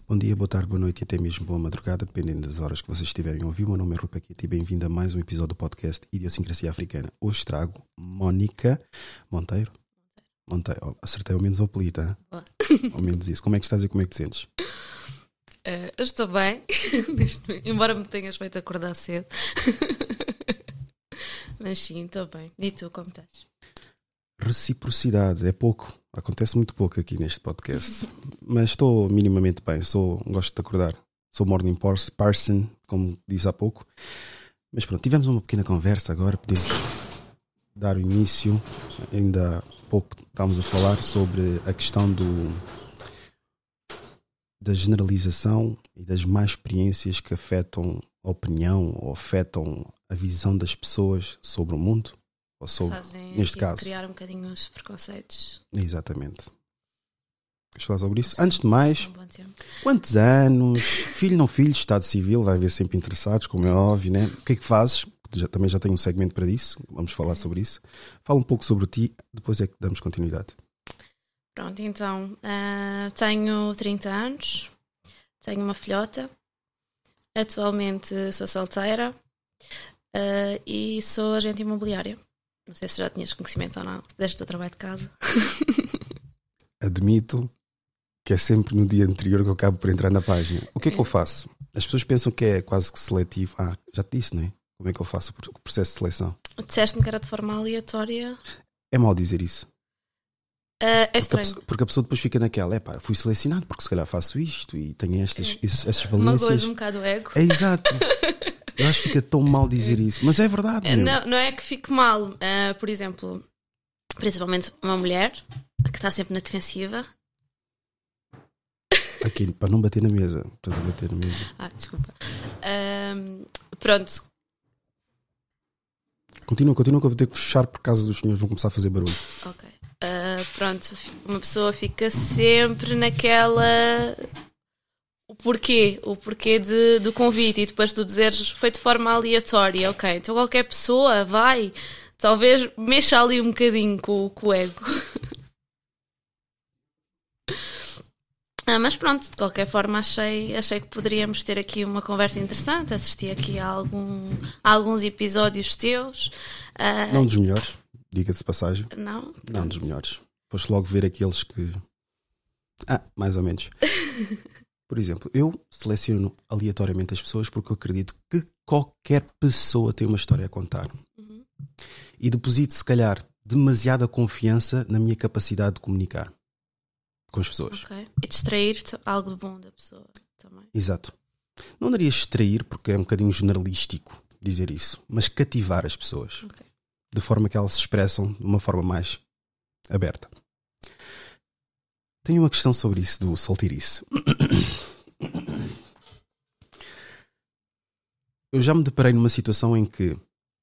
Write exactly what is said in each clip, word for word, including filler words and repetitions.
Bom dia, boa tarde, boa noite e até mesmo boa madrugada, dependendo das horas que vocês estiverem a ouvir. O meu nome é Rui Paquete e bem-vindo a mais um episódio do podcast Idiosincrasia Africana. Hoje trago Mónica Monteiro. Monteiro, oh, acertei ao menos o apelido, hein? Ao menos isso. Como é que estás e como é que te sentes? Uh, estou bem, embora me tenhas feito acordar cedo. Mas sim, estou bem. E tu, como estás? Reciprocidade, é pouco. Acontece muito pouco aqui neste podcast. Mas estou minimamente bem. Sou, gosto de acordar. Sou morning person, como disse há pouco. Mas pronto, tivemos uma pequena conversa agora. Podemos dar o início. Ainda há pouco estávamos a falar sobre a questão do, da generalização e das más experiências que afetam a opinião ou afetam a visão das pessoas sobre o mundo. Ou sobre, Fazem neste caso, criar um bocadinho os preconceitos. Exatamente. Queres falar sobre isso? Antes de mais, Um bom tempo. quantos anos? Filho, não filho, Estado Civil, vai haver sempre interessados, como é óbvio, né? O que é que fazes? Já, também já tenho um segmento para isso, vamos falar sobre isso. Fala um pouco sobre ti, depois é que damos continuidade. Pronto, então, uh, tenho trinta anos, tenho uma filhota, atualmente sou solteira uh, e sou agente imobiliária. Não sei se já tinhas conhecimento ou não, desde o teu trabalho de casa. Admito que é sempre no dia anterior que eu acabo por entrar na página. O que é que eu faço? As pessoas pensam que é quase que seletivo. Ah, já te disse, não é? Como é que eu faço o processo de seleção? Disseste-me que era de forma aleatória. É mau dizer isso. Uh, é Porque a, estranho. pessoa, porque a pessoa depois fica naquela, é pá, fui selecionado porque se calhar faço isto e tenho estas, esses, essas valências. Magoas um bocado o ego. É exato. Eu acho que fica tão mal dizer isso, mas é verdade. Meu. Não, não é que fique mal. Uh, por exemplo, principalmente uma mulher que está sempre na defensiva. Aqui, para não bater na mesa. Estás a bater na mesa. Ah, desculpa. Um, pronto. Continua, continua que eu vou ter que fechar por causa dos senhores vão começar a fazer barulho. Ok. Uh, pronto, uma pessoa fica sempre naquela. O porquê, o porquê de, do convite e depois tu dizeres foi de forma aleatória, ok, então qualquer pessoa vai, talvez mexa ali um bocadinho com, com o ego. Ah, mas pronto, de qualquer forma achei, achei que poderíamos ter aqui uma conversa interessante, assisti aqui a, algum, a alguns episódios teus. Ah, Não dos melhores, diga-se de passagem. Não? Não dos melhores. Foste logo ver aqueles que... Ah, mais ou menos. Por exemplo, eu seleciono aleatoriamente as pessoas porque eu acredito que qualquer pessoa tem uma história a contar. Uhum. E deposito, se calhar, demasiada confiança na minha capacidade de comunicar com as pessoas. Ok. E distrair-te algo de bom da pessoa também. Exato. Não daria extrair, porque é um bocadinho jornalístico dizer isso, mas cativar as pessoas. Ok. De forma que elas se expressam de uma forma mais aberta. Tenho uma questão sobre isso do solteirice. Eu já me deparei numa situação em que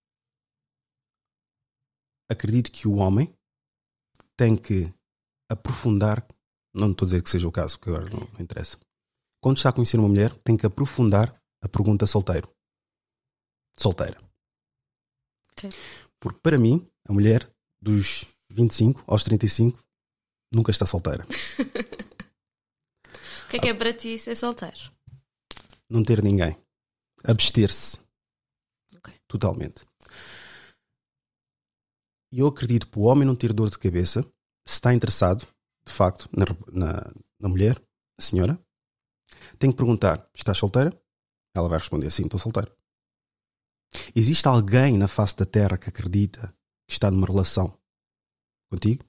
acredito que o homem tem que aprofundar, não estou a dizer que seja o caso, que agora não, não interessa. Quando está a conhecer uma mulher, tem que aprofundar a pergunta solteiro. Solteira. Ok. Porque para mim, a mulher dos vinte e cinco aos trinta e cinco nunca está solteira. O que é que é para ti ser solteiro? Não ter ninguém. Abster-se. Ok. Totalmente. E eu acredito que o homem não ter dor de cabeça, se está interessado, de facto, na, na, na mulher, a senhora, tem que perguntar, estás solteira? Ela vai responder, sim, estou solteira. Existe alguém na face da terra que acredita que está numa relação contigo?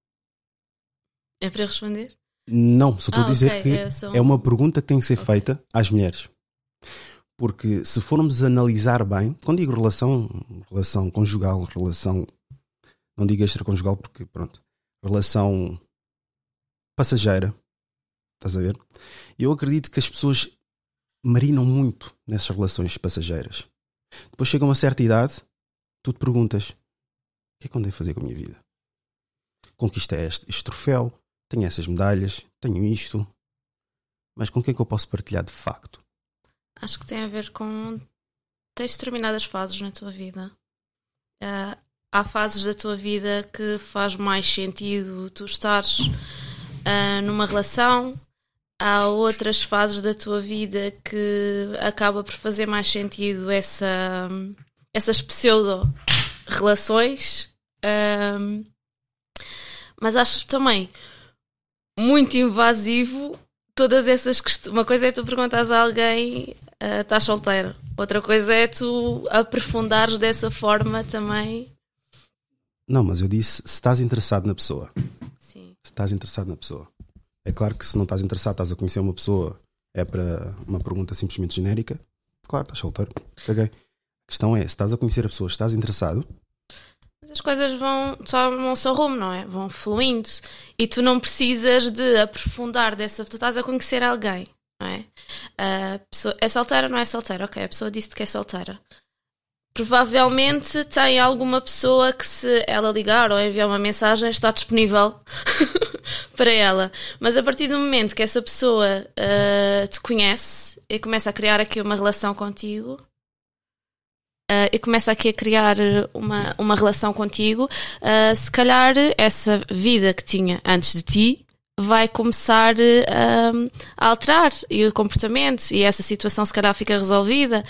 É para responder? Não, só estou Ah, a dizer ok. que É só um- é uma pergunta que tem que ser Ok. feita às mulheres. Porque se formos analisar bem, quando digo relação, relação conjugal, relação, não digo extraconjugal porque, pronto, relação passageira, estás a ver? Eu acredito que as pessoas marinam muito nessas relações passageiras. Depois chega a uma certa idade, tu te perguntas, o que é que eu andei a fazer com a minha vida? Conquistei este, este troféu, tenho essas medalhas, tenho isto, mas com quem é que eu posso partilhar de facto? Acho que tem a ver com... Tens determinadas fases na tua vida. Uh, há fases da tua vida que faz mais sentido tu estares uh, numa relação há outras fases da tua vida que acaba por fazer mais sentido essa, essas pseudo-relações. Um, mas acho também muito invasivo todas essas questões. Uma coisa é tu perguntares a alguém uh, estás solteiro, outra coisa é tu aprofundares dessa forma também. Não, mas eu disse se estás interessado na pessoa. Sim. Se estás interessado na pessoa. É claro que se não estás interessado, estás a conhecer uma pessoa, é para uma pergunta simplesmente genérica. Claro, estás solteiro. Caguei. A questão é, se estás a conhecer a pessoa, estás interessado. Mas as coisas vão tomam o seu rumo, não é? Vão fluindo. E tu não precisas de aprofundar dessa... Tu estás a conhecer alguém, não é? A pessoa é solteira ou não é solteira? Ok, a pessoa disse que é solteira. Provavelmente tem alguma pessoa que, se ela ligar ou enviar uma mensagem, está disponível para ela. Mas a partir do momento que essa pessoa uh, te conhece e começa a criar aqui uma relação contigo, uh, e começa aqui a criar uma, uma relação contigo, uh, se calhar essa vida que tinha antes de ti vai começar uh, a alterar e o comportamento, e essa situação se calhar fica resolvida.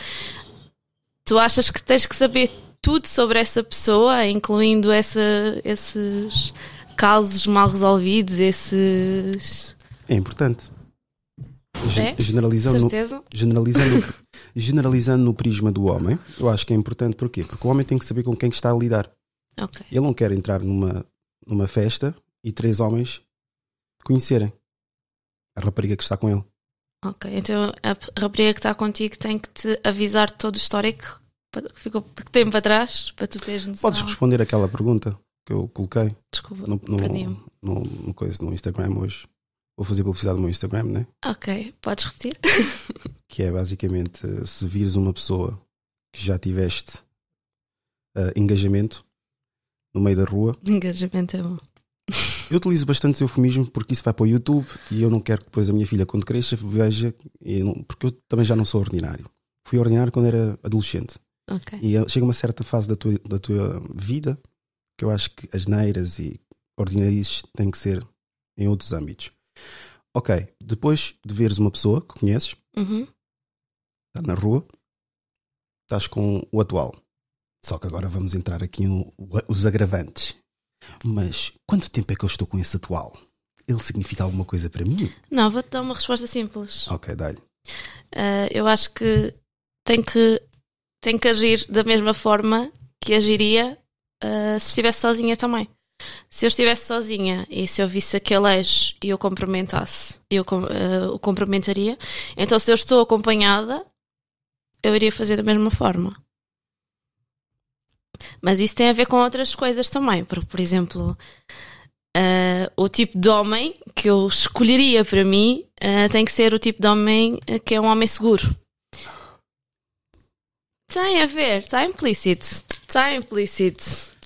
Tu achas que tens que saber tudo sobre essa pessoa, incluindo essa, esses casos mal resolvidos, esses... É importante. É? Generalizando, Certeza? no, generalizando, generalizando no prisma do homem, eu acho que é importante. Porquê? Porque o homem tem que saber com quem está a lidar. Okay. Ele não quer entrar numa, numa festa e três homens conhecerem a rapariga que está com ele. Ok, então a rapariga que está contigo tem que te avisar todo o histórico que ficou que tempo atrás para tu teres noção. Podes responder aquela pergunta que eu coloquei. Desculpa, no, no, perdi-me. No, no, coisa, no Instagram hoje. Vou fazer publicidade no meu Instagram, né? Ok, podes repetir? Que é basicamente, se vires uma pessoa que já tiveste uh, engajamento no meio da rua. Engajamento é bom. Eu utilizo bastante eufemismo porque isso vai para o YouTube e eu não quero que depois a minha filha, quando cresça, veja, e não, porque eu também já não sou ordinário. Fui ordinário quando era adolescente. Okay. E chega uma certa fase da tua, da tua vida que eu acho que as neiras e ordinarices têm que ser em outros âmbitos. Ok, depois de veres uma pessoa que conheces, uhum. está na rua, estás com o atual. Só que agora vamos entrar aqui no, os agravantes. Mas quanto tempo é que eu estou com esse atual? Ele significa alguma coisa para mim? Não, vou-te dar uma resposta simples. Ok, dá-lhe. Uh, eu acho que tem que, tem que agir da mesma forma que agiria uh, se estivesse sozinha também. Se eu estivesse sozinha e se eu visse aquele ex e eu cumprimentasse, eu uh, o cumprimentaria. Então, se eu estou acompanhada, eu iria fazer da mesma forma. Mas isso tem a ver com outras coisas também. Porque, por exemplo, uh, o tipo de homem que eu escolheria para mim uh, tem que ser o tipo de homem que é um homem seguro. Tem a ver, está implícito. Está implícito.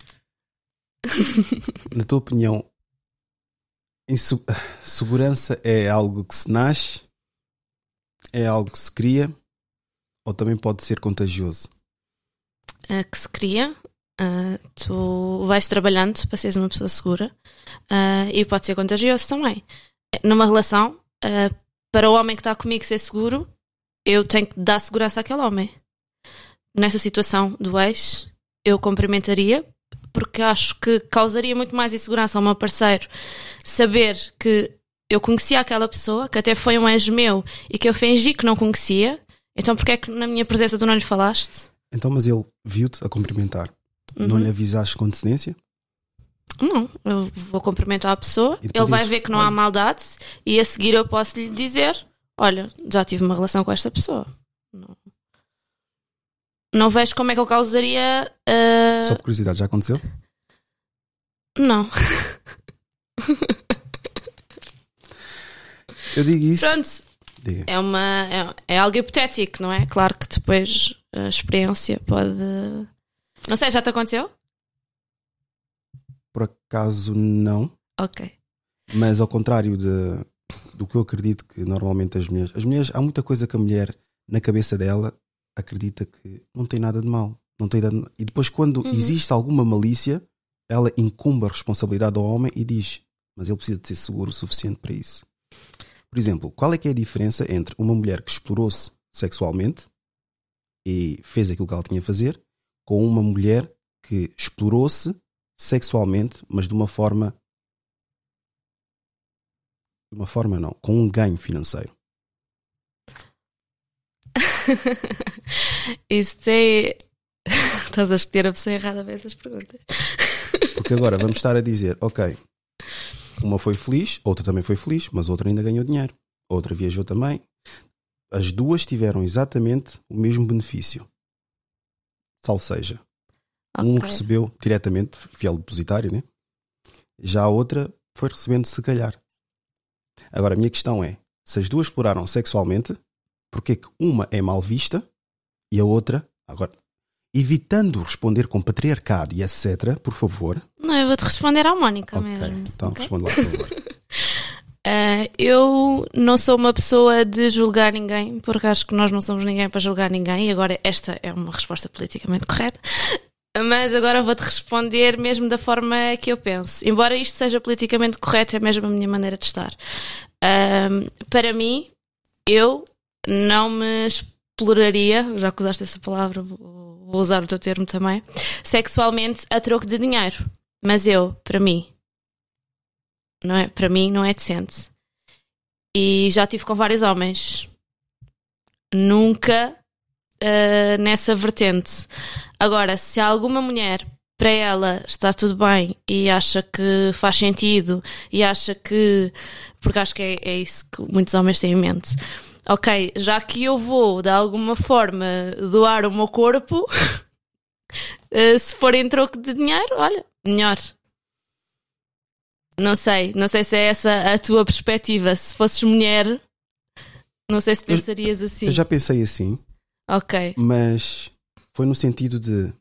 Na tua opinião, insu- segurança é algo que se nasce? É algo que se cria? Ou também pode ser contagioso? Uh, que se cria, uh, tu vais trabalhando para seres uma pessoa segura, uh, e pode ser contagioso também. Numa relação, uh, para o homem que está comigo ser seguro, eu tenho que dar segurança àquele homem. Nessa situação do ex, eu cumprimentaria, porque acho que causaria muito mais insegurança ao meu parceiro saber que eu conhecia aquela pessoa, que até foi um ex meu e que eu fingi que não conhecia. Então porque é que na minha presença tu não lhe falaste? Então, mas ele viu-te a cumprimentar. Uhum. Não lhe avisaste com antecedência? Não, eu vou cumprimentar a pessoa, ele vai dizes, ver que não olha, há maldade e a seguir eu posso lhe dizer: olha, já tive uma relação com esta pessoa. Não, não vejo como é que eu causaria... Uh... Só por curiosidade, já aconteceu? Não. Eu digo isso... Pronto. Diga. É, uma, é, é algo hipotético, não é? Claro que depois a experiência pode... Não sei, já te aconteceu? Por acaso não. Ok. Mas ao contrário de, do que eu acredito que normalmente as mulheres... As mulheres, há muita coisa que a mulher, na cabeça dela, acredita que não tem nada de mal. Não tem nada, e depois quando uhum. existe alguma malícia, ela incumbe a responsabilidade ao homem e diz: mas ele precisa de ser seguro o suficiente para isso. Por exemplo, qual é que é a diferença entre uma mulher que explorou-se sexualmente e fez aquilo que ela tinha a fazer, com uma mulher que explorou-se sexualmente, mas de uma forma... De uma forma não, com um ganho financeiro. Isso tem... Estás a escolher a pessoa errada para essas perguntas. Porque agora vamos estar a dizer, ok, uma foi feliz, outra também foi feliz, mas outra ainda ganhou dinheiro. Outra viajou também. As duas tiveram exatamente o mesmo benefício. Ou seja, okay. Um recebeu diretamente, fiel depositário, né? Já a outra foi recebendo se calhar. Agora, a minha questão é, se as duas exploraram sexualmente, porque é que uma é mal vista e a outra... Agora, evitando responder com patriarcado e etcétera, por favor. Não, eu vou-te responder à Mónica okay, mesmo. Então, okay? responde lá, por favor. uh, eu não sou uma pessoa de julgar ninguém, porque acho que nós não somos ninguém para julgar ninguém, e agora esta é uma resposta politicamente correta. Mas agora vou-te responder mesmo da forma que eu penso. Embora isto seja politicamente correto, é mesmo a minha maneira de estar. Um, para mim, eu não me exploraria, já que usaste essa palavra, vou usar o teu termo também, sexualmente a troco de dinheiro. Mas eu, para mim, não é, para mim não é decente. E já estive com vários homens. Nunca uh, nessa vertente. Agora, se há alguma mulher, para ela está tudo bem e acha que faz sentido e acha que... Porque acho que é, é isso que muitos homens têm em mente. Ok, já que eu vou, de alguma forma, doar o meu corpo, se for em troco de dinheiro, olha, melhor. Não sei, não sei se é essa a tua perspectiva. Se fosses mulher, não sei se pensarias eu, assim. Eu já pensei assim. Ok. Mas foi no sentido de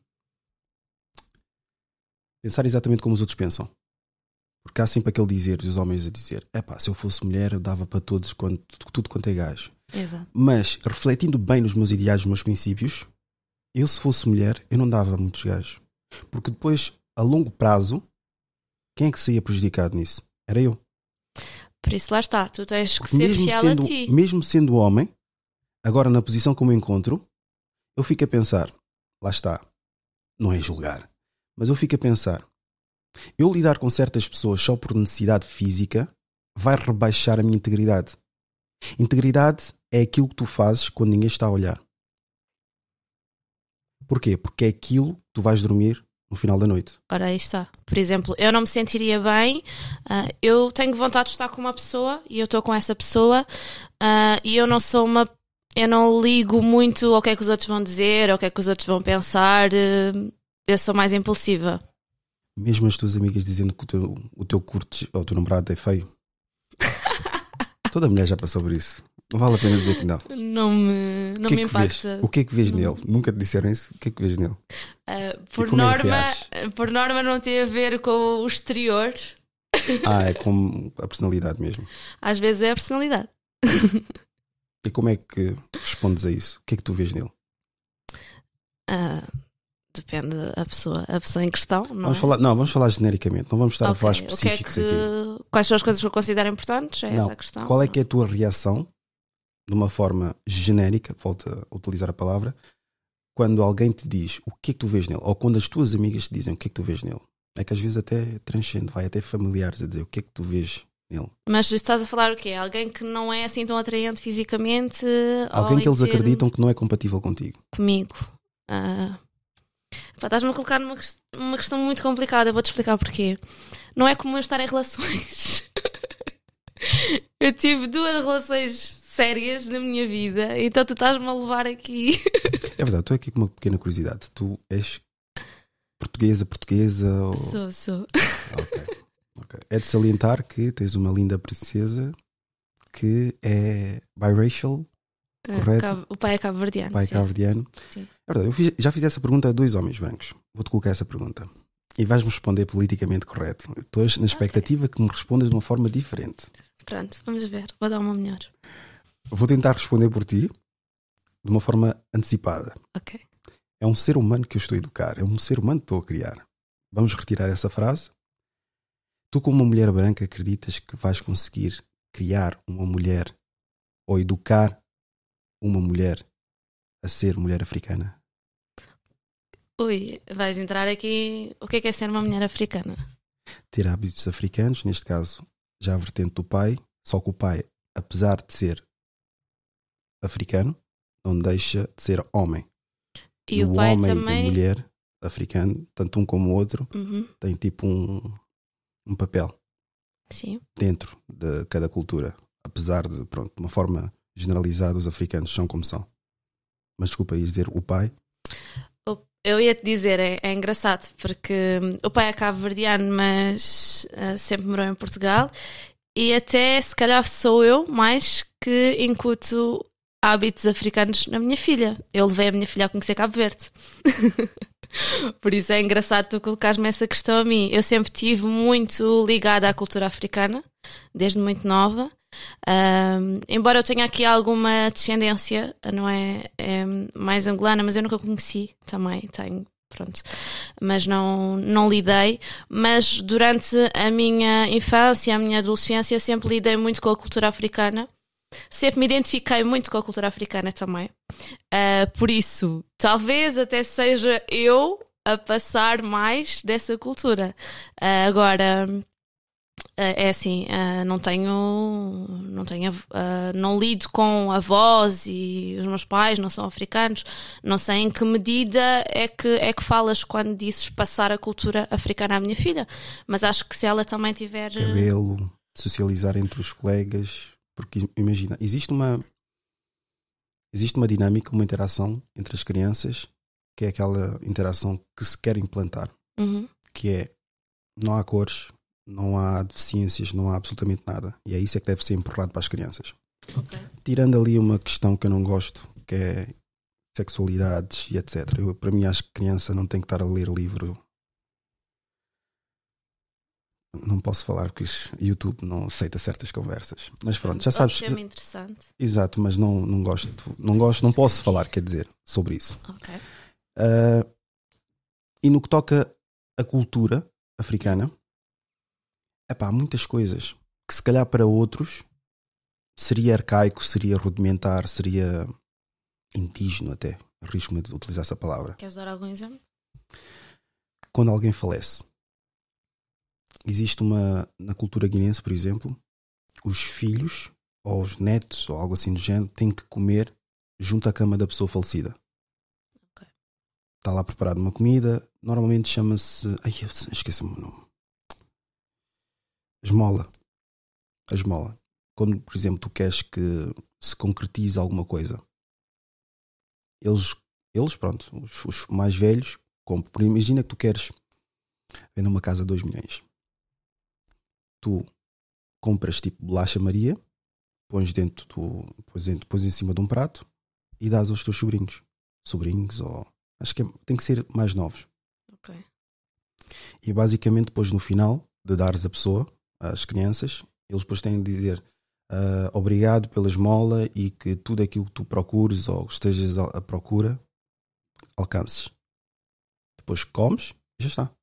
pensar exatamente como os outros pensam. Porque há sempre aquele dizer dos homens a dizer, epá, se eu fosse mulher eu dava para todos quanto, tudo quanto é gajo. Exato. Mas, refletindo bem nos meus ideais, nos meus princípios, eu se fosse mulher, eu não dava a muitos gajos. Porque depois, a longo prazo, quem é que saía prejudicado nisso? Era eu. Por isso lá está, tu tens que Porque ser mesmo fiel sendo, a ti. Mesmo sendo homem, agora na posição que eu me encontro, eu fico a pensar, lá está, não é julgar, mas eu fico a pensar, eu lidar com certas pessoas só por necessidade física vai rebaixar a minha integridade. Integridade é aquilo que tu fazes quando ninguém está a olhar. Porquê? Porque é aquilo que tu vais dormir no final da noite. Ora, aí está. Por exemplo, eu não me sentiria bem, uh, eu tenho vontade de estar com uma pessoa e eu estou com essa pessoa uh, e eu não sou uma... Eu não ligo muito ao que é que os outros vão dizer, ao que é que os outros vão pensar, uh, eu sou mais impulsiva. Mesmo as tuas amigas dizendo que o teu, o teu curto ou o teu namorado é feio. Toda mulher já passou por isso. Não vale a pena dizer que não. Não me, não que me é que impacta. Vês? O que é que vês não. nele? Nunca te disseram isso? O que é que vês nele? Uh, por, como norma, é por norma não tem a ver com o exterior. Ah, é com a personalidade mesmo. Às vezes é a personalidade. E como é que respondes a isso? O que é que tu vês nele? Uh, depende da pessoa, a pessoa em questão. Não, vamos é? falar, não, vamos falar genericamente. Não vamos estar okay. a falar específicos o que é que, aqui. Quais são as coisas que eu considero importantes? É não. essa a questão. Qual é que é a tua reação, de uma forma genérica, volto a utilizar a palavra, quando alguém te diz o que é que tu vês nele? Ou quando as tuas amigas te dizem o que é que tu vês nele? É que às vezes até transcende, vai até familiares a dizer o que é que tu vês nele. Mas estás a falar o quê? Alguém que não é assim tão atraente fisicamente? Alguém que eles ter... acreditam que não é compatível contigo. Comigo. Uh... Pá, estás-me a colocar numa uma questão muito complicada. Eu vou-te explicar porquê. Não é comum eu estar em relações. Eu tive duas relações sérias na minha vida, então tu estás-me a levar aqui. É verdade, estou aqui com uma pequena curiosidade. Tu és portuguesa, portuguesa? Ou... Sou, sou. Okay. ok. É de salientar que tens uma linda princesa que é biracial, correto? Cabo, o pai é cabo-verdiano. O pai é cabo-verdiano. Sim. É verdade, eu fiz, já fiz essa pergunta a dois homens brancos. Vou-te colocar essa pergunta. E vais-me responder politicamente correto. Estou na expectativa okay. que me respondas de uma forma diferente. Pronto, vamos ver. Vou dar uma melhor. Vou tentar responder por ti de uma forma antecipada. Ok. É um ser humano que eu estou a educar. É um ser humano que estou a criar. Vamos retirar essa frase. Tu, como uma mulher branca, acreditas que vais conseguir criar uma mulher ou educar uma mulher a ser mulher africana? Ui, vais entrar aqui. O que é que é ser uma mulher africana? Ter hábitos africanos, neste caso já a vertente do pai, só que o pai, apesar de ser africano, não deixa de ser homem. E, e o o pai homem também. e a mulher africano, tanto um como o outro, Uhum. têm tipo um, um papel Sim. dentro de cada cultura. Apesar de, pronto, de uma forma generalizada, os africanos são como são. Mas desculpa, ias dizer o pai? Eu ia te dizer, é, é engraçado, porque o pai é cabo-verdiano, mas uh, sempre morou em Portugal, e até se calhar sou eu mais que incuto hábitos africanos na minha filha. Eu levei a minha filha a conhecer Cabo Verde. Por isso é engraçado tu colocares-me essa questão a mim. Eu sempre estive muito ligada à cultura africana, desde muito nova. Um, embora eu tenha aqui alguma descendência, não é, é mais angolana, mas eu nunca conheci também, tenho, pronto, mas não, não lidei. Mas durante a minha infância, a minha adolescência, sempre lidei muito com a cultura africana, sempre me identifiquei muito com a cultura africana também. Uh, por isso, talvez até seja eu a passar mais dessa cultura. Uh, agora. É assim, não tenho, não tenho, não lido com avós e os meus pais não são africanos, não sei em que medida é que, é que falas quando dizes passar a cultura africana à minha filha, mas acho que se ela também tiver... Cabelo, socializar entre os colegas, porque imagina, existe uma, existe uma dinâmica, uma interação entre as crianças, que é aquela interação que se quer implantar, Uhum. que é, não há cores, não há deficiências, não há absolutamente nada. E é isso é que deve ser empurrado para as crianças. Okay. Tirando ali uma questão que eu não gosto, que é sexualidades e etcétera. Eu, para mim, acho que criança não tem que estar a ler livro. Não posso falar porque o YouTube não aceita certas conversas. Mas pronto, já sabes. É um tema interessante. Exato, mas não, não gosto, não gosto, não posso falar, quer dizer, sobre isso. Okay. Uh, e no que toca a cultura africana, epá, há muitas coisas que se calhar para outros seria arcaico, seria rudimentar, seria indígena até. Arrisco-me de utilizar essa palavra. Queres dar algum exemplo? Quando alguém falece, existe uma, na cultura guinense, por exemplo, os filhos ou os netos ou algo assim do género têm que comer junto à cama da pessoa falecida. Okay. Está lá preparada uma comida, normalmente chama-se... Ai, eu esqueci-me o nome. Esmola. A esmola. Quando, por exemplo, tu queres que se concretize alguma coisa, eles, eles pronto, os, os mais velhos, como, imagina que tu queres vender uma casa de dois milhões. Tu compras tipo bolacha Maria, pões dentro do, pões, pões em cima de um prato e dás aos teus sobrinhos. Sobrinhos ou... Acho que é, tem que ser mais novos. Okay. E basicamente depois no final de dares a pessoa, às crianças, eles depois têm de dizer uh, obrigado pela esmola e que tudo aquilo que tu procures ou estejas à procura alcances. Depois comes e já está.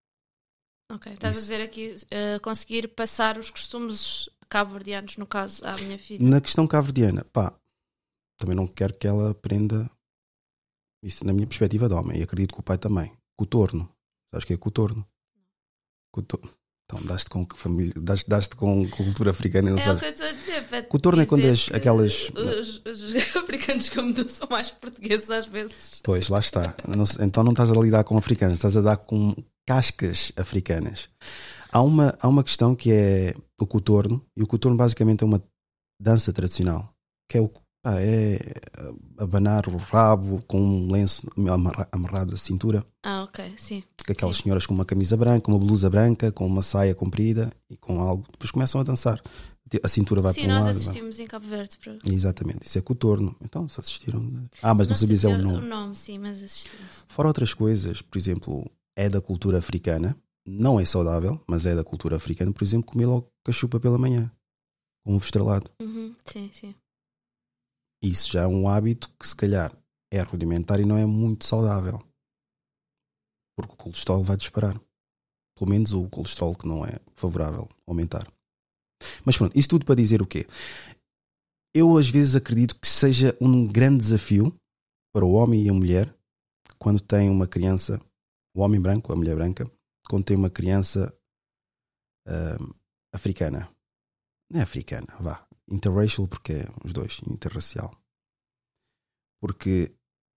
Ok, estás Isso. a dizer aqui uh, conseguir passar os costumes cabo-verdianos, no caso, à minha filha. Na questão cabo-verdiana, pá, também não quero que ela aprenda isso na minha perspectiva de homem, e acredito que o pai também. Cotorno. Sabes o que é cotorno? Cotorno. Então, daste com família, daste, daste com cultura africana. Não É sabes? o que eu estou a dizer. Para Cotorno é quando dizer as, que aquelas. Os, os africanos, como tu, são mais portugueses às vezes. Pois, lá está. Não, então não estás a lidar com africanos, estás a lidar com cascas africanas. Há uma, há uma questão que é o cotorno, e o cotorno basicamente é uma dança tradicional, que é o pá, é abanar o rabo com um lenço amarrado à cintura. Ah, ok, sim. Aquelas sim. senhoras com uma camisa branca, uma blusa branca, com uma saia comprida e com algo. Depois começam a dançar. A cintura vai Sim, para um nós lado. assistimos vai. Em Cabo Verde. Para... Exatamente, isso é cotorno. Então, se assistiram. Ah, mas não, não sabias é o o nome. O nome, sim, mas assistimos. Fora outras coisas, por exemplo, é da cultura africana, não é saudável, mas é da cultura africana, por exemplo, comer logo cachupa pela manhã, com ovo estrelado. Uhum, sim, sim. Isso já é um hábito que se calhar é rudimentar e não é muito saudável. Porque o colesterol vai disparar. Pelo menos o colesterol que não é favorável aumentar. Mas pronto, isso tudo para dizer o quê? Eu às vezes acredito que seja um grande desafio para o homem e a mulher quando tem uma criança, o homem branco, a mulher branca, quando tem uma criança uh, africana. Não é africana, vá. Interracial, porque é os dois, interracial. Porque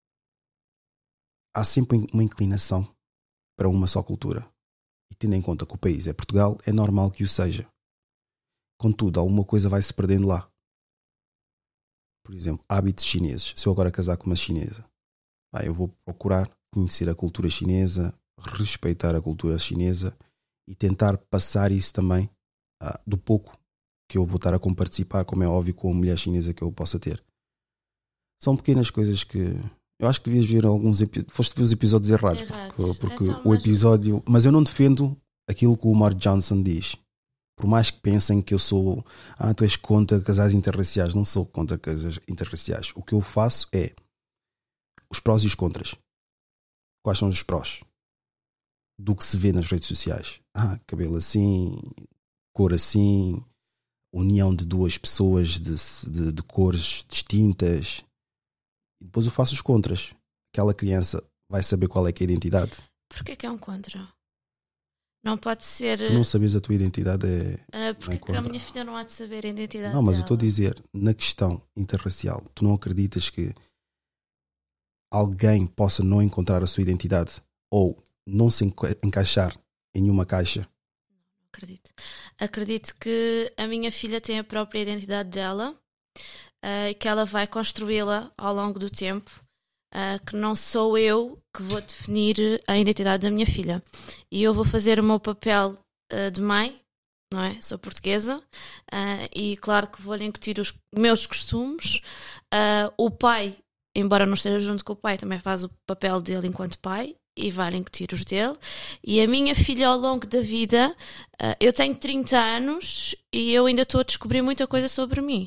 há sempre uma inclinação para uma só cultura. E tendo em conta que o país é Portugal, é normal que o seja. Contudo, alguma coisa vai se perdendo lá. Por exemplo, hábitos chineses. Se eu agora casar com uma chinesa, pá, eu vou procurar conhecer a cultura chinesa, respeitar a cultura chinesa e tentar passar isso também ah, do pouco que eu vou estar a comparticipar, como é óbvio, com a mulher chinesa que eu possa ter. São pequenas coisas que eu acho que devias ver alguns episódios. Foste ver os episódios errados, Errados. porque, porque Então, o mas- episódio. Mas eu não defendo aquilo que o Mark Johnson diz. Por mais que pensem que eu sou. Ah, tu és contra casais interraciais. Não sou contra casais interraciais. O que eu faço é os prós e os contras. Quais são os prós do que se vê nas redes sociais? Ah, cabelo assim, cor assim, união de duas pessoas de, de, de cores distintas. E depois eu faço os contras. Aquela criança vai saber qual é que é a identidade. Porquê que é um contra? Não pode ser. Tu não sabes a tua identidade é... ah, porque é que a contra. minha filha não há de saber a identidade Não, mas eu estou a dela? dizer, na questão interracial, tu não acreditas que alguém possa não encontrar a sua identidade ou não se enca- encaixar em nenhuma caixa? Acredito. Acredito que a minha filha tem a própria identidade dela ah, e que ela vai construí-la ao longo do tempo. ah, que não sou eu que vou definir a identidade da minha filha. E eu vou fazer o meu papel ah, de mãe, não é? Sou portuguesa ah, e claro que vou-lhe incutir os meus costumes. Ah, o pai, embora não esteja junto com o pai, também faz o papel dele enquanto pai e vai incutir os dele. E a minha filha ao longo da vida, ah, eu tenho trinta anos e eu ainda estou a descobrir muita coisa sobre mim.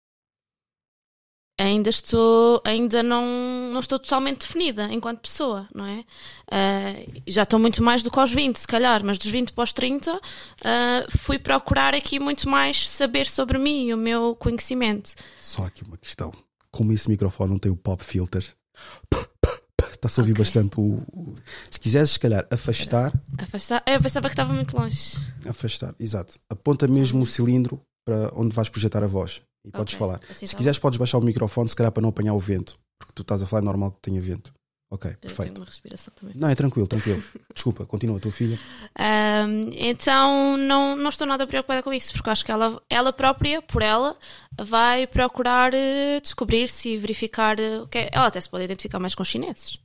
Ainda estou, ainda não, não estou totalmente definida enquanto pessoa, não é? Uh, já estou muito mais do que aos vinte, se calhar, mas dos vinte para os trinta uh, fui procurar aqui muito mais saber sobre mim e o meu conhecimento. Só aqui uma questão. Como esse microfone não tem o pop filter, está-se a ouvir Ok. bastante o, o... Se quiseres, se calhar, afastar, Afastar. Eu pensava que estava muito longe. afastar, exato. Aponta mesmo o cilindro para onde vais projetar a voz e podes Ok, falar. assim Se tá quiseres, podes baixar o microfone, se calhar para não apanhar o vento, porque tu estás a falar, é normal que tenha vento. Ok, Eu perfeito. tenho uma respiração também. Não, é tranquilo, tranquilo. Desculpa, continua, a tua filha. Um, então não, não estou nada preocupada com isso, porque acho que ela, ela própria, por ela, vai procurar eh, descobrir-se e verificar eh, o que é. Ela até se pode identificar mais com os chineses.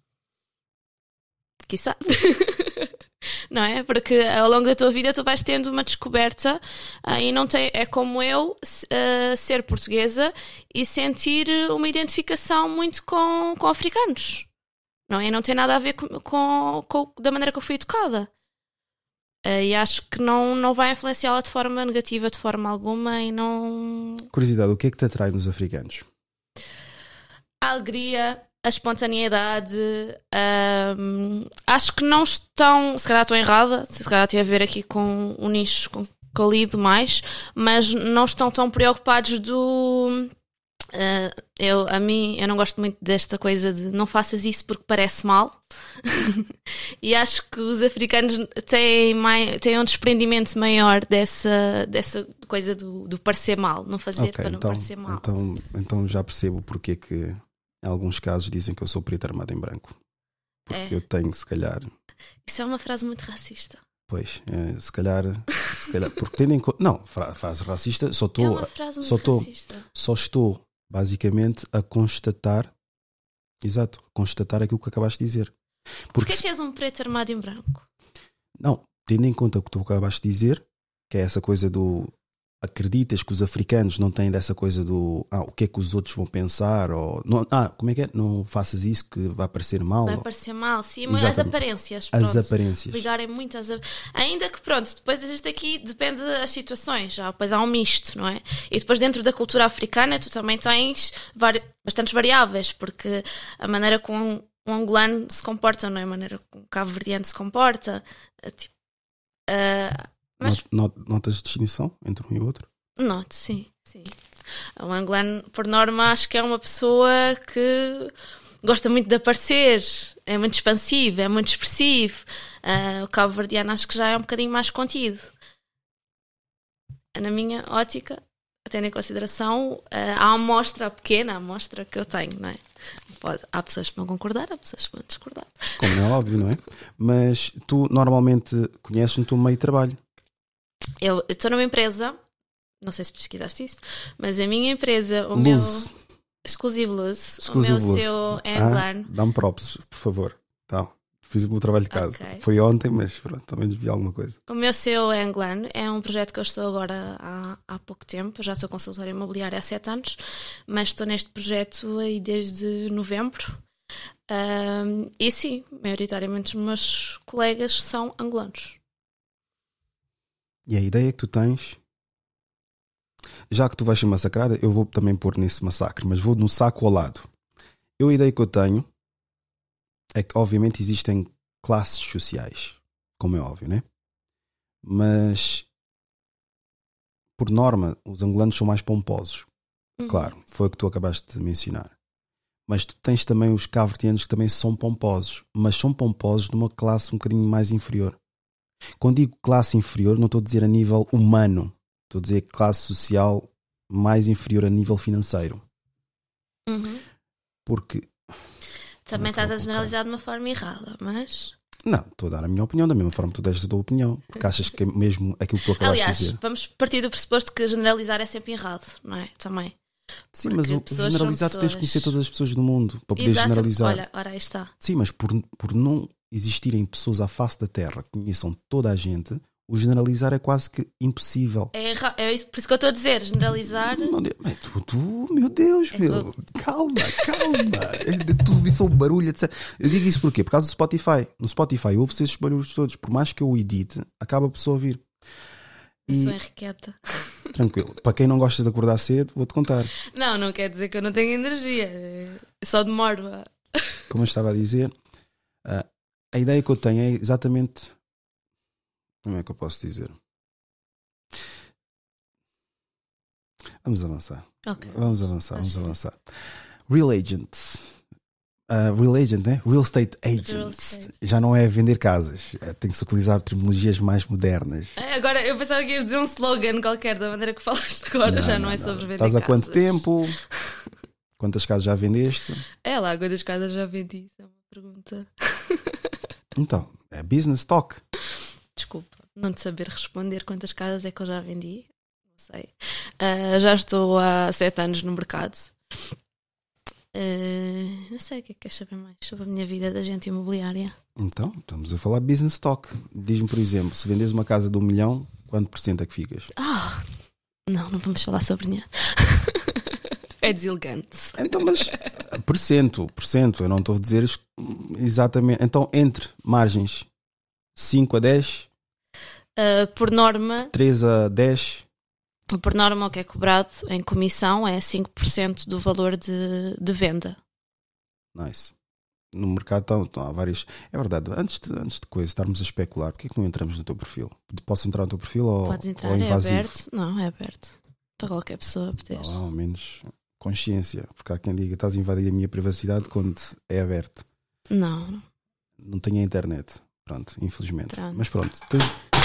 Quiçá. Não é? Porque ao longo da tua vida tu vais tendo uma descoberta ah, e não tem, é como eu se- ah, ser portuguesa e sentir uma identificação muito com, com africanos. Não é? Não tem nada a ver com, com, com da maneira que eu fui educada. Ah, e acho que não, não vai influenciá-la de forma negativa, de forma alguma, e não. Curiosidade, o que é que te atrai nos africanos? A alegria, a espontaneidade. ahm, acho que não estão. Se calhar estou errada, se calhar tem a ver aqui com o nicho com que eu lido mais, mas não estão tão preocupados do. ah, eu, a mim, eu não gosto muito desta coisa de não faças isso porque parece mal. E acho que os africanos têm, mai, têm um desprendimento maior dessa, dessa coisa do, do parecer mal, não fazer Ok, para não então, parecer mal. então, então já percebo porque é que em alguns casos dizem que eu sou preto armado em branco. Porque É. eu tenho, se calhar, Isso é uma frase muito racista. pois, é, se calhar, se calhar, porque tendo em conta, não, fra- frase racista, só É estou, uma frase muito só estou, racista. só estou basicamente a constatar, exato, constatar aquilo que acabaste de dizer. Porquê Porque, que és um preto armado em branco? não, tendo em conta o que tu acabaste de dizer, que é essa coisa do acreditas que os africanos não têm dessa coisa do ah, o que é que os outros vão pensar ou não, ah, como é que é? Não faças isso que vai parecer mal. Vai ou- parecer mal, sim, mas as Exatamente. aparências, As pronto. aparências. Ligarem muito às ap- ainda que pronto, depois existe aqui, depende das situações, já, depois há um misto, não é? E depois dentro da cultura africana tu também tens vari... bastantes variáveis, porque a maneira como um angolano se comporta, não é? A maneira como um cabo-verdiano se comporta, é tipo, ah, mas Not- not- Notas de distinção entre um e outro? Note, sim, sim. O angolano, por norma, acho que é uma pessoa que gosta muito de aparecer, é muito expansivo, é muito expressivo. Uh, o cabo-verdiano acho que já é um bocadinho mais contido. Na minha ótica, tendo em consideração uh, a amostra pequena, a amostra que eu tenho, não é? Pode, há pessoas que vão concordar, há pessoas que vão discordar. Como é óbvio, não é? Mas tu normalmente conheces no teu meio de trabalho. Eu estou numa empresa, não sei se pesquisaste isso, mas a minha empresa, o Luz. meu exclusivo Luz, Exclusivo o meu Luz. C E O é Ah, angolano. dá-me props, por favor. Tá. Fiz o meu trabalho de casa. Ok. Foi ontem, mas pronto, também vi alguma coisa. O meu C E O é angolano, é um projeto que eu estou agora há, há pouco tempo, eu já sou consultora imobiliária há sete anos, mas estou neste projeto aí desde novembro. Um, e sim, maioritariamente os meus colegas são angolanos. E a ideia que tu tens, já que tu vais ser massacrada, eu vou também pôr nesse massacre, mas vou no saco ao lado. Eu, a ideia que eu tenho é que obviamente existem classes sociais, como é óbvio, né? Mas por norma os angolanos são mais pomposos. Uhum. Claro, foi o que tu acabaste de mencionar. Mas tu tens também os cabo-verdianos que também são pomposos, mas são pomposos de uma classe um bocadinho mais inferior. Quando digo classe inferior, não estou a dizer a nível humano, estou a dizer classe social mais inferior a nível financeiro. Uhum. Porque Também é que eu estás vou a generalizar de uma forma errada, mas... não, estou a dar a minha opinião da mesma forma que tu deste a tua opinião, porque achas que é mesmo aquilo que tu acabaste Aliás, de dizer. vamos partir do pressuposto que generalizar é sempre errado, não é? Também. Sim, porque mas o pessoas generalizar são tu tens de conhecer todas as pessoas do mundo para poder Exato. generalizar. Olha, ora aí está. Sim, mas por, por não existirem pessoas à face da Terra que conheçam toda a gente, o generalizar é quase que impossível. É, erra- é isso, por isso que eu estou a dizer, generalizar. Não, mas tu, tu, meu Deus, É meu, calma, calma. Tu viste o barulho, etcétera. Eu digo isso porquê? Por causa do Spotify. No Spotify ouve-se esses barulhos todos. Por mais que eu o edite, acaba a pessoa a ouvir. Eu E, sou enriqueta. tranquilo, para quem não gosta de acordar cedo, vou-te contar. Não, não quer dizer que eu não tenho energia. Eu só demoro. a- Como eu estava a dizer, a, a ideia que eu tenho é exatamente. Como é que eu posso dizer? Vamos avançar. Ok. Vamos avançar, vamos Acho que- avançar. Real agent. Uh, real agent, né? Real estate agent. Real estate. Já não é vender casas. É, tem que se utilizar terminologias mais modernas. É, agora, eu pensava que ias dizer um slogan qualquer da maneira que falaste agora. Já não, é sobre vender Estás há quanto casas. tempo? Quantas casas já vendeste? É lá, quantas casas já vendi? Isso é uma pergunta. Então, é business talk. Desculpa, não te saber responder quantas casas é que eu já vendi. Não sei. Ah, já estou há sete anos no mercado. Ah, não sei o que é que queres saber mais sobre a minha vida de agente imobiliária. Então, estamos a falar business talk. Diz-me, por exemplo, se vendes uma casa de um milhão, quanto por cento é que ficas? Ah, não, não vamos falar sobre dinheiro. É deselegante. Então, mas por cento, por cento, eu não estou a dizer exatamente. Então, entre margens cinco a dez, Ah, por norma, três a dez, por norma, o que é cobrado em comissão é cinco por cento do valor de, de venda. nice. No mercado estão, estão há várias. É verdade, antes de, antes de coisa, estarmos a especular, porque é que não entramos no teu perfil? Posso entrar no teu perfil ou, Podes entrar, ou é invasivo? aberto. Não, é aberto. Para qualquer pessoa poder. Não, ao menos consciência, porque há quem diga estás a invadir a minha privacidade quando é aberto. Não, Não tenho a internet. Pronto, infelizmente. Pronto. Mas pronto. Tens...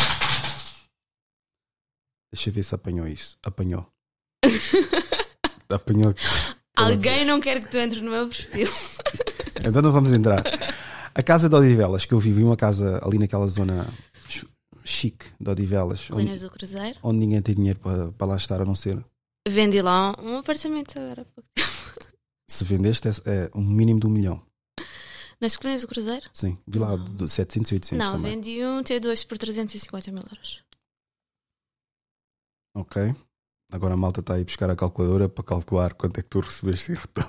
Deixa eu ver se apanhou isso. Apanhou. Apanhou. Alguém não quer que tu entres no meu perfil. Então não vamos entrar. A casa de Odivelas, que eu vivi, uma casa ali naquela zona ch- chique de Odivelas, onde, Colinas do Cruzeiro. onde ninguém tem dinheiro para, para lá estar, a não ser. Vendi lá um apartamento agora há pouco tempo. Se vendeste, é, é um mínimo de um milhão. Nas Colinas do Cruzeiro? Sim, vi lá Não. de setecentos e oitocentos Não, também. vendi um T dois por trezentos e cinquenta mil euros. Ok. Agora a malta está aí buscar a calculadora para calcular quanto é que tu recebeste em retorno.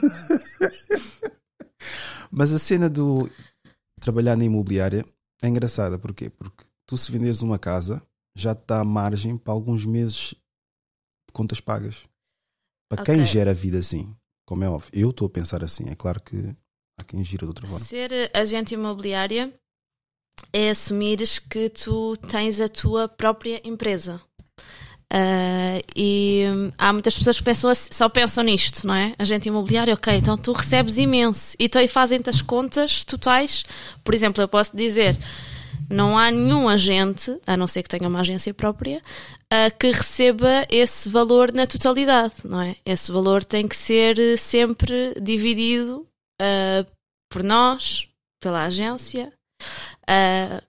Mas a cena do trabalhar na imobiliária é engraçada. Porquê? Porque tu, se vendes uma casa, já te dá margem para alguns meses de contas pagas. Para quem Ok. gera a vida assim, como é óbvio. Eu estou a pensar assim. É claro que há quem gira de outra forma. Ser agente imobiliária é assumires que tu tens a tua própria empresa. Uh, e há muitas pessoas que pensam, só pensam nisto, não é? Agente imobiliário, ok, então tu recebes imenso e então fazem-te as contas totais. Por exemplo, eu posso dizer, não há nenhum agente, a não ser que tenha uma agência própria, uh, que receba esse valor na totalidade, não é? Esse valor tem que ser sempre dividido uh, por nós, pela agência. Uh...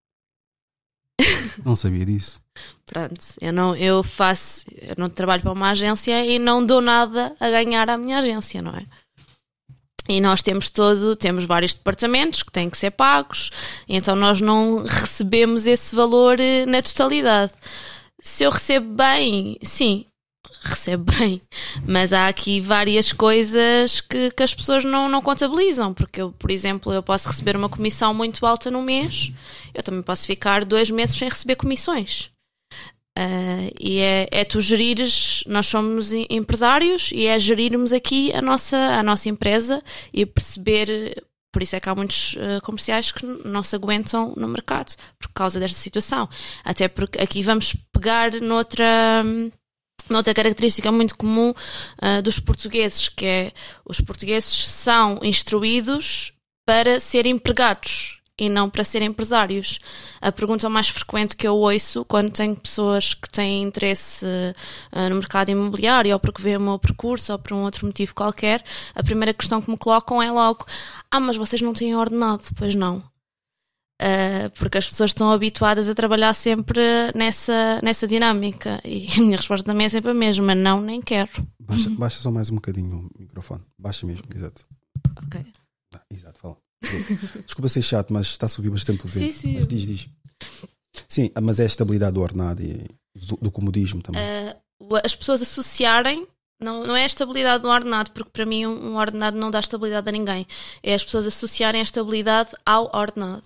Não sabia disso. Pronto, eu não, eu faço, eu não trabalho para uma agência e não dou nada a ganhar à minha agência, não é? E nós temos todo, temos vários departamentos que têm que ser pagos, e então nós não recebemos esse valor na totalidade. Se eu recebo bem, sim, recebo bem, mas há aqui várias coisas que, que as pessoas não, não contabilizam, porque eu, por exemplo, eu posso receber uma comissão muito alta no mês, eu também posso ficar dois meses sem receber comissões. Uh, e é, é tu gerires, nós somos empresários e é gerirmos aqui a nossa, a nossa empresa e perceber, por isso é que há muitos uh, comerciais que não se aguentam no mercado por causa desta situação, até porque aqui vamos pegar noutra, noutra característica muito comum uh, dos portugueses, que é os portugueses são instruídos para serem empregados e não para serem empresários. A pergunta mais frequente que eu ouço quando tenho pessoas que têm interesse uh, no mercado imobiliário, ou porque veem o meu percurso, ou por um outro motivo qualquer, a primeira questão que me colocam é logo: ah, mas vocês não têm ordenado? Pois não. Uh, porque as pessoas estão habituadas a trabalhar sempre nessa, nessa dinâmica. E a minha resposta também é sempre a mesma: não, nem quero. Baixa, baixa só mais um bocadinho o microfone. Baixa mesmo, exato. Ok. Ah, exato, fala. Desculpa ser chato, mas está a subir bastante o vento. Sim, sim. Mas diz, diz. Sim, mas é a estabilidade do ordenado e do, do comodismo também. Uh, as pessoas associarem, não, não é a estabilidade do ordenado, porque para mim um, um ordenado não dá estabilidade a ninguém. É as pessoas associarem a estabilidade ao ordenado.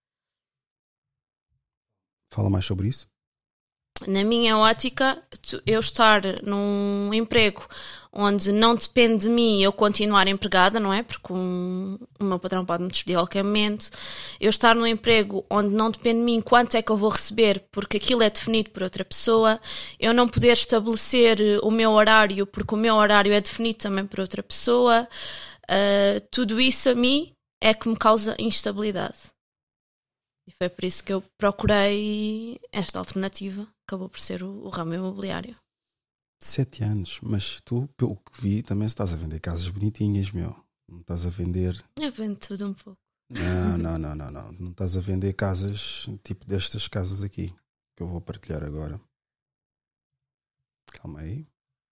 Fala mais sobre isso. Na minha ótica, eu estar num emprego onde não depende de mim eu continuar empregada, não é? Porque um, o meu patrão pode me despedir a qualquer momento. Eu estar num emprego onde não depende de mim quanto é que eu vou receber, porque aquilo é definido por outra pessoa. Eu não poder estabelecer o meu horário, porque o meu horário é definido também por outra pessoa. Uh, tudo isso a mim é que me causa instabilidade. E foi por isso que eu procurei esta alternativa. Acabou por ser o, o ramo imobiliário. Sete anos, mas tu, pelo que vi, também estás a vender casas bonitinhas, meu. Não estás a vender... Eu vendo tudo um pouco. Não, não, não, não, não. Não estás a vender casas tipo destas casas aqui, que eu vou partilhar agora. Calma aí.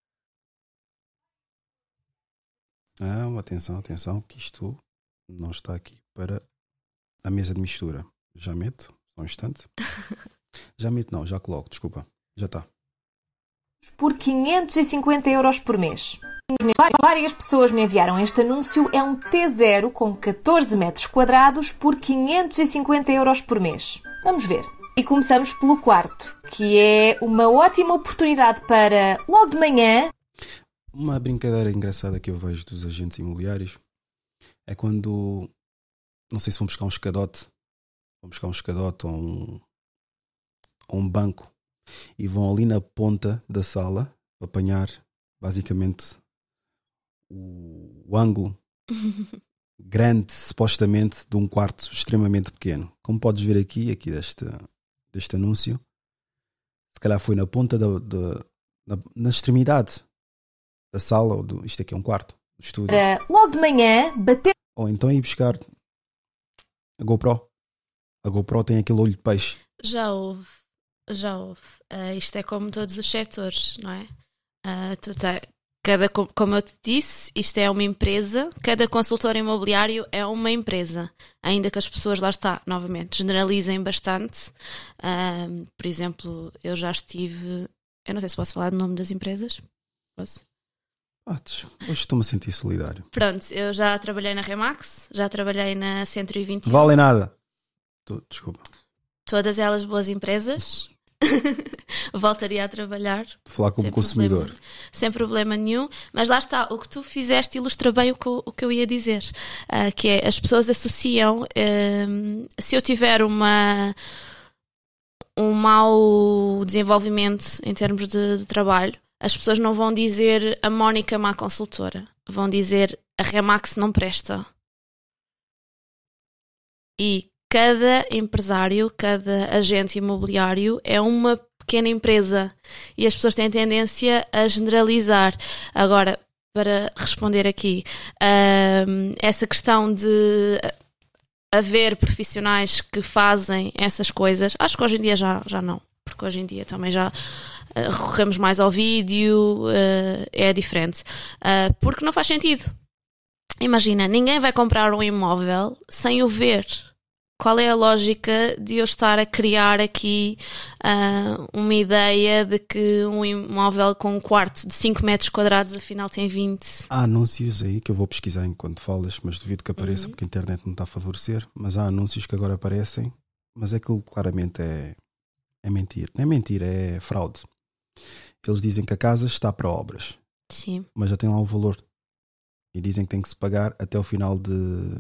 Não, atenção, atenção, que isto não está aqui para a mesa de mistura. Já meto, só um instante. Já meto, não, já coloco, desculpa. Já está. Por quinhentos e cinquenta euros por mês. Várias pessoas me enviaram este anúncio. É um T zero com catorze metros quadrados por quinhentos e cinquenta euros por mês. Vamos ver. E começamos pelo quarto, que é uma ótima oportunidade para logo de manhã. Uma brincadeira engraçada que eu vejo dos agentes imobiliários é quando, não sei se vão buscar um escadote, vão buscar um escadote ou um, ou um banco, e vão ali na ponta da sala apanhar basicamente o, o ângulo grande, supostamente, de um quarto extremamente pequeno. Como podes ver aqui, aqui deste, deste anúncio, se calhar foi na ponta da, da na, na extremidade da sala, ou do, isto aqui é um quarto do estúdio. Para logo de manhã bater. Ou então ir buscar a GoPro. A GoPro tem aquele olho de peixe. Já houve. Já houve. Uh, isto é como todos os setores, não é? Uh, tu tá, cada, como eu te disse, isto é uma empresa. Cada consultor imobiliário é uma empresa. Ainda que as pessoas, lá está, novamente, generalizem bastante. Uh, por exemplo, eu já estive... Eu não sei se posso falar do nome das empresas. Posso? Podes. Hoje estou-me a sentir solidário. Pronto, eu já trabalhei na Remax, já trabalhei na cento e vinte e um. Vale nada. Tu, desculpa. Todas elas boas empresas. Voltaria a trabalhar. Falar como sem consumidor. Problema, sem problema nenhum. Mas lá está, o que tu fizeste ilustra bem o que eu, o que eu ia dizer. Uh, que é, as pessoas associam... Um, se eu tiver uma... um mau desenvolvimento em termos de, de trabalho, as pessoas não vão dizer a Mónica má consultora, vão dizer a Remax não presta. E cada empresário, cada agente imobiliário é uma pequena empresa e as pessoas têm tendência a generalizar. Agora, para responder aqui, um, essa questão de haver profissionais que fazem essas coisas, acho que hoje em dia já, já não, porque hoje em dia também já uh, recorremos mais ao vídeo, uh, é diferente, uh, porque não faz sentido. Imagina, ninguém vai comprar um imóvel sem o ver. Qual é a lógica de eu estar a criar aqui uh, uma ideia de que um imóvel com um quarto de cinco metros quadrados afinal tem vinte? Há anúncios aí que eu vou pesquisar enquanto falas, mas duvido que apareça, uhum. porque a internet não está a favorecer. Mas há anúncios que agora aparecem, mas aquilo claramente é, é mentira. Não é mentira, é fraude. Eles dizem que a casa está para obras. Sim. Mas já tem lá o valor. E dizem que tem que se pagar até o final de,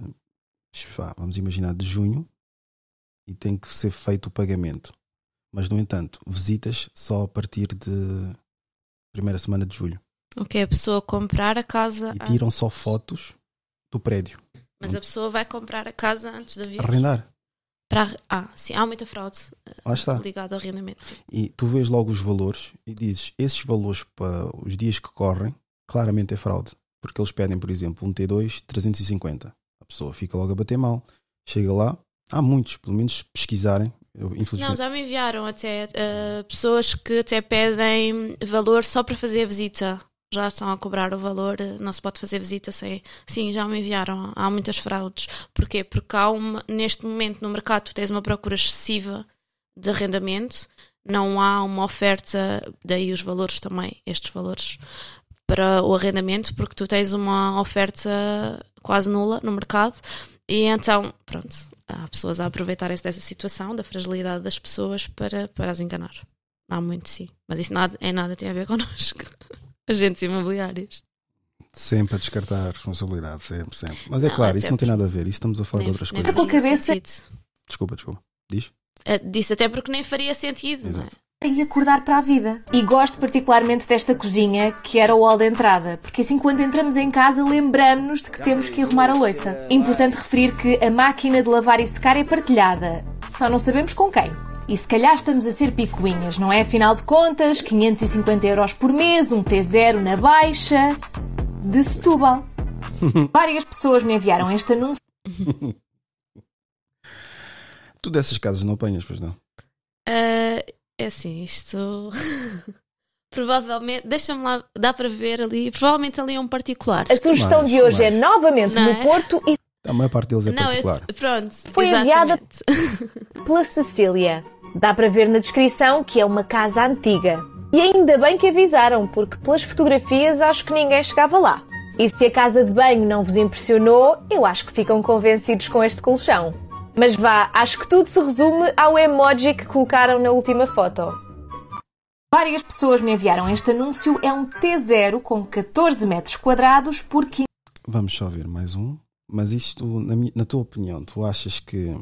vamos imaginar, de junho. E tem que ser feito o pagamento. Mas, no entanto, visitas só a partir de primeira semana de julho. Ok, a pessoa comprar a casa... E tiram antes. só fotos do prédio. Mas a pessoa vai comprar a casa antes de vir? Arrendar. Para... Ah, sim, há muita fraude Lá está. ligada ao arrendamento. Sim. E tu vês logo os valores e dizes, esses valores para os dias que correm, claramente é fraude. Porque eles pedem, por exemplo, um T dois trezentos e cinquenta. A pessoa fica logo a bater mal. Chega lá, há muitos, pelo menos pesquisarem. Eu, infelizmente... Não, já me enviaram até uh, pessoas que até pedem valor só para fazer a visita. Já estão a cobrar o valor, não se pode fazer visita sem... Sim, já me enviaram. Há muitas fraudes. Porquê? Porque há uma, neste momento no mercado tu tens uma procura excessiva de arrendamento, não há uma oferta, daí os valores também, estes valores, para o arrendamento, porque tu tens uma oferta quase nula no mercado. E então, pronto, há pessoas a aproveitarem-se dessa situação, da fragilidade das pessoas para, para as enganar. Há muito, sim. Mas isso nada, é nada tem a ver connosco. Agentes imobiliários. Sempre a descartar a responsabilidade, sempre, sempre. Mas é não, claro, isso não por... tem nada a ver. Isso estamos a falar nem, de outras nem coisas. Com a cabeça... Sentido. Desculpa, desculpa. Diz? Uh, disse até porque nem faria sentido. Exato. Não é? E acordar para a vida. E gosto particularmente desta cozinha, que era o hall de entrada, porque assim quando entramos em casa lembramos-nos de que temos que arrumar a louça. Importante referir que a máquina de lavar e secar é partilhada, só não sabemos com quem. E se calhar estamos a ser picuinhas, não é? Afinal de contas, quinhentos e cinquenta euros por mês, um T zero na Baixa, de Setúbal. Várias pessoas me enviaram este anúncio. Tu dessas casas não apanhas, pois não? Uh, é assim, isto... provavelmente, deixa-me lá, dá para ver ali, provavelmente ali é um particular. A sugestão Mas, de hoje mas... é novamente Não no é? Porto e A maior parte deles é não, particular. eu, pronto, foi enviada exatamente. pela Cecília. Dá para ver na descrição que é uma casa antiga. E ainda bem que avisaram, porque pelas fotografias acho que ninguém chegava lá. E se a casa de banho não vos impressionou, eu acho que ficam convencidos com este colchão. Mas vá, acho que tudo se resume ao emoji que colocaram na última foto. Várias pessoas me enviaram este anúncio. É um T zero com catorze metros quadrados por quinze... Vamos só ver mais um. Mas isto, na, minha, na tua opinião, tu achas que...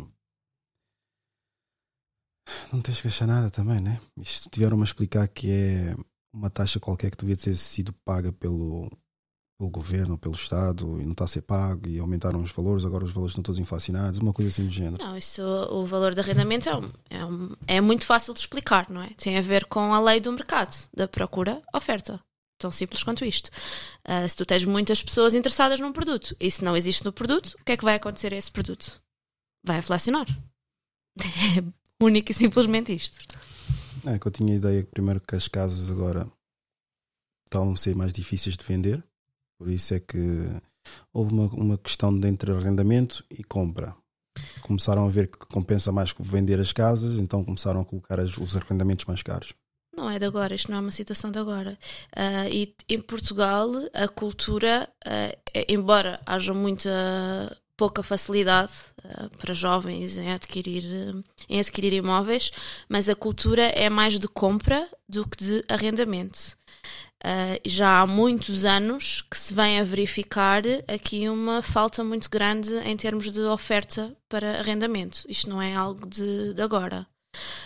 Não tens que achar nada também, né? Isto tiveram-me a explicar que é uma taxa qualquer que devia ter sido paga pelo, pelo governo, pelo Estado, e não está a ser pago, e aumentaram os valores, agora os valores estão todos inflacionados, uma coisa assim do género. Não, isso, o valor de arrendamento é, um, é, um, é muito fácil de explicar, não é? Tem a ver com a lei do mercado, da procura-oferta. Tão simples quanto isto. Uh, se tu tens muitas pessoas interessadas num produto e se não existe no produto, o que é que vai acontecer a esse produto? Vai inflacionar. É único e simplesmente isto. É que eu tinha a ideia que primeiro que as casas agora estavam a ser mais difíceis de vender, por isso é que houve uma, uma questão de entre arrendamento e compra. Começaram a ver que compensa mais vender as casas, então começaram a colocar as, os arrendamentos mais caros. Não é de agora, isto não é uma situação de agora. Uh, e em Portugal, a cultura, uh, é, embora haja muita pouca facilidade uh, para jovens em adquirir, uh, em adquirir imóveis, mas a cultura é mais de compra do que de arrendamento. Uh, já há muitos anos que se vem a verificar aqui uma falta muito grande em termos de oferta para arrendamento. Isto não é algo de, de agora.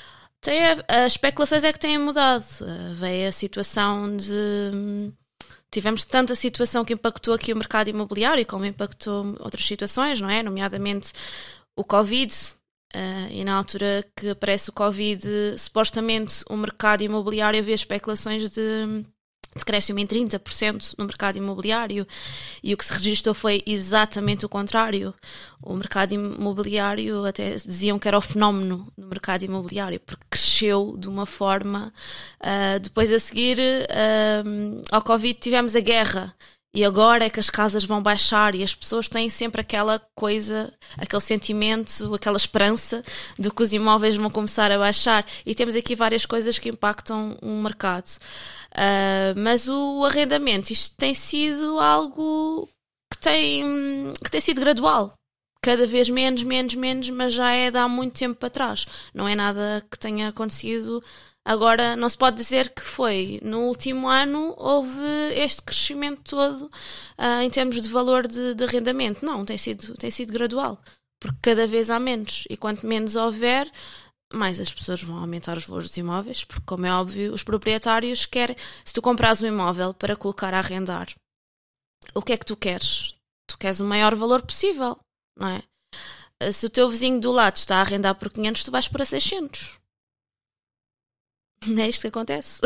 Tem a, as especulações é que têm mudado. Veio a situação de... Tivemos tanta situação que impactou aqui o mercado imobiliário, como impactou outras situações, não é? Nomeadamente o Covid. Uh, e na altura que aparece o Covid, supostamente o mercado imobiliário havia especulações de decréscimo em trinta por cento no mercado imobiliário, e o que se registrou foi exatamente o contrário. O mercado imobiliário, até diziam que era o fenómeno no mercado imobiliário, porque cresceu de uma forma. Uh, depois a seguir uh, ao Covid tivemos a guerra, e agora é que as casas vão baixar, e as pessoas têm sempre aquela coisa, aquele sentimento, aquela esperança de que os imóveis vão começar a baixar. E temos aqui várias coisas que impactam o mercado. Uh, mas o arrendamento, isto tem sido algo que tem, que tem sido gradual. Cada vez menos, menos, menos, mas já é de há muito tempo para trás. Não é nada que tenha acontecido agora. Não se pode dizer que foi no último ano houve este crescimento todo uh, em termos de valor de, de arrendamento. Não, tem sido, tem sido gradual, porque cada vez há menos, e quanto menos houver, mais as pessoas vão aumentar os valores dos imóveis, porque, como é óbvio, os proprietários querem... Se tu compras um imóvel para colocar a arrendar, o que é que tu queres? Tu queres o maior valor possível, não é? Se o teu vizinho do lado está a arrendar por quinhentos, tu vais para seiscentos. Não é isto que acontece?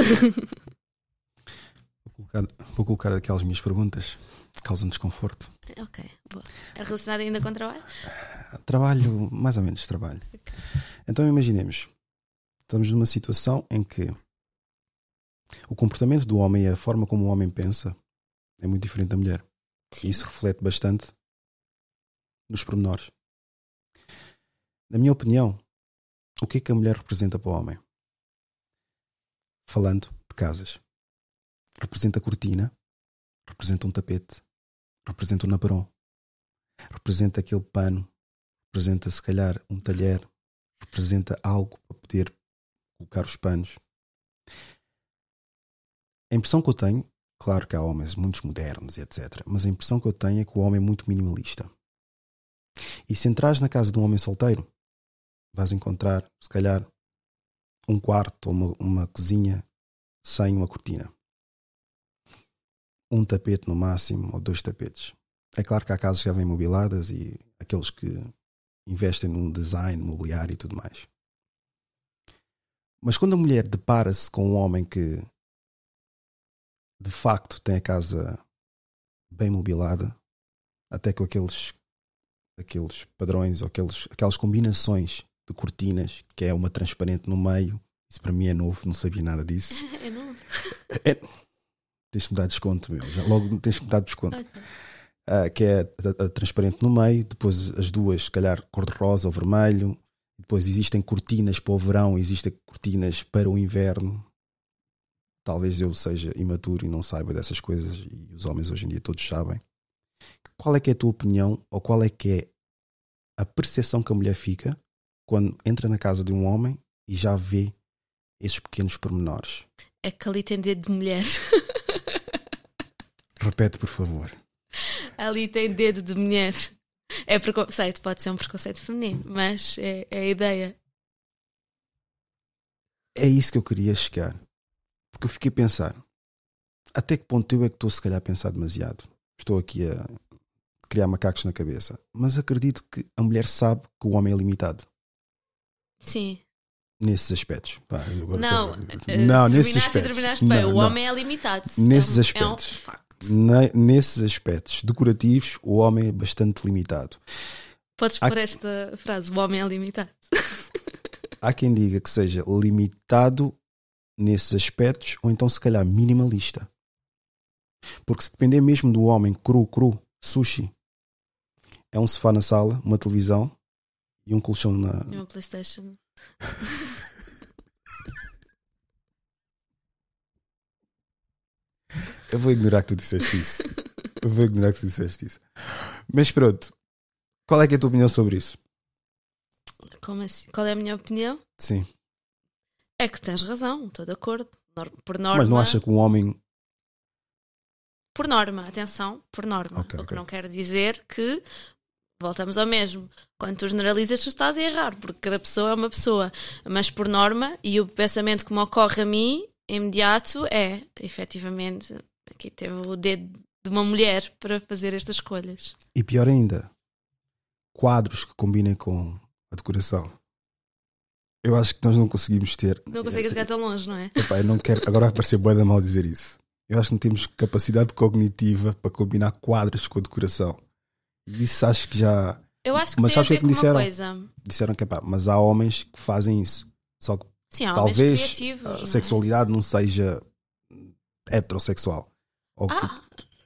Vou colocar, vou colocar aquelas minhas perguntas que causam desconforto. Ok, boa. É relacionado ainda com trabalho? Trabalho, mais ou menos trabalho. Okay. Então imaginemos, estamos numa situação em que o comportamento do homem e a forma como o homem pensa é muito diferente da mulher. Sim. E isso reflete bastante nos pormenores. Na minha opinião, o que é que a mulher representa para o homem? Falando de casas, representa a cortina, representa um tapete, representa um naparão, representa aquele pano, representa se calhar um talher, representa algo para poder colocar os panos. A impressão que eu tenho, claro que há homens muito modernos e etcétera, mas a impressão que eu tenho é que o homem é muito minimalista. E se entrares na casa de um homem solteiro, vais encontrar, se calhar, um quarto ou uma, uma cozinha sem uma cortina. Um tapete no máximo, ou dois tapetes. É claro que há casas que já vêm mobiladas e aqueles que investem num design mobiliário e tudo mais. Mas quando a mulher depara-se com um homem que de facto tem a casa bem mobilada, até com aqueles, aqueles padrões ou aqueles, aquelas combinações de cortinas, que é uma transparente no meio. Isso para mim é novo, não sabia nada disso. É novo. É, tens-me dar desconto, meu. Já logo tens-me dar desconto. Okay. Uh, que é a, a transparente no meio, depois as duas, se calhar, cor-de-rosa ou vermelho. Depois existem cortinas para o verão, existem cortinas para o inverno. Talvez eu seja imaturo e não saiba dessas coisas, e os homens hoje em dia todos sabem. Qual é que é a tua opinião, ou qual é que é a percepção que a mulher fica quando entra na casa de um homem e já vê esses pequenos pormenores? É que ali tem dedo de mulher. Repete, por favor. Ali tem dedo de mulher. É preconceito, pode ser um preconceito feminino, mas é, é a ideia. É isso que eu queria chegar. Porque eu fiquei a pensar, até que ponto eu é que estou se calhar a pensar demasiado? Estou aqui a criar macacos na cabeça. Mas acredito que a mulher sabe que o homem é limitado. Sim. Nesses aspectos. Pá, agora não, tô... não nesses aspectos. Bem, não, o não. homem é limitado. Nesses é um, aspectos. É um facto. Na, nesses aspectos decorativos, o homem é bastante limitado. Podes pôr Há... esta frase: o homem é limitado. Há quem diga que seja limitado nesses aspectos, ou então se calhar minimalista. Porque se depender mesmo do homem cru, cru, sushi, é um sofá na sala, uma televisão e um colchão na... E uma PlayStation. Eu vou ignorar que tu disseste isso. Eu vou ignorar que tu disseste isso. Mas pronto. Qual é que é a tua opinião sobre isso? Como assim? Qual é a minha opinião? Sim. É que tens razão, estou de acordo. Por norma... Mas não acha que um homem... Por norma, atenção, por norma. Okay, o que okay. não quer dizer que voltamos ao mesmo. Quando tu generalizas, tu estás a errar, porque cada pessoa é uma pessoa. Mas por norma, e o pensamento que me ocorre a mim, imediato, é, efetivamente, aqui teve o dedo de uma mulher para fazer estas escolhas. E pior ainda, quadros que combinem com a decoração. Eu acho que nós não conseguimos ter... Não consegues chegar tão longe, não é? Epá, eu não quero... Agora vai parecer bué da mal dizer isso. Eu acho que não temos capacidade cognitiva para combinar quadros com a decoração. E isso acho que já... Eu acho que mas tem a sabes o que é ver que me com uma disseram? coisa. Disseram que, epá, mas há homens que fazem isso. Só que Sim, há homens talvez criativos, a não é? sexualidade não seja heterossexual. Ou que- Ah!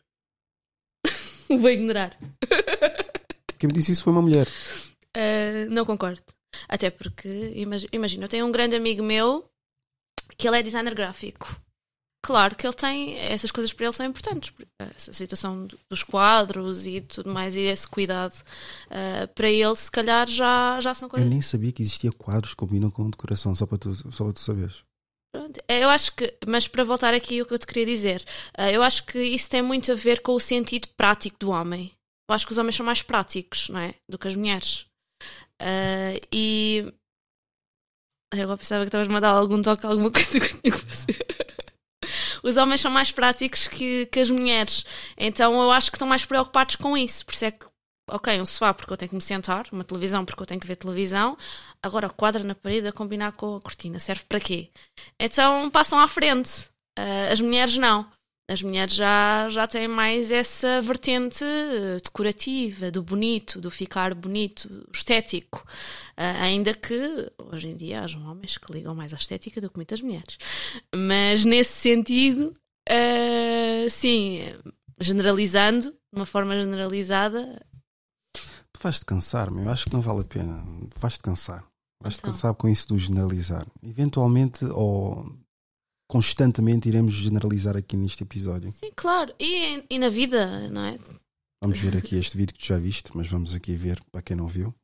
Vou ignorar. Quem me disse isso foi uma mulher. Uh, não concordo. Até porque, imag- imagina, eu tenho um grande amigo meu que ele é designer gráfico. Claro que ele tem, essas coisas para ele são importantes. Essa situação do- dos quadros e tudo mais, e esse cuidado, uh, para ele, se calhar, já, já são Eu coisas. nem sabia que existia quadros que combinam com decoração, só para tu, só para tu saberes. Pronto. Eu acho que, mas para voltar aqui o que eu te queria dizer, uh, eu acho que isso tem muito a ver com o sentido prático do homem. Eu acho que os homens são mais práticos, não é? Do que as mulheres. Uh, e eu agora pensava que estavas-me a dar algum toque, alguma coisa que eu tinha que fazer. Os homens são mais práticos que, que as mulheres, então eu acho que estão mais preocupados com isso. Por isso é que, ok, um sofá porque eu tenho que me sentar, uma televisão porque eu tenho que ver televisão, agora o quadro na parede a combinar com a cortina, serve para quê? Então passam à frente. Uh, as mulheres não. As mulheres já, já têm mais essa vertente uh, decorativa, do bonito, do ficar bonito, estético. Uh, ainda que hoje em dia hajam homens que ligam mais à estética do que muitas mulheres. Mas nesse sentido, uh, sim, generalizando, de uma forma generalizada. Tu vais-te cansar, meu. Eu acho que não vale a pena. Vais-te cansar. Vais-te Então. cansar com isso do generalizar. Eventualmente, ou constantemente, iremos generalizar aqui neste episódio. Sim, claro. E, e na vida, não é? Vamos ver aqui este vídeo que tu já viste, mas vamos aqui ver para quem não viu.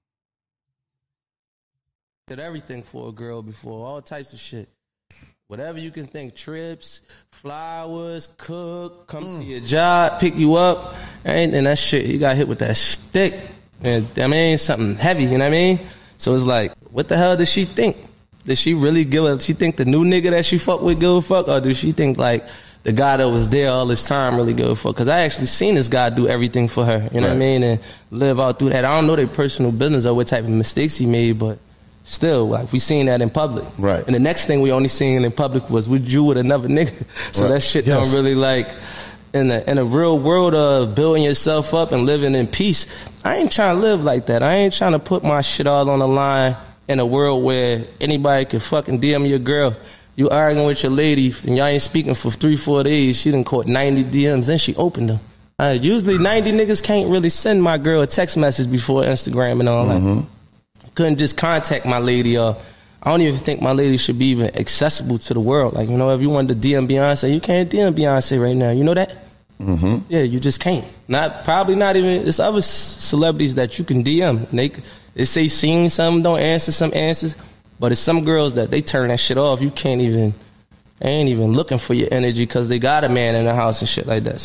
Did everything for a girl before, all types of shit. Whatever you can think, trips, flowers, cook, come to your job, pick you up, anything, that shit, you got hit with that stick. And I mean, something heavy, you know what I mean? So it's like, what the hell does she think? Does she really give a, she think the new nigga that she fuck with give a fuck? Or does she think like the guy that was there all this time really give a fuck? Because I actually seen this guy do everything for her, you know Right. what I mean? And live out through that. I don't know their personal business or what type of mistakes he made, but still, like, we seen that in public. Right. And the next thing we only seen in public was with you with another nigga. So Right. that shit Yes. don't really, like, in a, in a real world of building yourself up and living in peace, I ain't trying to live like that. I ain't trying to put my shit all on the line in a world where anybody can fucking D M your girl. You arguing with your lady and y'all ain't speaking for three, four days. She done caught ninety D Ms and she opened them. Uh, usually ninety niggas can't really send my girl a text message before Instagram and all that. Couldn't just contact my lady. Or I don't even think my lady should be even accessible to the world. Like, you know, if you wanted to D M Beyonce, you can't D M Beyonce right now. You know that? Mm-hmm. Yeah, you just can't. Not probably not even. There's other c- celebrities that you can D M. And they they say seen some, don't answer some answers. But it's some girls that they turn that shit off. You can't even. They ain't even looking for your energy because they got a man in the house and shit like that.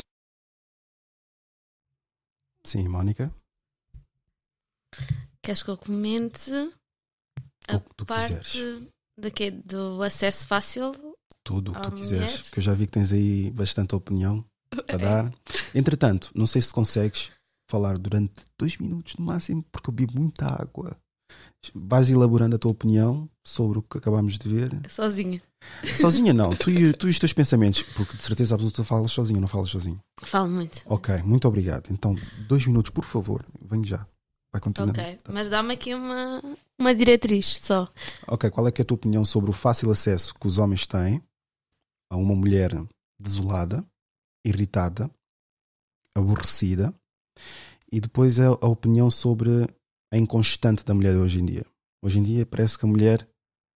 Sim, Mónica. Queres que eu comente a O que tu parte quiseres. de quê? Do acesso fácil? Tudo o que à tu quiseres. mulher? Que eu já vi que tens aí bastante opinião para dar. Entretanto, não sei se consegues falar durante dois minutos no máximo, porque eu bebo muita água. Vais elaborando a tua opinião sobre o que acabámos de ver. Sozinha. Sozinha não, tu e, tu e os teus pensamentos, porque de certeza absoluta falas sozinho, não falas sozinho. Falo muito. Ok, muito obrigado. Então, dois minutos, por favor. Venho já. Vai continuar. Ok, mas dá-me aqui uma, uma diretriz só. Ok, qual é que é a tua opinião sobre o fácil acesso que os homens têm a uma mulher desolada, irritada, aborrecida, e depois a, a opinião sobre a inconstante da mulher hoje em dia. Hoje em dia parece que a mulher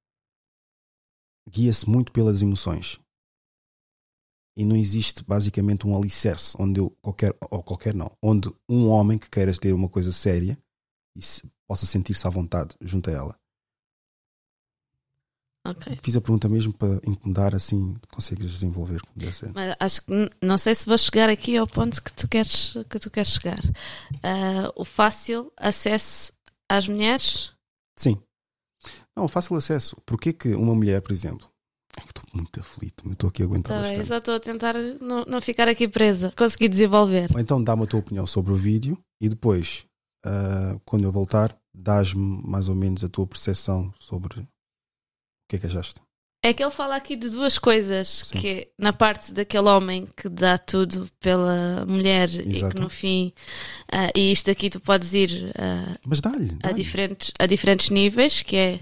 guia-se muito pelas emoções e não existe basicamente um alicerce onde eu, qualquer, ou qualquer não, onde um homem que queira ter uma coisa séria e se, possa sentir-se à vontade junto a ela. Ok. Fiz a pergunta mesmo para incomodar, assim consegues desenvolver como deve ser. Mas acho que n- não sei se vou chegar aqui ao ponto que tu queres, que tu queres chegar. Ah, o fácil acesso às mulheres. Sim. Não, fácil acesso. Porquê que uma mulher, por exemplo... É que estou muito aflito, me estou aqui a aguentar Tá bem, eu bastante. só estou a tentar não, não ficar aqui presa. Conseguir desenvolver. Ou então dá-me a tua opinião sobre o vídeo e depois, ah, quando eu voltar, dás-me mais ou menos a tua percepção sobre o que é que achaste. É que ele fala aqui de duas coisas. Sim. Que é na parte daquele homem que dá tudo pela mulher e Exato. que no fim... ah, e isto aqui tu podes ir ah, Mas dá-lhe. a, dá-lhe. diferentes, a diferentes níveis, que é...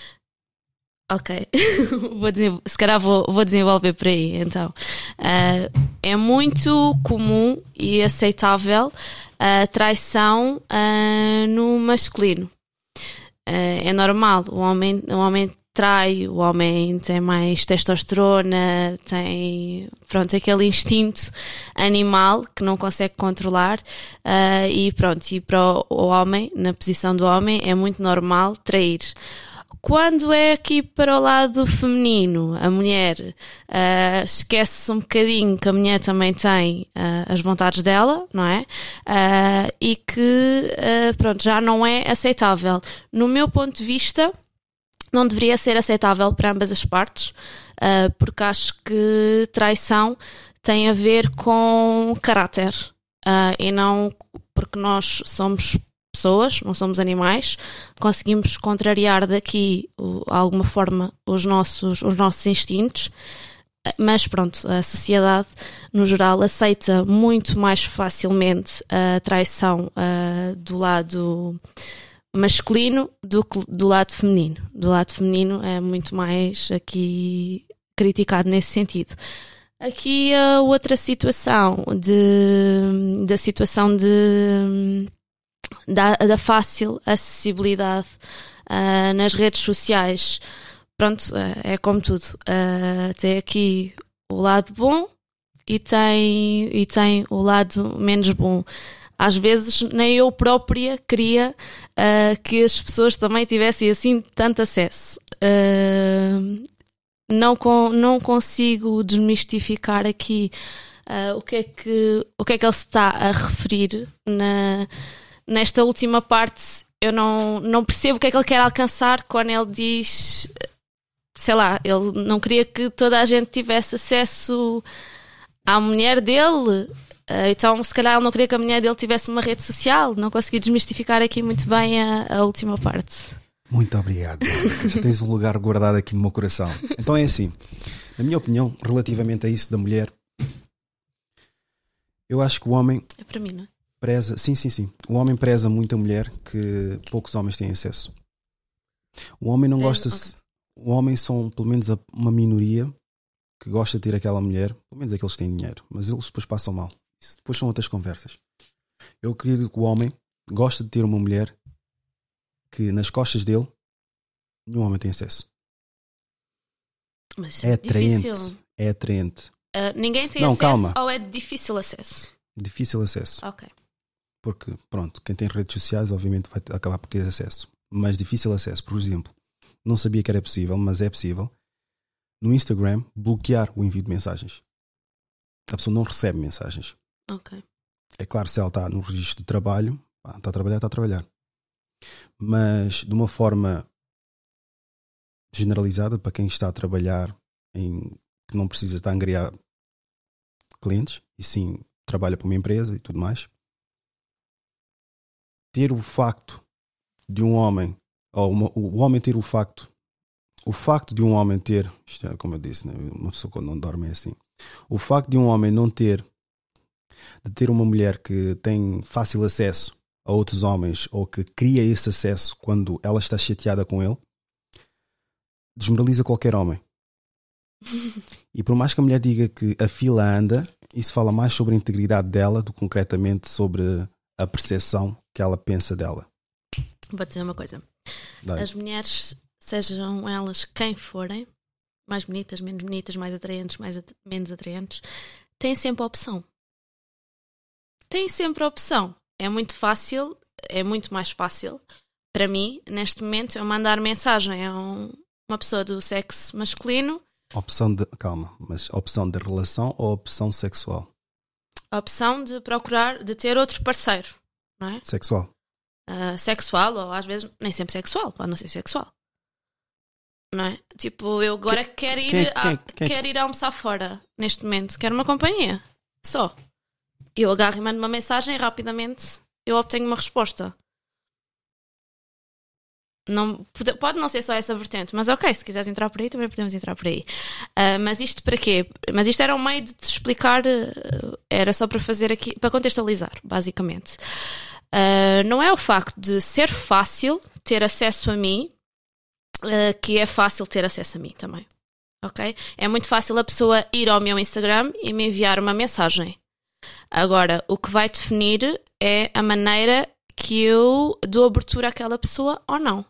Ok, vou desenvol- se calhar vou, vou desenvolver por aí, então. Ah, é muito comum e aceitável a traição ah, no masculino. Ah, é normal, o homem, o homem trai, o homem tem mais testosterona, tem, pronto, aquele instinto animal que não consegue controlar, ah, e pronto, e para o, o homem, na posição do homem, é muito normal trair. Quando é aqui para o lado feminino, a mulher ah, esquece-se um bocadinho que a mulher também tem ah, as vontades dela, não é? Ah, e que, ah, pronto, já não é aceitável. No meu ponto de vista, não deveria ser aceitável para ambas as partes, ah, porque acho que traição tem a ver com caráter, ah, e não porque nós somos pessoas, não somos animais, conseguimos contrariar daqui, o- de alguma forma, os nossos, os nossos instintos, mas pronto, a sociedade, no geral, aceita muito mais facilmente a traição ah, do lado masculino do que do lado feminino. Do lado feminino é muito mais aqui criticado nesse sentido. Aqui a outra situação de, da situação de Da, da fácil acessibilidade ah, nas redes sociais. Pronto, ah, é como tudo. Ah, tem aqui o lado bom e tem, e tem o lado menos bom. Às vezes nem eu própria queria ah, que as pessoas também tivessem assim tanto acesso. Ah, não, con- não consigo desmistificar aqui ah, o que é que, o que é que ele se está a referir na Nesta última parte, eu não, não percebo o que é que ele quer alcançar quando ele diz, sei lá, ele não queria que toda a gente tivesse acesso à mulher dele, então se calhar ele não queria que a mulher dele tivesse uma rede social. Não consegui desmistificar aqui muito bem a, a última parte. Muito obrigado. Já tens um lugar guardado aqui no meu coração. Então é assim, na minha opinião, relativamente a isso da mulher, eu acho que o homem É para mim, não é? preza, sim, sim, sim. O homem preza muito a mulher que poucos homens têm acesso. O homem não Preza, gosta. O homem são pelo menos a- uma minoria que gosta de ter aquela mulher, pelo menos aqueles que têm dinheiro, mas eles depois passam mal. Isso depois são outras conversas. Eu acredito que o homem gosta de ter uma mulher que nas costas dele nenhum homem tem acesso. Mas É é atraente. difícil. É atraente. Ah, ninguém tem Não, acesso calma. ou é de difícil acesso? Difícil acesso. Ok. Porque, pronto, quem tem redes sociais obviamente vai acabar por ter acesso. Mas difícil acesso, por exemplo, não sabia que era possível, mas é possível, no Instagram, bloquear o envio de mensagens. A pessoa não recebe mensagens. Ok. É claro, se ela está no registro de trabalho, pá, está a trabalhar, está a trabalhar. Mas de uma forma generalizada, para quem está a trabalhar em que não precisa estar a angariar clientes, e sim trabalha para uma empresa e tudo mais, ter o facto de um homem, ou uma, o homem ter o facto, o facto de um homem ter, isto é como eu disse, né? Uma pessoa quando não dorme é assim, o facto de um homem não ter, de ter uma mulher que tem fácil acesso a outros homens, ou que cria esse acesso quando ela está chateada com ele, desmoraliza qualquer homem. E por mais que a mulher diga que a fila anda, isso fala mais sobre a integridade dela do que concretamente sobre a percepção que ela pensa dela. Vou dizer uma coisa. Dai. As mulheres, sejam elas quem forem, mais bonitas, menos bonitas, mais atraentes, mais at- menos atraentes, têm sempre a opção. Têm sempre a opção. É muito fácil, é muito mais fácil para mim, neste momento, eu mandar mensagem a um, uma pessoa do sexo masculino. Opção de. Calma, mas opção de relação ou opção sexual? A opção de procurar, de ter outro parceiro, não é? Sexual. Uh, sexual, ou às vezes nem sempre sexual, pode não ser sexual. Não é? Tipo, eu agora que, quero, ir quem, a, quem, quem? quero ir almoçar fora neste momento, quero uma companhia. Só. Eu agarro e mando uma mensagem e rapidamente eu obtenho uma resposta. Não, pode, pode não ser só essa vertente, mas ok, se quiseres entrar por aí, também podemos entrar por aí. Uh, mas isto para quê? Mas isto era um meio de te explicar, uh, era só para fazer aqui, para contextualizar, basicamente. Uh, não é o facto de ser fácil ter acesso a mim uh, que é fácil ter acesso a mim também. Ok? É muito fácil a pessoa ir ao meu Instagram e me enviar uma mensagem. Agora, o que vai definir é a maneira que eu dou abertura àquela pessoa ou não.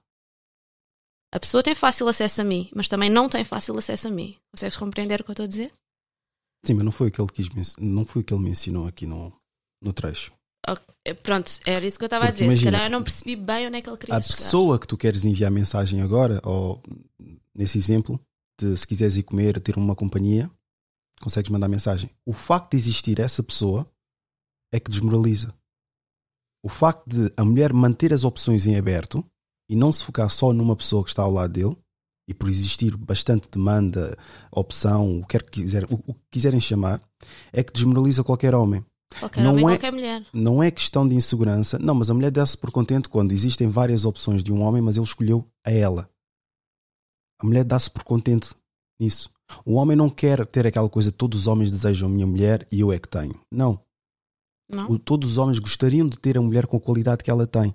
A pessoa tem fácil acesso a mim, mas também não tem fácil acesso a mim. Consegues compreender o que eu estou a dizer? Sim, mas não foi o que ele quis me, não foi o que ele me ensinou aqui no, no trecho. Okay, pronto, era isso que eu estava a dizer. Imagina, se calhar eu não percebi bem onde é que ele queria a chegar. pessoa que tu queres enviar mensagem agora, ou nesse exemplo, de se quiseres ir comer, ter uma companhia, consegues mandar mensagem. O facto de existir essa pessoa é que desmoraliza. O facto de a mulher manter as opções em aberto e não se focar só numa pessoa que está ao lado dele, e por existir bastante demanda, opção, o que, quer que quiser, o, o que quiserem chamar, é que desmoraliza qualquer homem. Qualquer não homem, é, qualquer mulher. Não é questão de insegurança. Não, mas a mulher dá-se por contente quando existem várias opções de um homem, mas ele escolheu a ela. A mulher dá-se por contente nisso. O homem não quer ter aquela coisa, todos os homens desejam a minha mulher e eu é que tenho. Não. Não? O, todos os homens gostariam de ter a mulher com a qualidade que ela tem.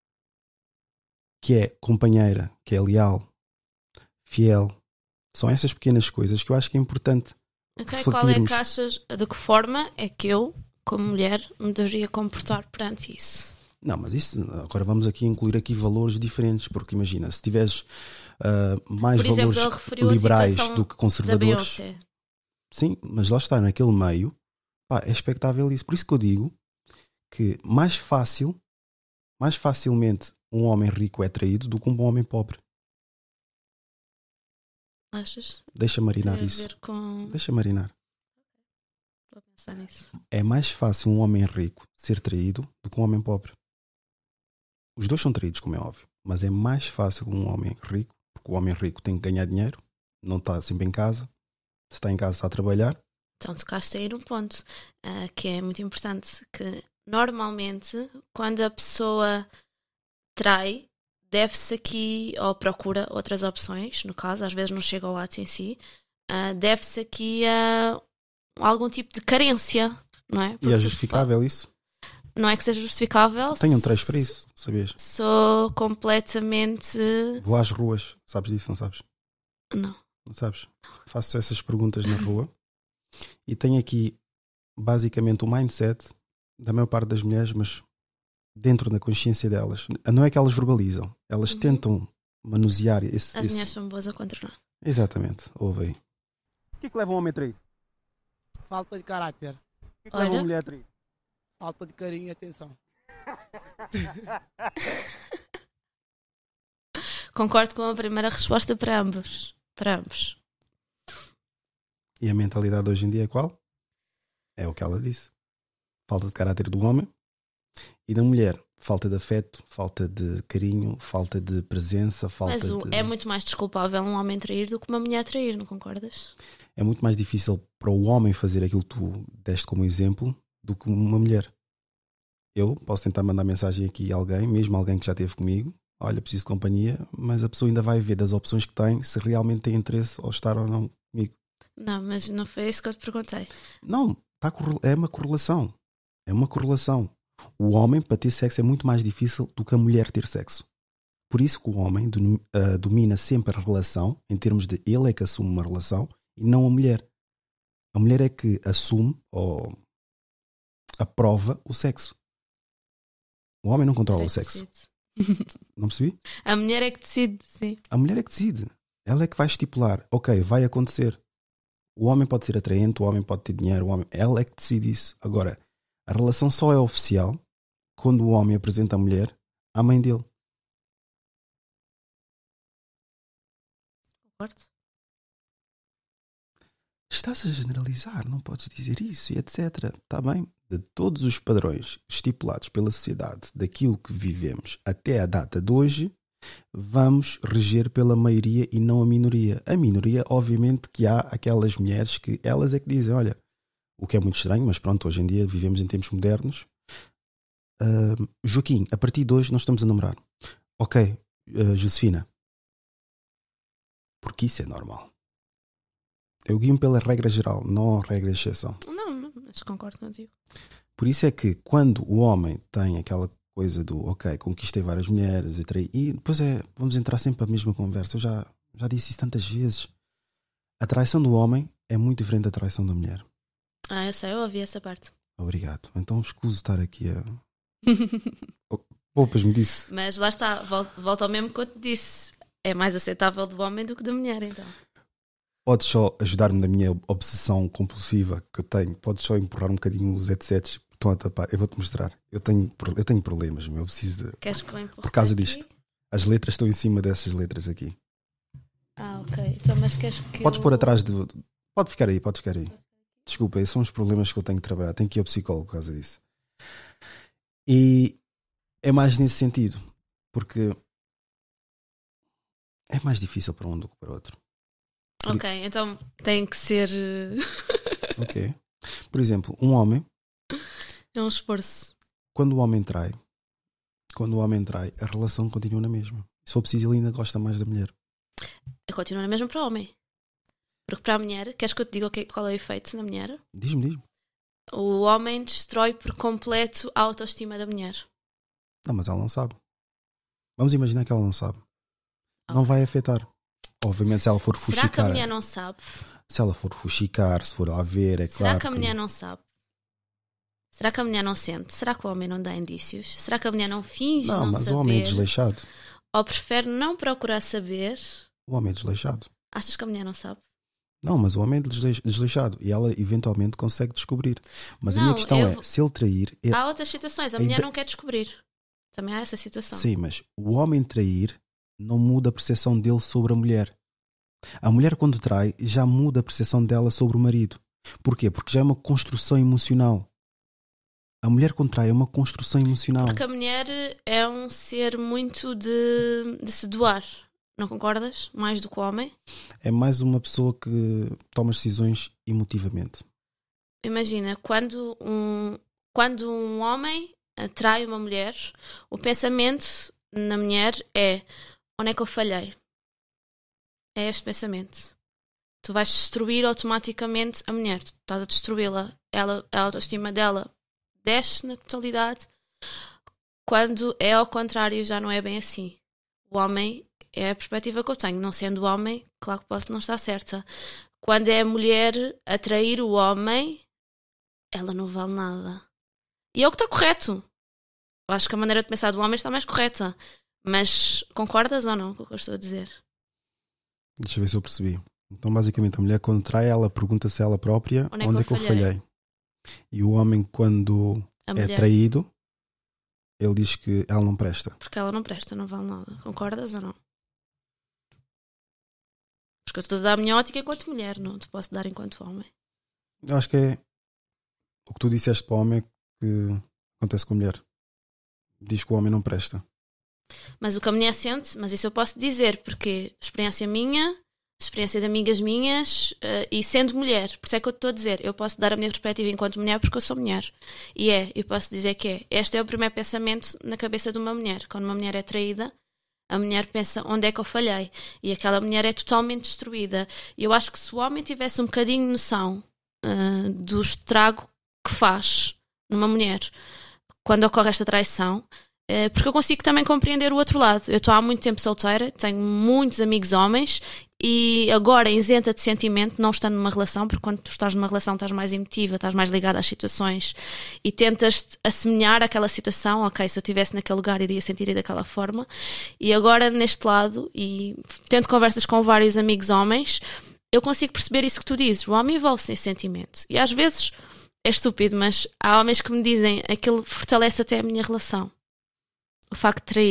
Que é companheira, que é leal, fiel. São essas pequenas coisas que eu acho que é importante. Então, qual é que achas, de que forma é que eu, como mulher, me deveria comportar perante isso? Não, mas isso, agora vamos aqui incluir aqui valores diferentes, porque imagina, se tiveres uh, mais Por exemplo, valores ele referiu liberais a do que conservadores. da Beyoncé. Sim, mas lá está, naquele meio, pá, é expectável isso. Por isso que eu digo que mais fácil, mais facilmente um homem rico é traído do que um bom homem pobre. Achas? Deixa marinar Tem a isso. ver com... Deixa marinar. Vou pensar nisso. É mais fácil um homem rico ser traído do que um homem pobre. Os dois são traídos, como é óbvio, mas é mais fácil um homem rico, porque o homem rico tem que ganhar dinheiro, não está sempre em casa, se está em casa está a trabalhar. Então tocaste aí num ponto uh, que é muito importante, que normalmente quando a pessoa trai, deve-se aqui, ou procura outras opções, no caso, às vezes não chega ao ato em si, uh, deve-se aqui a algum tipo de carência, não é? Porque e é justificável fa- isso? Não é que seja justificável. Tenho um trecho para isso, sabias? Sou completamente... Vou às ruas, sabes disso, não sabes? Não. Não sabes? Faço essas perguntas na rua e tenho aqui basicamente o mindset da maior parte das mulheres, mas dentro da consciência delas. Não é que elas verbalizam, elas uhum. tentam manusear esse... As esse... mulheres são boas a controlar. Exatamente, ouve aí. O que é que leva um homem a trair? Falta de caráter. O que é que leva uma mulher a trair? Falta de carinho e atenção. Concordo com a primeira resposta para ambos. Para ambos. E a mentalidade hoje em dia é qual? É o que ela disse. Falta de caráter do homem. E da mulher, falta de afeto, falta de carinho, falta de presença, falta Mas o, de... é muito mais desculpável um homem trair do que uma mulher trair, não concordas? É muito mais difícil para o homem fazer aquilo que tu deste como exemplo do que uma mulher. Eu posso tentar mandar mensagem aqui a alguém, mesmo alguém que já esteve comigo, olha, preciso de companhia, mas a pessoa ainda vai ver das opções que tem se realmente tem interesse ou estar ou não comigo. Não, mas não foi isso que eu te perguntei. Não, tá, é uma correlação. É uma correlação. O homem, para ter sexo, é muito mais difícil do que a mulher ter sexo. Por isso que o homem domina sempre a relação, em termos de ele é que assume uma relação e não a mulher. A mulher é que assume ou aprova o sexo. O homem não controla é o sexo. Decide. Não percebi? A mulher é que decide, sim. A mulher é que decide. Ela é que vai estipular. Ok, vai acontecer. O homem pode ser atraente, o homem pode ter dinheiro, o homem... ela é que decide isso. Agora, a relação só é oficial quando o homem apresenta a mulher à mãe dele. concordo. Estás a generalizar, não podes dizer isso e etcétera. Está bem? De todos os padrões estipulados pela sociedade, daquilo que vivemos até a data de hoje, vamos reger pela maioria e não a minoria. A minoria, obviamente, que há aquelas mulheres que elas é que dizem, olha, o que é muito estranho, mas pronto, hoje em dia vivemos em tempos modernos. Uh, Joaquim, a partir de hoje nós estamos a namorar. Ok, uh, Josefina. Porque isso é normal. Eu guio-me pela regra geral, não a regra de exceção. Não, mas concordo contigo. Por isso é que quando o homem tem aquela coisa do ok, conquistei várias mulheres e traí, e depois é, vamos entrar sempre a mesma conversa. Eu já, já disse isso tantas vezes. A traição do homem é muito diferente da traição da mulher. Ah, eu sei, eu ouvi essa parte. Obrigado. Então escuso estar aqui a... Poupas me disse. Mas lá está, volta, volta ao mesmo que eu te disse. É mais aceitável do homem do que da mulher, então. Podes só ajudar-me na minha obsessão compulsiva que eu tenho. Podes só empurrar um bocadinho os headsets que estão a tapar. Eu vou-te mostrar. Eu tenho, eu tenho problemas, meu. Eu preciso de... Queres que eu empurre Por causa aqui? disto. As letras estão em cima dessas letras aqui. Ah, ok. Então, mas queres que Podes eu... pôr atrás de... Pode ficar aí, pode ficar aí. Desculpa, esses são os problemas que eu tenho que trabalhar. Tenho que ir ao psicólogo por causa disso. E é mais nesse sentido. Porque é mais difícil para um do que para o outro. Ok, então tem que ser... Ok. Por exemplo, um homem, É um esforço. quando o homem trai, quando o homem trai, a relação continua na mesma. Se for preciso, ele ainda gosta mais da mulher. Eu continuo na mesma para o homem. Porque para a mulher, queres que eu te diga o que- qual é o efeito na mulher? Diz-me, diz-me. O homem destrói por completo a autoestima da mulher. Não, mas ela não sabe. Vamos imaginar que ela não sabe. Não vai afetar. Obviamente, se ela for Será que a fuxicar, mulher não sabe? se ela for fuxicar, se for lá ver, é Será claro. que a mulher não sabe? Será que a mulher não sente? Será que o homem não dá indícios? Será que a mulher não finge Não, não, mas saber? o homem é desleixado. Ou prefere não procurar saber? O homem é desleixado. Achas que a mulher não sabe? Não, mas o homem é desleix- desleixado. E ela eventualmente consegue descobrir. Mas a Não, minha questão eu- é, se ele trair... ele- Há outras situações. A A mulher ide- não quer descobrir. Também há essa situação. Sim, mas o homem trair não muda a percepção dele sobre a mulher. A mulher, quando trai, já muda a percepção dela sobre o marido. Porquê? Porque já é uma construção emocional. A mulher, quando trai, é uma construção emocional. Porque a mulher é um ser muito de, de se doar. Não concordas? Mais do que o homem. É mais uma pessoa que toma as decisões emotivamente. Imagina, quando um, quando um homem atrai uma mulher, o pensamento na mulher é: onde é que eu falhei? É este pensamento. Tu vais destruir automaticamente a mulher. Tu estás a destruí-la. Ela, a autoestima dela desce na totalidade. Quando é ao contrário, já não é bem assim. O homem é a perspectiva que eu tenho. Não sendo o homem, claro que posso não estar certa. Quando é a mulher a trair o homem, ela não vale nada. E é o que está correto. Eu acho que a maneira de pensar do homem está mais correta. Mas concordas ou não com o que eu estou a dizer? Deixa eu ver se eu percebi. Então, basicamente, a mulher, quando trai, ela pergunta se ela própria Onde é que onde eu é que eu falhei? falhei. E o homem, quando A é mulher, traído, ele diz que ela não presta. porque ela não presta, não vale nada. Concordas ou não? Porque eu estou a dar a minha ótica enquanto mulher, não te posso dar enquanto homem. Eu acho que é o que tu disseste para o homem que acontece com a mulher. Diz que o homem não presta. Mas o que a mulher sente, mas isso eu posso dizer, porque experiência minha, experiência de amigas minhas, uh, e sendo mulher, por isso é que eu te estou a dizer, eu posso dar a minha perspectiva enquanto mulher porque eu sou mulher. E é, eu posso dizer que é. Este é o primeiro pensamento na cabeça de uma mulher. Quando uma mulher é traída, a mulher pensa: onde é que eu falhei? E aquela mulher é totalmente destruída. E eu acho que se o homem tivesse um bocadinho de noção uh, do estrago que faz numa mulher quando ocorre esta traição, uh, porque eu consigo também compreender o outro lado. Eu estou há muito tempo solteira, tenho muitos amigos homens e agora isenta de sentimento, não estando numa relação, porque quando tu estás numa relação estás mais emotiva, estás mais ligada às situações e tentas assemelhar aquela situação. Ok, se eu estivesse naquele lugar iria sentir daquela forma. E agora neste lado, e tendo conversas com vários amigos homens, eu consigo perceber isso que tu dizes. O homem envolve-se em sentimento e às vezes é estúpido, mas há homens que me dizem: aquilo fortalece até a minha relação, o facto de trair.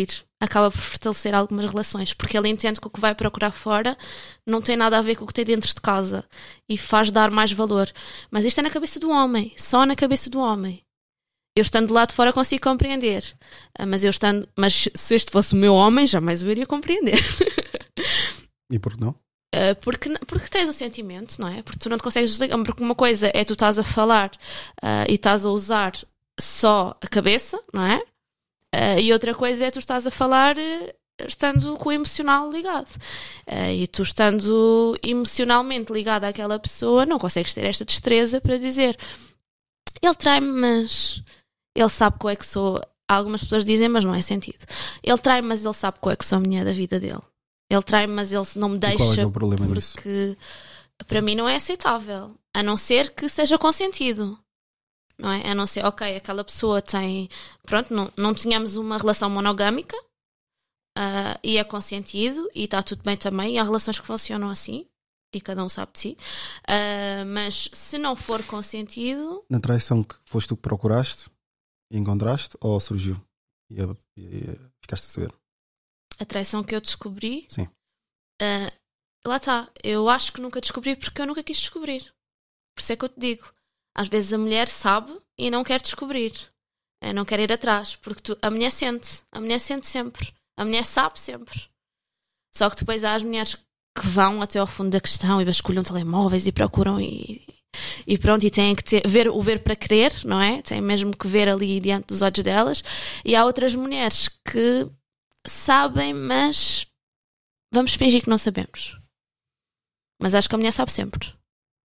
acaba por fortalecer algumas relações, porque ele entende que o que vai procurar fora não tem nada a ver com o que tem dentro de casa e faz dar mais valor. Mas isto é na cabeça do homem, só na cabeça do homem. Eu estando lá de fora consigo compreender, mas eu estando, mas se este fosse o meu homem, jamais eu iria compreender. E por que não? Uh, porque, porque tens o sentimento, não é? Porque tu não te consegues desligar. Porque uma coisa é tu estás a falar uh, e estás a usar só a cabeça, não é? Uh, e outra coisa é tu estás a falar uh, estando com o emocional ligado. Uh, e tu estando emocionalmente ligado àquela pessoa, não consegues ter esta destreza para dizer ele trai-me, mas ele sabe qual é que sou. Algumas pessoas dizem, mas não é sentido. Ele trai-me, mas ele sabe qual é que sou a mulher da vida dele. Ele trai-me, mas ele não me deixa. E qual é que é o problema porque nisso? Para mim não é aceitável. A não ser que seja consentido. Não é? A não ser, ok, aquela pessoa tem... Pronto, não, não tínhamos uma relação monogâmica uh, e é consentido e está tudo bem também. E há relações que funcionam assim e cada um sabe de si. Uh, mas se não for consentido... Na traição que foste tu que procuraste e encontraste ou surgiu? E, e, e ficaste a saber? A traição que eu descobri, sim. Uh, lá está. Eu acho que nunca descobri porque eu nunca quis descobrir. Por isso é que eu te digo. Às vezes a mulher sabe e não quer descobrir. Uh, não quer ir atrás. Porque tu, a mulher sente. A mulher sente sempre. A mulher sabe sempre. Só que depois há as mulheres que vão até ao fundo da questão e vasculham telemóveis e procuram e, e pronto. E têm que ter, ver, o ver para crer, não é? Têm mesmo que ver ali diante dos olhos delas. E há outras mulheres que sabem, mas vamos fingir que não sabemos. Mas acho que a mulher sabe sempre.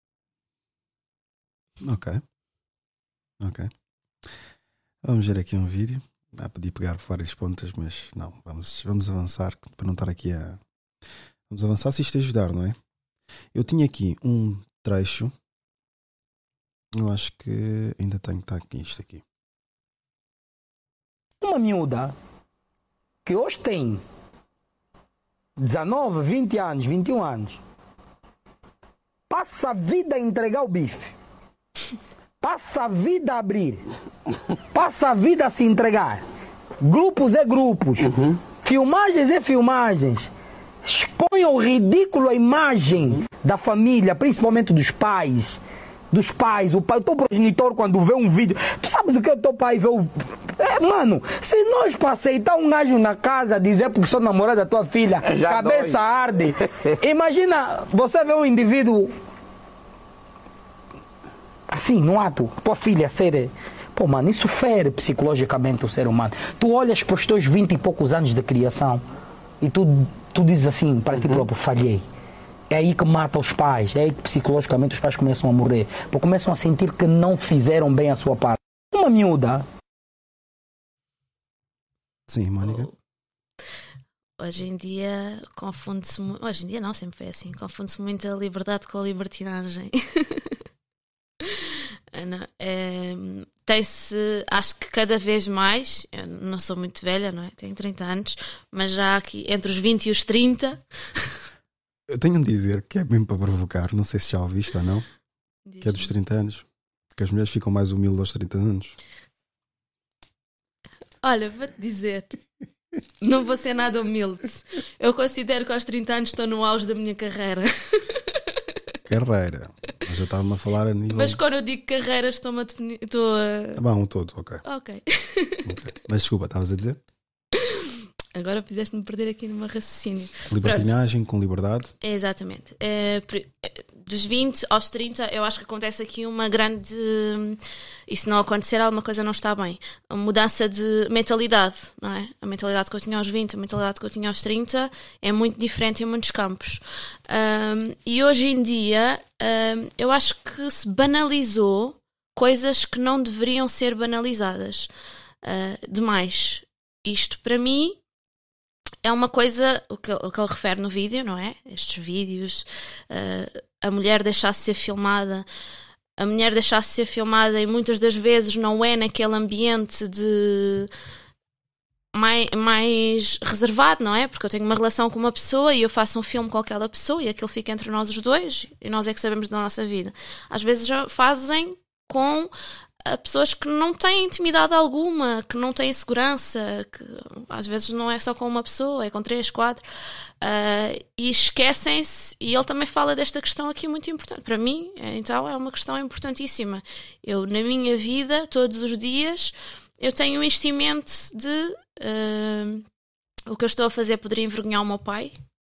Ok. Ok. Vamos ver aqui um vídeo. Há pedir pegar várias pontas, mas não, vamos, vamos avançar para não estar aqui a... Vamos avançar se isto ajudar, não é? Eu tinha aqui um trecho. Eu acho que ainda tenho que estar aqui isto aqui. Uma miúda que hoje tem dezanove, vinte anos, vinte e um anos, passa a vida a entregar o bife, passa a vida a abrir, passa a vida a se entregar, grupos é grupos, uhum. Filmagens é filmagens, expõe ao ridículo a imagem uhum. da família, principalmente dos pais, dos pais, o pai, o teu progenitor quando vê um vídeo, tu sabes o que é o teu pai vê o... É, mano, se nós para aceitar um gajo na casa dizer porque sou namorada da tua filha, já cabeça dói. Arde. Imagina você ver um indivíduo assim, no ato, tua filha ser... Pô, mano, isso fere psicologicamente o ser humano. Tu olhas para os teus vinte e poucos anos de criação e tu, tu dizes assim para ti próprio, falhei. É aí que mata os pais, é aí que psicologicamente os pais começam a morrer, porque começam a sentir que não fizeram bem a sua parte. Uma miúda. Sim, Mónica. Hoje em dia confunde-se muito. Hoje em dia não, sempre foi assim. Confunde-se muito a liberdade com a libertinagem. Não, é, tem-se, acho que cada vez mais, eu não sou muito velha, não é? Tenho trinta anos, mas já aqui entre os vinte e os trinta. Eu tenho de dizer que é mesmo para provocar, não sei se já ouviste ou não, Diz-me. Que é dos trinta anos, que as mulheres ficam mais humildes aos trinta anos. Olha, vou-te dizer, não vou ser nada humilde. Eu considero que aos trinta anos estou no auge da minha carreira. Carreira. Mas eu estava-me a falar a nível... Mas quando eu digo carreira estou-me a definir... Estou a... Tá bom, um todo, ok. Ok. okay. Mas desculpa, estavas a dizer? Agora fizeste-me perder aqui numa raciocínio. Libertinagem com liberdade. É, exatamente. É, dos vinte aos trinta, eu acho que acontece aqui uma grande... E se não acontecer, alguma coisa não está bem. Uma mudança de mentalidade, não é? A mentalidade que eu tinha aos vinte, a mentalidade que eu tinha aos trinta é muito diferente em muitos campos. Um, e hoje em dia, um, eu acho que se banalizou coisas que não deveriam ser banalizadas. Uh, demais. Isto, para mim... É uma coisa, o que, o que ele refere no vídeo, não é? Estes vídeos, uh, a mulher deixar-se ser filmada, a mulher deixar-se ser filmada e muitas das vezes não é naquele ambiente de mais, mais reservado, não é? Porque eu tenho uma relação com uma pessoa e eu faço um filme com aquela pessoa e aquilo fica entre nós os dois e nós é que sabemos da nossa vida. Às vezes já fazem com a pessoas que não têm intimidade alguma, que não têm segurança, que às vezes não é só com uma pessoa, é com três, quatro, uh, e esquecem-se. E ele também fala desta questão aqui muito importante. Para mim, então, é uma questão importantíssima. Eu, na minha vida, todos os dias, eu tenho um investimento de uh, o que eu estou a fazer poderia envergonhar o meu pai.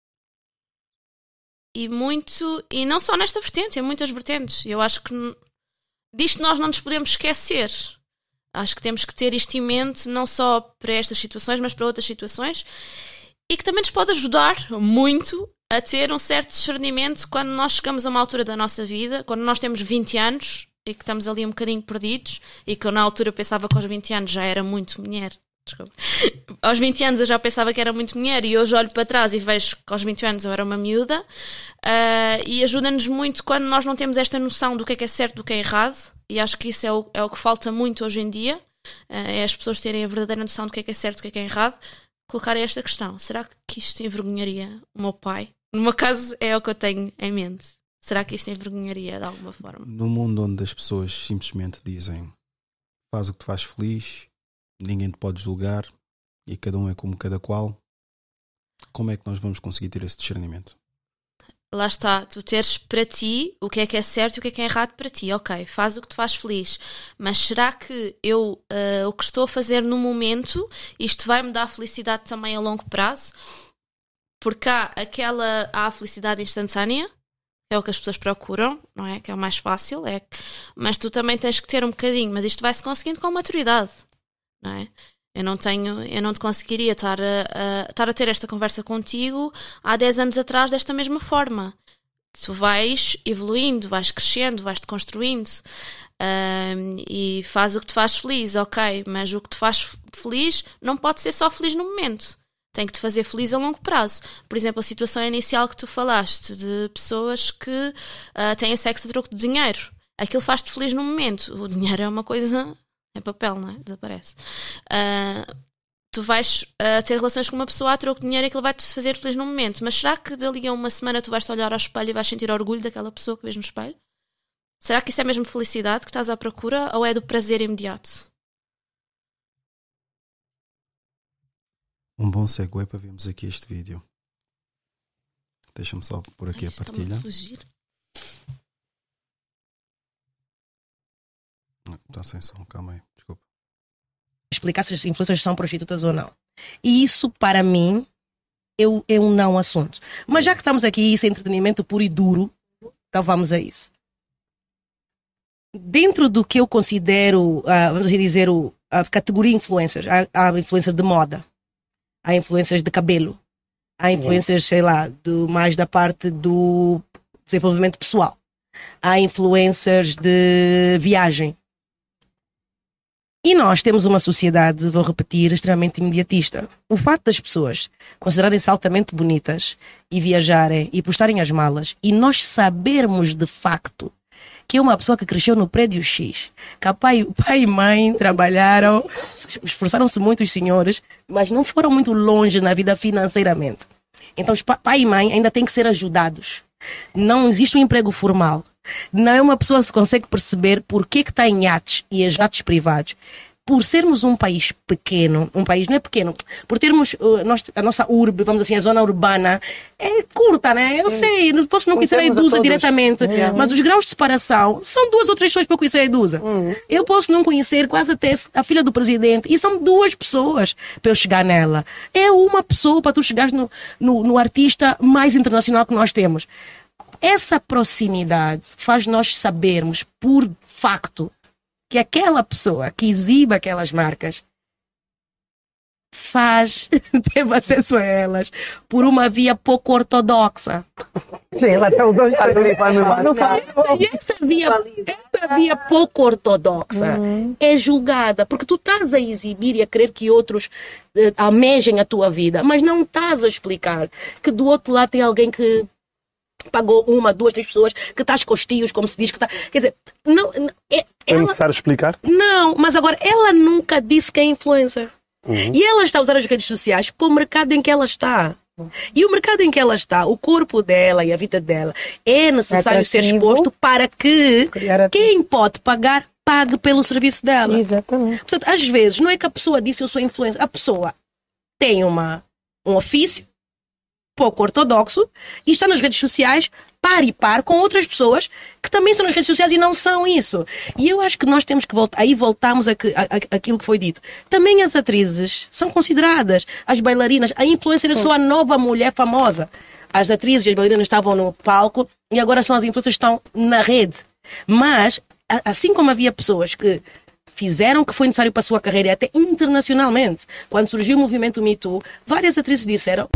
E muito, e não só nesta vertente, em muitas vertentes. Eu acho que disto nós não nos podemos esquecer. Acho que temos que ter isto em mente, não só para estas situações, mas para outras situações, e que também nos pode ajudar muito a ter um certo discernimento quando nós chegamos a uma altura da nossa vida, quando nós temos vinte anos e que estamos ali um bocadinho perdidos, e que eu na altura pensava que aos vinte anos já era muito mulher. Desculpa. Aos vinte anos eu já pensava que era muito mulher, e hoje olho para trás e vejo que aos vinte anos eu era uma miúda. Uh, e ajuda-nos muito quando nós não temos esta noção do que é que é certo, do que é errado, e acho que isso é o, é o que falta muito hoje em dia, uh, é as pessoas terem a verdadeira noção do que é que é certo, do que é que é errado, colocarem esta questão: será que isto envergonharia o meu pai? No meu caso é o que eu tenho em mente. Será que isto envergonharia de alguma forma? No mundo onde as pessoas simplesmente dizem faz o que te faz feliz, ninguém te pode julgar e cada um é como cada qual, como é que nós vamos conseguir ter esse discernimento? Lá está, tu teres para ti o que é que é certo e o que é que é errado para ti. Ok, faz o que te faz feliz, mas será que eu, uh, o que estou a fazer no momento, isto vai-me dar felicidade também a longo prazo? Porque há aquela, há a felicidade instantânea, que é o que as pessoas procuram, não é? Que é o mais fácil, é, mas tu também tens que ter um bocadinho, mas isto vai-se conseguindo com maturidade, não é? Eu não tenho, eu não te conseguiria estar a, a, estar a ter esta conversa contigo há dez anos atrás desta mesma forma. Tu vais evoluindo, vais crescendo, vais-te construindo, um, e faz o que te faz feliz, ok, mas o que te faz feliz não pode ser só feliz no momento. Tem que te fazer feliz a longo prazo. Por exemplo, a situação inicial que tu falaste de pessoas que uh, têm sexo a troco de dinheiro. Aquilo faz-te feliz no momento. O dinheiro é uma coisa... é papel, não é? Desaparece. Uh, tu vais uh, ter relações com uma pessoa a troco de dinheiro e aquilo vai-te fazer feliz no momento. Mas será que dali a uma semana tu vais-te olhar ao espelho e vais sentir orgulho daquela pessoa que vês no espelho? Será que isso é mesmo felicidade que estás à procura ou é do prazer imediato? Um bom segue para vermos aqui este vídeo. Deixa-me só por aqui. Ai, a partilha. Está sem som, calma aí, desculpa. Explicar se as influências são prostitutas ou não. E isso, para mim, é, é um não assunto. Mas já que estamos aqui, isso é entretenimento puro e duro, então vamos a isso. Dentro do que eu considero, uh, vamos dizer, o, a categoria influencers, há, há influencers de moda, há influencers de cabelo, há influencers, sei lá, do, mais da parte do desenvolvimento pessoal, há influencers de viagem. E nós temos uma sociedade, vou repetir, extremamente imediatista. O facto das pessoas considerarem-se altamente bonitas e viajarem e postarem as malas e nós sabermos de facto que é uma pessoa que cresceu no prédio X, que pai, pai e mãe trabalharam, esforçaram-se muito os senhores, mas não foram muito longe na vida financeiramente. Então os pai e mãe ainda têm que ser ajudados. Não existe um emprego formal. Não é uma pessoa que se consegue perceber por que está em iates e em jatos privados. Por sermos um país pequeno, um país não é pequeno, por termos uh, nós, a nossa urbe, vamos assim, a zona urbana, é curta, né? Eu sei, não posso não conhecer a Edusa diretamente, uhum. Mas os graus de separação são duas ou três pessoas para eu conhecer a Edusa. Uhum. Eu posso não conhecer quase até a filha do presidente, e são duas pessoas para eu chegar nela. É uma pessoa para tu chegares no, no, no artista mais internacional que nós temos. Essa proximidade faz nós sabermos, por facto, que aquela pessoa que exibe aquelas marcas faz, teve acesso a elas por uma via pouco ortodoxa. Ela está usando e essa via, essa via pouco ortodoxa uhum. é julgada, porque tu estás a exibir e a querer que outros uh, almejem a tua vida, mas não estás a explicar que do outro lado tem alguém que pagou uma, duas, três pessoas, que estás com os tios, como se diz que está. Quer dizer, não. não é, ela... é necessário explicar? Não, mas agora ela nunca disse que é influencer. Uhum. E ela está a usar as redes sociais para o mercado em que ela está. E o mercado em que ela está, o corpo dela e a vida dela, é necessário é ser exposto para que quem pode pagar pague pelo serviço dela. Exatamente. Portanto, às vezes, não é que a pessoa disse eu sou influencer, a pessoa tem uma, um ofício pouco ortodoxo e está nas redes sociais par e par com outras pessoas que também estão nas redes sociais e não são isso. E eu acho que nós temos que voltar, aí voltamos a, que, a, a aquilo que foi dito. Também as atrizes são consideradas, as bailarinas, a influencer é só a nova mulher famosa. As atrizes e as bailarinas estavam no palco e agora são as influencers que estão na rede. Mas, assim como havia pessoas que fizeram o que foi necessário para a sua carreira, até internacionalmente, quando surgiu o movimento Me Too, várias atrizes disseram...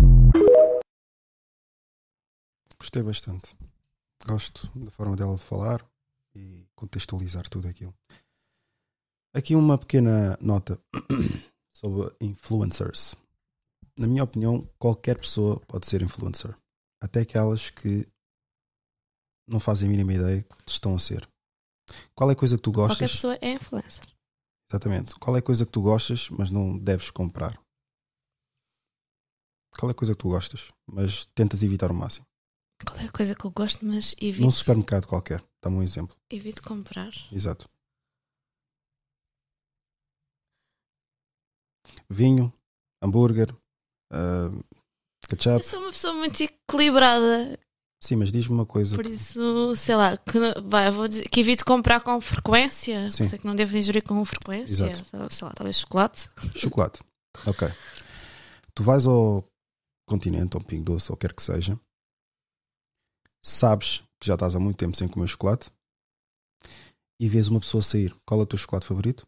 Gostei bastante. Gosto da forma dela de falar e contextualizar tudo aquilo. Aqui uma pequena nota sobre influencers. Na minha opinião, qualquer pessoa pode ser influencer. Até aquelas que não fazem a mínima ideia que estão a ser. Qual é a coisa que tu gostas? Qualquer pessoa é influencer. Exatamente. Qual é a coisa que tu gostas, mas não deves comprar? Qual é a coisa que tu gostas, mas tentas evitar o máximo? Qual é a coisa que eu gosto, mas evito, Num supermercado qualquer. Dá-me um exemplo. evito comprar? Exato. Vinho, hambúrguer, uh, ketchup. Eu sou uma pessoa muito equilibrada, Sim, mas diz-me uma coisa. por que- isso, sei lá, que, não- vai, eu vou dizer, que evito comprar com frequência. Sim. Sei que não devo ingerir com frequência. Exato. Sei lá, talvez chocolate. Chocolate. Ok. Tu vais ao Continente, ao Pingo Doce, ou quer que seja, sabes que já estás há muito tempo sem comer chocolate e vês uma pessoa sair. Qual é o teu chocolate favorito?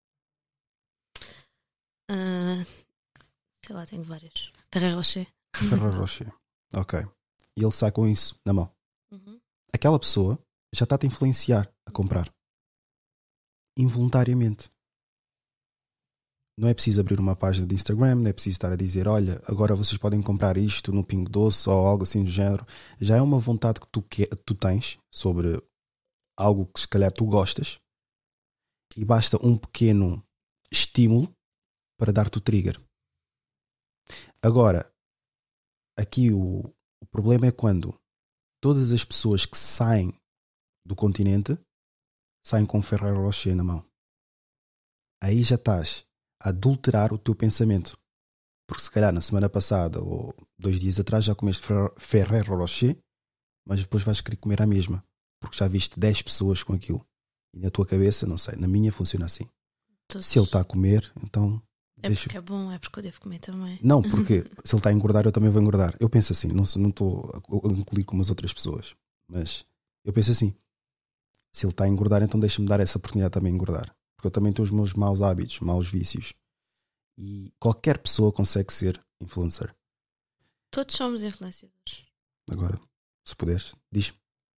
Ah, sei lá, tenho vários. Ferrero Rocher. Ferrero Rocher. Ok. E ele sai com isso na mão. Uhum. Aquela pessoa já está a te influenciar a comprar. Involuntariamente. Não é preciso abrir uma página de Instagram, não é preciso estar a dizer, olha, agora vocês podem comprar isto no Pingo Doce ou algo assim do género. Já é uma vontade que tu, que, tu tens sobre algo que se calhar tu gostas e basta um pequeno estímulo para dar-te o trigger. Agora, aqui o, o problema é quando todas as pessoas que saem do Continente saem com Ferrero Rocher na mão. Aí já estás a adulterar o teu pensamento. Porque se calhar na semana passada ou dois dias atrás já comeste Ferrero- Ferrero Rocher, mas depois vais querer comer a mesma. Porque já viste dez pessoas com aquilo. E na tua cabeça, não sei, na minha funciona assim. Todos. Se ele está a comer, então É deixa... porque é bom, é porque eu devo comer também. Não, porque se ele está a engordar, eu também vou engordar. Eu penso assim, não sou- não estou a incluir como as outras pessoas, mas eu penso assim, se ele está a engordar, então deixa-me dar essa oportunidade também de engordar. Porque eu também tenho os meus maus hábitos, maus vícios. E qualquer pessoa consegue ser influencer. Todos somos influenciadores. Agora, se puderes, diz.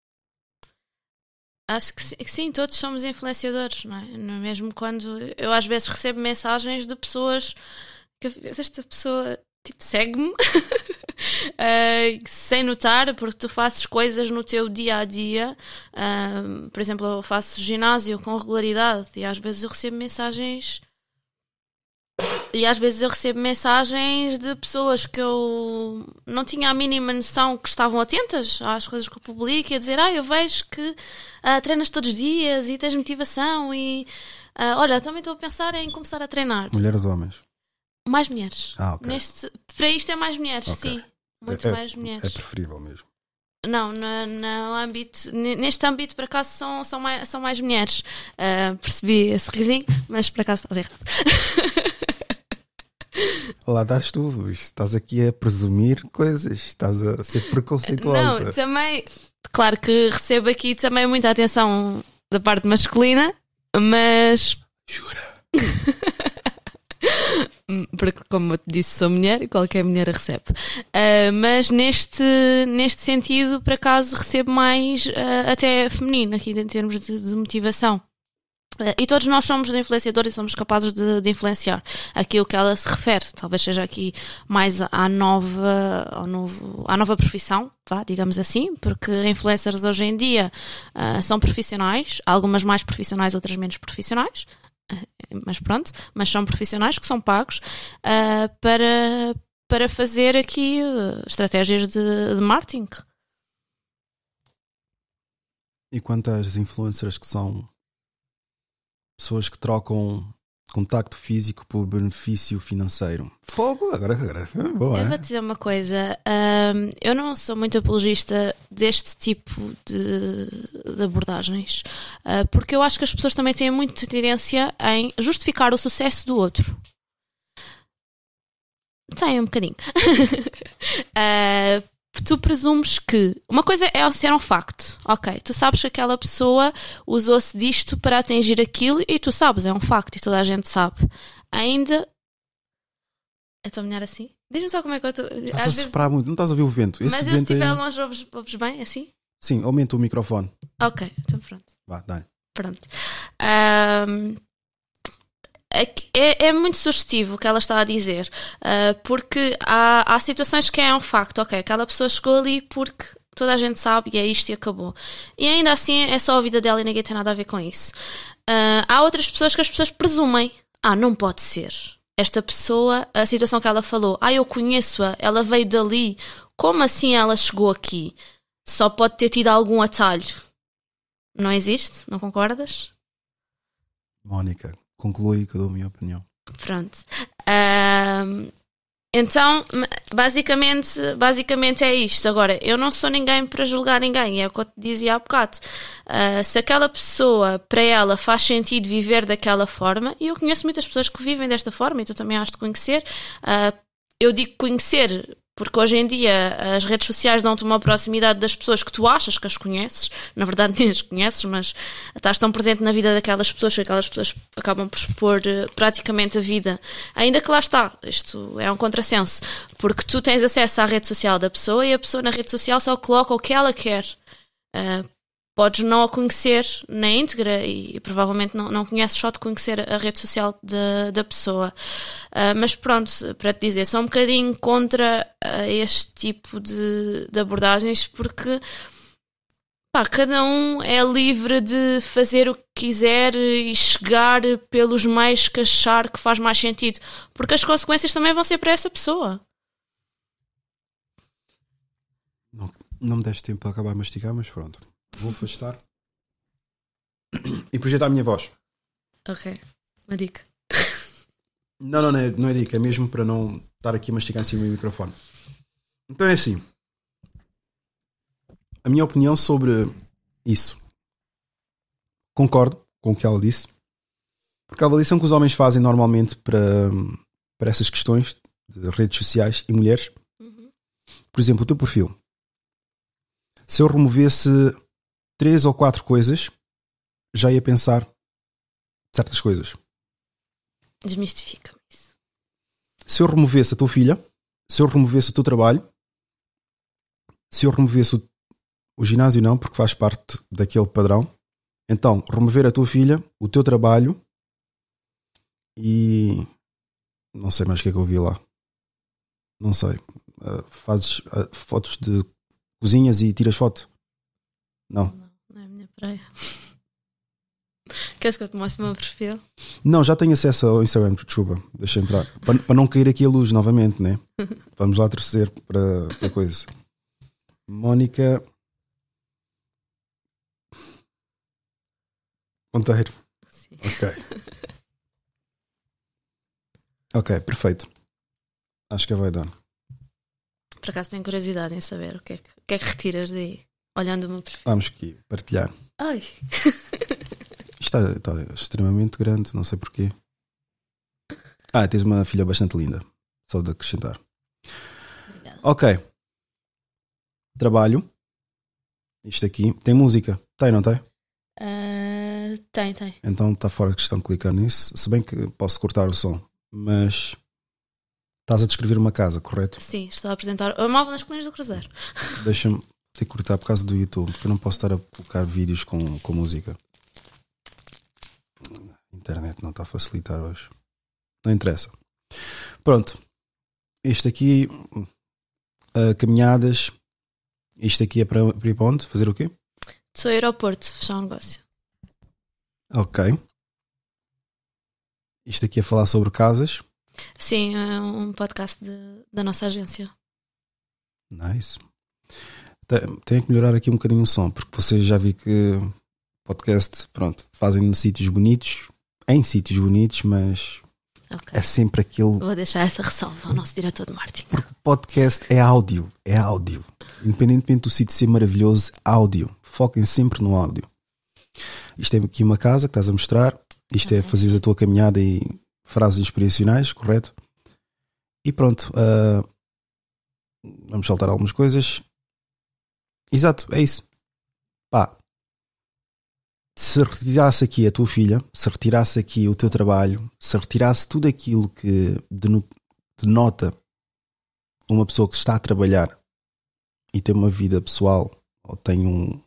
Acho que sim, que sim, todos somos influenciadores, não é? Não é mesmo quando eu às vezes recebo mensagens de pessoas que eu- esta pessoa tipo segue-me eh, sem notar, porque tu fazes coisas no teu dia a dia. Ah, por exemplo, eu faço ginásio com regularidade e às vezes eu recebo mensagens. E às vezes eu recebo mensagens de pessoas que eu não tinha a mínima noção que estavam atentas às coisas que eu publico e a dizer, ah, eu vejo que ah, treinas todos os dias e tens motivação e ah, olha, também estou a pensar em começar a treinar. Mulheres ou homens? Mais mulheres. Ah, ok. Neste, para isto é mais mulheres, Ok. sim. Muito É- mais mulheres. É preferível mesmo. Não, no, no âmbito, neste âmbito, por acaso, são, são, mais, são mais mulheres. Ah, percebi esse risinho, mas por acaso estás errado. Lá estás tu, estás aqui a presumir coisas, estás a ser preconceituosa. Não, também, claro que recebo aqui também muita atenção da parte masculina, mas. Jura? Porque, como eu te disse, sou mulher e qualquer mulher a recebe. Ah, mas neste, neste sentido, por acaso, recebo mais ah, até feminino, aqui em termos de, de motivação. Uh, e todos nós somos influenciadores e somos capazes de, de influenciar. Aqui o que ela se refere, talvez seja aqui mais à nova, ao novo, à nova profissão, vá, digamos assim, porque influencers hoje em dia uh, são profissionais, algumas mais profissionais, outras menos profissionais, uh, mas pronto, mas são profissionais que são pagos uh, para, para fazer aqui uh, estratégias de, de marketing. E quantas influencers que são pessoas que trocam contacto físico por benefício financeiro. Fogo, agora, agora. Boa, Eu é? vou te dizer uma coisa. hum, eu não sou muito apologista deste tipo de, de abordagens, uh, porque eu acho que as pessoas também têm muita tendência em justificar o sucesso do outro. Tem um bocadinho. uh, tu presumes que uma coisa é ser um facto. Ok, tu sabes que aquela pessoa usou-se disto para atingir aquilo e tu sabes, é um facto e toda a gente sabe. Ainda. Eu estou a melhor assim? Diz-me só como é que eu estou. Estás a soprar muito, não estás a ouvir o vento. Esse Mas eu, se vento estiver é... longe, ouves, ouves bem assim? Sim, aumenta o microfone. Ok, então pronto. Vá, dá-lhe. Pronto. Ahm, é, é muito sugestivo o que ela está a dizer, uh, porque há, há situações que é um facto, ok, aquela pessoa chegou ali porque toda a gente sabe e é isto e acabou. E ainda assim é só a vida dela e ninguém tem nada a ver com isso. Uh, há outras pessoas que as pessoas presumem, ah, não pode ser. Esta pessoa, a situação que ela falou, ah, eu conheço-a, ela veio dali, como assim ela chegou aqui? Só pode ter tido algum atalho. Não existe? Não concordas? Mónica, conclui que eu dou a minha opinião. Pronto. Um, então, basicamente, basicamente é isto. Agora, eu não sou ninguém para julgar ninguém, é o que eu te dizia há bocado. Uh, se aquela pessoa, para ela, faz sentido viver daquela forma, e eu conheço muitas pessoas que vivem desta forma, e tu também has de conhecer. Uh, eu digo conhecer porque hoje em dia as redes sociais dão-te uma proximidade das pessoas que tu achas que as conheces, na verdade nem as conheces, mas estás tão presente na vida daquelas pessoas que aquelas pessoas acabam por expor uh, praticamente a vida, ainda que lá está, isto é um contrassenso, porque tu tens acesso à rede social da pessoa e a pessoa na rede social só coloca o que ela quer. Uh, podes não a conhecer na íntegra e, e provavelmente não, não conheces só de conhecer a rede social de, da pessoa. Uh, mas pronto, para te dizer, sou um bocadinho contra uh, este tipo de, de abordagens porque pá, cada um é livre de fazer o que quiser e chegar pelos meios que achar que faz mais sentido, porque as consequências também vão ser para essa pessoa. Não, não me deste tempo para acabar de mastigar, mas pronto. Vou afastar e projetar a minha voz. Ok, uma dica. Não, não, não é, não é dica, é mesmo para não estar aqui a mastigar em cima do microfone. Então é assim. A minha opinião sobre isso. Concordo com o que ela disse. Porque a avaliação que os homens fazem normalmente para, para essas questões de redes sociais e mulheres. Uhum. Por exemplo, o teu perfil. Se eu removesse três ou quatro coisas, já ia pensar certas coisas. Desmistifica-me isso. Se eu removesse a tua filha, se eu removesse o teu trabalho, se eu removesse o, o ginásio não, porque faz parte daquele padrão, então remover a tua filha, o teu trabalho e não sei mais o que é que eu vi lá. Não sei. Uh, fazes uh, fotos de cozinhas e tiras foto? Não. Não, não é a minha praia. Queres que eu te mostre o meu perfil? Não, já tenho acesso ao Instagram, desculpa, deixa entrar. Para, para não cair aqui a luz novamente, né? Vamos lá terceiro para, para coisa. Mónica Monteiro. Sim. Ok. Ok, perfeito. Acho que vai dar. Por acaso tenho curiosidade em saber o que é que, o que, é que retiras daí, olhando o meu perfil. Vamos aqui partilhar. Ai! Isto está, está extremamente grande, não sei porquê. Ah, tens uma filha bastante linda. Só de acrescentar. Obrigada. Ok. Trabalho. Isto aqui. Tem música? Tem, não tem? Uh, tem, tem. Então está fora de questão de clicar nisso. Se bem que posso cortar o som. Mas estás a descrever uma casa, correto? Sim, estou a apresentar o móvel nas colinas do Cruzeiro. Deixa-me ter que cortar por causa do YouTube, porque eu não posso estar a colocar vídeos com, com música. A internet não está a facilitar hoje. Não interessa. Pronto. Isto aqui, uh, caminhadas. Isto aqui é para, para ir para onde? Fazer o quê? Sou aeroporto, fechar um negócio. Ok. Isto aqui é falar sobre casas. Sim, é um podcast de, da nossa agência. Nice. Tenho que melhorar aqui um bocadinho o som, porque vocês já vi que podcast, pronto, fazem nos sítios bonitos em sítios bonitos, mas Ok. é sempre aquele. Vou deixar essa ressalva ao nosso diretor de marketing. Porque podcast é áudio, é áudio. Independentemente do sítio ser maravilhoso, áudio. Foquem sempre no áudio. Isto é aqui uma casa que estás a mostrar. Isto é fazer a tua caminhada e frases inspiracionais, correto? E pronto. Uh, vamos saltar algumas coisas. Exato, é isso. Pá. Se retirasse aqui a tua filha, se retirasse aqui o teu trabalho, se retirasse tudo aquilo que denota uma pessoa que está a trabalhar e tem uma vida pessoal, ou tem um...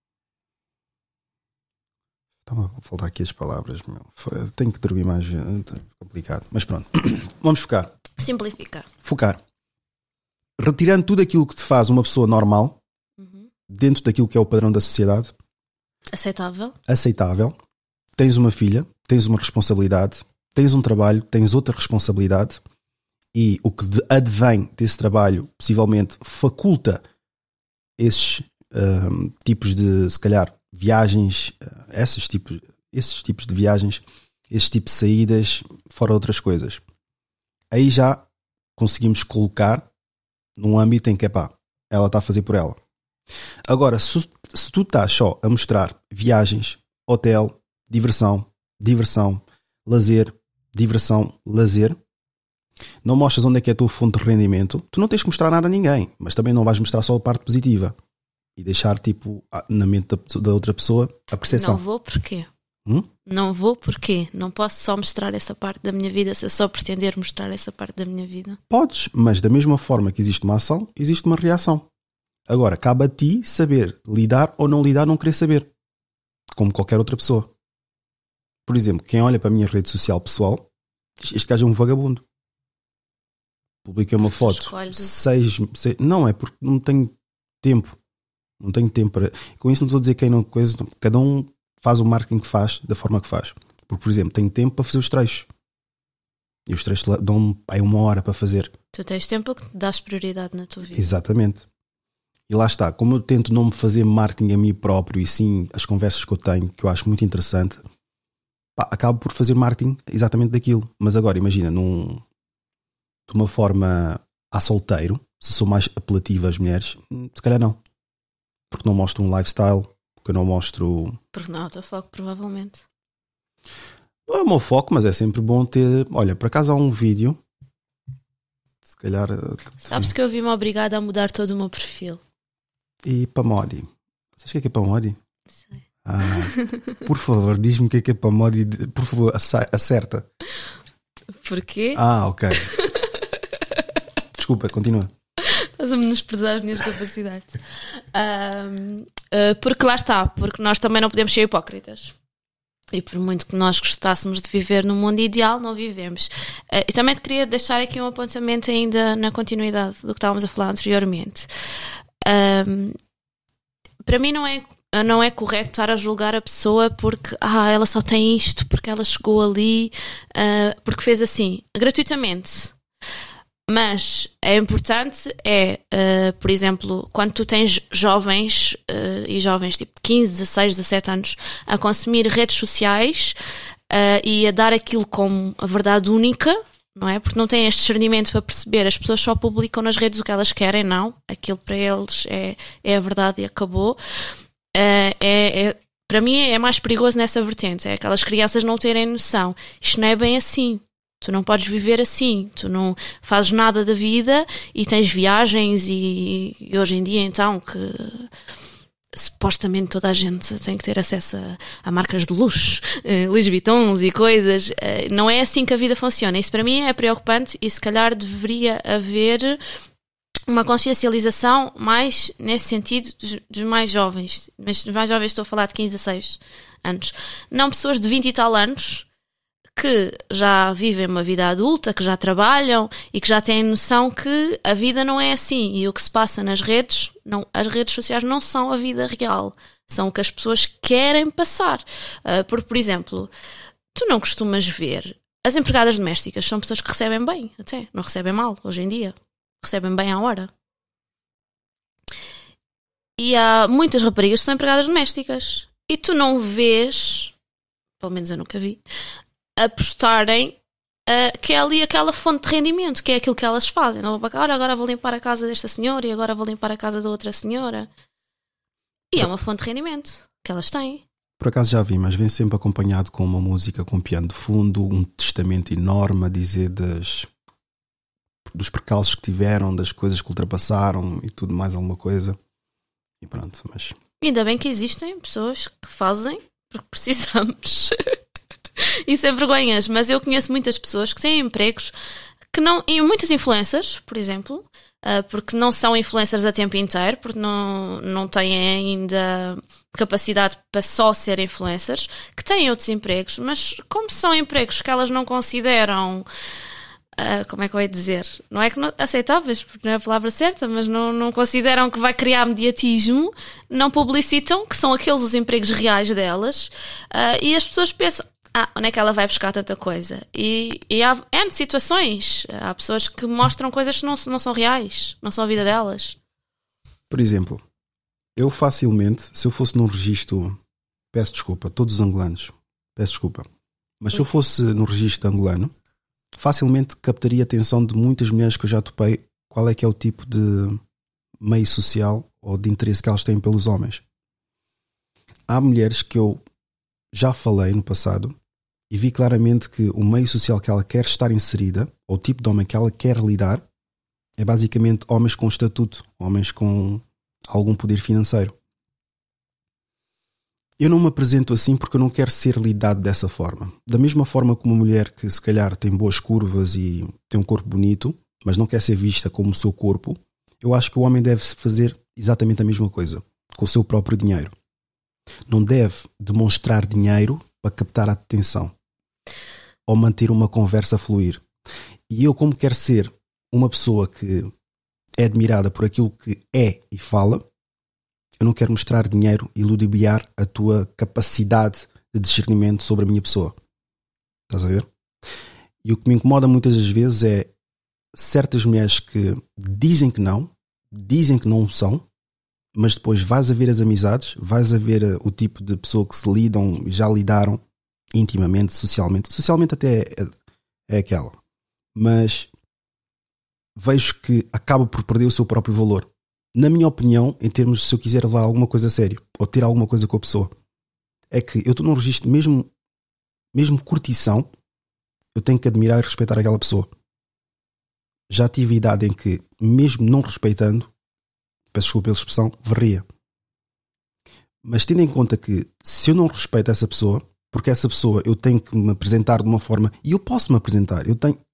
Estava a faltar aqui as palavras, meu. Tenho que dormir mais, é complicado. Mas pronto, vamos focar. Simplificar. Focar. Retirando tudo aquilo que te faz uma pessoa normal, Uhum. dentro daquilo que é o padrão da sociedade, Aceitável. aceitável, tens uma filha, tens uma responsabilidade, tens um trabalho, tens outra responsabilidade, e o que advém desse trabalho possivelmente faculta esses uh, tipos de, se calhar, viagens, uh, esses, tipos, esses tipos de viagens, esses tipos de saídas, fora outras coisas. Aí já conseguimos colocar num âmbito em que, epá, ela está a fazer por ela. Agora, se, se tu estás só a mostrar viagens, hotel, diversão, diversão, lazer, diversão, lazer, não mostras onde é que é a tua fonte de rendimento, tu não tens que mostrar nada a ninguém, mas também não vais mostrar só a parte positiva e deixar tipo na mente da, da outra pessoa a percepção. Não vou porquê? Hum? Não vou porquê? Não posso só mostrar essa parte da minha vida se eu só pretender mostrar essa parte da minha vida. Podes, mas da mesma forma que existe uma ação, existe uma reação. Agora, cabe a ti saber lidar ou não lidar, não querer saber. Como qualquer outra pessoa. Por exemplo, quem olha para a minha rede social pessoal, este gajo é um vagabundo. Publiquei uma foto. Escolhe. Seis, seis, não, é porque não tenho tempo. Não tenho tempo para... Com isso não estou a dizer quem não coisa. Cada um faz o marketing que faz da forma que faz. Porque, por exemplo, tenho tempo para fazer os trechos. E os trechos dão-me aí uma hora para fazer. Tu tens tempo que dás prioridade na tua vida. Exatamente. E lá está, como eu tento não me fazer marketing a mim próprio e sim as conversas que eu tenho, que eu acho muito interessante, pá, acabo por fazer marketing exatamente daquilo. Mas agora, imagina, num, de uma forma a solteiro, se sou mais apelativo às mulheres, se calhar não. Porque não mostro um lifestyle, porque eu não mostro... Porque não é o teu foco, provavelmente. Não é o meu foco, mas é sempre bom ter... Olha, por acaso há um vídeo, se calhar... Sabes que eu vi-me obrigada a mudar todo o meu perfil. E Pamodi. Sabes o que é que é Pamodi? Sei. Ah, por favor, diz-me o que é que é Pamodi. Por favor, acerta. Porquê? Ah, ok. Desculpa, continua. Estás a menosprezar as minhas capacidades. Um, uh, porque lá está, porque nós também não podemos ser hipócritas. E por muito que nós gostássemos de viver no mundo ideal, não vivemos. Uh, e também te queria deixar aqui um apontamento ainda na continuidade do que estávamos a falar anteriormente. Um, para mim não é, não é correto estar a julgar a pessoa porque ah, ela só tem isto, porque ela chegou ali, uh, porque fez assim, gratuitamente. Mas é importante, é, uh, por exemplo, quando tu tens jovens uh, e jovens tipo de quinze, dezasseis, dezassete anos a consumir redes sociais uh, e a dar aquilo como a verdade única, não é? Porque não têm este discernimento para perceber, as pessoas só publicam nas redes o que elas querem, não. Aquilo para eles é, é a verdade e acabou. Uh, é, é, para mim é mais perigoso nessa vertente, é aquelas crianças não terem noção. Isto não é bem assim. Tu não podes viver assim, tu não fazes nada da vida e tens viagens e, e hoje em dia então que supostamente toda a gente tem que ter acesso a, a marcas de luxo, eh, Louis Vuittons e coisas, eh, não é assim que a vida funciona. Isso para mim é preocupante e se calhar deveria haver uma consciencialização mais nesse sentido dos, dos mais jovens, mas dos mais jovens estou a falar de quinze a dezasseis anos, não pessoas de vinte e tal anos que já vivem uma vida adulta, que já trabalham e que já têm noção que a vida não é assim e o que se passa nas redes, não, as redes sociais não são a vida real, são o que as pessoas querem passar. Uh, porque, por exemplo, tu não costumas ver, as empregadas domésticas são pessoas que recebem bem, até, não recebem mal hoje em dia, recebem bem à hora. E há muitas raparigas que são empregadas domésticas e tu não vês, pelo menos eu nunca vi, apostarem uh, que é ali aquela fonte de rendimento, que é aquilo que elas fazem. Não vou para cá, "Ora, agora vou limpar a casa desta senhora e agora vou limpar a casa da outra senhora." E é uma fonte de rendimento que elas têm. Por acaso já vi, mas vem sempre acompanhado com uma música com piano de fundo, um testamento enorme a dizer das, dos percalços que tiveram, das coisas que ultrapassaram e tudo mais alguma coisa. E pronto, mas... Ainda bem que existem pessoas que fazem porque precisamos. Isso é vergonhas, mas eu conheço muitas pessoas que têm empregos que não... E muitas influencers, por exemplo, porque não são influencers a tempo inteiro, porque não, não têm ainda capacidade para só ser influencers, que têm outros empregos, mas como são empregos que elas não consideram... Uh, como é que eu ia dizer? Não é que não, aceitáveis, porque não é a palavra certa, mas não, não consideram que vai criar mediatismo, não publicitam que são aqueles os empregos reais delas, uh, e as pessoas pensam, ah, onde é que ela vai buscar tanta coisa? E, e há N situações, há pessoas que mostram coisas que não, não são reais, não são a vida delas. Por exemplo, eu facilmente, se eu fosse num registro, peço desculpa, todos os angolanos, peço desculpa, mas se eu fosse no registro angolano, facilmente captaria a atenção de muitas mulheres que eu já topei qual é que é o tipo de meio social ou de interesse que elas têm pelos homens. Há mulheres que eu já falei no passado e vi claramente que o meio social que ela quer estar inserida, ou o tipo de homem que ela quer lidar, é basicamente homens com estatuto, homens com algum poder financeiro. Eu não me apresento assim porque eu não quero ser lidado dessa forma. Da mesma forma que uma mulher que se calhar tem boas curvas e tem um corpo bonito, mas não quer ser vista como o seu corpo, eu acho que o homem deve fazer exatamente a mesma coisa, com o seu próprio dinheiro. Não deve demonstrar dinheiro para captar a atenção ou manter uma conversa a fluir. E eu, como quero ser uma pessoa que é admirada por aquilo que é e fala, eu não quero mostrar dinheiro e ludibriar a tua capacidade de discernimento sobre a minha pessoa. Estás a ver? E o que me incomoda muitas das vezes é certas mulheres que dizem que não, dizem que não são, mas depois vais a ver as amizades, vais a ver o tipo de pessoa que se lidam, já lidaram intimamente, socialmente. Socialmente até é, é aquela. Mas vejo que acaba por perder o seu próprio valor. Na minha opinião, em termos de se eu quiser levar alguma coisa a sério ou ter alguma coisa com a pessoa, é que eu estou num registro, mesmo, mesmo curtição, eu tenho que admirar e respeitar aquela pessoa. Já tive a idade em que, mesmo não respeitando, peço desculpa pela expressão, varria. Mas tendo em conta que se eu não respeito essa pessoa, porque essa pessoa eu tenho que me apresentar de uma forma, e eu posso me apresentar, eu tenho...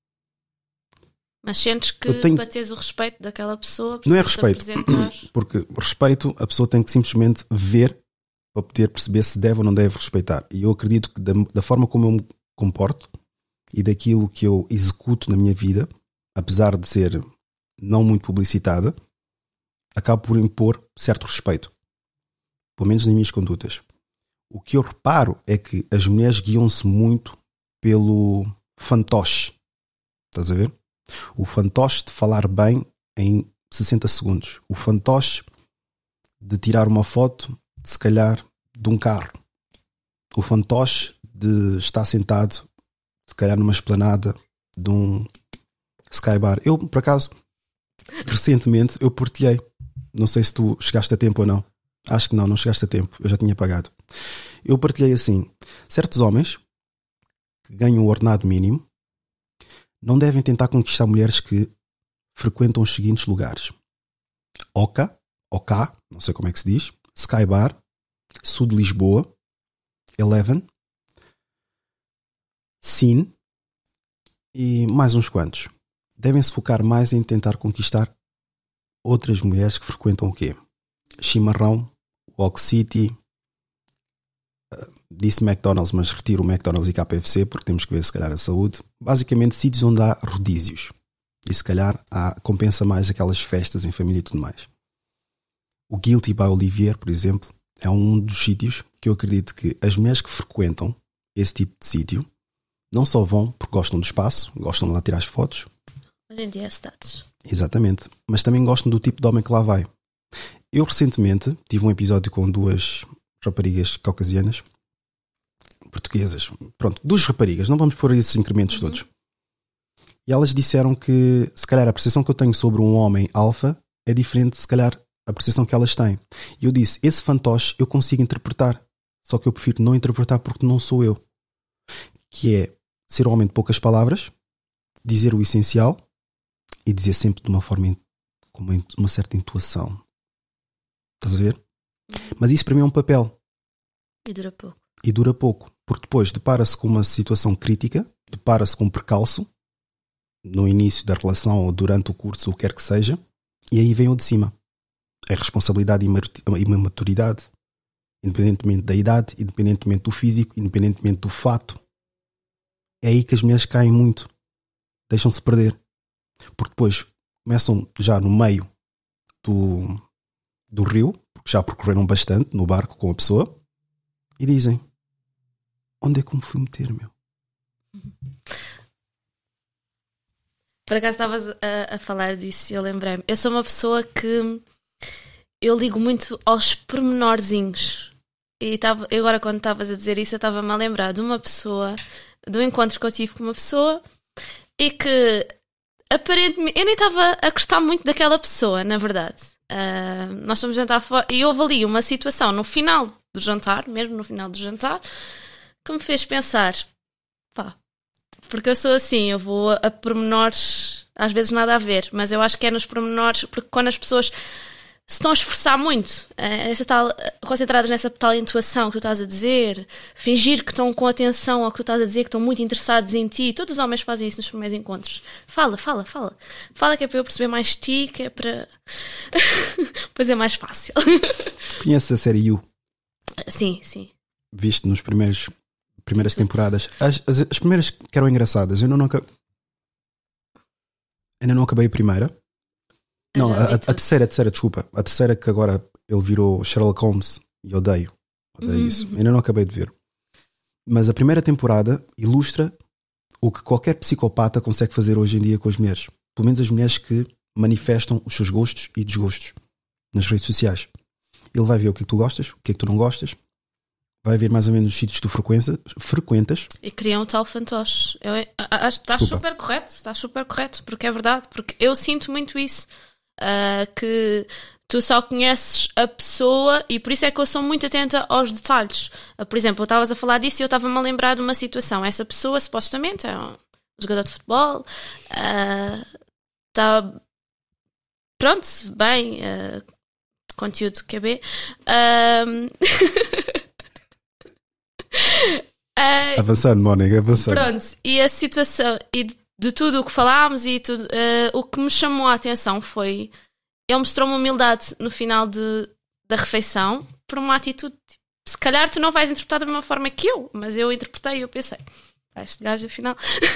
Mas sentes que tenho... para teres o respeito daquela pessoa, não é respeito, apresentar... porque respeito a pessoa tem que simplesmente ver para poder perceber se deve ou não deve respeitar. E eu acredito que da, da forma como eu me comporto e daquilo que eu executo na minha vida, apesar de ser não muito publicitada, acabo por impor certo respeito, pelo menos nas minhas condutas. O que eu reparo é que as mulheres guiam-se muito pelo fantoche. Estás a ver? O fantoche de falar bem em sessenta segundos. O fantoche de tirar uma foto, de, se calhar, de um carro. O fantoche de estar sentado, se calhar, numa esplanada de um skybar. Eu, por acaso, recentemente, eu partilhei. Não sei se tu chegaste a tempo ou não. Acho que não, não chegaste a tempo. Eu já tinha pagado. Eu partilhei assim. Certos homens que ganham o ordenado mínimo não devem tentar conquistar mulheres que frequentam os seguintes lugares: Oca, Oca, não sei como é que se diz, Skybar, Sul de Lisboa, Eleven, Scene e mais uns quantos. Devem se focar mais em tentar conquistar outras mulheres que frequentam o quê? Chimarrão, Walk City, disse McDonald's, mas retiro o McDonald's e K F C porque temos que ver se calhar a saúde. Basicamente sítios onde há rodízios e se calhar há, compensa mais aquelas festas em família e tudo mais. O Guilty by Olivier, por exemplo, é um dos sítios que eu acredito que as mulheres que frequentam esse tipo de sítio não só vão porque gostam do espaço, gostam de lá tirar as fotos. Hoje em dia é status. Exatamente, mas também gostam do tipo de homem que lá vai. Eu recentemente tive um episódio com duas raparigas caucasianas portuguesas, pronto, duas raparigas, não vamos pôr esses incrementos uhum. todos. E elas disseram que, se calhar, a percepção que eu tenho sobre um homem alfa é diferente, se calhar, a percepção que elas têm. E eu disse, esse fantoche eu consigo interpretar, só que eu prefiro não interpretar porque não sou eu. Que é ser um homem de poucas palavras, dizer o essencial e dizer sempre de uma forma, com uma, uma certa intuação. Estás a ver? Uhum. Mas isso para mim é um papel. E dura pouco. E dura pouco, porque depois depara-se com uma situação crítica, depara-se com um percalço, no início da relação ou durante o curso, o que quer que seja, e aí vem o de cima. É responsabilidade e imaturidade, independentemente da idade, independentemente do físico, independentemente do fato. É aí que as mulheres caem muito. Deixam-se perder. Porque depois começam já no meio do, do rio, porque já percorreram bastante no barco com a pessoa, e dizem, onde é que me fui meter, meu? Por acaso estavas a, a falar disso e eu lembrei-me. Eu sou uma pessoa que eu ligo muito aos pormenorzinhos. E tava, agora quando estavas a dizer isso, eu estava-me a lembrar de uma pessoa, do encontro que eu tive com uma pessoa, e que aparentemente eu nem estava a gostar muito daquela pessoa, na verdade. Uh, nós estamos a jantar fora e houve ali uma situação no final do jantar, mesmo no final do jantar, que me fez pensar, pá, porque eu sou assim, eu vou a pormenores, às vezes nada a ver, mas eu acho que é nos pormenores, porque quando as pessoas se estão a esforçar muito, essa tal, concentradas nessa tal intuação que tu estás a dizer, fingir que estão com atenção ao que tu estás a dizer, que estão muito interessados em ti, todos os homens fazem isso nos primeiros encontros. Fala, fala, fala. Fala que é para eu perceber mais ti, que é para... pois é mais fácil. Conheces a série You? Sim, sim. Viste nos primeiros primeiras temporadas. As, as, as primeiras que eram engraçadas. Eu não, nunca... Ainda não acabei a primeira. Não, a, a, a terceira, a terceira, desculpa. A terceira que agora ele virou Sherlock Holmes e odeio. Odeio uhum. isso. Ainda não acabei de ver. Mas a primeira temporada ilustra o que qualquer psicopata consegue fazer hoje em dia com as mulheres. Pelo menos as mulheres que manifestam os seus gostos e desgostos nas redes sociais. Ele vai ver o que é que tu gostas, o que é que tu não gostas. Vai ver mais ou menos os sítios que tu frequentas, frequentas. E criam um tal fantoche. Eu acho que estás super correto. Estás super correto, porque é verdade. Porque eu sinto muito isso. Uh, que tu só conheces a pessoa e por isso é que eu sou muito atenta aos detalhes. Uh, por exemplo, eu estavas a falar disso e eu estava-me a lembrar de uma situação. Essa pessoa supostamente é um jogador de futebol, está uh, pronto, bem, uh, conteúdo Q B. Um... uh, avançando, Mónica, avançando. Pronto, e a situação e de, de tudo o que falámos e tudo, uh, o que me chamou a atenção foi ele mostrou-me humildade no final de, da refeição por uma atitude, se calhar tu não vais interpretar da mesma forma que eu, mas eu interpretei e eu pensei, ah, este gajo afinal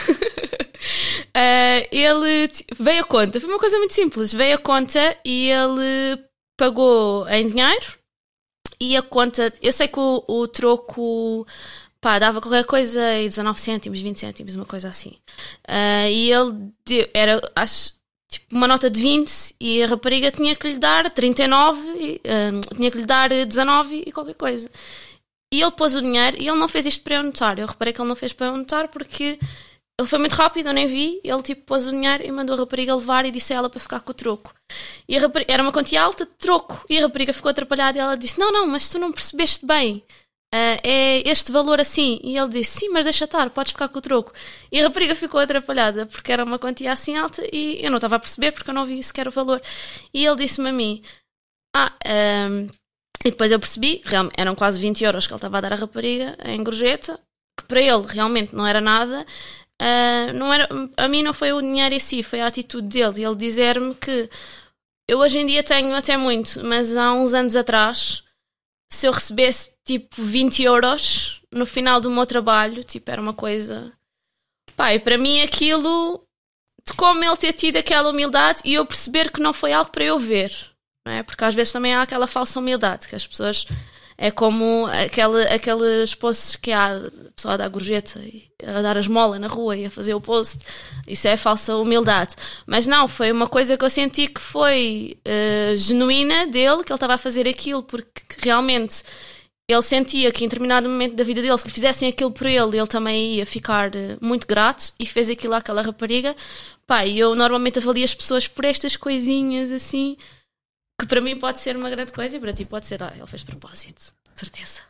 uh, ele veio a conta, foi uma coisa muito simples, veio a conta e ele pagou em dinheiro e a conta, eu sei que o, o troco pá, dava qualquer coisa e dezanove cêntimos, vinte cêntimos, uma coisa assim, uh, e ele deu, era, acho, tipo uma nota de vinte e a rapariga tinha que lhe dar trinta e nove, e, uh, tinha que lhe dar dezanove e qualquer coisa. E ele pôs o dinheiro e ele não fez isto para eu notar. Eu reparei que ele não fez para eu notar porque ele foi muito rápido, eu nem vi. Ele tipo pôs o dinheiro e mandou a rapariga levar e disse a ela para ficar com o troco. E a rapariga, era uma quantia alta de troco. E a rapariga ficou atrapalhada e ela disse, não, não, mas tu não percebeste bem. Uh, é este valor assim. E ele disse, sim, mas deixa estar, podes ficar com o troco. E a rapariga ficou atrapalhada porque era uma quantia assim alta e eu não estava a perceber porque eu não vi sequer o valor. E ele disse-me a mim, ah... Um, e depois eu percebi, realmente, eram quase vinte euros que ele estava a dar à rapariga em gorjeta, que para ele realmente não era nada. Uh, não era, a mim não foi o dinheiro em si, foi a atitude dele. Ele dizer-me que eu hoje em dia tenho até muito, mas há uns anos atrás, se eu recebesse tipo vinte euros no final do meu trabalho, tipo, era uma coisa... Pá, e para mim aquilo, de como ele ter tido aquela humildade e eu perceber que não foi algo para eu ver. Não é? Porque às vezes também há aquela falsa humildade que as pessoas é como aquele, aqueles posts que há a pessoa a dar gorjeta e a dar a esmola na rua e a fazer o post, isso é falsa humildade, mas não, foi uma coisa que eu senti que foi uh, genuína dele, que ele estava a fazer aquilo porque realmente ele sentia que em determinado momento da vida dele, se lhe fizessem aquilo por ele, ele também ia ficar uh, muito grato, e fez aquilo àquela rapariga. Pá, e eu normalmente avalio as pessoas por estas coisinhas assim, que para mim pode ser uma grande coisa e para ti pode ser, ah, ele fez de propósito, certeza.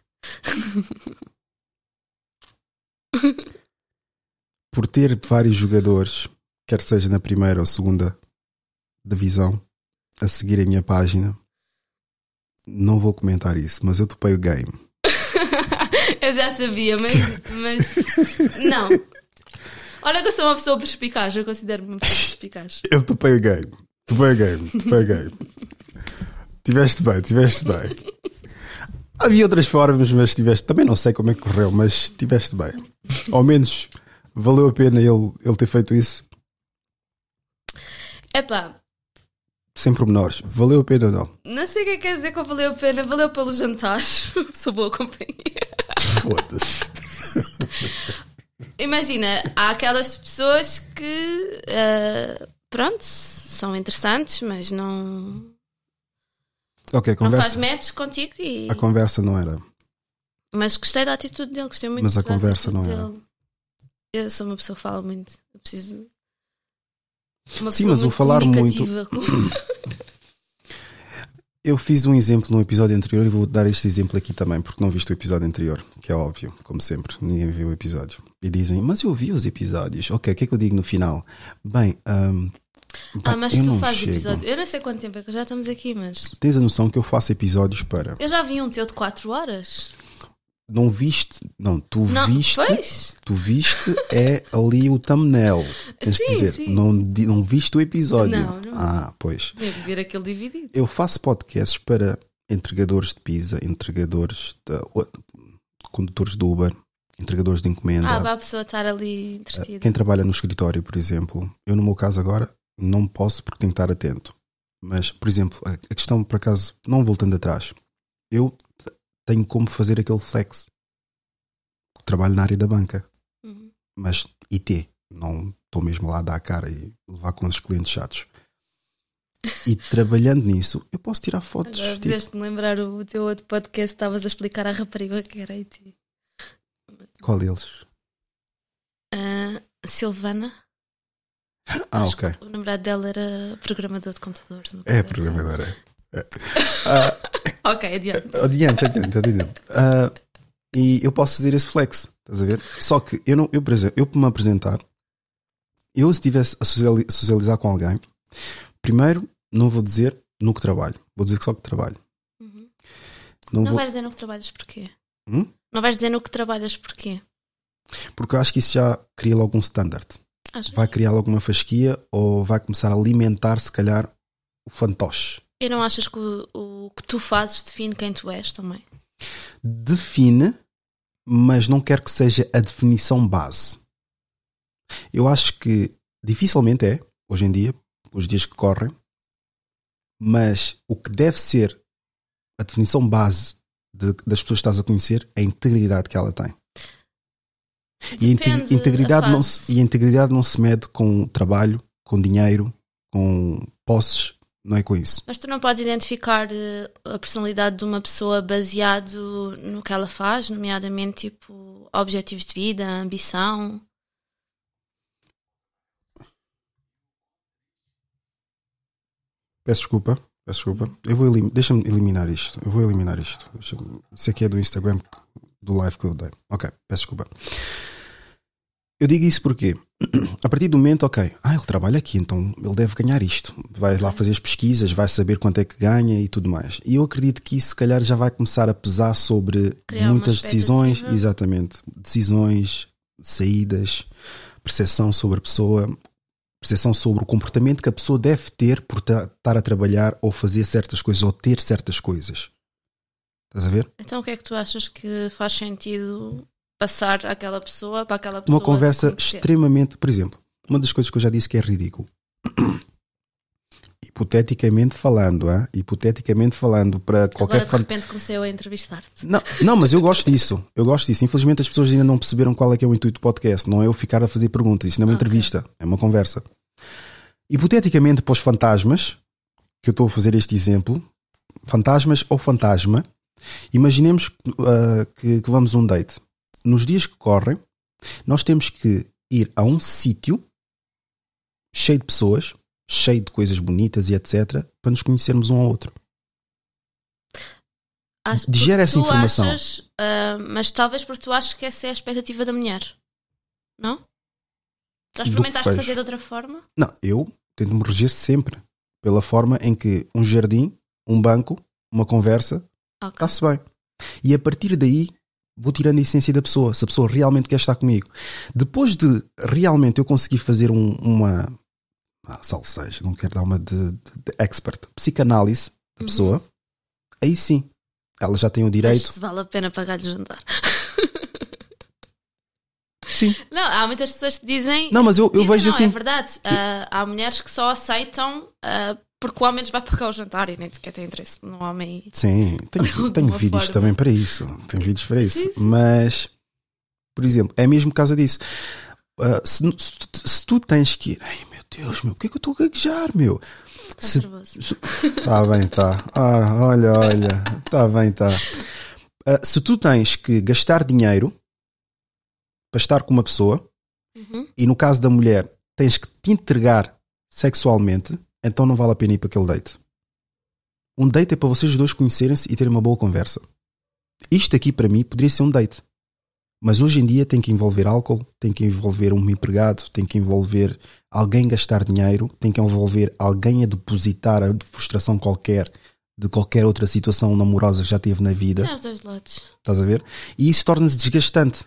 Por ter vários jogadores, quer seja na primeira ou segunda divisão, a seguir a minha página, não vou comentar isso, mas eu topei o game. Eu já sabia, mas, mas não. Olha que eu sou uma pessoa perspicaz, eu considero-me uma pessoa perspicaz. Eu topei o game, topei o game, topei o game. Tiveste bem, tiveste bem. Havia outras formas, mas tiveste. Também não sei como é que correu, mas tiveste bem. Ao menos valeu a pena ele, ele ter feito isso. Epá. Sem pormenores. Valeu a pena ou não? Não sei o que é que quer dizer que valeu a pena. Valeu pelo jantar. Sou boa companhia. Foda-se. Imagina, há aquelas pessoas que uh, pronto, são interessantes, mas não. Ok, conversa. Não faz match contigo e... A conversa não era. Mas gostei da atitude dele, gostei muito Mas da a conversa atitude não era. dele. Eu sou uma pessoa que fala muito. Eu preciso. Uma Sim, pessoa mas o muito falar muito. comunicativa. Eu fiz um exemplo no episódio anterior e vou dar este exemplo aqui também, porque não viste o episódio anterior, que é óbvio, como sempre, ninguém viu o episódio. E dizem, mas eu vi os episódios. Ok, o que é que eu digo no final? Bem, um, Ah, mas eu tu não fazes chego. episódio. Eu não sei quanto tempo é que já estamos aqui, mas. Tens a noção que eu faço episódios para. Eu já vi um teu de quatro horas. Não viste? Não, tu Não, viste. pois. Tu viste é ali o thumbnail. Tens de Sim, dizer, sim. Não, di- não viste o episódio. Não, não. Ah, pois. Devo ver aquele dividido. Eu faço podcasts para entregadores de pizza, entregadores de, condutores de Uber, entregadores de encomenda. Ah, para a pessoa estar ali entretida. Quem trabalha no escritório, por exemplo. Eu, no meu caso agora, não posso porque tenho que estar atento. Mas, por exemplo, a a questão, por acaso, não voltando atrás, eu tenho como fazer aquele flex. Trabalho na área da banca. Uhum. Mas I T. Não estou mesmo lá a dar a cara e levar com os clientes chatos. E trabalhando nisso, eu posso tirar fotos. Agora tipo, fizeste-me lembrar o teu outro podcast, estavas a explicar à rapariga que era I T. qual deles? Ah, Silvana. Ah, Acho ok. que o namorado dela era programador de computadores. uma É coisa programadora. É. assim. Ok, adiante. Adiante, adiante, adiante. Ah, e eu posso fazer esse flex, estás a ver? Só que eu, não, eu, por exemplo, eu para me apresentar, eu se estivesse a sociali- socializar com alguém, primeiro não vou dizer no que trabalho, vou dizer só que trabalho. Uhum. Não Não vou, vais dizer no que trabalhas porquê? Hum? Não vais dizer no que trabalhas porquê? Porque eu acho que isso já cria logo um standard. Achas? Vai criar alguma fasquia ou vai começar a alimentar, se calhar, o fantoche. E não achas que o, o que tu fazes define quem tu és também? Define, mas não quero que seja a definição base. Eu acho que dificilmente é, hoje em dia, os dias que correm, mas o que deve ser a definição base de- das pessoas que estás a conhecer é a integridade que ela tem. E a inte- Depende integridade a não fase. se, e a integridade não se mede com trabalho, com dinheiro, com posses, não é com isso. Mas tu não podes identificar eh, a personalidade de uma pessoa baseado no que ela faz, nomeadamente tipo objetivos de vida, ambição. Peço desculpa, peço desculpa. Eu vou elim... Deixa-me eliminar isto. Eu vou eliminar isto. Deixa-me- Isso aqui é do Instagram, do live que eu dei. Ok, peço desculpa. Eu digo isso porque a partir do momento, ok, ah, ele trabalha aqui, então ele deve ganhar isto. Vai lá fazer as pesquisas, vai saber quanto é que ganha e tudo mais. E eu acredito que isso, se calhar, já vai começar a pesar sobre Criar uma muitas decisões, expectativa. exatamente, decisões, saídas, percepção sobre a pessoa, percepção sobre o comportamento que a pessoa deve ter por ta- estar a trabalhar ou fazer certas coisas ou ter certas coisas. Estás a ver? Então o que é que tu achas que faz sentido passar àquela pessoa para aquela pessoa? Uma conversa te conhecer? extremamente, por exemplo, uma das coisas que eu já disse que é ridículo. Hipoteticamente falando, hein? Hipoteticamente falando para qualquer Agora de fan... repente comecei eu a entrevistar-te. Não, não, mas eu gosto disso. Eu gosto disso. Infelizmente as pessoas ainda não perceberam qual é que é o intuito do podcast. Não é eu ficar a fazer perguntas. Isso não é uma Ok. entrevista. É uma conversa. Hipoteticamente para os fantasmas, que eu estou a fazer este exemplo, fantasmas ou fantasma, Imaginemos uh, que, que vamos a um date. Nos dias que correm, nós temos que ir a um sítio cheio de pessoas, cheio de coisas bonitas e etcétera, para nos conhecermos um ao outro. Acho- Digere porque essa tu informação. achas, ah, mas talvez porque tu achas que essa é a expectativa da mulher. Não? Já Do que experimentaste vejo. fazer de outra forma? Não, eu tento me reger sempre pela forma em que um jardim, um banco, uma conversa, Ok. está-se bem. E a partir daí vou tirando a essência da pessoa, se a pessoa realmente quer estar comigo. Depois de realmente eu conseguir fazer um, uma ah, salseja, não quero dar uma de, de, de expert, psicanálise da Uhum. pessoa, aí sim, ela já tem o Mas direito. se vale a pena pagar-lhe jantar. Sim. Não, há muitas pessoas que dizem. Não, mas eu, eu dizem, vejo não, assim. É verdade. Ah, há mulheres que só aceitam ah, porque o homem lhes vai pagar o jantar e nem sequer tem interesse no homem. Sim, tenho, De alguma tenho vídeos forma. também para isso. Tenho vídeos para isso. Sim, sim. Mas, por exemplo, é mesmo por causa disso. Ah, se, se tu- se tu tens que ir, ai meu Deus, meu, o que é que eu estou a gaguejar, meu? Estás Se- nervoso. Está bem, está. Ah, olha, olha. Está bem, está. Se tu tens que gastar dinheiro para estar com uma pessoa, Uhum. e no caso da mulher tens que te entregar sexualmente, então não vale a pena ir para aquele date. Um date é para vocês dois conhecerem-se e terem uma boa conversa. Isto aqui para mim poderia ser um date. Mas hoje em dia tem que envolver álcool, tem que envolver um empregado, tem que envolver alguém a gastar dinheiro, tem que envolver alguém a depositar a frustração qualquer de qualquer outra situação amorosa que já teve na vida. Tem os dois lados. Estás a ver? E isso torna-se desgastante.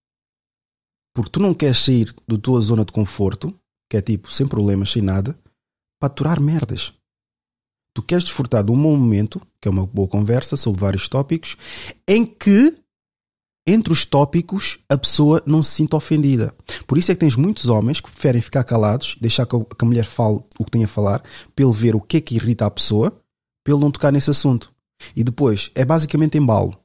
Porque tu não queres sair da tua zona de conforto, que é tipo, sem problemas, sem nada, para aturar merdas. Tu queres desfrutar de um bom momento, que é uma boa conversa sobre vários tópicos, em que, entre os tópicos, a pessoa não se sinta ofendida. Por isso é que tens muitos homens que preferem ficar calados, deixar que a mulher fale o que tem a falar, para ele ver o que é que irrita a pessoa, para ele não tocar nesse assunto. E depois, é basicamente embalo.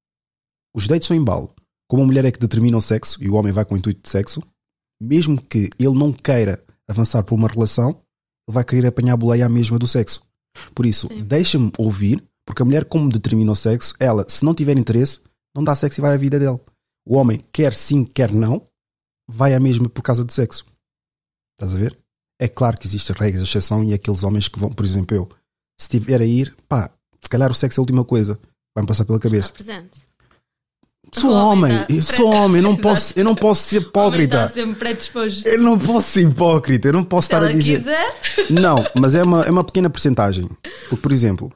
Os dates são embalo. Como a mulher é que determina o sexo e o homem vai com o intuito de sexo, mesmo que ele não queira avançar por uma relação, ele vai querer apanhar a boleia à mesma do sexo. Por isso, Sim. deixa-me ouvir, porque a mulher, como determina o sexo, ela, se não tiver interesse, não dá sexo e vai à vida dele. O homem, quer sim, quer não, vai à mesma por causa do sexo. Estás a ver? É claro que existem regras de exceção e aqueles homens que vão, por exemplo, eu, se estiver a ir, pá, se calhar o sexo é a última coisa, vai-me passar pela cabeça. Está presente. Sou O homem homem, tá eu sou homem, eu não, Exato. posso, eu não posso ser O homem hipócrita. está sempre predisposto. Eu não posso ser hipócrita, eu não posso Se estar a ela dizer. quiser. Não, mas é uma, é uma pequena percentagem. Porque, por exemplo,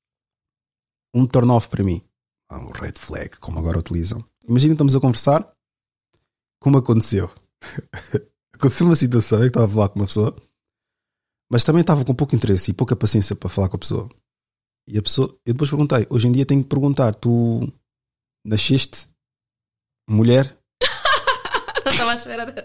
um turn-off para mim, ah, um red flag, como agora utilizam. Imagina, estamos a conversar, como aconteceu. Aconteceu uma situação em que estava a falar com uma pessoa, mas também estava com pouco interesse e pouca paciência para falar com a pessoa. E a pessoa, eu depois perguntei, hoje em dia tenho que perguntar, tu nasceste mulher? Não estava à espera dessa.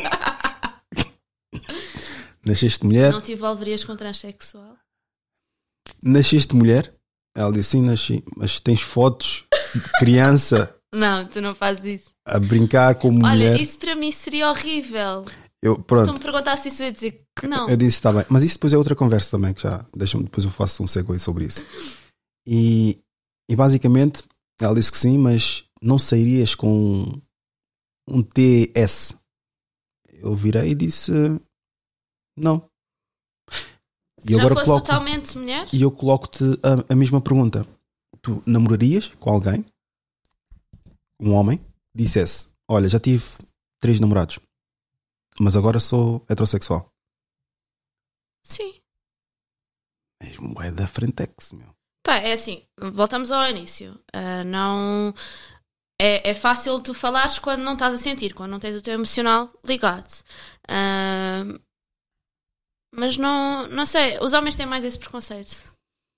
Nasceste mulher? Não te envolverias com transexual? Nasceste mulher? Ela disse, sim, nasci. Mas tens fotos de criança Não, tu não fazes isso. a brincar como mulher? Olha, isso para mim seria horrível. Eu, Se tu pronto, me perguntasse isso, eu ia dizer que não. eu disse, está bem. Mas isso depois é outra conversa também, que já, deixa-me, depois eu faço um segue sobre isso. E, e basicamente, ela disse que sim, mas não sairias com um T S. Eu virei e disse, não. Se E já agora fosse coloco- totalmente mulher? E eu coloco-te a, a mesma pergunta. Tu namorarias com alguém, um homem, dissesse, olha, já tive três namorados, mas agora sou heterossexual. Sim. Mesmo é da Frentex, meu. Pá, é assim, voltamos ao início. Ah, não... É, é fácil tu falares quando não estás a sentir, quando não tens o teu emocional ligado. Ah, mas não, não sei, os homens têm mais esse preconceito.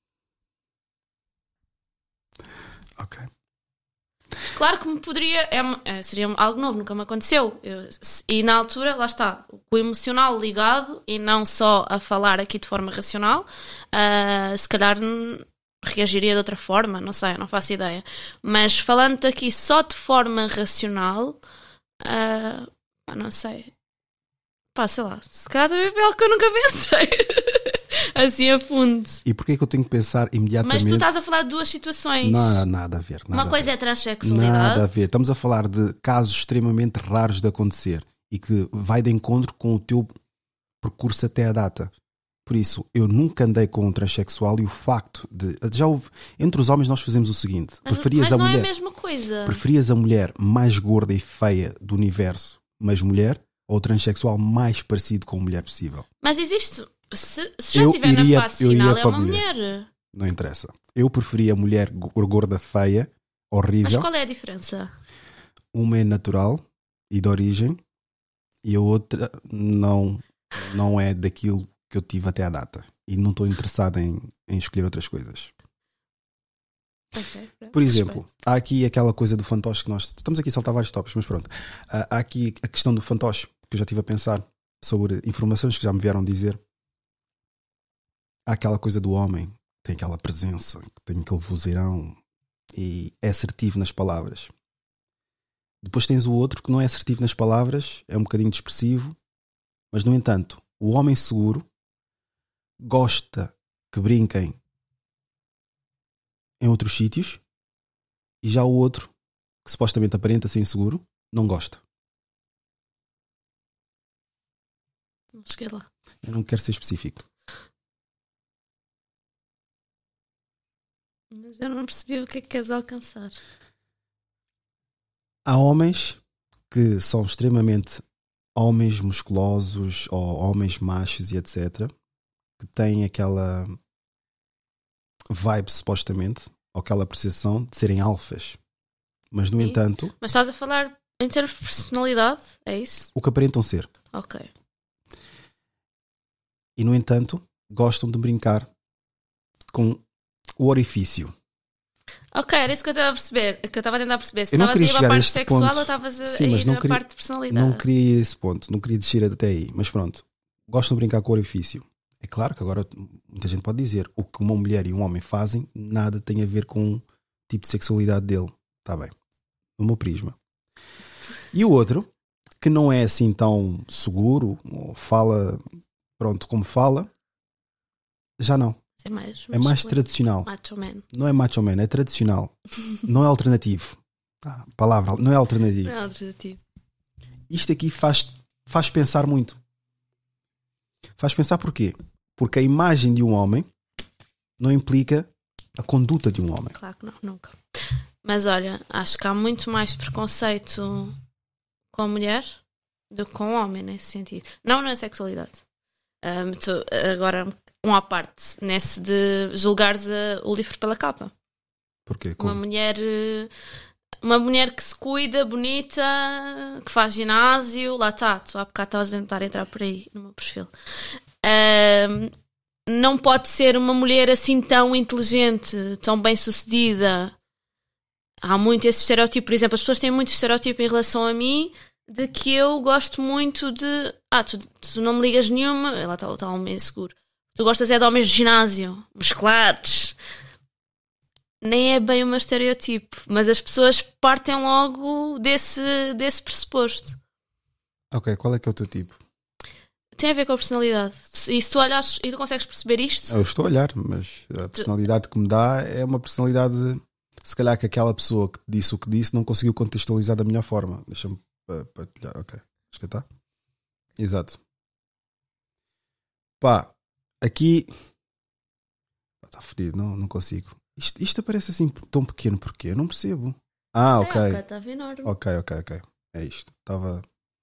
Ok. Claro que me poderia, é, é, seria algo novo, nunca me aconteceu. Eu- se- e na altura, lá está, com o emocional ligado e não só a falar aqui de forma racional, ah, se calhar hum, reagiria de outra forma, não sei, não faço ideia. Mas falando aqui só de forma racional, ah, pá, não sei. Pá, sei lá, se calhar também foi algo que eu nunca pensei. assim a fundo. E porquê é que eu tenho que pensar imediatamente? Mas tu estás a falar de duas situações. Não há nada a ver. Nada Uma coisa a ver. é transexualidade. Nada a ver. Estamos a falar de casos extremamente raros de acontecer e que vai de encontro com o teu percurso até a data. Por isso, eu nunca andei com um transexual e o facto de... Já houve... Entre os homens nós fazemos o seguinte. Mas, preferias mas a não mulher, é a mesma coisa. Preferias a mulher mais gorda e feia do universo, mas mulher, ou o transexual mais parecido com a mulher possível? Mas existe... Se, se já Eu estiver iria- na fase eu final, iria é para uma a mulher. mulher. Não interessa. Eu preferia a mulher gorda, feia, Mas horrível. qual é a diferença? Uma é natural e de origem e a outra não, não é daquilo que eu tive até à data. E não estou interessado em, em escolher outras coisas. Okay, pronto, Por exemplo, respeito. há aqui aquela coisa do fantoche que nós... Estamos aqui a saltar vários tópicos, mas pronto. Há há aqui a questão do fantoche, que eu já estive a pensar sobre informações que já me vieram dizer. Há aquela coisa do homem, que tem aquela presença, que tem aquele vozeirão e é assertivo nas palavras. Depois tens o outro que não é assertivo nas palavras, é um bocadinho expressivo, mas no entanto, o homem seguro gosta que brinquem em outros sítios e já o outro, que supostamente aparenta ser inseguro, não gosta. Não cheguei lá. Eu não quero ser específico. Mas eu não percebi o que é que queres alcançar. Há homens que são extremamente homens musculosos ou homens machos e etcétera, que têm aquela vibe, supostamente, ou aquela percepção de serem alfas. Mas, no Sim. entanto, Mas estás a falar em termos de personalidade? É isso? o que aparentam ser. Ok. E, no entanto, gostam de brincar com o orifício. Ok, era isso que eu estava a perceber. Que eu estava a tentar perceber. Se Eu não estavas a queria ir para chegar a a parte este sexual ponto. ou estavas a, Sim, a mas ir não na queria- parte de personalidade? Não queria ir a esse ponto, não queria descer até aí, mas pronto, gostam de brincar com o orifício. É claro que agora muita gente pode dizer o que uma mulher e um homem fazem nada tem a ver com o tipo de sexualidade dele. Está bem, no meu prisma. E o outro, que não é assim tão seguro, ou fala, pronto, como fala, já não. É mais, É mais masculino. tradicional. Macho man. Não é macho man, é tradicional. Não é alternativo. Ah, palavra, não é alternativo. Não é alternativo. Isto aqui faz, faz pensar muito. Faz pensar porquê? Porque a imagem de um homem não implica a conduta de um homem. Claro que não, nunca. Mas olha, acho que há muito mais preconceito com a mulher do que com o homem nesse sentido. Não na sexualidade. Um, tu, agora, um à parte, nesse de julgares a- o livro pela capa. Porquê? Uma Como? mulher, eh, uma mulher que se cuida, bonita, que faz ginásio, lá está, tu há bocado estavas a tentar entrar por aí no meu perfil. Ahm, não pode ser uma mulher assim tão inteligente, tão bem sucedida. Há muito esse estereótipo, por exemplo, as pessoas têm muito estereótipo em relação a mim de que eu gosto muito de. Ah, tu, tu não me ligas nenhuma, lá está está um homem inseguro. Tu gostas é de homens de ginásio, musculares. Nem é bem um estereotipo, mas as pessoas partem logo desse, desse pressuposto. Ok, qual é que é o teu tipo? Tem a ver com a personalidade. E se tu olhas e tu consegues perceber isto, Eu estou a olhar, mas a personalidade que me dá é uma personalidade, se calhar que aquela pessoa que disse o que disse não conseguiu contextualizar da melhor forma. Deixa-me pa- partilhar, ok. Acho que está. Exato. Pá, aqui está fodido, não, não consigo. Isto, isto parece assim tão pequeno, porquê? Eu não percebo. Ah, ok. é, está a ver enorme. Ok, ok, ok. É isto. Estava.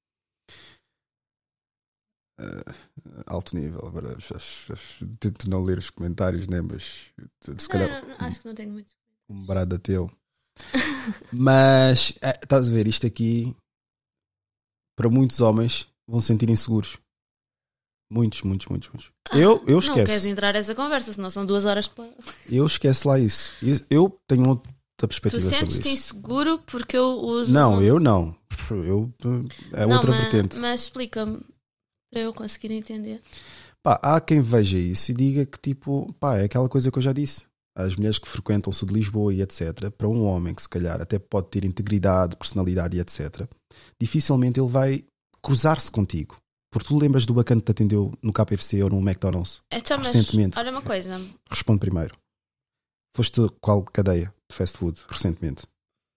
eh, alto nível. Agora acho- acho- acho- tento não ler os comentários, né? Mas se calhar Não, não, não, acho que não tenho muito. um brado teu. Mas é, estás a ver, isto aqui para muitos homens vão se sentir inseguros. Muitos, muitos, muitos, muitos. Eu, eu Não queres esqueço. entrar nessa conversa, senão são duas horas para. Eu esqueço lá isso. Isso- Eu tenho outra Tu perspectiva sobre sentes-te isso. inseguro porque eu uso. Não, eu não. Eu, é Não, outra mas, vertente. Mas explica-me para eu conseguir entender. Pá, há quem veja isso e diga que tipo, pá, é aquela coisa que eu já disse. As mulheres que frequentam o sul de Lisboa e etcétera, para um homem que se calhar até pode ter integridade, personalidade e etcétera, dificilmente ele vai cruzar-se contigo. Porque tu lembras do bacana que te atendeu no K F C ou no McDonald's? Então, mas, recentemente. olha uma coisa. Responde primeiro. Foste qual cadeia de fast food recentemente?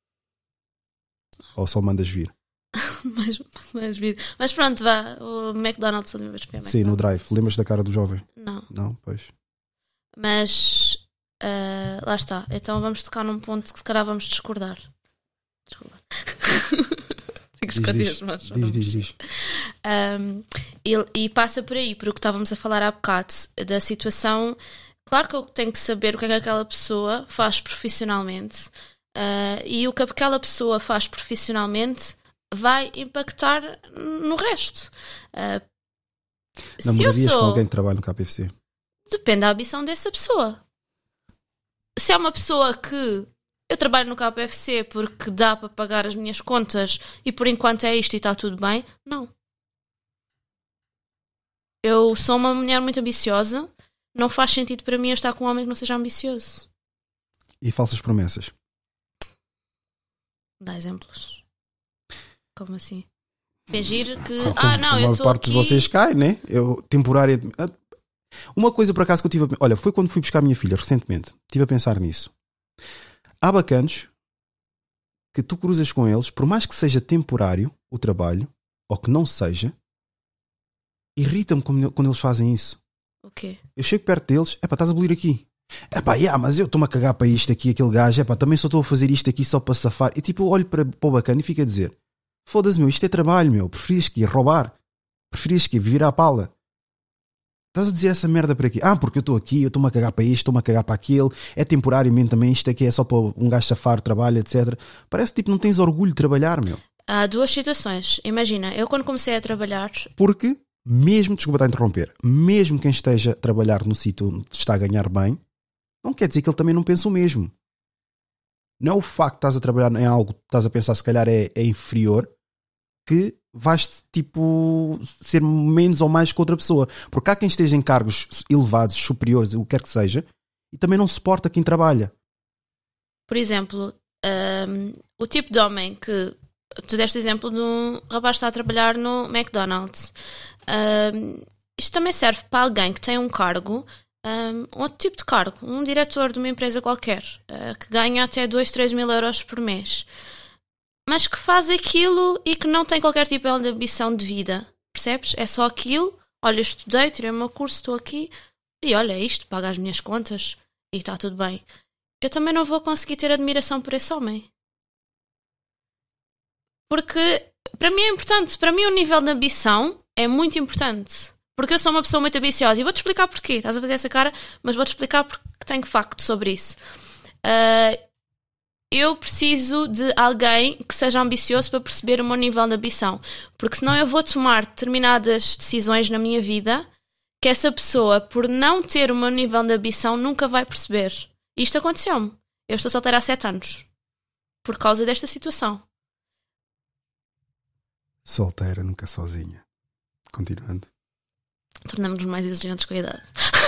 Ou só mandas vir? mas, mas, vir. mas pronto, vá. O McDonald's, a última vez que fui ao Sim, no McDonald's. drive. Lembras da cara do jovem? Não. Não, pois. Mas uh, lá está. Então vamos tocar num ponto que se calhar vamos discordar. Desculpa. Fico escondidas, mas diz, vamos. diz, diz. Um, e, e passa por aí, por o que estávamos a falar há bocado, da situação. Claro que eu tenho que saber o que é que aquela pessoa faz profissionalmente, uh, e o que aquela pessoa faz profissionalmente vai impactar no resto. Uh, se eu Namorarias sou... com alguém que trabalha no K F C? Depende da ambição dessa pessoa. Se é uma pessoa que eu trabalho no K F C porque dá para pagar as minhas contas e por enquanto é isto e está tudo bem, não. Eu sou uma mulher muito ambiciosa. Não faz sentido para mim eu estar com um homem que não seja ambicioso. E falsas promessas? Dá exemplos. Como assim? Fingir que... Com- ah, não, uma eu estou parte aqui... de vocês cai, né? Eu, temporária... Uma coisa por acaso que eu tive a... Olha, foi quando fui buscar a minha filha recentemente. Estive a pensar nisso. Há bacanos que tu cruzas com eles, por mais que seja temporário o trabalho, ou que não seja, irrita-me quando quando eles fazem isso. O quê? Eu chego perto deles, é pá, estás a abolir aqui. É pá, yeah, mas eu estou-me a cagar para isto aqui, aquele gajo, é pá, também só estou a fazer isto aqui só para safar. E tipo, eu olho para, para o bacana e fico a dizer: foda-se, meu, isto é trabalho, meu, preferias que ir roubar? Preferias que ir viver à pala? Estás a dizer essa merda para aqui? Ah, porque eu estou aqui, eu estou-me a cagar para isto, estou-me a cagar para aquele, é temporariamente também, isto aqui é só para um gajo safar, trabalho, etcétera. Parece tipo, não tens orgulho de trabalhar, meu. Há duas situações. Imagina, eu quando comecei a trabalhar... Porque, mesmo, desculpa estar a interromper, mesmo quem esteja a trabalhar no sítio onde está a ganhar bem, não quer dizer que ele também não pense o mesmo. Não é o facto de estás a trabalhar em algo que estás a pensar se calhar é, é inferior, que vais tipo ser menos ou mais que outra pessoa. Porque há quem esteja em cargos elevados, superiores, o que quer que seja, e também não suporta quem trabalha. Por exemplo, um, o tipo de homem que... Tu deste o exemplo de um rapaz que está a trabalhar no McDonald's. Um, isto também serve para alguém que tem um cargo, um, outro tipo de cargo, um diretor de uma empresa qualquer, uh, que ganha até dois, três mil euros por mês, mas que faz aquilo e que não tem qualquer tipo de ambição de vida. Percebes? É só aquilo. Olha, estudei, tirei o meu curso, estou aqui e olha, é isto, pago as minhas contas e está tudo bem. Eu também não vou conseguir ter admiração por esse homem. Porque para mim é importante. Para mim o nível de ambição é muito importante. Porque eu sou uma pessoa muito ambiciosa. E vou-te explicar porquê. Estás a fazer essa cara, mas vou-te explicar porque tenho facto sobre isso. Uh, eu preciso de alguém que seja ambicioso para perceber o meu nível de ambição. Porque senão eu vou tomar determinadas decisões na minha vida que essa pessoa, por não ter o meu nível de ambição, nunca vai perceber. E isto aconteceu-me. Eu estou solteira há sete anos. Por causa desta situação. Solteira, nunca sozinha. Continuando. Tornamos-nos mais exigentes com a idade.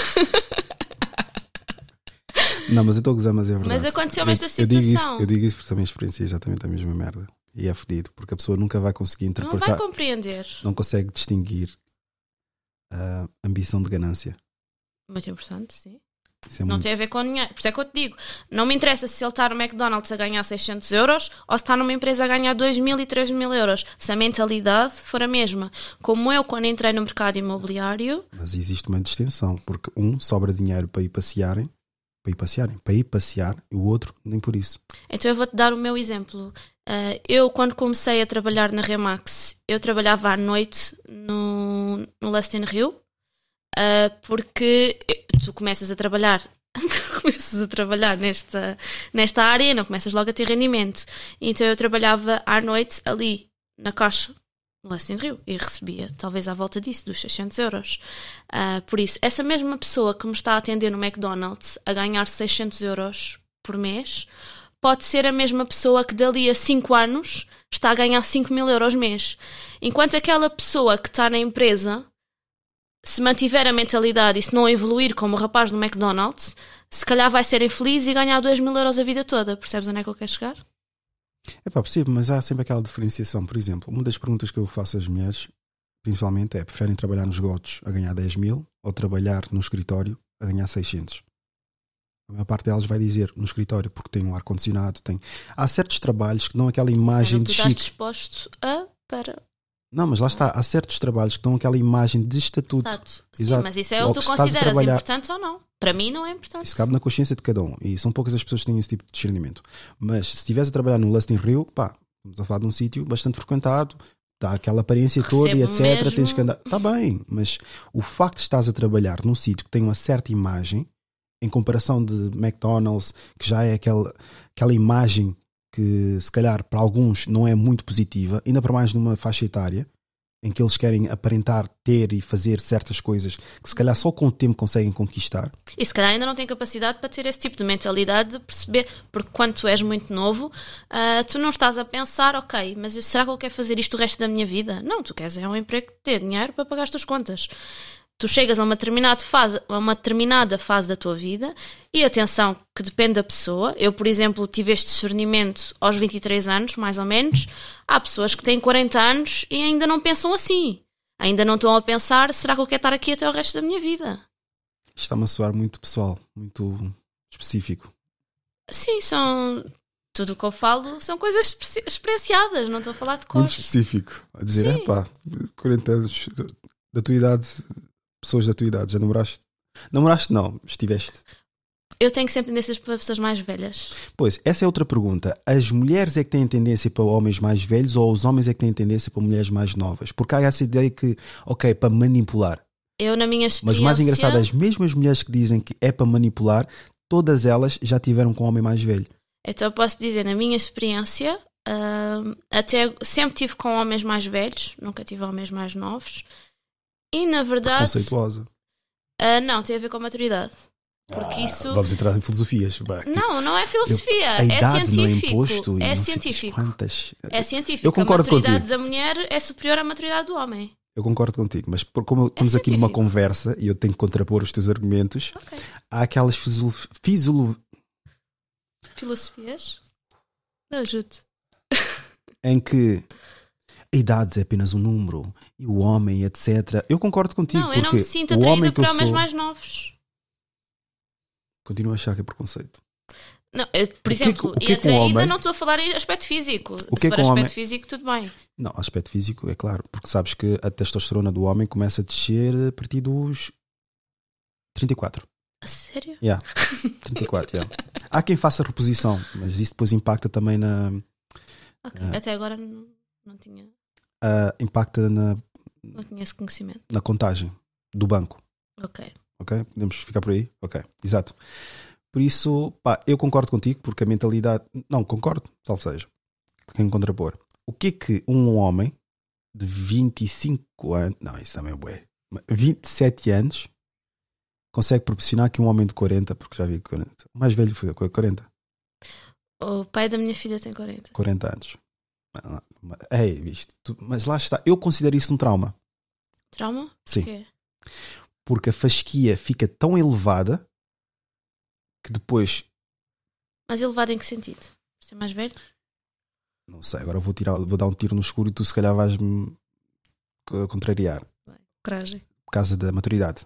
Não, mas eu estou a gozar, mas é verdade. Mas aconteceu-me esta eu, situação. Eu digo, isso, eu digo isso porque também experienciei exatamente a mesma merda. E é fedido, porque a pessoa nunca vai conseguir interpretar. Não vai compreender. Não consegue distinguir a ambição de ganância. Muito importante, sim. Isso é Não muito... tem a ver com dinheiro. Por isso é que eu te digo, não me interessa se ele está no McDonald's a ganhar seiscentos euros ou se está numa empresa a ganhar dois mil e três mil euros. Se a mentalidade for a mesma. Como eu, quando entrei no mercado imobiliário... Mas existe uma distinção, porque um sobra dinheiro para ir passearem, para ir passearem, para ir passear, e o outro nem por isso. Então eu vou-te dar o meu exemplo. Uh, eu, quando comecei a trabalhar na Remax, eu trabalhava à noite no, no Lust in Rio, uh, porque tu começas a trabalhar começas a trabalhar nesta, nesta área e não começas logo a ter rendimento. Então eu trabalhava à noite ali na caixa no Lust in Rio e recebia talvez à volta disso, dos seiscentos euros. Uh, por isso, essa mesma pessoa que me está a atender no McDonald's a ganhar seiscentos euros por mês pode ser a mesma pessoa que dali a cinco anos está a ganhar cinco mil euros mês. Enquanto aquela pessoa que está na empresa, se mantiver a mentalidade e se não evoluir como o rapaz do McDonald's, se calhar vai ser infeliz e ganhar dois mil euros a vida toda. Percebes onde é que eu quero chegar? É pá, possível, mas há sempre aquela diferenciação. Por exemplo, uma das perguntas que eu faço às mulheres, principalmente, é preferem trabalhar nos gotos a ganhar dez mil ou trabalhar no escritório a ganhar seiscentos. A maior parte delas vai dizer no escritório porque tem um ar-condicionado. Tem... Há certos trabalhos que dão aquela imagem de tu estás chique. disposto a para. Não, mas lá está. Há certos trabalhos que dão aquela imagem de estatuto. Exato. Sim, Exato. mas isso é Ou o que tu que estás a consideras trabalhar- importante ou não. Para mim não é importante. Isso cabe na consciência de cada um. E são poucas as pessoas que têm esse tipo de discernimento. Mas se estiveres a trabalhar no Lust in Rio, pá, estamos a falar de um sítio bastante frequentado, dá aquela aparência toda e Recebo etcétera. mesmo. Tens que andar. Está bem, mas o facto de estás a trabalhar num sítio que tem uma certa imagem, em comparação de McDonald's, que já é aquela, aquela imagem que se calhar para alguns não é muito positiva, ainda para mais numa faixa etária, em que eles querem aparentar ter e fazer certas coisas que se calhar só com o tempo conseguem conquistar. E se calhar ainda não tem capacidade para ter esse tipo de mentalidade de perceber, porque quando tu és muito novo, ah, tu não estás a pensar, ok, mas eu- será que eu quero fazer isto o resto da minha vida? Não, tu queres é um emprego que te dê dinheiro para pagar as tuas contas. Tu chegas a uma determinada fase, a uma determinada fase da tua vida e atenção, que depende da pessoa. Eu, por exemplo, tive este discernimento aos vinte e três anos, mais ou menos. Há pessoas que têm quarenta anos e ainda não pensam assim. Ainda não estão a pensar, será que eu quero estar aqui até o resto da minha vida? Isto está-me a soar muito pessoal, muito específico. Sim, são... Tudo o que eu falo são coisas experci- experienciadas, não estou a falar de Muito cores. específico. A dizer, é Sim. pá, quarenta anos da tua idade, pessoas da tua idade, já namoraste? Namoraste? Não, estiveste. Eu tenho sempre tendências para pessoas mais velhas. Pois, essa é outra pergunta. As mulheres é que têm tendência para homens mais velhos ou os homens é que têm tendência para mulheres mais novas? Porque há essa ideia que, ok, para manipular. Eu, na minha Mas experiência... o mais engraçado, as mesmas mulheres que dizem que é para manipular, todas elas já tiveram com um homem mais velho. Então eu posso dizer, na minha experiência, hum, até sempre tive com homens mais velhos, nunca tive homens mais novos. E na verdade... Conceituosa. ah, não, tem a ver com a maturidade. Porque isso... Vamos entrar em filosofias. Bah, que- Não, não é filosofia, a é idade não é científico. imposto. e é não sei científico. quantas. É científico. Eu concordo a maturidade contigo. da mulher é superior à maturidade do homem. Eu concordo contigo, mas por- como estamos aqui numa científico. conversa e eu tenho que contrapor os teus argumentos, Ok. há aquelas fisolo... fisolo... Filosofias? Não ajudo. em que a idade é apenas um número e o homem, etcétera. Eu concordo contigo. Não, eu não me porque sinto o atraída homem que por eu homens sou... mais novos. Continuo a achar que é preconceito. Não, eu, por O que é que- exemplo, o que e é que um atraída homem- não estou a falar em aspecto físico. O que Se é for que um aspecto homem- físico, tudo bem. Não, aspecto físico, é claro, porque sabes que a testosterona do homem começa a descer a partir dos trinta e quatro. A sério? Yeah. trinta e quatro, yeah. Há quem faça reposição, mas isso depois impacta também na. Ok. Ah. Até agora não, não, tinha, ah, impacta na, não tinha esse conhecimento. na contagem do banco. Ok. Ok? Podemos ficar por aí? Ok, exato. Por isso, pá, eu concordo contigo, porque a mentalidade. Não, concordo, salvo seja. Quem contrapor. O que é que um homem de vinte e cinco anos. Não, isso também é bué. vinte e sete anos consegue proporcionar que um homem de quarenta, porque já vi quarenta. O mais velho foi quarenta. O pai da minha filha tem quarenta. quarenta anos. Ei, viste? Tu- Mas lá está. Eu considero isso um trauma. Trauma? Sim. Porquê? Porque a fasquia fica tão elevada que depois. Mas elevado em que sentido? Ser mais velho? Não sei, agora vou, tirar, vou dar um tiro no escuro e tu se calhar vais-me co- contrariar. Coragem. Por causa da maturidade.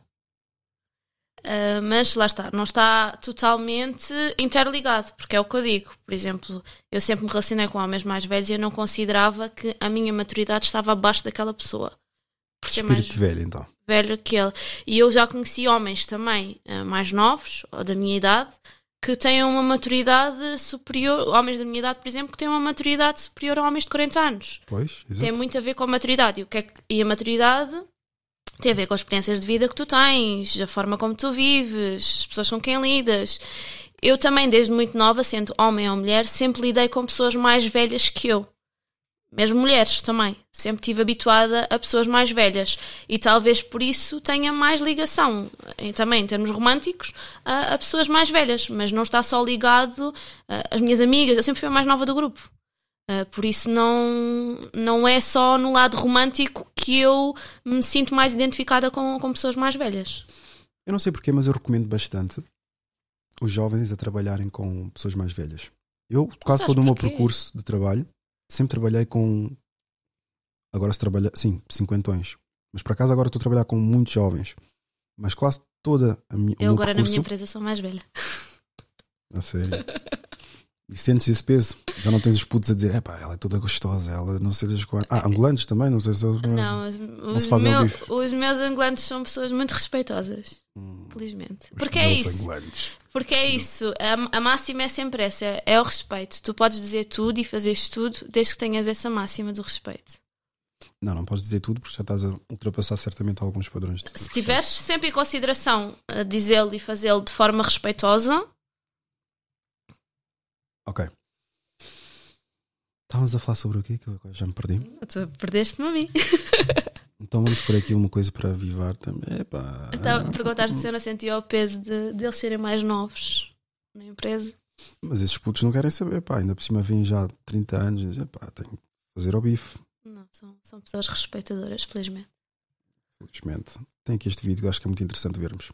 Uh, mas lá está, não está totalmente interligado, porque é o que eu digo. Por exemplo, eu sempre me relacionei com homens mais velhos e eu não considerava que a minha maturidade estava abaixo daquela pessoa. Por ser mais Espírito velho, então. velho que ele. E eu já conheci homens também uh, mais novos, ou da minha idade, que têm uma maturidade superior. Homens da minha idade, por exemplo, que têm uma maturidade superior a homens de quarenta anos. Pois, exato. Tem muito a ver com a maturidade. E, o que é que... e a maturidade tem a ver com as experiências de vida que tu tens, a forma como tu vives, as pessoas com quem lidas. Eu também, desde muito nova, sendo homem ou mulher, sempre lidei com pessoas mais velhas que eu. Mesmo mulheres também. Sempre estive habituada a pessoas mais velhas. E talvez por isso tenha mais ligação, em, também em termos românticos, a, a pessoas mais velhas. Mas não está só ligado às minhas amigas. Eu sempre fui a mais nova do grupo. Uh, por isso não, não é só no lado romântico que eu me sinto mais identificada com, com pessoas mais velhas. Eu não sei porquê, mas eu recomendo bastante os jovens a trabalharem com pessoas mais velhas. Eu, quase sabes todo o meu porquê? percurso de trabalho, sempre trabalhei com. Agora se trabalha. Sim, cinquentões. Mas por acaso agora estou a trabalhar com muitos jovens. Mas quase toda a minha. Eu agora percurso, na minha empresa sou mais velha. A sério. E sentes esse peso. Já não tens os putos a dizer, epá, ela é toda gostosa, ela não sei das quantas. Ah, angolanos também, não sei se eles. Não, os, não os, se fazem meu, ao bife. os meus angolanos são pessoas muito respeitosas. Hum, felizmente. Porque é isso. Angolanos. Porque é isso. A, a máxima é sempre essa: é, é o respeito. Tu podes dizer tudo e fazeres tudo desde que tenhas essa máxima do respeito. Não, não podes dizer tudo porque já estás a ultrapassar certamente alguns padrões. De Se tiveres sempre em consideração a dizê-lo e fazê-lo de forma respeitosa. Ok. Estávamos a falar sobre o quê? Que eu já me perdi. Tu perdeste-me a mim. Então vamos por aqui uma coisa para avivar também. Epá. Então, perguntar-te se eu não sentia o peso de, de eles serem mais novos na empresa. Mas esses putos não querem saber, pá. Ainda por cima vêm já há trinta anos e dizem, pá, tenho que fazer ao bife. Não, são, são pessoas respeitadoras, felizmente. Felizmente. Tem aqui este vídeo que eu acho que é muito interessante vermos.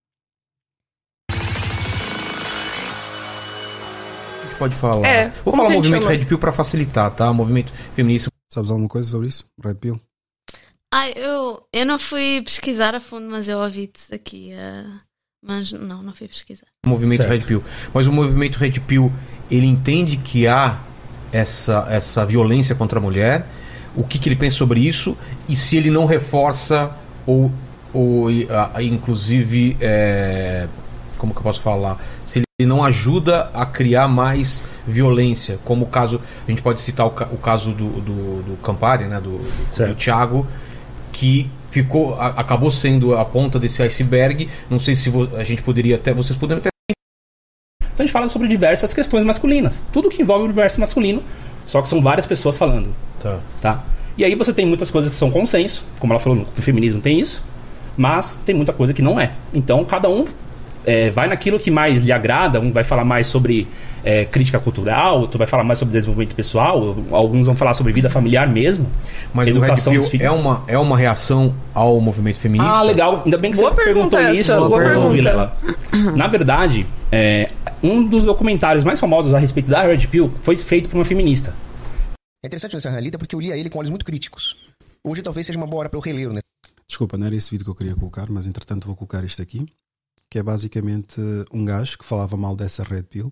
A gente pode falar. É, Vou falar movimento Red Pill para facilitar, tá? Movimento feminista. Sabes alguma coisa sobre isso? Red Pill? Ah, eu, eu não fui pesquisar a fundo, mas eu ouvi-te aqui. Uh, mas não, não fui pesquisar. Movimento Certo. Red Pill. Mas o movimento Red Pill, ele entende que há essa, essa violência contra a mulher. O que, que ele pensa sobre isso? E se ele não reforça ou, ou a, a, inclusive, é, como que eu posso falar? Se ele não ajuda a criar mais violência, como o caso, a gente pode citar o, o caso do, do, do Campari, né, do, do, do Thiago, que ficou, a, acabou sendo a ponta desse iceberg. Não sei se vo, a gente poderia até, vocês poderiam até... Então a gente fala sobre diversas questões masculinas, tudo que envolve o universo masculino, só que são várias pessoas falando. Tá. Tá? E aí você tem muitas coisas que são consenso, como ela falou, no feminismo tem isso, mas tem muita coisa que não é. Então cada um é, vai naquilo que mais lhe agrada. Um vai falar mais sobre é, crítica cultural, outro vai falar mais sobre desenvolvimento pessoal, alguns vão falar sobre vida familiar mesmo. Mas educação o Red Pill é uma, é uma reação ao movimento feminista? Ah, legal. Ainda bem que boa você perguntou essa, isso. Boa pergunta. Na verdade, é, um dos documentários mais famosos a respeito da Red Pill foi feito por uma feminista. É interessante essa realidade porque eu lia ele com olhos muito críticos. Hoje talvez seja uma boa hora para eu reler, né? Desculpa, não era esse vídeo que eu queria colocar, mas entretanto vou colocar isto aqui, que é basicamente um gajo que falava mal dessa Red Pill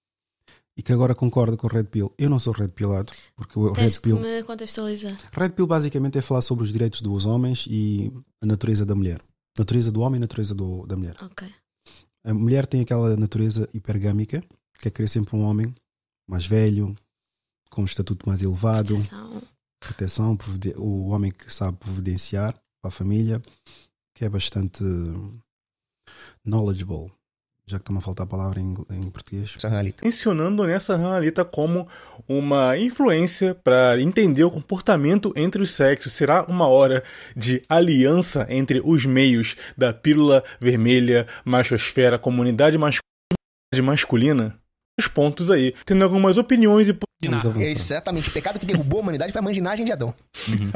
e que agora concorda com o Red Pill. Eu não sou Red Pillado, porque o Tens Red Pill... que me contextualizar. Red Pill basicamente é falar sobre os direitos dos homens e a natureza da mulher. Natureza do homem e natureza do, da mulher. Ok. A mulher tem aquela natureza hipergâmica, que é querer sempre um homem mais velho, com um estatuto mais elevado, Proteção. proteção, o homem que sabe providenciar para a família, que é bastante knowledgeable, já que está-me a faltar a palavra em, em português. Mencionando nessa Hanalita como uma influência para entender o comportamento entre os sexos. Será uma hora de aliança entre os meios da pílula vermelha, machosfera, comunidade masculina? Os pontos aí, tendo algumas opiniões e... É exatamente, o pecado que derrubou a humanidade foi a manginagem de Adão. Uhum.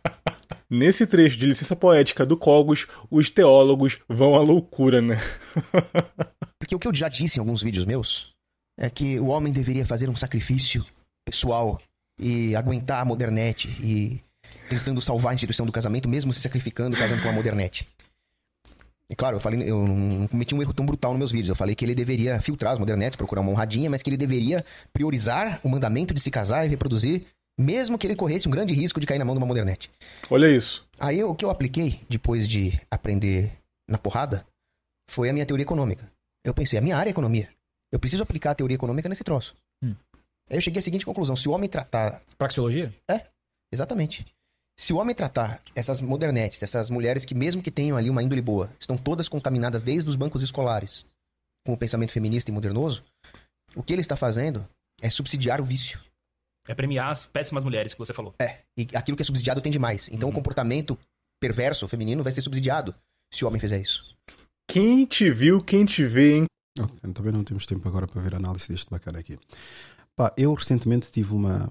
Nesse trecho de licença poética do Cogos, os teólogos vão à loucura, né? Porque o que eu já disse em alguns vídeos meus é que o homem deveria fazer um sacrifício pessoal e aguentar a modernete e tentando salvar a instituição do casamento, mesmo se sacrificando casando com a modernete. E claro, eu falei, eu não cometi um erro tão brutal nos meus vídeos. Eu falei que ele deveria filtrar as modernetes, procurar uma honradinha, mas que ele deveria priorizar o mandamento de se casar e reproduzir, mesmo que ele corresse um grande risco de cair na mão de uma modernete. Olha isso. Aí o que eu apliquei, depois de aprender na porrada, foi a minha teoria econômica. Eu pensei, a minha área é economia. Eu preciso aplicar a teoria econômica nesse troço. Hum. Aí eu cheguei à seguinte conclusão. Se o homem tratar... Praxeologia? É, exatamente. Se o homem tratar essas modernetes, essas mulheres que mesmo que tenham ali uma índole boa, estão todas contaminadas desde os bancos escolares com o pensamento feminista e modernoso, o que ele está fazendo é subsidiar o vício. É premiar as péssimas mulheres que você falou. É, e aquilo que é subsidiado tem demais. Então uhum. o comportamento perverso feminino vai ser subsidiado se o homem fizer isso. Quem te viu, quem te vê, hein? Okay, também não temos tempo agora para ver a análise deste bacana aqui. Pá, eu recentemente tive uma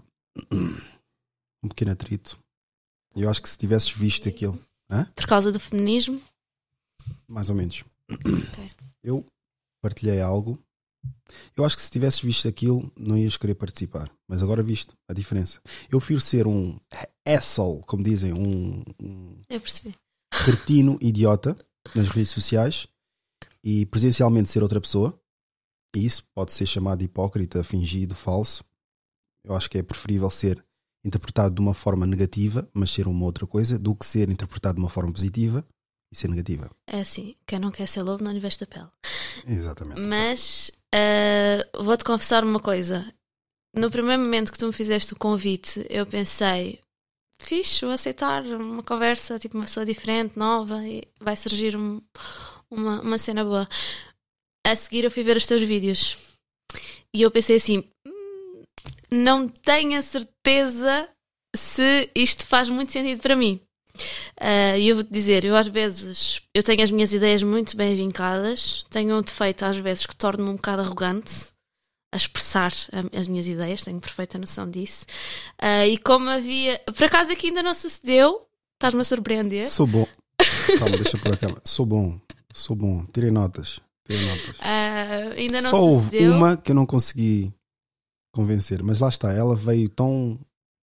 um pequeno atrito. Eu acho que se tivesses visto aquilo... Hã? Por causa do feminismo? Mais ou menos. Okay. Eu partilhei algo Eu acho que se tivesses visto aquilo, não ias querer participar. Mas agora viste a diferença. Eu prefiro ser um asshole, como dizem, um, um Eu percebi. cretino idiota nas redes sociais e presencialmente ser outra pessoa. E isso pode ser chamado de hipócrita, fingido, falso. Eu acho que é preferível ser interpretado de uma forma negativa, mas ser uma outra coisa, do que ser interpretado de uma forma positiva e ser negativa. É assim, quem não quer ser lobo não lhe veste a pele. Exatamente. Mas uh, vou-te confessar uma coisa. No primeiro momento que tu me fizeste o convite, eu pensei, fixe, vou aceitar uma conversa, tipo uma pessoa diferente, nova, e vai surgir um, uma, uma cena boa. A seguir eu fui ver os teus vídeos e eu pensei assim, hum, não tenho a certeza se isto faz muito sentido para mim. E uh, eu vou-te dizer, eu às vezes eu tenho as minhas ideias muito bem vincadas, tenho um defeito às vezes que torno-me um bocado arrogante a expressar a, as minhas ideias, tenho perfeita noção disso. Uh, e como havia, por acaso aqui ainda não sucedeu, estás-me a surpreender. Sou bom. Calma, deixa por a câmera. Sou bom, sou bom. Tirei notas. Tirei notas. Uh, ainda não Só sucedeu. houve uma que eu não consegui convencer, mas lá está, ela veio tão.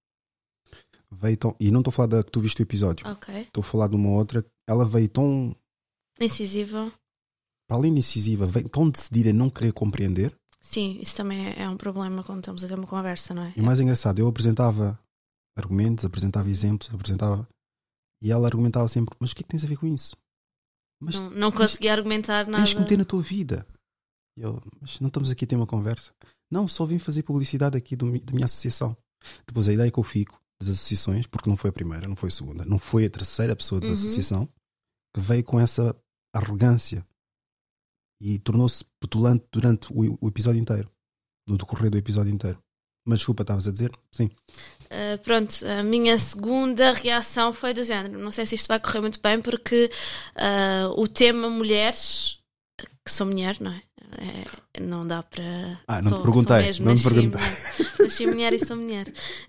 Veio tão... E não estou a falar da que tu viste o episódio. Ok. Estou a falar de uma outra. Ela veio tão. Incisiva. Para além de incisiva, veio tão decidida a não querer compreender. Sim, isso também é um problema quando estamos a ter uma conversa, não é? E o mais engraçado, eu apresentava argumentos, apresentava exemplos, apresentava. E ela argumentava sempre: mas o que é que tens a ver com isso? Mas, não não conseguia argumentar nada. Tens que meter na tua vida. E eu, mas não estamos aqui a ter uma conversa. Não, só vim fazer publicidade aqui do, da minha associação. Depois a ideia que eu fico das associações, porque não foi a primeira, não foi a segunda, não foi a terceira pessoa da Uhum. associação que veio com essa arrogância e tornou-se petulante durante o, o episódio inteiro, no decorrer do episódio inteiro. Mas desculpa, estavas a dizer? Sim. Uh, pronto, a minha segunda reação foi do género. Não sei se isto vai correr muito bem, porque uh, o tema mulheres, que sou mulher, não é? É, não dá para. Ah, não sou, te perguntei. mesmo, Não te nasci perguntei. mulher. Nasci mulher e sou mulher.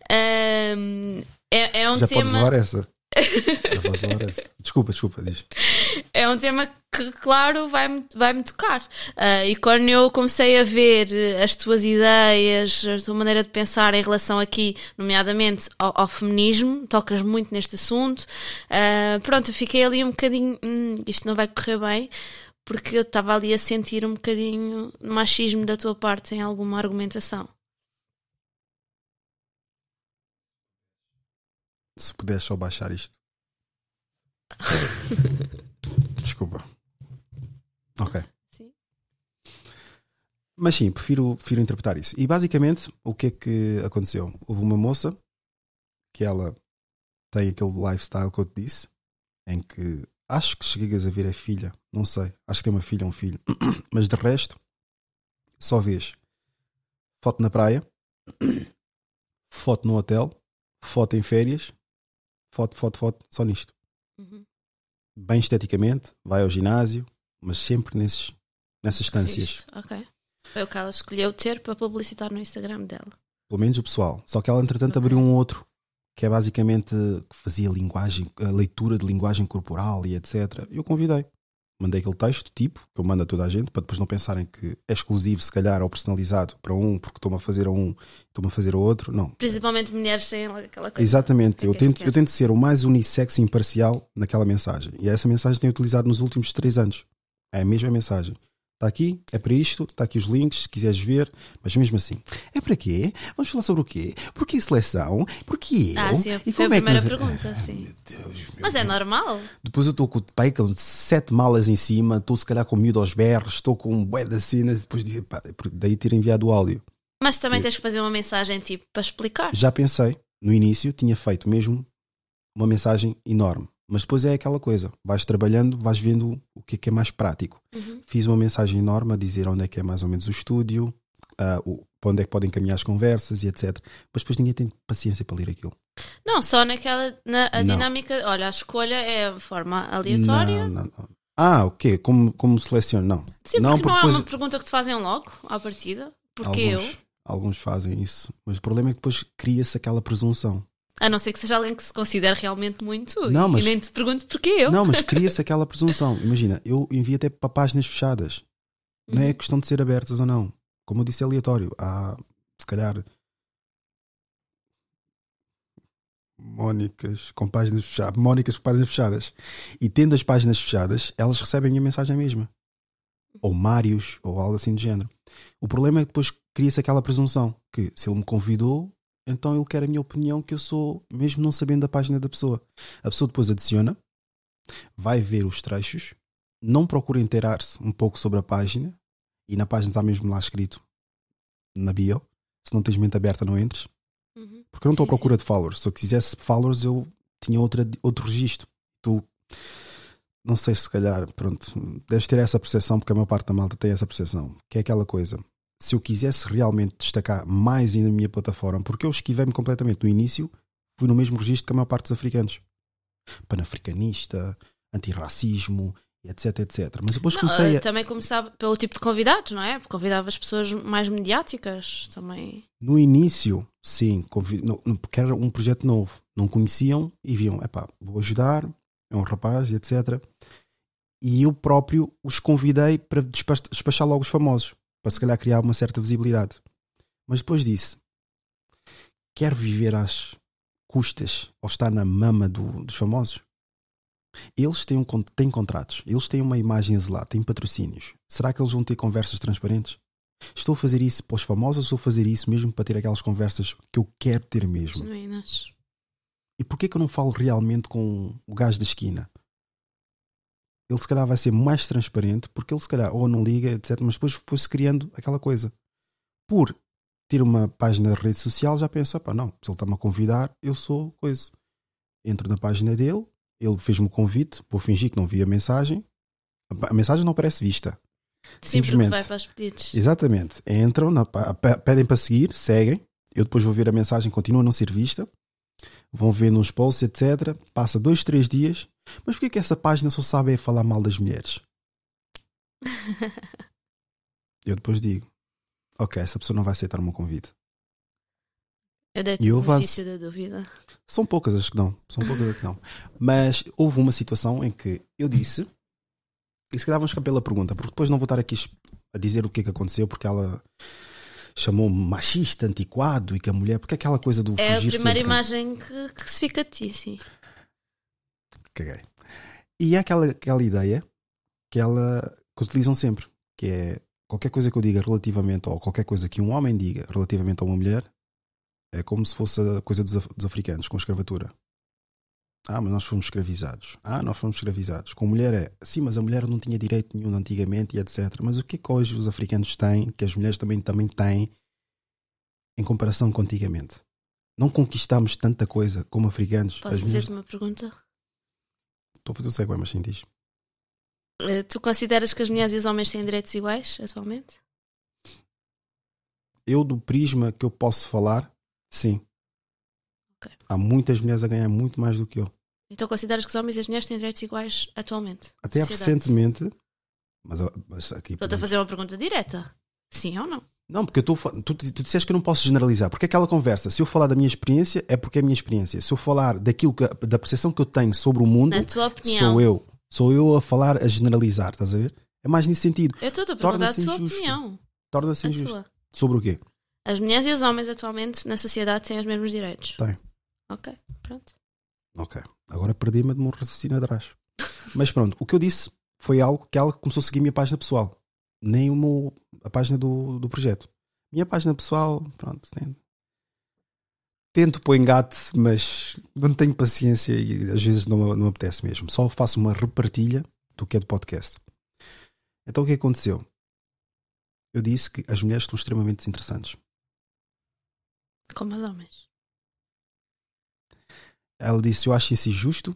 Um, é, é um Já tema. podes levar essa. Já podes levar essa. Desculpa, desculpa, diz. É um tema que, claro, vai-me vai-me tocar. Uh, e quando eu comecei a ver as tuas ideias, a tua maneira de pensar em relação aqui, nomeadamente ao, ao feminismo, tocas muito neste assunto, uh, pronto, eu fiquei ali um bocadinho, hum, isto não vai correr bem, porque eu estava ali a sentir um bocadinho de machismo da tua parte em alguma argumentação. Se puderes só baixar isto. Desculpa. Ok. Sim. Mas sim, prefiro, prefiro interpretar isso. E basicamente, o que é que aconteceu? Houve uma moça que ela tem aquele lifestyle que eu te disse, em que acho que chegas a ver a filha, não sei, acho que tem uma filha ou um filho, mas de resto, só vês foto na praia, foto no hotel, foto em férias, foto, foto, foto, só nisto. Uhum. Bem esteticamente, vai ao ginásio, mas sempre nesses, nessas instâncias. Isto, ok. Foi o que ela escolheu ter para publicitar no Instagram dela. Pelo menos o pessoal. Só que ela, entretanto, Ok. abriu um outro, que é basicamente que fazia linguagem, a leitura de linguagem corporal e etcétera. Eu convidei. Mandei aquele texto, tipo, que eu mando a toda a gente, para depois não pensarem que é exclusivo, se calhar, ou personalizado para um, porque estou-me a fazer a um, estou-me a fazer a outro. Não. Principalmente mulheres têm aquela coisa. Exatamente. Eu que é que tento, se eu quer? tento ser o mais unissex e imparcial naquela mensagem. E essa mensagem tenho utilizado nos últimos três anos. É a mesma mensagem. Está aqui, é para isto, está aqui os links, se quiseres ver, mas mesmo assim. É para quê? Vamos falar sobre o quê? Porquê seleção? Porquê eu? Ah, sim, E foi a como é que primeira nós- pergunta, Ah, sim. meu Deus, meu Mas é normal. Depois eu estou com o bacon de sete malas em cima, estou se calhar com o miúdo aos berros, estou com um bué de cenas, depois de, pá, daí ter enviado o áudio. Mas também Sim. tens que fazer uma mensagem tipo para explicar. Já pensei, no início tinha feito mesmo uma mensagem enorme, mas depois é aquela coisa, vais trabalhando, vais vendo o que é que é mais prático. Uhum. Fiz uma mensagem enorme a dizer onde é que é mais ou menos o estúdio, uh, o, para onde é que podem caminhar as conversas e etcétera. Mas depois ninguém tem paciência para ler aquilo. Não, só naquela na, a Não. dinâmica. Olha, a escolha é de forma aleatória. Não, não, não. Ah, o quê? Como, como seleciono? Não. Sim, não, porque não é depois- uma pergunta que te fazem logo à partida. Porque eu, alguns, alguns fazem isso, mas o problema é que depois cria-se aquela presunção. a não ser que seja alguém que se considere realmente muito Não, e, mas- e nem te pergunte porquê eu. Não, mas cria-se aquela presunção. Imagina, eu envio até para páginas fechadas. Não é questão de ser abertas ou não. como eu disse, é aleatório. Há, se calhar, Mónicas com páginas fechadas, Mónicas com páginas fechadas. E tendo as páginas fechadas, elas recebem a minha mensagem mesma. Ou Mários, ou algo assim do género. O problema é que depois cria-se aquela presunção que se ele me convidou, então ele quer a minha opinião, que eu sou, mesmo não sabendo da página da pessoa. A pessoa depois adiciona, vai ver os trechos, não procura inteirar-se um pouco sobre a página, e na página está mesmo lá escrito, na bio, se não tens mente aberta não entres. Uhum. Porque eu não estou à Sim, procura sim. de followers. Se eu quisesse followers, eu tinha outra, outro registro. Tu, não sei se calhar, pronto, deves ter essa percepção, porque a maior parte da malta tem essa percepção, que é aquela coisa. Se eu quisesse realmente destacar mais ainda na minha plataforma, porque eu esquivei-me completamente no início, fui no mesmo registro que a maior parte dos africanos. Panafricanista, antirracismo, etc, etcétera. Mas depois Não, comecei eh, a... Também começava pelo tipo de convidados, não é? Porque convidava as pessoas mais mediáticas também. No início, sim, convi... não, não, porque era um projeto novo. Não conheciam e viam, epá, vou ajudar, é um rapaz, etcétera. E eu próprio os convidei para despach- despachar logo os famosos, para se calhar criar uma certa visibilidade. Mas depois disse, quero viver às custas ou estar na mama do, dos famosos? Eles têm, um, têm contratos, eles têm uma imagem a zelar, têm patrocínios. Será que eles vão ter conversas transparentes? Estou a fazer isso para os famosos ou estou a fazer isso mesmo para ter aquelas conversas que eu quero ter mesmo? Genuínas. E porquê que eu não falo realmente com o gajo da esquina? Ele se calhar vai ser mais transparente, porque ele se calhar ou não liga, etcétera. Mas depois foi-se criando aquela coisa. Por ter uma página de rede social, já penso, pá, não, se ele está-me a convidar, eu sou coisa. Entro na página dele, ele fez-me o convite, vou fingir que não vi a mensagem. A mensagem não parece vista. Sim, porque vai para os pedidos. Exatamente. Entram, na, pedem para seguir, seguem. Eu depois vou ver a mensagem, continua a não ser vista. Vão ver nos posts, etcétera. Passa dois, três dias. Mas porquê que essa página só sabe é falar mal das mulheres? Eu depois digo, ok, essa pessoa não vai aceitar o meu convite. Eu dei-te o benefício da dúvida. São poucas as que não. São poucas as que não. Mas houve uma situação em que eu disse, e se calhar vamos ficar pela pergunta, porque depois não vou estar aqui a dizer o que é que aconteceu, porque ela chamou-me machista, antiquado, e que a mulher, porque é aquela coisa do É a fugir primeira sempre. imagem que, que se fica de ti, sim. Caguei. E é aquela, aquela ideia que ela que utilizam sempre, que é qualquer coisa que eu diga relativamente, ou qualquer coisa que um homem diga relativamente a uma mulher, é como se fosse a coisa dos, dos africanos, com a escravatura. Ah, mas nós fomos escravizados. Ah, nós fomos escravizados. Com a mulher é, sim, mas a mulher não tinha direito nenhum antigamente e etcétera. Mas o que é que hoje os africanos têm, que as mulheres também, também têm, em comparação com antigamente? Não conquistámos tanta coisa como africanos. Posso as dizer-te mulheres... uma pergunta? Estou a fazer o segue, mas sim, diz. Uh, Tu consideras que as mulheres e os homens têm direitos iguais, atualmente? Eu, do prisma que eu posso falar, sim. Okay. Há muitas mulheres a ganhar muito mais do que eu. Então consideras que os homens e as mulheres têm direitos iguais atualmente? Até recentemente, mas, mas aqui... Estou-te a fazer uma pergunta direta. Sim ou não? Não, porque eu estou, tu, tu disseste que eu não posso generalizar. Porque aquela conversa, se eu falar da minha experiência, é porque é a minha experiência. Se eu falar daquilo que, da percepção que eu tenho sobre o mundo, na tua opinião, sou eu. Sou eu a falar, a generalizar, estás a ver? É mais nesse sentido. Eu estou-te a perguntar a tua injusto. opinião. Torna-se A injusto. tua. Sobre o quê? As mulheres e os homens atualmente na sociedade têm os mesmos direitos. Tem. Ok, pronto. Ok. Agora perdi-me de um raciocínio atrás. Mas pronto, o que eu disse foi algo que ela começou a seguir a minha página pessoal. Nem o meu, a página do, do projeto. Minha página pessoal, pronto. Tento, tento pôr engate, mas não tenho paciência e às vezes não, não me apetece mesmo. Só faço uma repartilha do que é do podcast. Então o que aconteceu? Eu disse que as mulheres estão extremamente desinteressantes. Como os homens. Ela disse, eu acho isso injusto.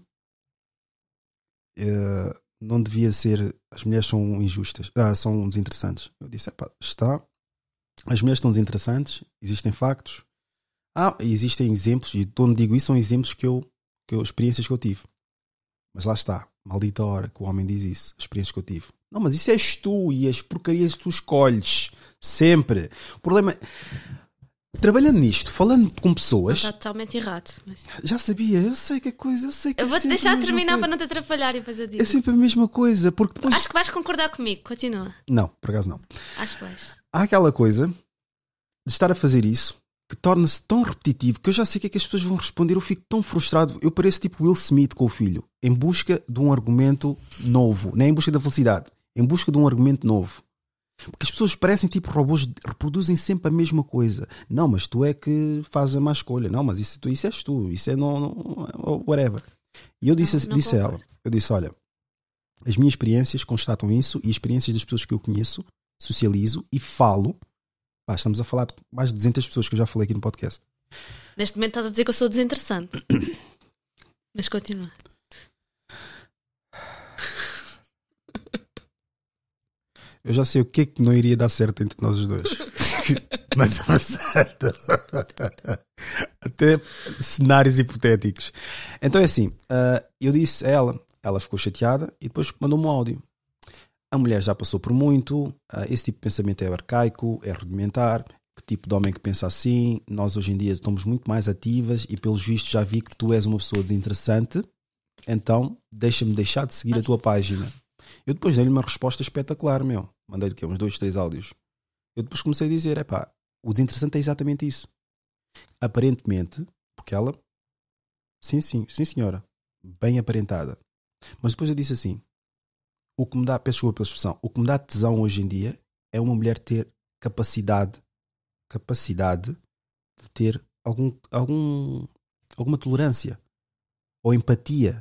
Uh, não devia ser... As mulheres são injustas. Ah, são desinteressantes. Eu disse, epá, está... As mulheres estão desinteressantes. Existem factos. Ah, existem exemplos. E quando digo isso, são exemplos que eu... Que eu experiências que eu tive. Mas lá está. Maldita hora que o homem diz isso. Experiências que eu tive. Não, mas isso és tu. E as porcarias que tu escolhes. Sempre. O problema... trabalhando nisto, falando com pessoas. Está totalmente errado. Mas... Já sabia, eu sei que a coisa, eu sei que Eu é vou-te sempre a deixar mesma terminar coisa. para não te atrapalhar e depois eu digo. É sempre a mesma coisa, porque depois. Acho que vais concordar comigo, continua. Não, por acaso não. Acho que vais. Há aquela coisa de estar a fazer isso que torna-se tão repetitivo que eu já sei o que é que as pessoas vão responder. Eu fico tão frustrado. Eu pareço tipo Will Smith com o filho, em busca de um argumento novo, não é em busca da felicidade, em busca de um argumento novo. Porque as pessoas parecem tipo robôs, reproduzem sempre a mesma coisa. Não, mas tu é que fazes a má escolha. Não, mas isso, isso és tu, isso é não, não whatever. E eu disse, Não, não disse a ela, concordo. eu disse, olha, as minhas experiências constatam isso e as experiências das pessoas que eu conheço, socializo e falo. Pá, estamos a falar de mais de duzentas pessoas que eu já falei aqui no podcast. Neste momento estás a dizer que eu sou desinteressante. Mas continua. Eu já sei o que é que não iria dar certo entre nós os dois. Mas estava certo. Até cenários hipotéticos. Então é assim, uh, eu disse a ela, ela ficou chateada e depois mandou-me um áudio. A mulher já passou por muito, uh, esse tipo de pensamento é arcaico, é rudimentar. Que tipo de homem que pensa assim? Nós hoje em dia estamos muito mais ativas e pelos vistos já vi que tu és uma pessoa desinteressante, então deixa-me deixar de seguir a tua página. Eu depois dei-lhe uma resposta espetacular, meu. Mandei-lhe que uns dois, três áudios. Eu depois comecei a dizer, epá, o desinteressante é exatamente isso. Aparentemente, porque ela, sim, sim, sim senhora, bem aparentada. Mas depois eu disse assim, o que me dá, peço desculpa pela expressão, o que me dá tesão hoje em dia é uma mulher ter capacidade, capacidade de ter algum, algum, alguma tolerância ou empatia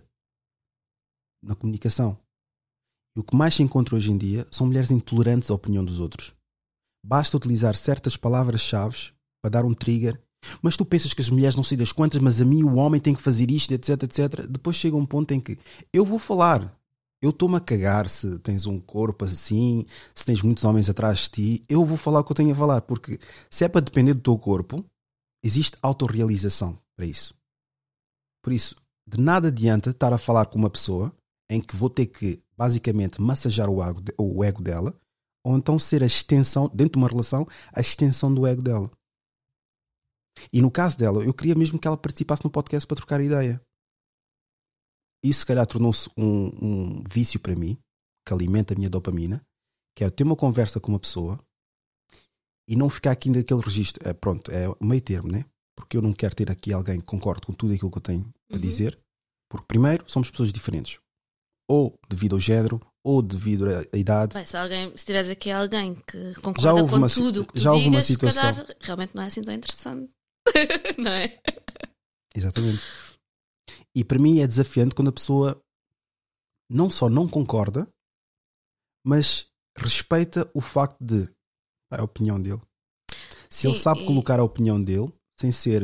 na comunicação. E o que mais se encontra hoje em dia são mulheres intolerantes à opinião dos outros. Basta utilizar certas palavras-chave para dar um trigger. Mas tu pensas que as mulheres não sei das quantas, mas a mim o homem tem que fazer isto, etc, etcétera. Depois chega um ponto em que eu vou falar. Eu estou-me a cagar se tens um corpo assim, se tens muitos homens atrás de ti. Eu vou falar o que eu tenho a falar. Porque se é para depender do teu corpo, existe autorrealização para isso. Por isso, de nada adianta estar a falar com uma pessoa em que vou ter que basicamente massajar o ego, o ego dela, ou então ser a extensão, dentro de uma relação, a extensão do ego dela. E no caso dela, eu queria mesmo que ela participasse no podcast para trocar ideia. Isso se calhar tornou-se um, um vício para mim, que alimenta a minha dopamina, que é ter uma conversa com uma pessoa e não ficar aqui naquele registro. É, pronto, é o meio termo, né? Porque eu não quero ter aqui alguém que concorde com tudo aquilo que eu tenho a Uhum. dizer, porque primeiro somos pessoas diferentes. Ou devido ao género, ou devido à idade. Bem, se, alguém, se tiveres aqui alguém que Já concorda houve com uma- tudo o que tu já houve uma digas, se situação. calhar realmente não é assim tão interessante. Não é? Exatamente. E para mim é desafiante quando a pessoa não só não concorda, mas respeita o facto de pá, é a opinião dele. Se Sim, ele sabe e- colocar a opinião dele sem ser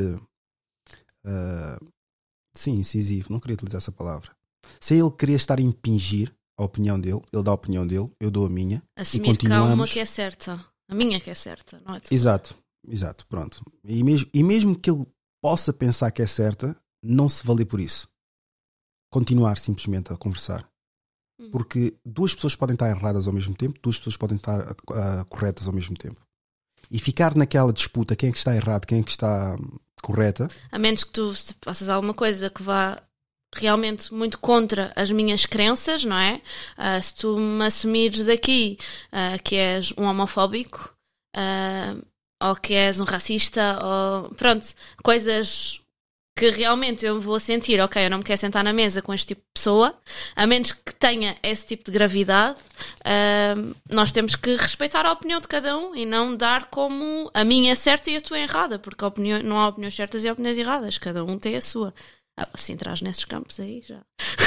uh, sim, incisivo, não queria utilizar essa palavra. Sem ele querer estar a impingir a opinião dele, ele dá a opinião dele, eu dou a minha Assumir e que há uma continuamos. que é certa. A minha que é certa, não é tu? Exato, exato, pronto. E mesmo, e mesmo que ele possa pensar que é certa, não se valer por isso. Continuar simplesmente a conversar. Uhum. Porque duas pessoas podem estar erradas ao mesmo tempo, duas pessoas podem estar uh, corretas ao mesmo tempo. E ficar naquela disputa, quem é que está errado, quem é que está hum, correta, A menos que tu se faças alguma coisa que vá realmente muito contra as minhas crenças, não é? Ah, se tu me assumires aqui ah, que és um homofóbico ah, ou que és um racista ou pronto, coisas que realmente eu vou sentir, ok, eu não me quero sentar na mesa com este tipo de pessoa, a menos que tenha esse tipo de gravidade, ah, nós temos que respeitar a opinião de cada um e não dar como a minha é certa e a tua é errada, porque a opinião, não há opiniões certas e opiniões erradas, cada um tem a sua. Ah, se entras nesses campos aí, já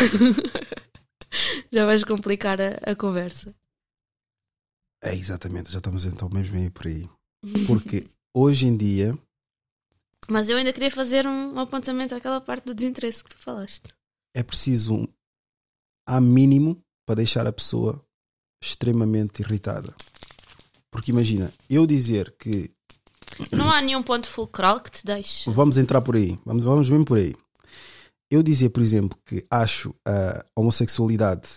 já vais complicar a, a conversa. é exatamente, já estamos então mesmo aí por aí. Porque hoje em dia, Mas eu ainda queria fazer um apontamento àquela parte do desinteresse que tu falaste. é preciso um há mínimo para deixar a pessoa extremamente irritada. Porque imagina, eu dizer que Não há nenhum ponto fulcral que te deixe. vamos entrar por aí, vamos, vamos mesmo por aí. Eu dizer, por exemplo, que acho a homossexualidade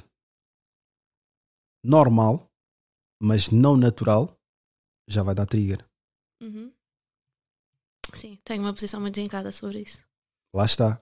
normal, mas não natural, já vai dar trigger. Uhum. tenho uma posição muito vincada sobre isso. Lá está.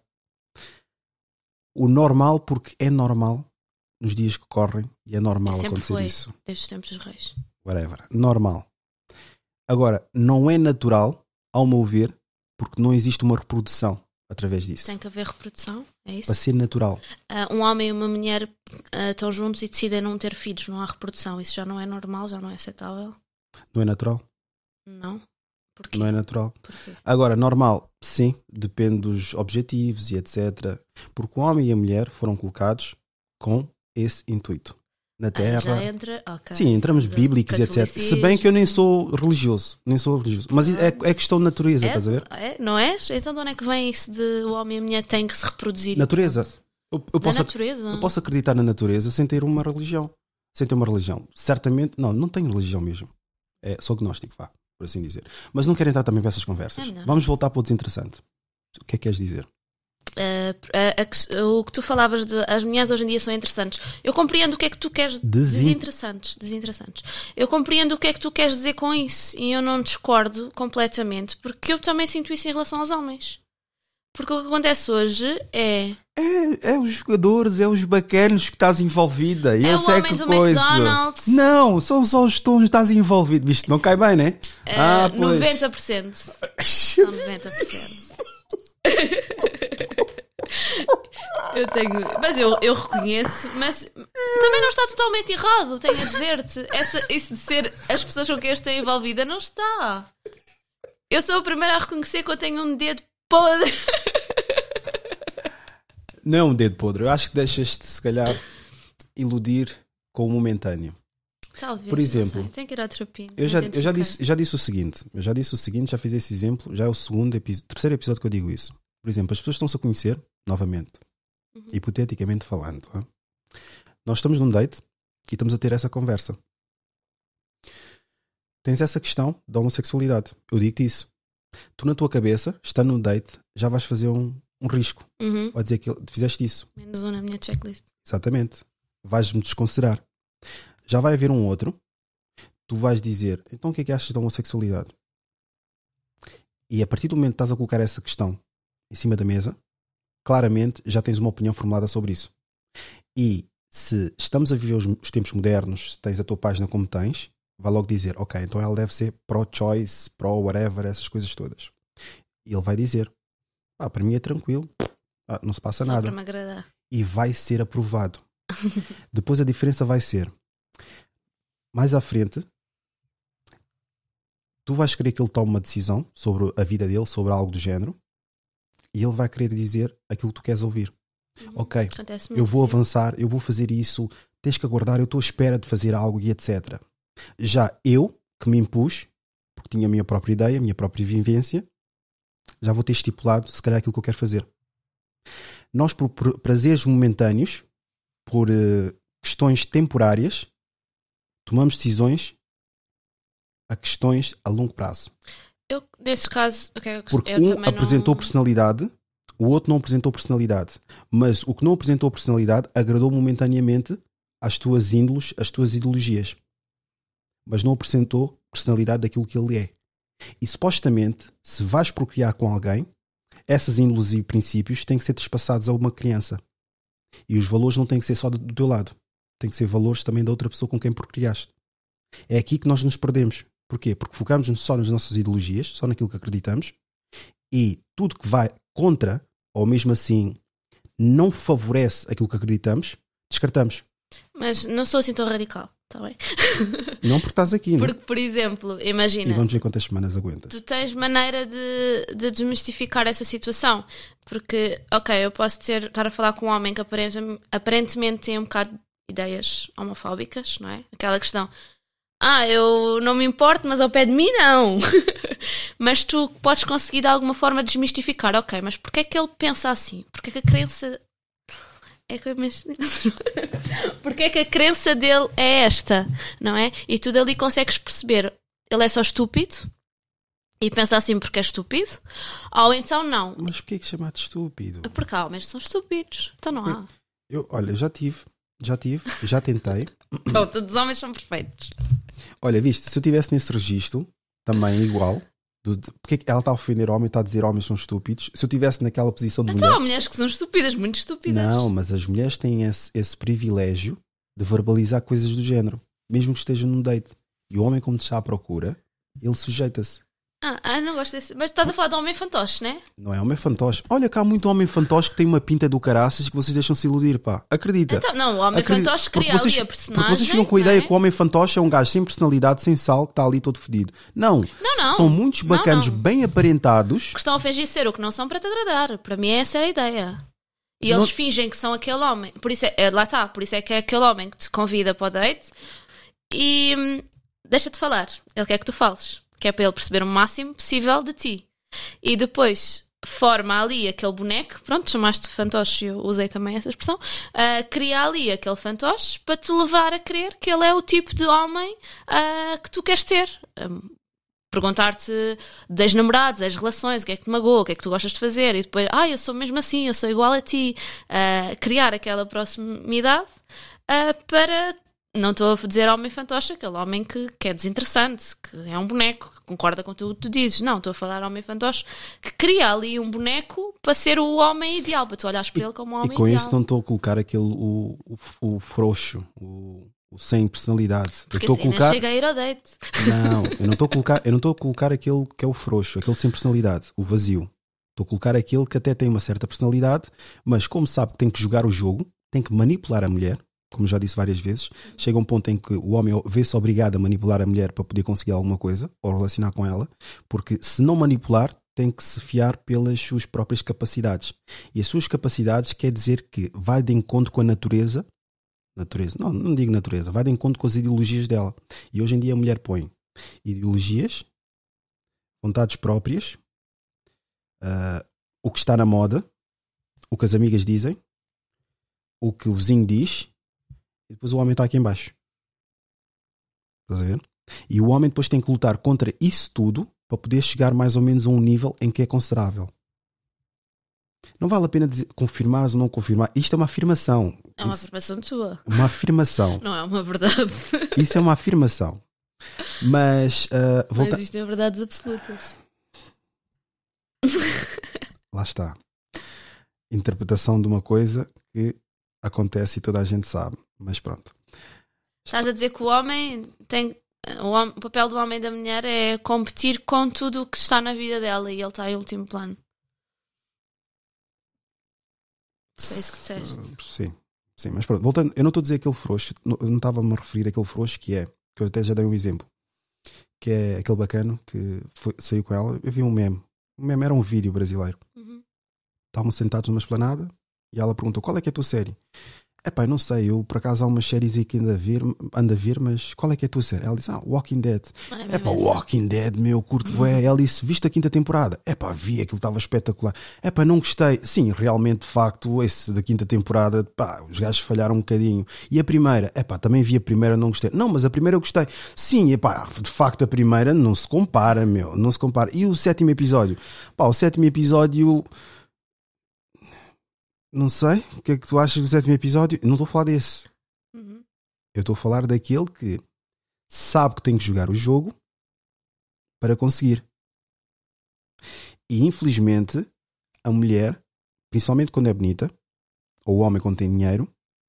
O normal, porque é normal nos dias que correm e é normal Sempre acontecer foi, isso. desde os tempos dos reis. Whatever. Normal. Agora, não é natural, ao meu ver, porque não existe uma reprodução através disso. Tem que haver reprodução, é isso? Para ser natural. Uh, um homem e uma mulher uh, estão juntos e decidem não ter filhos, não há reprodução. Isso já não é normal, já não é aceitável? Não é natural? Não. Porquê? Não é natural. Porquê? Agora, normal, sim, depende dos objetivos e etcétera. Porque o homem e a mulher foram colocados com esse intuito. Na Terra. Ah, já entra, okay. Sim, entramos bíblicos e etcétera. Se bem que eu nem sou religioso, nem sou religioso. Mas é, é questão de natureza, é, estás a ver? É, não és? Então de onde é que vem isso de o homem e a mulher têm que se reproduzir? Natureza. Eu, eu, posso, natureza. eu posso acreditar na natureza sem ter uma religião. Sem ter uma religião. Certamente, não, não tenho religião mesmo. É, sou agnóstico, vá, por assim dizer. Mas não quero entrar também para essas conversas. É, Vamos voltar para o desinteressante. O que é que queres dizer? Uh, a, a, a, o que tu falavas de as mulheres hoje em dia são interessantes. Eu compreendo o que é que tu queres Desin... desinteressantes, desinteressantes. Eu compreendo o que é que tu queres dizer com isso e eu não discordo completamente, porque eu também sinto isso em relação aos homens. Porque o que acontece hoje é É, é os jogadores, é os bacanos que estás envolvida. E é eu o sei homem que do coisa. McDonald's. Não, são só os tons que estás envolvido. Isto não cai bem, né? Uh, ah, pois. noventa por cento. São noventa por cento. Eu tenho. Mas eu, eu reconheço, mas também não está totalmente errado, tenho a dizer-te. Essa, isso de ser as pessoas com quem eu estou envolvida não está. Eu sou a primeira a reconhecer que eu tenho um dedo podre. Não é um dedo podre. Eu acho que deixas-te, se calhar, iludir com o momentâneo. Talvez. Por exemplo, não sei. Tenho que ir à terapia. Eu já, eu já disse, já disse o seguinte. Eu já disse o seguinte, já fiz esse exemplo. Já é o segundo, terceiro episódio que eu digo isso. Por exemplo, as pessoas estão-se a conhecer novamente. Uhum. Hipoteticamente falando. Hein? Nós estamos num date e estamos a ter essa conversa. Tens essa questão da homossexualidade. Eu digo-te isso. Tu na tua cabeça, estando num date, já vais fazer um, um risco. Uhum. Vai dizer que fizeste isso. Menos um na minha checklist. Exatamente. Vais-me desconsiderar. Já vai haver um outro. Tu vais dizer, então o que é que achas da homossexualidade? E a partir do momento que estás a colocar essa questão em cima da mesa, claramente já tens uma opinião formulada sobre isso. E se estamos a viver os, os tempos modernos, se tens a tua página como tens, vai logo dizer, ok, então ela deve ser pro-choice, pro-whatever, essas coisas todas. E ele vai dizer, ah, para mim é tranquilo, ah, não se passa Só nada. para me agradar. E vai ser aprovado. Depois a diferença vai ser, mais à frente, tu vais querer que ele tome uma decisão sobre a vida dele, sobre algo do género, e ele vai querer dizer aquilo que tu queres ouvir. Uhum. Ok, eu vou avançar, eu vou fazer isso, tens que aguardar, eu estou à espera de fazer algo e etcétera. Já eu, que me impus, porque tinha a minha própria ideia, a minha própria vivência, já vou ter estipulado, se calhar, aquilo que eu quero fazer. Nós, por, por prazeres momentâneos, por uh, questões temporárias, tomamos decisões a questões a longo prazo. Eu, nesse caso, okay, eu, porque eu um apresentou não... personalidade, o outro não apresentou personalidade. Mas o que não apresentou personalidade agradou momentaneamente às tuas índoles, às tuas ideologias. Mas não apresentou personalidade daquilo que ele é. E supostamente, se vais procriar com alguém, essas índoles e princípios têm que ser trespassados a uma criança. E os valores não têm que ser só do, do teu lado. Tem que ser valores também da outra pessoa com quem procriaste. É aqui que nós nos perdemos. Porquê? Porque focamos só nas nossas ideologias, só naquilo que acreditamos, e tudo que vai contra, ou mesmo assim não favorece aquilo que acreditamos, descartamos. Mas não sou assim tão radical, está bem? Não porque estás aqui, porque, não? por exemplo, imagina... E vamos ver quantas semanas aguentas. Tu tens maneira de, de desmistificar essa situação. Porque, ok, eu posso ter, estar a falar com um homem que aparentemente, aparentemente tem um bocado de ideias homofóbicas, não é? Aquela questão... Ah, eu não me importo, mas ao pé de mim não. Mas tu podes conseguir de alguma forma desmistificar. Ok, mas porquê é que ele pensa assim? Porquê é que a crença... É que eu mesmo... Porquê é que a crença dele é esta? Não é? E tu dali consegues perceber. Ele é só estúpido e pensa assim porque é estúpido. Ou então não. Mas porquê é que chamar de estúpido? Porque há homens que são estúpidos. Então não há. Eu, olha, já tive. Já tive. Já tentei. Então, todos os homens são perfeitos. Olha, viste, se eu estivesse nesse registro, também igual, Do, de, porque é que ela está a ofender homem, está a dizer homens são estúpidos? Se eu estivesse naquela posição de Então mulher... há mulheres que são estúpidas, muito estúpidas. Não, mas as mulheres têm esse, esse privilégio de verbalizar coisas do género, mesmo que estejam num date. E o homem, como está à procura, ele sujeita-se. Ah, ah, não gosto desse. Mas estás a falar de homem fantoche, não é? Não é homem fantoche. Olha que há muito homem fantoche que tem uma pinta do caraças que vocês deixam-se iludir, pá. Acredita. Então, não, o homem Acredita. fantoche cria Porque vocês, ali a personagem. Porque vocês ficam com a não ideia é? que o homem fantoche é um gajo sem personalidade, sem sal, que está ali todo fedido. Não. Não, não. São muitos bacanos, Não, não. bem aparentados. Que estão a fingir ser o que não são para te agradar. Para mim, essa é a ideia. E eles Não- fingem que são aquele homem. Por isso é, é- lá está. Por isso é que é aquele homem que te convida para o date e hum, deixa-te falar. Ele quer que tu fales. Que é para ele perceber o máximo possível de ti. E depois forma ali aquele boneco. Pronto, chamaste fantoche, eu usei também essa expressão. ah, cria ali aquele fantoche para te levar a crer que ele é o tipo de homem ah, que tu queres ter. Hum, perguntar-te das namorados, das relações, o que é que te magoa, o que é que tu gostas de fazer, e depois, ah, eu sou mesmo assim, eu sou igual a ti. Ah, criar aquela proximidade ah, para, não estou a dizer homem fantoche, aquele homem que, que é desinteressante, que é um boneco, que concorda com tudo que tu dizes. Não, estou a falar homem fantoche que cria ali um boneco para ser o homem ideal, para tu olhares para ele como um homem E com ideal. isso não estou a colocar aquele, o, o, o frouxo, o, o sem personalidade. Eu Porque estou a assim, colocar... não chega a ir ao date. Não, eu não estou a colocar, eu não estou a colocar aquele que é o frouxo, aquele sem personalidade, o vazio. Estou a colocar aquele que até tem uma certa personalidade, mas como sabe que tem que jogar o jogo, tem que manipular a mulher, como já disse várias vezes, chega um ponto em que o homem vê-se obrigado a manipular a mulher para poder conseguir alguma coisa, ou relacionar com ela, porque se não manipular, tem que se fiar pelas suas próprias capacidades. E as suas capacidades quer dizer que vai de encontro com a natureza, natureza, não, não digo natureza, vai de encontro com as ideologias dela. E hoje em dia a mulher põe ideologias, vontades próprias, uh, o que está na moda, o que as amigas dizem, o que o vizinho diz, e depois o homem está aqui em baixo. Estás a ver? E o homem depois tem que lutar contra isso tudo para poder chegar mais ou menos a um nível em que é considerável. Não vale a pena dizer, confirmar ou não confirmar. Isto é uma afirmação. É uma Isso- afirmação tua. Uma afirmação. Não é uma verdade. Isso é uma afirmação. Mas, uh, Não volta... existem verdades absolutas. lá está. Interpretação de uma coisa que acontece e toda a gente sabe. Mas pronto. Estás a dizer que o homem tem. O, hom- o papel do homem e da mulher é competir com tudo o que está na vida dela e ele está em último plano. Foi isso que disseste. Sim, sim, mas pronto, voltando, eu não estou a dizer aquele frouxo, não- eu não estava a me referir àquele frouxo que é, que eu até já dei um exemplo, que é aquele bacano que foi, saiu com ela. Eu vi um meme, um meme era um vídeo brasileiro. Uhum. Estavam sentados numa esplanada e ela perguntou: qual é que é a tua série? Epá, eu não sei, eu por acaso há umas séries aí que ando a ver, ando a ver, mas qual é que é a tua série? Ela disse: ah, Walking Dead. Ah, é Epá, mesmo essa. Walking Dead, meu, curto bué. Ela disse: viste a quinta temporada? Epá, vi, aquilo estava espetacular. Epá, não gostei. Sim, realmente, de facto, esse da quinta temporada, pá, os gajos falharam um bocadinho. E a primeira? Epá, também vi a primeira, não gostei. Não, mas a primeira eu gostei. Sim, epá, de facto a primeira não se compara, meu, não se compara. E o sétimo episódio? Pá, o sétimo episódio... Não sei, o que é que tu achas do sétimo episódio? Eu não estou a falar desse. Uhum. Eu estou a falar daquele que sabe que tem que jogar o jogo para conseguir. E infelizmente a mulher, principalmente quando é bonita, ou o homem quando tem dinheiro,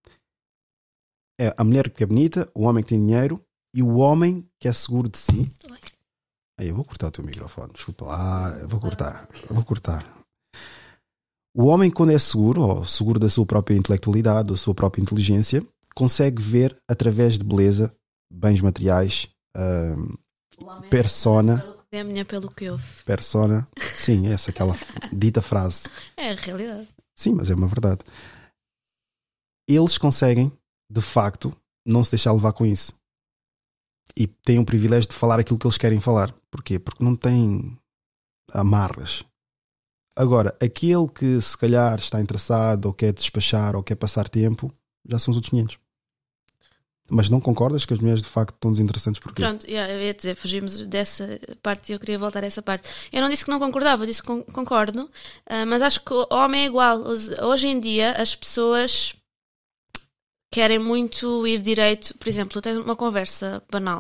é a mulher que é bonita, o homem que tem dinheiro e o homem que é seguro de si. Aí, eu vou cortar o teu microfone, desculpa lá, eu vou cortar, eu vou cortar. O homem, quando é seguro, ou seguro da sua própria intelectualidade, da sua própria inteligência, consegue ver através de beleza, bens materiais, uh, persona. É a minha pelo que ouve. Persona. Sim, essa aquela dita frase. É a realidade. Sim, mas é uma verdade. Eles conseguem, de facto, não se deixar levar com isso. E têm o privilégio de falar aquilo que eles querem falar. Porquê? Porque não têm amarras. Agora, aquele que se calhar está interessado ou quer despachar ou quer passar tempo, já são os outros quinhentos. Mas não concordas que as mulheres de facto estão desinteressantes porquê? Pronto, yeah, eu ia dizer, fugimos dessa parte e eu queria voltar a essa parte. Eu não disse que não concordava, eu disse que con- concordo, uh, mas acho que o homem é igual. Hoje, hoje em dia as pessoas querem muito ir direito. Por exemplo, tens uma conversa banal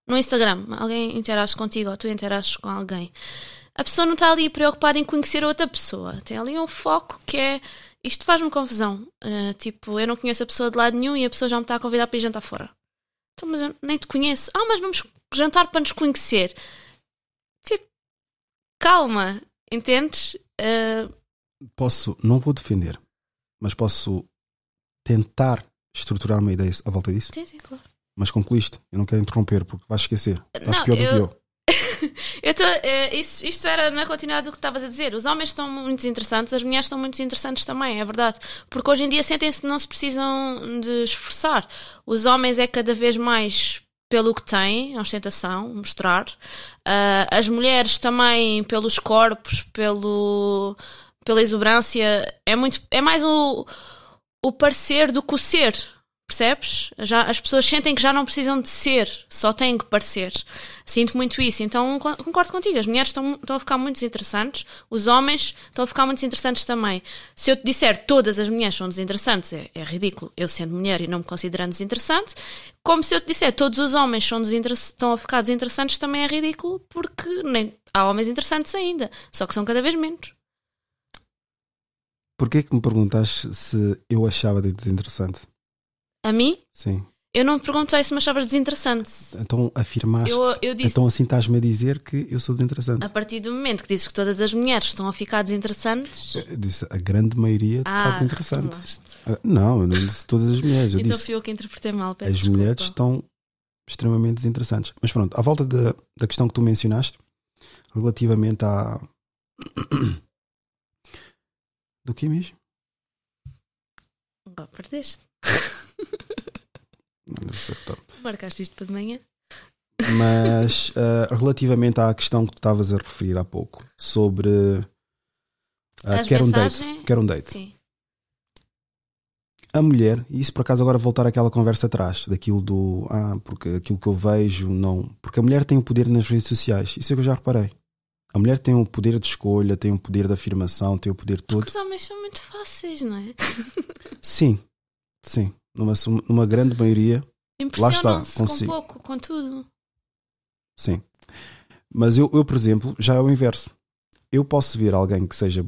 no Instagram, alguém interage contigo ou tu interages com alguém, a pessoa não está ali preocupada em conhecer outra pessoa. Tem ali um foco que é, isto faz-me confusão. Uh, tipo, eu não conheço a pessoa de lado nenhum e a pessoa já me está a convidar para ir jantar fora. Então, mas eu nem te conheço. Ah, mas vamos jantar para nos conhecer. Tipo, calma, entendes? Uh... Posso, não vou defender, mas posso tentar estruturar uma ideia à volta disso? Sim, sim, claro. Mas concluíste, eu não quero interromper porque vais esquecer. Estás Não, pior do eu- que eu. eu tô, uh, isso, isto era na continuidade do que estavas a dizer. Os homens estão muito interessantes, as mulheres estão muito interessantes também, é verdade. Porque hoje em dia sentem-se que não se precisam de esforçar. Os homens é cada vez mais pelo que têm, ostentação, mostrar. Uh, as mulheres também pelos corpos, pelo, pela exuberância. É, muito, é mais o, o parecer do que o ser. Percebes? Já, as pessoas sentem que já não precisam de ser, só têm que parecer. Sinto muito isso. Então con- concordo contigo. As mulheres estão, estão a ficar muito interessantes, os homens estão a ficar muito interessantes também. Se eu te disser todas as mulheres são desinteressantes, é, é ridículo. Eu sendo mulher e não me considerando desinteressante. Como se eu te disser todos os homens são desinteress- estão a ficar desinteressantes, também é ridículo, porque nem, há homens interessantes ainda, só que são cada vez menos. Porquê que me perguntaste se eu achava-te desinteressante? A mim? Sim. Eu não te perguntei se me achavas desinteressante. Então afirmaste. Eu- eu disse- Então assim estás-me a dizer que eu sou desinteressante. A partir do momento que dizes que todas as mulheres estão a ficar desinteressantes. Eu disse a grande maioria Ah, está desinteressante. reformulaste. Ah, Não, eu não disse todas as mulheres. Eu Então disse fui eu que interpretei mal. Peço as desculpa. mulheres estão extremamente desinteressantes. Mas pronto, à volta da, da questão que tu mencionaste, relativamente à. Do que mesmo? Oh, perdeste. Não deve ser, tá. Marcaste isto para de manhã. Mas ah, relativamente à questão que tu estavas a referir há pouco sobre ah, As quer um mensagens- date, quer um date. Sim. A mulher, e isso por acaso agora voltar àquela conversa atrás, daquilo do ah, porque aquilo que eu vejo, não. Porque a mulher tem o poder nas redes sociais, isso é que eu já reparei. A mulher tem o poder de escolha, tem o poder de afirmação, tem o poder todo. Porque os homens são muito fáceis, não é? Sim, sim. Numa, numa grande maioria, lá está, Impressionam-se com consigo. pouco, com tudo. Sim. Mas eu, eu, por exemplo, já é o inverso. Eu posso ver alguém que seja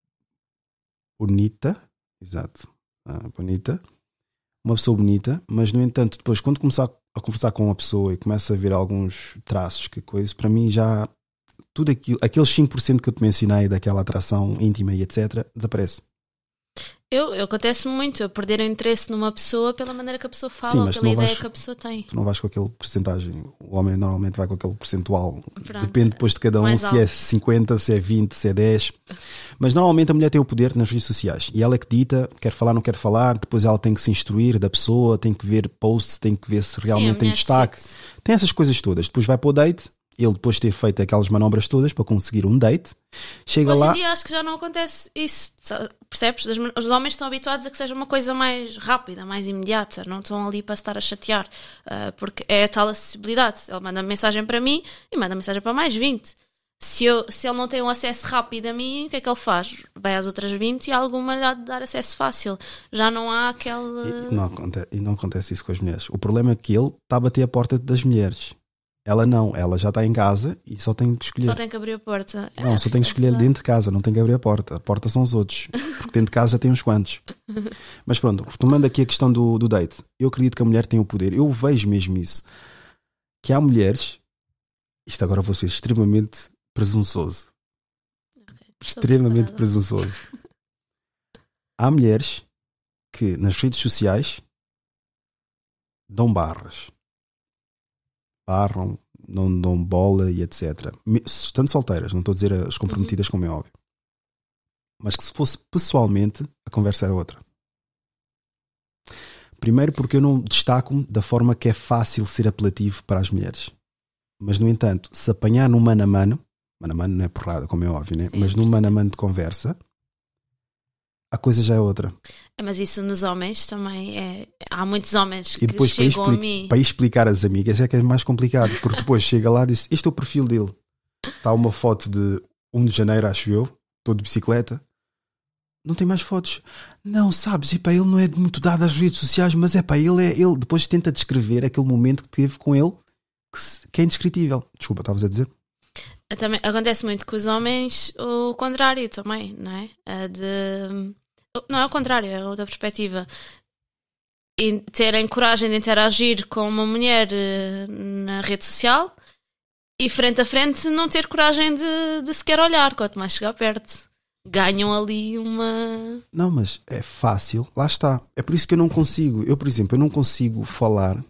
bonita, exato, ah, bonita, uma pessoa bonita, mas no entanto, depois, quando começar a conversar com uma pessoa e começa a ver alguns traços, que coisa, para mim já tudo aquilo, aqueles cinco por cento que eu te mencionei daquela atração íntima e etcétera, desaparece. Eu, eu acontece muito eu perder o interesse numa pessoa pela maneira que a pessoa fala Sim, ou mas tu pela não ideia vais- que a pessoa tem. Tu não vais com aquele porcentagem. O homem normalmente vai com aquele percentual. Pronto. Depende depois de cada um, Mais se é alto. cinquenta, se é vinte, se é dez. Mas normalmente a mulher tem o poder nas redes sociais. E ela é que dita, quer falar, não quer falar. Depois ela tem que se instruir da pessoa, tem que ver posts, tem que ver se realmente a tem mulher destaque. decide. Tem essas coisas todas. Depois vai para o date. Ele depois de ter feito aquelas manobras todas para conseguir um date, chega Hoje lá. em dia acho que já não acontece isso, sa- percebes? Os os homens estão habituados a que seja uma coisa mais rápida, mais imediata, não estão ali para estar a chatear, ah, porque é a tal acessibilidade. Ele manda mensagem para mim e manda mensagem para mais vinte. Se, eu, se ele não tem um acesso rápido a mim, o que é que ele faz? Vai às outras vinte e alguma lhe há de dar acesso fácil. Já não há aquele. E não, aconte- e não acontece isso com as mulheres. O problema é que ele está a bater a porta das mulheres. Ela não, ela já está em casa e só tem que escolher. Só tem que abrir a porta. Não, É, só tem que escolher verdade. dentro de casa, não tem que abrir a porta. A porta são os outros. Porque dentro de casa já tem uns quantos. Mas pronto, retomando aqui a questão do, do date, eu acredito que a mulher tem o poder. Eu vejo mesmo isso. Que há mulheres, isto agora vou ser extremamente presunçoso. Estou Extremamente preparada. presunçoso. Há mulheres que nas redes sociais dão barras. Barram, não dão bola e etcétera. Me- Estando solteiras, não estou a dizer as comprometidas, como é óbvio. Mas que se fosse pessoalmente, a conversa era outra. Primeiro porque eu não destaco-me da forma que é fácil ser apelativo para as mulheres. Mas, no entanto, se apanhar num mano a mano, mano a mano não é porrada, como é óbvio, né? Sim, Mas num mano a mano de conversa, a coisa já é outra. É, mas isso nos homens também é. Há muitos homens que E depois para, chegam a expli- mim. para explicar às amigas é que é mais complicado, porque depois chega lá e diz: este é o perfil dele. Está uma foto de um de janeiro, acho eu, todo de bicicleta. Não tem mais fotos. Não, sabes, e para ele não é muito dado às redes sociais, mas é para ele, é ele. Depois tenta descrever aquele momento que teve com ele que, se- que é indescritível. Desculpa, estavas a dizer? Também acontece muito com os homens o contrário também, não é? A de... Não é o contrário, é outra perspectiva. E terem coragem de interagir com uma mulher eh, na rede social e frente a frente não ter coragem de, de sequer olhar, quanto mais chegar perto. Ganham ali uma... Não, mas é fácil. Lá está. É por isso que eu não consigo. Eu, por exemplo, eu não consigo falar.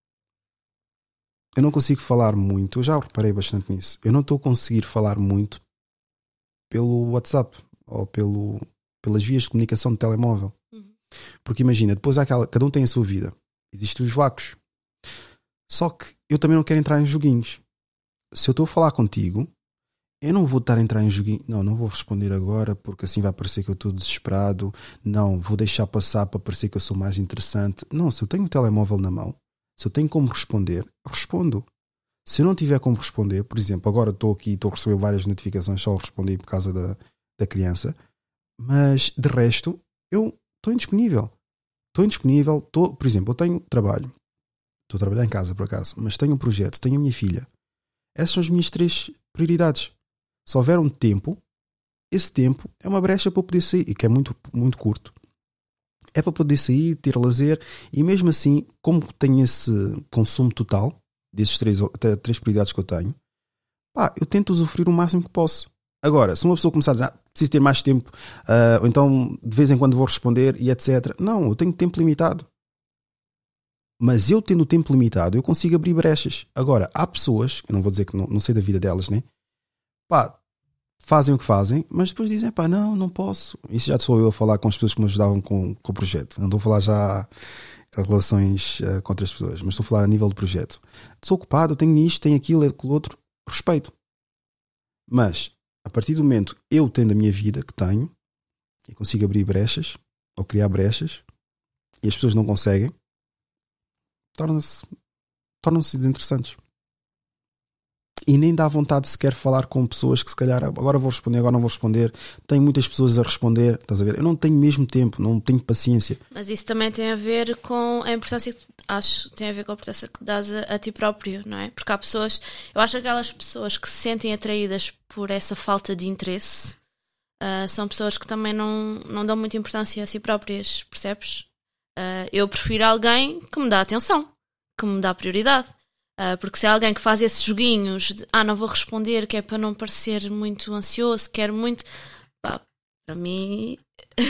Eu não consigo falar muito. Eu já reparei bastante nisso. Eu não estou a conseguir falar muito pelo WhatsApp ou pelo, pelas vias de comunicação de telemóvel. Uhum. Porque imagina, depois há aquela, cada um tem a sua vida. Existem os vácuos. Só que eu também não quero entrar em joguinhos. Se eu estou a falar contigo, eu não vou estar a entrar em joguinho. Não, não vou responder agora porque assim vai parecer que eu estou desesperado. Não, vou deixar passar para parecer que eu sou mais interessante. Não, se eu tenho o telemóvel na mão, se eu tenho como responder, eu respondo. Se eu não tiver como responder, por exemplo, agora estou aqui, estou a receber várias notificações, só respondi por causa da, da criança, mas de resto, eu estou indisponível. Estou indisponível, estou, por exemplo, eu tenho trabalho. Estou a trabalhar em casa, por acaso, mas tenho um projeto, tenho a minha filha. Essas são as minhas três prioridades. Se houver um tempo, esse tempo é uma brecha para eu poder sair, e que é muito, muito curto. É para poder sair, ter lazer, e mesmo assim, como tenho esse consumo total, desses três, três prioridades que eu tenho, pá, eu tento usufruir o máximo que posso. Agora, se uma pessoa começar a dizer, ah, preciso ter mais tempo, uh, ou então de vez em quando vou responder, e etcétera. Não, eu tenho tempo limitado. Mas eu tendo tempo limitado, eu consigo abrir brechas. Agora, há pessoas, eu não vou dizer que não, não sei da vida delas, né? Pá, fazem o que fazem, mas depois dizem, pá, não, não posso. Isso já sou eu a falar com as pessoas que me ajudavam com, com o projeto. Não estou a falar já em relações uh, com outras pessoas, mas estou a falar a nível de projeto. Sou ocupado, tenho isto, tenho aquilo, é aquilo outro. Respeito. Mas, a partir do momento eu tendo a minha vida que tenho, e consigo abrir brechas, ou criar brechas, e as pessoas não conseguem, tornam-se tornam-se desinteressantes. E nem dá vontade de sequer falar com pessoas que se calhar agora vou responder, agora não vou responder. Tenho muitas pessoas a responder, estás a ver? Eu não tenho mesmo tempo, não tenho paciência. Mas isso também tem a ver com a importância que acho, tem a ver com a importância que dás a, a ti próprio, não é? Porque há pessoas, eu acho que aquelas pessoas que se sentem atraídas por essa falta de interesse uh, são pessoas que também não, não dão muita importância a si próprias, percebes? Uh, eu prefiro alguém que me dá atenção, que me dá prioridade. Uh, porque se é alguém que faz esses joguinhos de ah, não vou responder, que é para não parecer muito ansioso, quero muito, pá, para mim.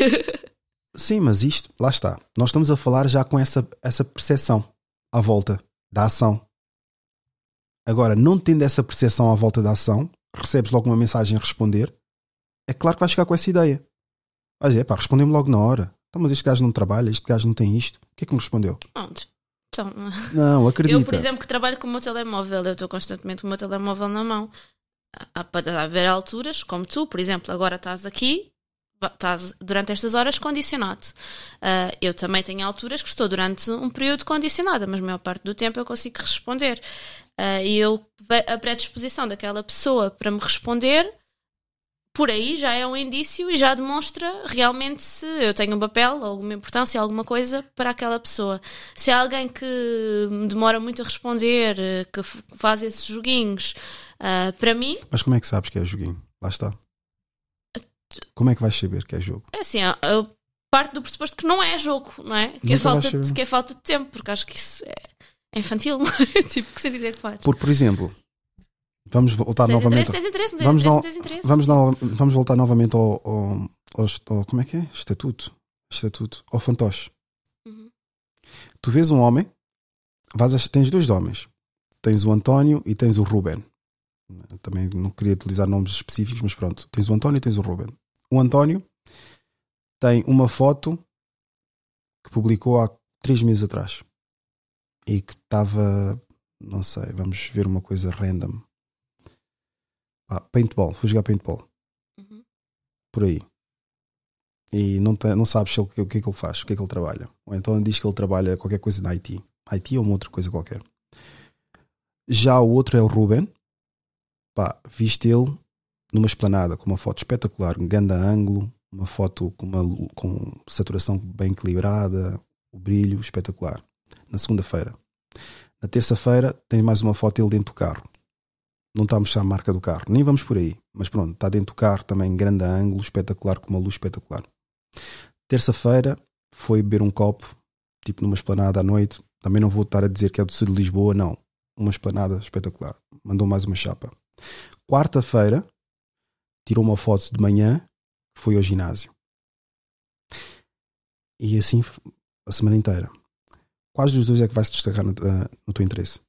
Sim, mas isto, lá está. Nós estamos a falar já com essa, essa percepção à volta da ação. Agora, não tendo essa percepção à volta da ação, recebes logo uma mensagem a responder, é claro que vais ficar com essa ideia. Vais dizer, pá, respondeu-me logo na hora. Então, mas este gajo não trabalha, este gajo não tem isto. O que é que me respondeu? Pronto. Então, não, acredita. Eu, por exemplo, que trabalho com o meu telemóvel, eu estou constantemente com o meu telemóvel na mão. Há para haver alturas, como tu, por exemplo, agora estás aqui, estás durante estas horas condicionado. Uh, eu também tenho alturas que estou durante um período condicionada, mas a maior parte do tempo eu consigo responder. Uh, e eu, a predisposição daquela pessoa para me responder, por aí já é um indício e já demonstra realmente se eu tenho um papel, alguma importância, alguma coisa para aquela pessoa. Se é alguém que me demora muito a responder, que faz esses joguinhos, uh, para mim... Mas como é que sabes que é joguinho? Lá está. Como é que vais saber que é jogo? É assim, eu parto do pressuposto que não é jogo, não é? Que é, falta de, que é falta de tempo, porque acho que isso é infantil, não é? Tipo, que sentido é que faz? Porque, por exemplo... Vamos voltar tens novamente. Interesse, tens interesse, não tens vamos, interesse, no, tens interesse. Vamos, no, vamos voltar novamente ao, ao, ao, ao. Como é que é? Estatuto. Estatuto. Ao fantoche. Uhum. Tu vês um homem, vais, tens dois homens. Tens o António e tens o Ruben. Também não queria utilizar nomes específicos, mas pronto. Tens o António e tens o Ruben. O António tem uma foto que publicou há três meses atrás e que estava, não sei, vamos ver uma coisa random. Ah, paintball, fui jogar paintball. Uhum. Por aí. E não, te, não sabes ele, o que é que ele faz, o que é que ele trabalha. Ou então ele diz que ele trabalha qualquer coisa na I T. I T ou uma outra coisa qualquer. Já o outro é o Ruben. Pá, viste ele numa esplanada com uma foto espetacular, um grande ângulo, uma foto com, uma, com saturação bem equilibrada, o brilho espetacular. Na segunda-feira. Na terça-feira tem mais uma foto dele dentro do carro. Não está a mostrar a marca do carro. Nem vamos por aí. Mas pronto, está dentro do carro também, grande ângulo, espetacular, com uma luz espetacular. Terça-feira foi beber um copo, tipo numa esplanada à noite. Também não vou estar a dizer que é do sul de Lisboa, não. Uma esplanada espetacular. Mandou mais uma chapa. Quarta-feira tirou uma foto de manhã, foi ao ginásio. E assim a semana inteira. Quais dos dois é que vai se destacar no, uh, no teu interesse?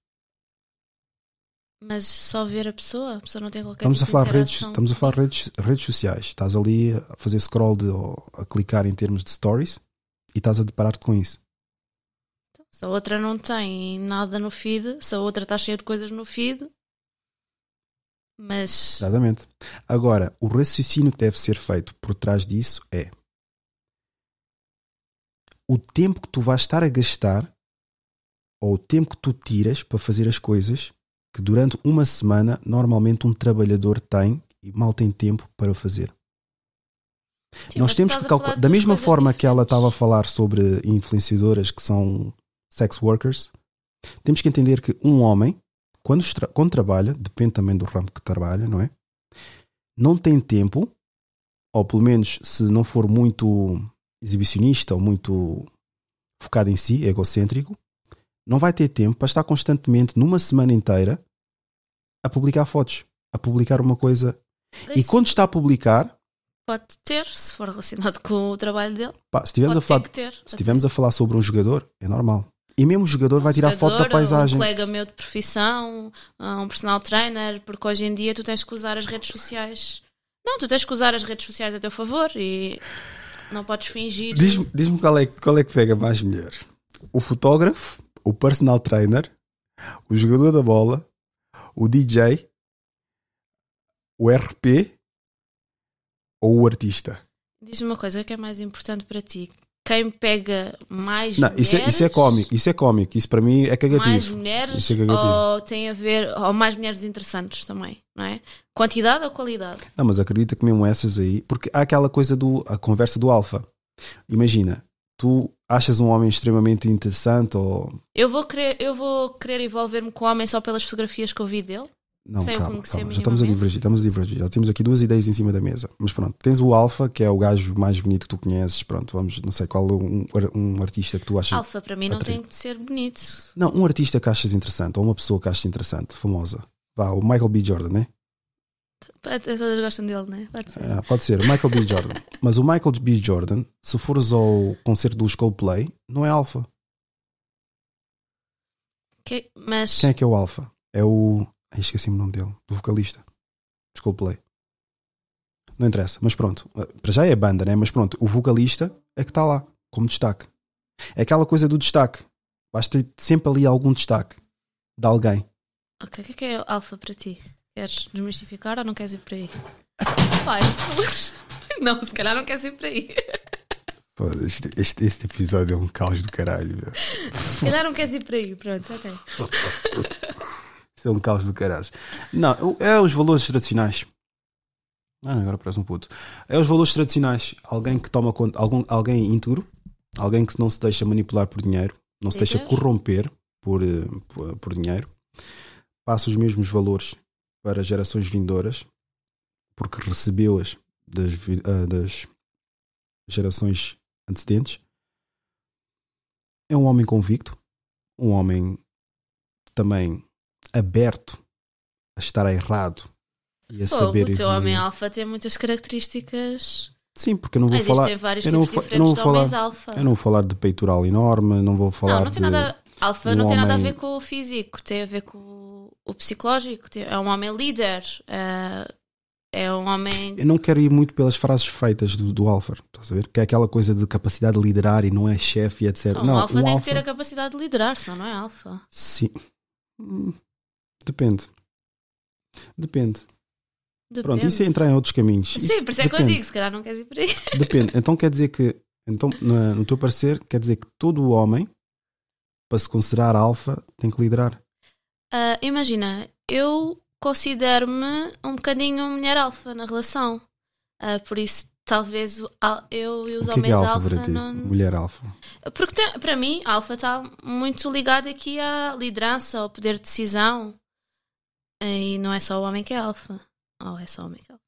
Mas só ver a pessoa? A pessoa não tem qualquer Estamos tipo a falar de redes, interação. estamos a falar redes, redes sociais. Estás ali a fazer scroll de, ou a clicar em termos de stories e estás a deparar-te com isso. Se a outra não tem nada no feed, se a outra está cheia de coisas no feed, mas... Exatamente. Agora, o raciocínio que deve ser feito por trás disso é o tempo que tu vais estar a gastar ou o tempo que tu tiras para fazer as coisas que durante uma semana normalmente um trabalhador tem e mal tem tempo para fazer. Sim, Nós mas temos estás que a calcular, falar de da duas mesma coisas forma que ela diferentes. estava a falar sobre influenciadoras que são sex workers, temos que entender que um homem, quando, tra- quando trabalha, depende também do ramo que trabalha, não é? Não tem tempo, ou pelo menos se não for muito exibicionista ou muito focado em si, egocêntrico, não vai ter tempo para estar constantemente numa semana inteira a publicar fotos, a publicar uma coisa. E Isso quando está a publicar, pode ter, se for relacionado com o trabalho dele, pá, se estivermos a pode falar, ter que ter. se estivermos a falar sobre um jogador, é normal. E mesmo o jogador vai tirar foto da Jogador, paisagem. Um colega meu de profissão, um personal trainer, porque hoje em dia tu tens que usar as redes sociais. Não, tu tens que usar as redes sociais a teu favor e não podes fingir. Diz-me diz-me qual, é, qual é que pega mais mulheres. O fotógrafo, o personal trainer, o jogador da bola, o D J, o R P ou o artista? Diz-me uma coisa, o que é mais importante para ti? Quem pega mais Não, mulheres? isso é, isso é cómico, isso é cómico, isso para mim é cagativo. Mais mulheres Isso é cagativo. ou tem a ver, ou mais mulheres interessantes também, não é? Quantidade ou qualidade? Não, mas acredita que mesmo essas aí, porque há aquela coisa do, a conversa do alfa. Imagina, tu achas um homem extremamente interessante ou... Eu vou querer, eu vou querer envolver-me com o homem só pelas fotografias que eu vi dele? Não, sem o calma, conhecer calma. Já estamos a minimamente? divergir, estamos a divergir. Já temos aqui duas ideias em cima da mesa. Mas pronto, tens o Alfa, que é o gajo mais bonito que tu conheces. Pronto, vamos, não sei qual um, um artista que tu achas. Alfa para mim não atraente. tem que ser bonito. Não, um artista que achas interessante, ou uma pessoa que achas interessante, famosa. Vá, o Michael B. Jordan, né? Todas gostam dele, não é? Pode ser. É, pode ser, o Michael B. Jordan. Mas o Michael B. Jordan, se fores ao concerto dos Coldplay, não é Alfa. Ok, mas Quem é que é o Alfa? É o. Ai, esqueci-me o nome dele, do vocalista. Dos Coldplay. Não interessa, mas pronto. Para já é a banda, né? Mas pronto, o vocalista é que está lá, como destaque. É aquela coisa do destaque. Vais ter sempre ali algum destaque de alguém. ok, o que é que é alfa para ti? Queres desmistificar ou não queres ir por aí? Pá, isso... Não, se calhar não queres ir por aí. Pô, este, este, este episódio é um caos do caralho. Meu. Se calhar não queres ir por aí, pronto, ok. Isso é um caos do caralho. Não, é os valores tradicionais. Ah, agora parece um puto. É os valores tradicionais. Alguém que toma conta, algum, alguém íntegro, alguém que não se deixa manipular por dinheiro, não se deixa corromper por, por, por dinheiro, passa os mesmos valores para gerações vindouras, porque recebeu-as das, das gerações antecedentes. É um homem convicto, um homem também aberto a estar errado e a Pô, saber o teu evoluir. homem alfa tem muitas características. Sim, porque eu não vou Existem falar. vários eu não tipos vou, diferentes eu não vou de falar, homens alfa. Eu não vou falar de peitoral enorme, não vou falar Não, não tem de. nada. Alfa um não tem nada a homem- ver com o físico, tem a ver com o psicológico. tem- É um homem líder. É, é um homem. Eu não quero ir muito pelas frases feitas do, do Alfa, estás a ver? Que é aquela coisa de capacidade de liderar e não é chefe e etcétera. Então, não, um alfa um tem alfa, que ter a capacidade de liderar, senão não é alfa. Sim. Hum, Depende. Depende. Pronto, Depende. isso é entrar em outros caminhos. Sim, Isso por isso é que eu depende. digo, se calhar não queres ir por aí. Depende. Então quer dizer que, então, no, no teu parecer, quer dizer que todo homem, para se considerar alfa, tem que liderar. Ah, imagina, eu considero-me um bocadinho mulher alfa na relação. Ah, por isso talvez o al- eu e os O que é que homens é alfa alfa para ti? não... Mulher alfa. Porque tem- para mim, alfa está muito ligado aqui à liderança, ao poder de decisão. E não é só o homem que é alfa. Ou é só o homem que é alfa.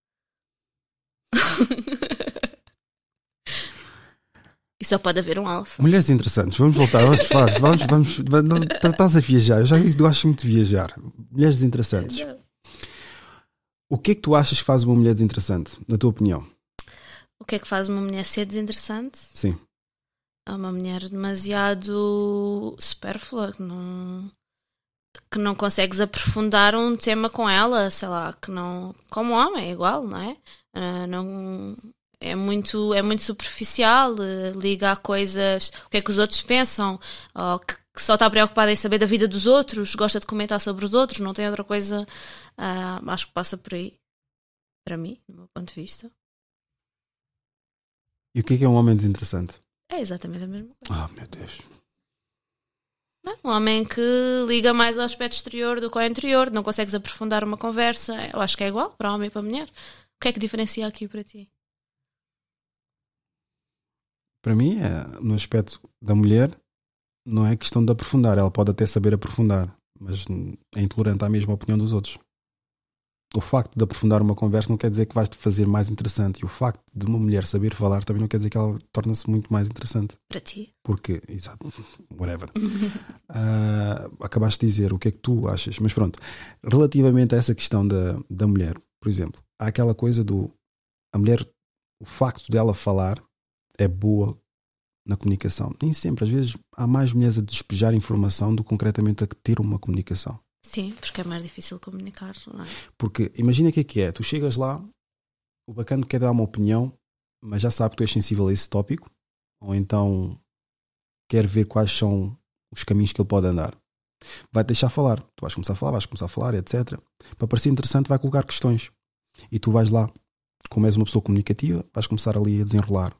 E só pode haver um alfa. Mulheres interessantes, vamos voltar, vamos, vamos, vamos, vamos, vamos estás a viajar, eu já vi que tu gostas muito de viajar. Mulheres interessantes. O que é que tu achas que faz uma mulher desinteressante, na tua opinião? O que é que faz uma mulher ser desinteressante? Sim. É uma mulher demasiado supérflua, que não, que não consegues aprofundar um tema com ela, sei lá, que não. Como homem, é igual, não é? Uh, não, é, muito, é muito superficial, uh, liga a coisas, o que é que os outros pensam, ou que, que só está preocupada em saber da vida dos outros, gosta de comentar sobre os outros, não tem outra coisa. Uh, acho que passa por aí, para mim, do meu ponto de vista. E o que é que é um homem desinteressante? É exatamente a mesma coisa. Ah, meu Deus. Não, um homem que liga mais ao aspecto exterior do que ao interior, não consegues aprofundar uma conversa. Eu acho que é igual para homem e para mulher. O que é que diferencia aqui para ti? Para mim, é, no aspecto da mulher, não é questão de aprofundar. Ela pode até saber aprofundar, mas é intolerante à mesma opinião dos outros. O facto de aprofundar uma conversa não quer dizer que vais-te fazer mais interessante. E o facto de uma mulher saber falar também não quer dizer que ela torna-se muito mais interessante. Para ti? Porque, exato, whatever. uh, acabaste de dizer o que é que tu achas. Mas pronto, relativamente a essa questão da, da mulher, por exemplo, há aquela coisa do... A mulher, o facto dela falar é boa na comunicação. Nem sempre. Às vezes há mais mulheres a despejar informação do que concretamente a ter uma comunicação. Sim, porque é mais difícil comunicar, não é? Porque imagina o que é que é. Tu chegas lá, o bacana quer dar uma opinião, mas já sabe que tu és sensível a esse tópico, ou então quer ver quais são os caminhos que ele pode andar. Vai-te deixar falar. Tu vais começar a falar, vais começar a falar, etcétera. Para parecer interessante, vai colocar questões. E tu vais lá, como és uma pessoa comunicativa, vais começar ali a desenrolar.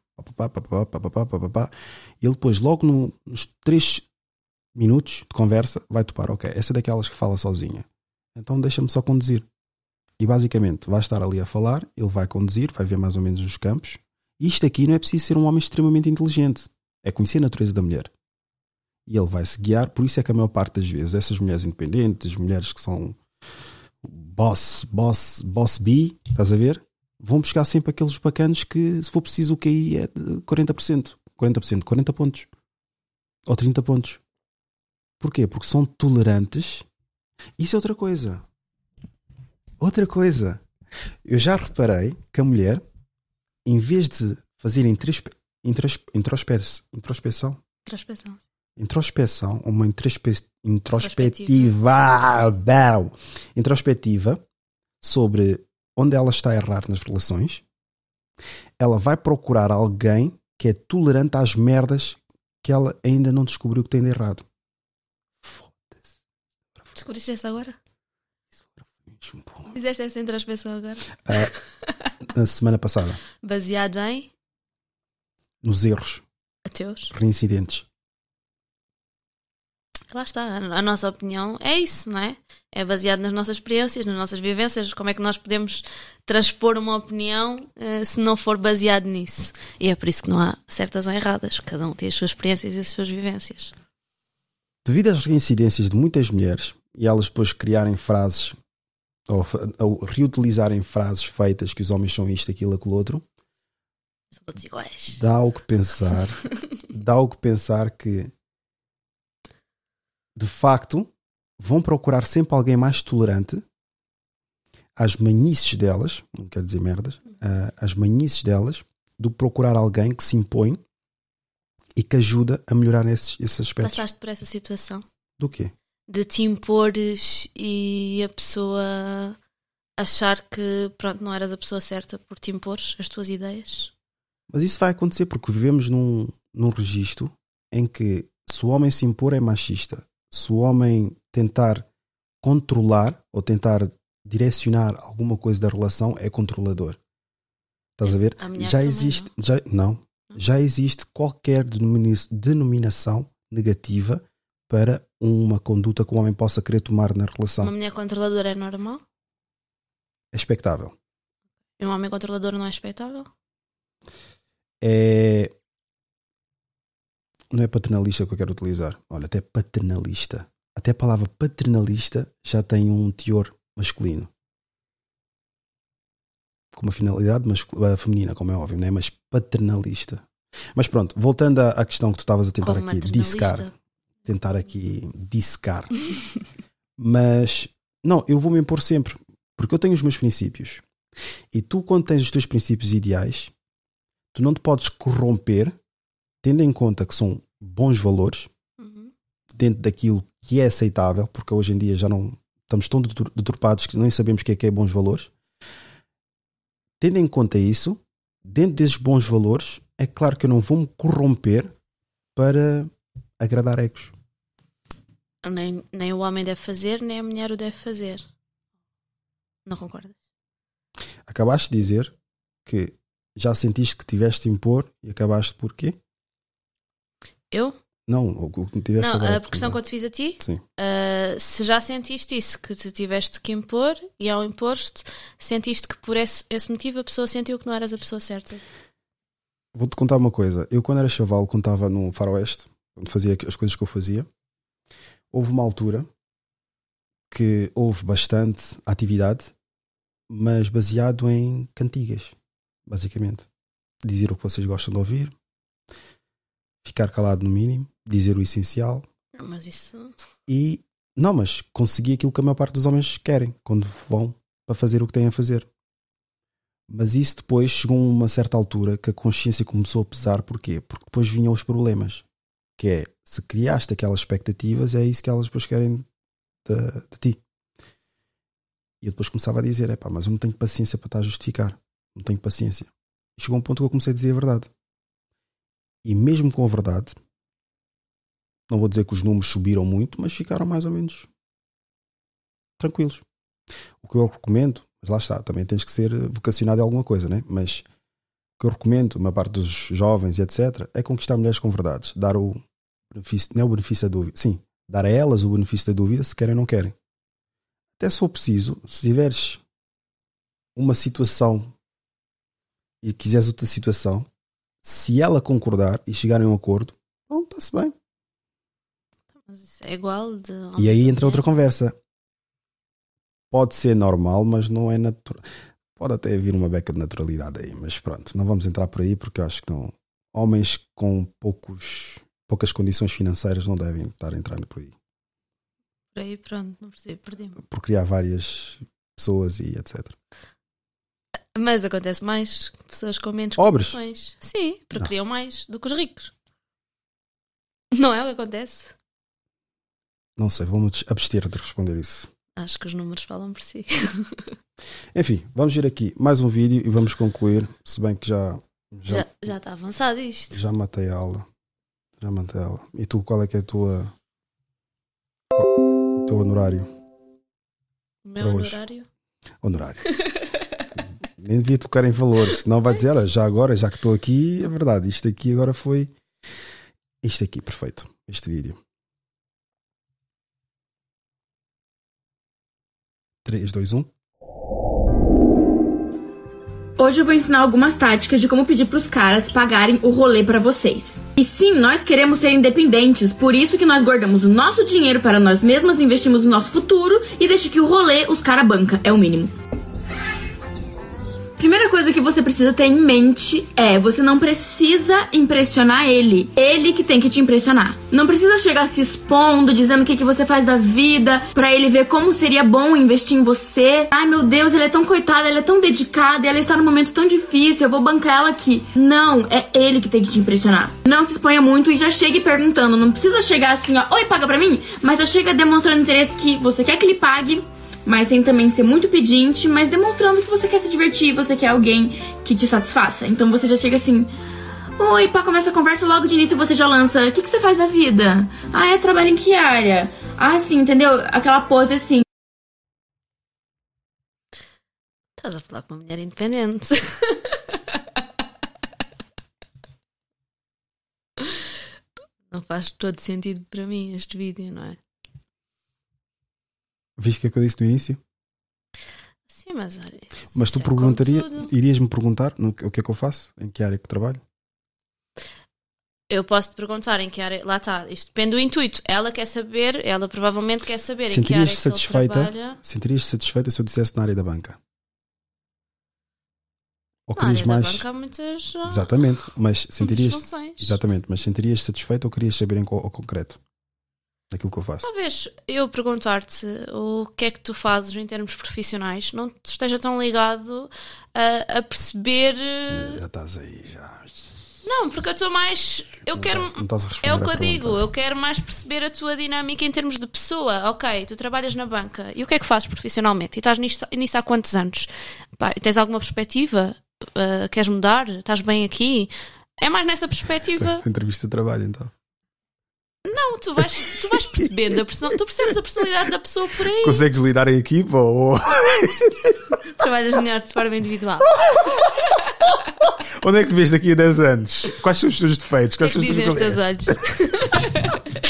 E ele depois, logo no, nos três minutos de conversa, vai topar, ok, essa é daquelas que fala sozinha, então deixa-me só conduzir. E basicamente vai estar ali a falar, ele vai conduzir, vai ver mais ou menos os campos. E isto aqui não é preciso ser um homem extremamente inteligente, é conhecer a natureza da mulher. E ele vai se guiar. Por isso é que a maior parte das vezes essas mulheres independentes, mulheres que são boss, boss, boss B, estás a ver, vão buscar sempre aqueles bacanos que, se for preciso, o Q I é de quarenta por cento, quarenta por cento, quarenta pontos ou trinta pontos. Porquê? Porque são tolerantes. Isso é outra coisa. Outra coisa. Eu já reparei que a mulher, em vez de fazer introspe... Introspe... Introspe... introspeção, Introspeção. introspeção, uma introspe... introspectiva, introspectiva. introspectiva sobre onde ela está a errar nas relações, ela vai procurar alguém que é tolerante às merdas que ela ainda não descobriu que tem de errado. Descobriste essa agora? Fizeste essa introspeção agora? Uh, na semana passada. Baseado em? Nos erros. Ateus. Reincidentes. Lá está. A nossa opinião é isso, não é? É baseado nas nossas experiências, nas nossas vivências. Como é que nós podemos transpor uma opinião uh, se não for baseado nisso? E é por isso que não há certas ou erradas. Cada um tem as suas experiências e as suas vivências. Devido às reincidências de muitas mulheres e elas depois criarem frases ou, ou reutilizarem frases feitas que os homens são isto, aquilo, aquilo outro, são todos iguais. Dá o que pensar, dá o que pensar que de facto vão procurar sempre alguém mais tolerante às manices delas, não quero dizer merdas, uh, às manices delas, do que procurar alguém que se impõe e que ajuda a melhorar esses, esses aspectos. Passaste por essa situação? Do quê? De te impores e a pessoa achar que pronto, não eras a pessoa certa por te impores as tuas ideias? Mas isso vai acontecer porque vivemos num, num registro em que se o homem se impor é machista, se o homem tentar controlar ou tentar direcionar alguma coisa da relação é controlador. Estás a ver? A mulher já também, existe, não? Já, não, já existe qualquer denominação negativa para uma conduta que o homem possa querer tomar na relação. Uma mulher controladora é normal? É expectável. E um homem controlador não é expectável? é... Não é paternalista que eu quero utilizar. Olha, até paternalista. Até a palavra paternalista já tem um teor masculino. Com uma finalidade mascul... feminina, como é óbvio, não é? Mas paternalista. Mas pronto, voltando à, à questão que tu estavas a tentar Como aqui dissecar. Tentar aqui dissecar. Mas, não, eu vou me impor sempre. Porque eu tenho os meus princípios. E tu, quando tens os teus princípios ideais, tu não te podes corromper, tendo em conta que são bons valores, uhum. dentro daquilo que é aceitável, porque hoje em dia já não estamos tão deturpados que nem sabemos o que é que é bons valores. Tendo em conta isso, dentro desses bons valores, é claro que eu não vou me corromper para agradar egos. Nem, nem o homem deve fazer, nem a mulher o deve fazer. Não concordas? Acabaste de dizer que já sentiste que tiveste de impor e acabaste por quê? Eu? Não, o que tiveste Não, agora, a questão que eu te fiz a ti, sim. Uh, se já sentiste isso, que te tiveste que impor, e ao impor-te, sentiste que por esse, esse motivo a pessoa sentiu que não eras a pessoa certa. Vou-te contar uma coisa. Eu, quando era chaval, quando estava no faroeste, quando fazia as coisas que eu fazia, houve uma altura que houve bastante atividade, mas baseado em cantigas, basicamente. Dizer o que vocês gostam de ouvir, ficar calado no mínimo, dizer o essencial. Não, mas isso... E, não, mas conseguir aquilo que a maior parte dos homens querem, quando vão para fazer o que têm a fazer. Mas isso depois chegou a uma certa altura que a consciência começou a pesar. Porquê? Porque depois vinham os problemas. Que é, se criaste aquelas expectativas, é isso que elas depois querem de, de ti. E eu depois começava a dizer, epá, mas eu não tenho paciência para estar a justificar. Não tenho paciência. E chegou um ponto que eu comecei a dizer a verdade. E mesmo com a verdade, não vou dizer que os números subiram muito, mas ficaram mais ou menos tranquilos. O que eu recomendo, mas lá está, também tens que ser vocacionado em alguma coisa, né? Mas o que eu recomendo, uma parte dos jovens e etcétera, é conquistar mulheres com verdades. Dar o benefício, não é o benefício da dúvida, sim, dar a elas o benefício da dúvida se querem ou não querem. Até se for preciso, se tiveres uma situação e quiseres outra situação, se ela concordar e chegarem a um acordo, bom, está-se bem. Mas isso é igual de... E aí entra outra conversa. Pode ser normal, mas não é natural. Pode até vir uma beca de naturalidade aí, mas pronto, não vamos entrar por aí porque eu acho que não. Homens com poucos, poucas condições financeiras não devem estar entrando por aí. Por aí, pronto, não percebo, perdi-me. Por criar várias pessoas e etcétera. Mas acontece mais com pessoas com menos Pobres? condições. Sim, procriam mais do que os ricos. Não é o que acontece? Não sei, vamos abster de responder isso. Acho que os números falam por si. Enfim, vamos ver aqui mais um vídeo e vamos concluir, se bem que já... Já, já, já está avançado isto. Já matei a aula. Já matei a aula. E tu, qual é que é a tua... o teu honorário? O meu honorário? Honorário. Nem devia tocar em valores, senão vai dizer, olha, já agora, já que estou aqui, é verdade, isto aqui agora foi... Isto aqui, perfeito. Este vídeo. três, dois, um. Hoje eu vou ensinar algumas táticas de como pedir pros caras pagarem o rolê pra vocês. E sim, nós queremos ser independentes, por isso que nós guardamos o nosso dinheiro para nós mesmas, investimos no nosso futuro e deixa que o rolê os cara banca, é o mínimo. Primeira coisa que você precisa ter em mente é, você não precisa impressionar ele. Ele que tem que te impressionar. Não precisa chegar se expondo, dizendo o que, que você faz da vida, pra ele ver como seria bom investir em você. Ai meu Deus, ele é tão coitado, ele é tão dedicado, e ela está num momento tão difícil, eu vou bancar ela aqui. Não, é ele que tem que te impressionar. Não se exponha muito e já chegue perguntando. Não precisa chegar assim, ó, oi, paga pra mim? Mas já chega demonstrando interesse que você quer que ele pague, mas sem também ser muito pedinte, mas demonstrando que você quer se divertir, você quer alguém que te satisfaça. Então você já chega assim, oi, pá, começa a conversa, logo de início você já lança, o que, que você faz da vida? Ah, é trabalho em que área? Ah, sim, entendeu? Aquela pose assim. Estás a falar com uma mulher independente. Não faz todo sentido para mim este vídeo, não é? Viste o que é que eu disse no início? Sim, mas olha. Mas tu isso é perguntaria, como tudo. irias-me perguntar no, o que é que eu faço? Em que área que trabalho? Eu posso te perguntar em que área. Lá está, isto depende do intuito. Ela quer saber, ela provavelmente quer saber em que área Sentirias que ele satisfeita, trabalha. sentirias satisfeita se eu dissesse na área da banca? Ou Na querias área mais? da banca há muitas. ah, Exatamente, mas sentirias funções. exatamente, mas sentirias satisfeito ou querias saber em co- ao concreto daquilo que eu faço? Talvez eu perguntar-te o que é que tu fazes em termos profissionais não te esteja tão ligado a, a perceber. eh, Já estás aí, já. Não, porque eu estou mais. Eu Não quero. estás- não estás a responder É o à que eu pergunta. digo. Eu quero mais perceber a tua dinâmica em termos de pessoa. Ok, tu trabalhas na banca. E o que é que fazes profissionalmente? E estás nisso, nisso há quantos anos? Pá, tens alguma perspectiva? Uh, queres mudar? Estás bem aqui? É mais nessa perspectiva. Entrevista de trabalho, então. Não, tu vais, tu vais percebendo a person... Tu percebes a personalidade da pessoa por aí. Consegues lidar em equipa ou Trabalhas melhor de forma individual. onde é que te vês daqui a dez anos? Quais são os teus defeitos? O que é Quais que são as dizem tuas os teus qualidades?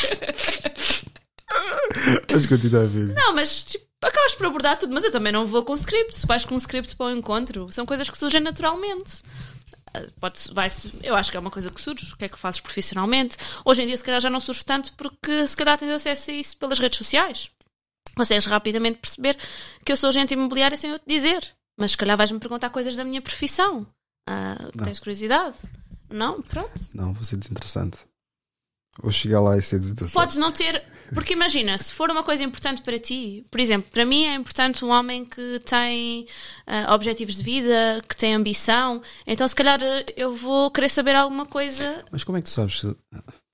olhos? Vamos continuar a ver. Não, mas tipo, acabas por abordar tudo, mas eu também não vou com script. Se vais com script para o encontro, são coisas que surgem naturalmente. Ah, Pode, vai, eu acho que é uma coisa que surge. O que é que fazes profissionalmente? Hoje em dia, se calhar, já não surge tanto porque se calhar tens acesso a isso pelas redes sociais. Consegues rapidamente perceber que eu sou agente imobiliária sem eu te dizer. Mas se calhar vais-me perguntar coisas da minha profissão. Ah, que Não. tens curiosidade? Não? Pronto. Não, vou ser desinteressante. Vou chegar lá e ser desinteressante. Podes não ter. Porque imagina, se for uma coisa importante para ti, por exemplo, para mim é importante um homem que tem ah, objetivos de vida, que tem ambição, então se calhar eu vou querer saber alguma coisa. Mas como é que tu sabes? se-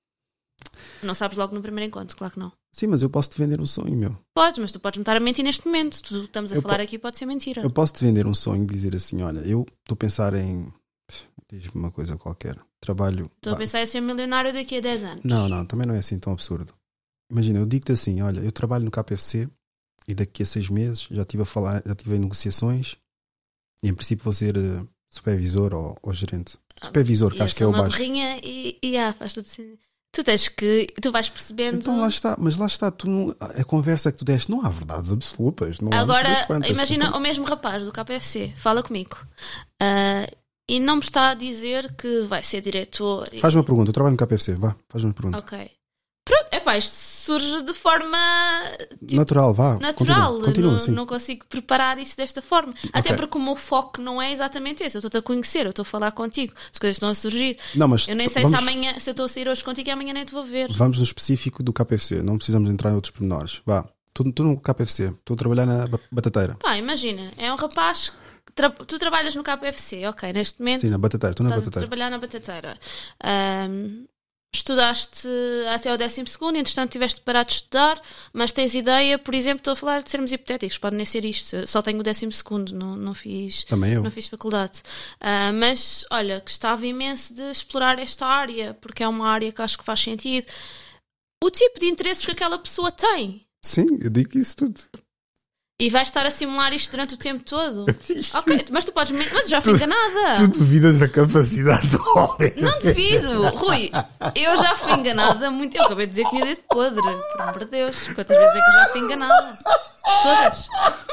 Não sabes logo no primeiro encontro, claro que não. Sim, mas eu posso te vender um sonho, meu. Podes, mas tu podes me estar a mentir neste momento. Tudo o que estamos a Eu falar po- aqui pode ser mentira. Eu posso te vender um sonho e dizer assim: olha, eu estou a pensar em. Diz-me uma coisa qualquer. Trabalho. Estou a pá, pensar em ser milionário daqui a dez anos. Não, não, também não é assim tão absurdo. Imagina, eu digo-te assim: olha, eu trabalho no K P F C e daqui a seis meses já estive a falar, já estive em negociações e em princípio vou ser eh, supervisor ou, ou gerente. Supervisor, que E acho eu que é sou o uma baixo. berrinha e, e ah, faz tudo assim. Tu tens que. Tu vais percebendo. Então lá está, mas lá está, tu não- a conversa que tu deste não há verdades absolutas. Não há não sei Agora, quantas. imagina Tu- o mesmo rapaz do K P F C, fala comigo. Ah, e não me está a dizer que vai ser diretor. e- Faz uma pergunta, eu trabalho no K P F C, vá, faz uma pergunta. Ok. Pronto, epá, isto surge de forma tipo, Natural, vá. natural. Continua, continua não, sim. não consigo preparar isso desta forma. Até Ok. porque o meu foco não é exatamente esse. Eu estou-te a conhecer, eu estou a falar contigo. As coisas estão a surgir. Não, mas eu nem sei vamos- se amanhã, se eu estou a sair hoje contigo e amanhã nem te vou ver. Vamos no específico do K P F C, não precisamos entrar em outros pormenores. Vá, tu, tu no K P F C, estou a trabalhar na ba- batateira. Pá, imagina, é um rapaz. que tra- Tu trabalhas no K P F C, ok, neste momento. Sim, na batateira, estou na Estás a batateira. trabalhar na batateira. Ahm, estudaste até ao décimo segundo, entretanto tiveste de parar de estudar, mas tens ideia, por exemplo, estou a falar de termos hipotéticos, pode nem ser isto, eu só tenho o décimo segundo, não, não fiz Também eu. não fiz faculdade. Ah, mas, olha, gostava imenso de explorar esta área, porque é uma área que acho que faz sentido. O tipo de interesses que aquela pessoa tem. Sim, eu digo isso tudo. E vais estar a simular isto durante o tempo todo? Ok, mas tu podes... men- Mas eu já fui Tu- enganada. Tu duvidas da capacidade do homem. Não duvido, Rui. Eu já fui enganada muito. Eu acabei de dizer que tinha dedo podre. Por amor de Deus. Quantas vezes é que eu já fui enganada? Todas.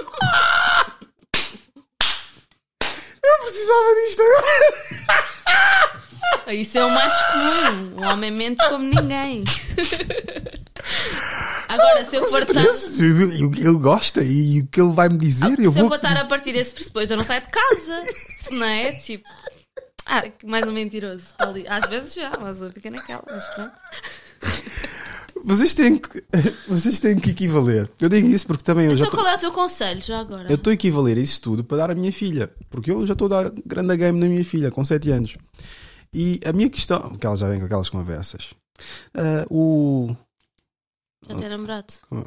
Eu precisava disto agora. Isso é o mais comum. O homem mente como ninguém. Agora, se eu Com for estar, certeza, e o que ele gosta e o que ele vai me dizer, eu se eu vou. for estar a partir desse pressuposto, eu não saio de casa. Não é? Tipo. Ah, mais um mentiroso. Ali. Às vezes já, mas eu fiquei naquela. Mas pronto. Vocês têm que, vocês têm que equivaler. Eu digo isso porque também eu já Então tô- qual é o teu conselho já agora? eu estou a equivaler a isso tudo para dar à minha filha, porque eu já estou a dar grande game na minha filha com sete anos. E a minha questão, que ela já vem com aquelas conversas. ah, o Já ter namorado. Como?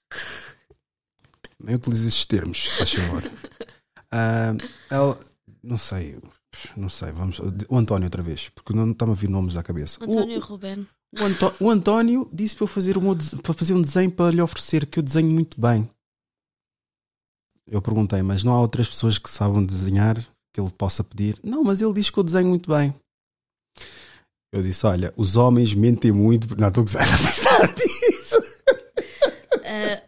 Nem utilizo esses termos, faz favor. Ah, ela, não sei, não sei, vamos. O António outra vez, porque não está-me a vir nomes à cabeça. António O- e Ruben. O, Antó- o António disse para eu fazer, o meu dese- para fazer um desenho para lhe oferecer, que eu desenho muito bem. Eu perguntei, mas não há outras pessoas que saibam desenhar que ele possa pedir? Não, mas ele diz que eu desenho muito bem. Eu disse, olha, os homens mentem muito. Não, estou a gozar, a pensar disso. Ah,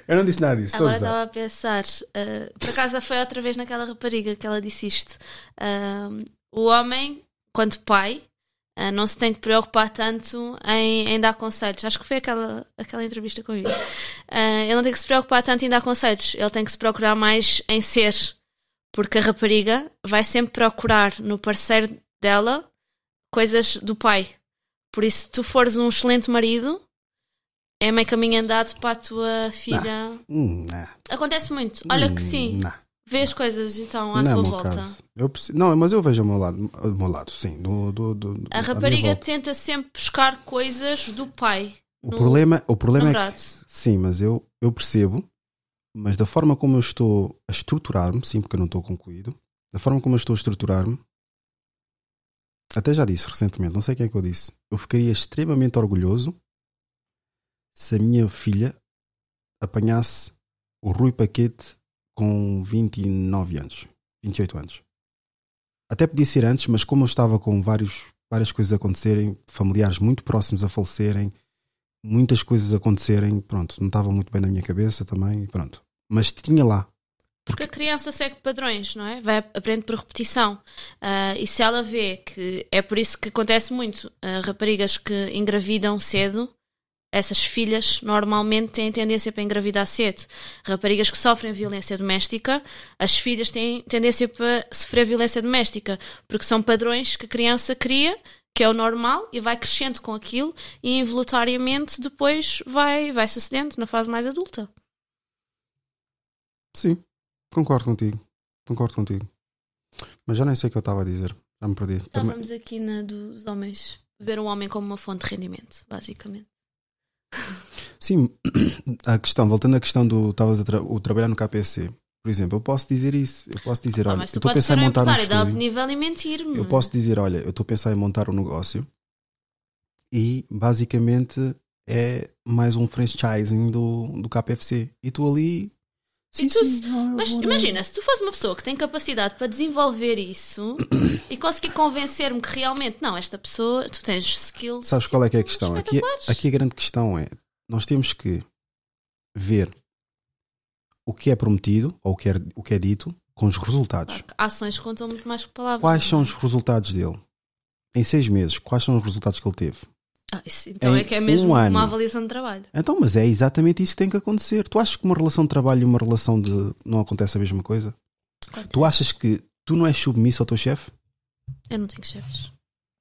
Eu não disse nada disso. Agora estava a pensar. Uh, por acaso foi outra vez naquela rapariga que ela disse isto. Uh, o homem, quando pai, uh, não se tem que preocupar tanto em, em dar conselhos. Acho que foi aquela, aquela entrevista que eu vi. Uh, ele não tem que se preocupar tanto em dar conselhos. Ele tem que se procurar mais em ser. Porque a rapariga vai sempre procurar no parceiro dela coisas do pai. Por isso, se tu fores um excelente marido, é meio caminho andado para a tua filha. Não. Não. Acontece muito. Olha que sim. Não. Vê as coisas então à Não, tua meu volta. caso. Eu perce- Não, mas eu vejo ao meu lado, do meu lado, sim. Do, do, do, do- A à rapariga minha volta. tenta sempre buscar coisas do pai. O no problema, o problema é namorado. que. Sim, mas eu, eu percebo, mas da forma como eu estou a estruturar-me, sim, porque eu não estou concluído, da forma como eu estou a estruturar-me, até já disse recentemente, não sei quem é que eu disse, eu ficaria extremamente orgulhoso se a minha filha apanhasse o Rui Paquete com vinte e nove anos, vinte e oito anos. Até podia ser antes, mas como eu estava com vários, várias coisas a acontecerem, familiares muito próximos a falecerem, muitas coisas a acontecerem, pronto, não estava muito bem na minha cabeça também, pronto. Mas tinha lá. Porque a criança segue padrões, não é? Vai aprender por repetição. Ah, e se ela vê que é por isso que acontece muito, ah, raparigas que engravidam cedo, essas filhas normalmente têm tendência para engravidar cedo. Raparigas que sofrem violência doméstica, as filhas têm tendência para sofrer violência doméstica, porque são padrões que a criança cria, que é o normal, e vai crescendo com aquilo e involuntariamente depois vai, vai sucedendo na fase mais adulta. Sim, concordo contigo. Concordo contigo. Mas já nem sei o que eu estava a dizer. Já me perdi. Também- Estávamos aqui na dos homens. Ver um homem como uma fonte de rendimento, basicamente. Sim, a questão, voltando à questão do estavas a tra- o trabalhar no K P S C, por exemplo, eu posso dizer isso. Eu posso dizer, Ah, olha, mas eu tu estou a podes pensar ser em um montar um empresário de alto estúdio. nível e mentir-me. Eu posso dizer, olha, eu estou a pensar em montar um negócio e basicamente é mais um franchising do, do K P F C. E tu ali. Sim, E tu, sim, ah, mas vou- imagina, se tu fosse uma pessoa que tem capacidade para desenvolver isso e conseguir convencer-me que realmente, não, esta pessoa, tu tens skills. Sabes qual é que é a questão? Aqui, espetaculares. aqui a grande questão é: nós temos que ver o que é prometido ou o que é, o que é dito com os resultados. Ações contam muito mais que palavras. Quais são os resultados dele? Em seis meses, quais são os resultados que ele teve? Ah, isso, então Em é que é mesmo um ano. uma avaliação de trabalho. Então, mas é exatamente isso que tem que acontecer. Tu achas que uma relação de trabalho e uma relação de. não acontece a mesma coisa? Acontece. Tu achas que tu não és submisso ao teu chefe? Eu não tenho chefes.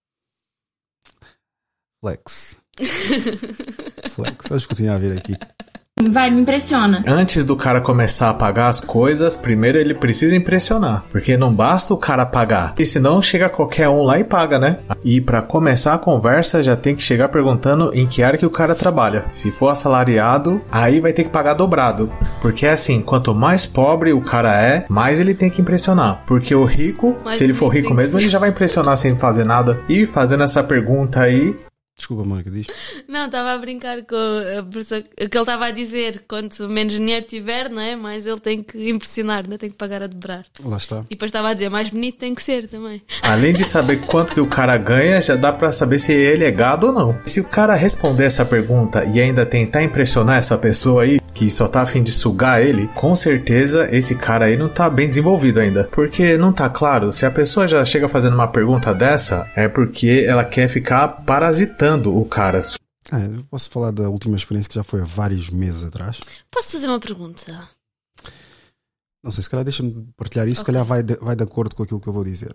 Flex. Flex. Sabes o que eu tinha a ver aqui? Vai, me impressiona. Antes do cara começar a pagar as coisas, primeiro ele precisa impressionar. Porque não basta o cara pagar. E senão chega qualquer um lá e paga, né? E pra começar a conversa, já tem que chegar perguntando em que área que o cara trabalha. Se for assalariado, aí vai ter que pagar dobrado. Porque é assim, quanto mais pobre o cara é, mais ele tem que impressionar. Porque o rico, Mais se ele for bonito rico tem que mesmo, ser. ele já vai impressionar sem fazer nada. E fazendo essa pergunta aí, Desculpa, Mónica, diz. Não, estava a brincar com a pessoa, o que ele estava a dizer. Quanto menos dinheiro tiver, não é? Mais ele tem que impressionar, não é? Tem que pagar a dobrar. Lá está. E depois estava a dizer, mais bonito tem que ser também. além de saber quanto que o cara ganha, já dá pra saber se ele é gado ou não. Se o cara responder essa pergunta e ainda tentar impressionar essa pessoa aí, que só tá a fim de sugar ele, com certeza esse cara aí não tá bem desenvolvido ainda. Porque não tá claro, se a pessoa já chega fazendo uma pergunta dessa, é porque ela quer ficar parasitando o cara. Ah, eu posso falar da última experiência que já foi há vários meses atrás. Posso fazer uma pergunta? Não sei, se calhar deixa-me partilhar isso, se Ok. calhar vai de, vai de acordo com aquilo que eu vou dizer.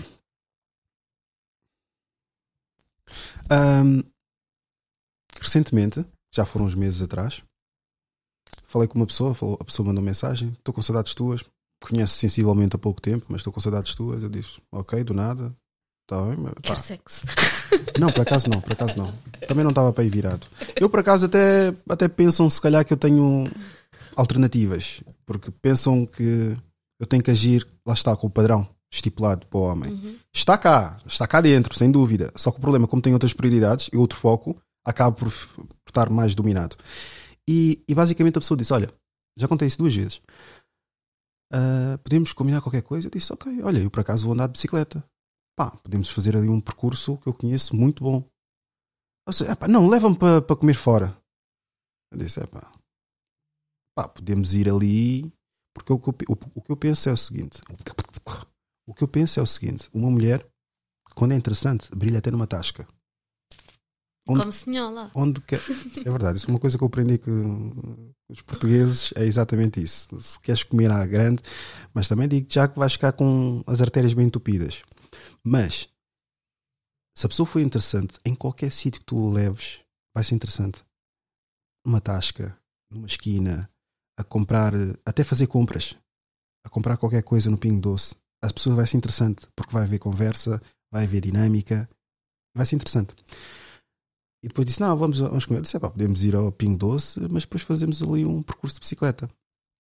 Ahm, recentemente, já foram uns meses atrás, falei com uma pessoa, falou, a pessoa mandou mensagem: estou com saudades tuas, conheço sensivelmente há pouco tempo, mas estou com saudades tuas. Eu disse: ok, do nada, está bem, mas, pá. Quero sexo. Não, por acaso não, por acaso não. Também não estava para ir virado. Eu por acaso até, até pensam se calhar que eu tenho alternativas, porque pensam que eu tenho que agir, lá está, com o padrão estipulado para o homem. Uhum. Está cá, está cá dentro, sem dúvida. Só que o problema, como tenho outras prioridades e outro foco, acabo por, por estar mais dominado. E, e basicamente a pessoa disse: olha, já contei isso duas vezes. Ah, podemos combinar qualquer coisa? Eu disse: ok, olha, eu por acaso vou andar de bicicleta. Pá, podemos fazer ali um percurso que eu conheço muito bom. Ou seja, epá, não, leva-me para, para comer fora. Eu disse: epá, pá, podemos ir ali, porque o que, eu, o, o que eu penso é o seguinte, o que eu penso é o seguinte, uma mulher, quando é interessante, brilha até numa tasca. Onde, como senhola. Onde quer, isso é verdade, isso é uma coisa que eu aprendi com os portugueses, é exatamente isso. Se queres comer à grande, mas também digo já que vais ficar com as artérias bem entupidas. Mas, se a pessoa for interessante, em qualquer sítio que tu o leves, vai ser interessante. Numa tasca, numa esquina, a comprar, até fazer compras, a comprar qualquer coisa no Pingo Doce, a pessoa vai ser interessante, porque vai haver conversa, vai haver dinâmica, vai ser interessante. E depois disse, não, vamos, vamos comer. Eu disse, pá, podemos ir ao Pingo Doce, mas depois fazemos ali um percurso de bicicleta.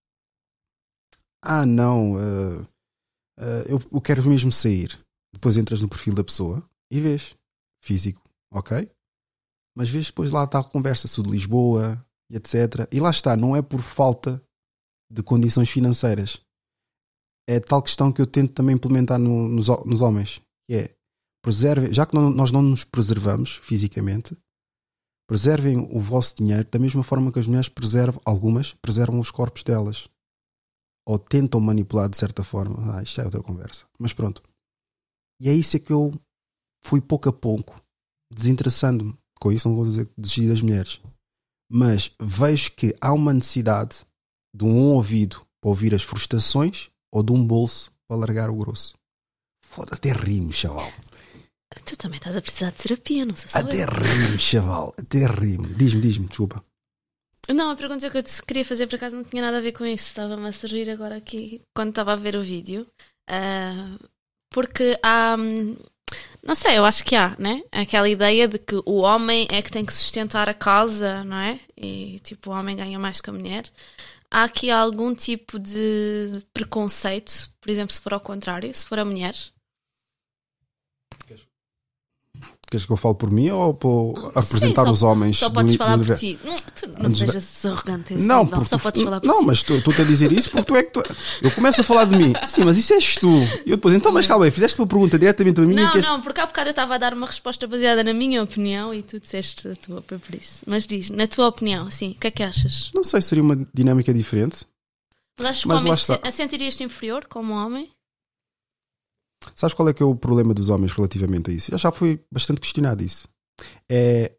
Ah, não, uh, uh, eu, eu quero mesmo sair. Depois entras no perfil da pessoa e vês. Físico, ok? Mas vês depois lá tal conversa, sul de Lisboa, e etcétera. E lá está, não é por falta de condições financeiras. É tal questão que eu tento também implementar no, nos, nos homens. Que é, preserve, já que não, nós não nos preservamos fisicamente, preservem o vosso dinheiro da mesma forma que as mulheres preservam, algumas preservam os corpos delas. Ou tentam manipular de certa forma. Ah, isto é outra conversa. Mas pronto. E é isso é que eu fui pouco a pouco desinteressando-me. Com isso não vou dizer desistir das mulheres. Mas vejo que há uma necessidade de um ouvido para ouvir as frustrações ou de um bolso para largar o grosso. Foda-se, até rimo, chaval. Tu também estás a precisar de terapia, não sei se Até rimo, chaval. Até rimo. Diz-me, diz-me, desculpa. Não, a pergunta que eu te queria fazer por acaso não tinha nada a ver com isso. Estava-me a surgir agora aqui quando estava a ver o vídeo. Uh, porque há... Não sei, eu acho que há, né? Aquela ideia de que o homem é que tem que sustentar a casa, não é? E tipo, o homem ganha mais que a mulher. Há aqui algum tipo de preconceito, por exemplo, se for ao contrário, se for a mulher? Queres que eu fale por mim ou para representar Sim, só, os homens? Só podes do, falar do... por ti. Não, tu não sejas arrogante esse não, nível, porque, só podes falar por não, ti. mas estou a dizer isso porque tu é que tu... Eu começo a falar de mim. Sim, mas isso és tu. E eu depois, então, mas calma aí, fizeste uma pergunta diretamente para mim. Não, queres... não, porque há bocado eu estava a dar uma resposta baseada na minha opinião e tu disseste a tua, por isso. Mas diz, na tua opinião, sim, o que é que achas? Não sei, seria uma dinâmica diferente. Mas achas que mas o homem se, a sentirias-te inferior como homem? Sabes qual é que é o problema dos homens relativamente a isso? Eu já fui bastante questionado isso. É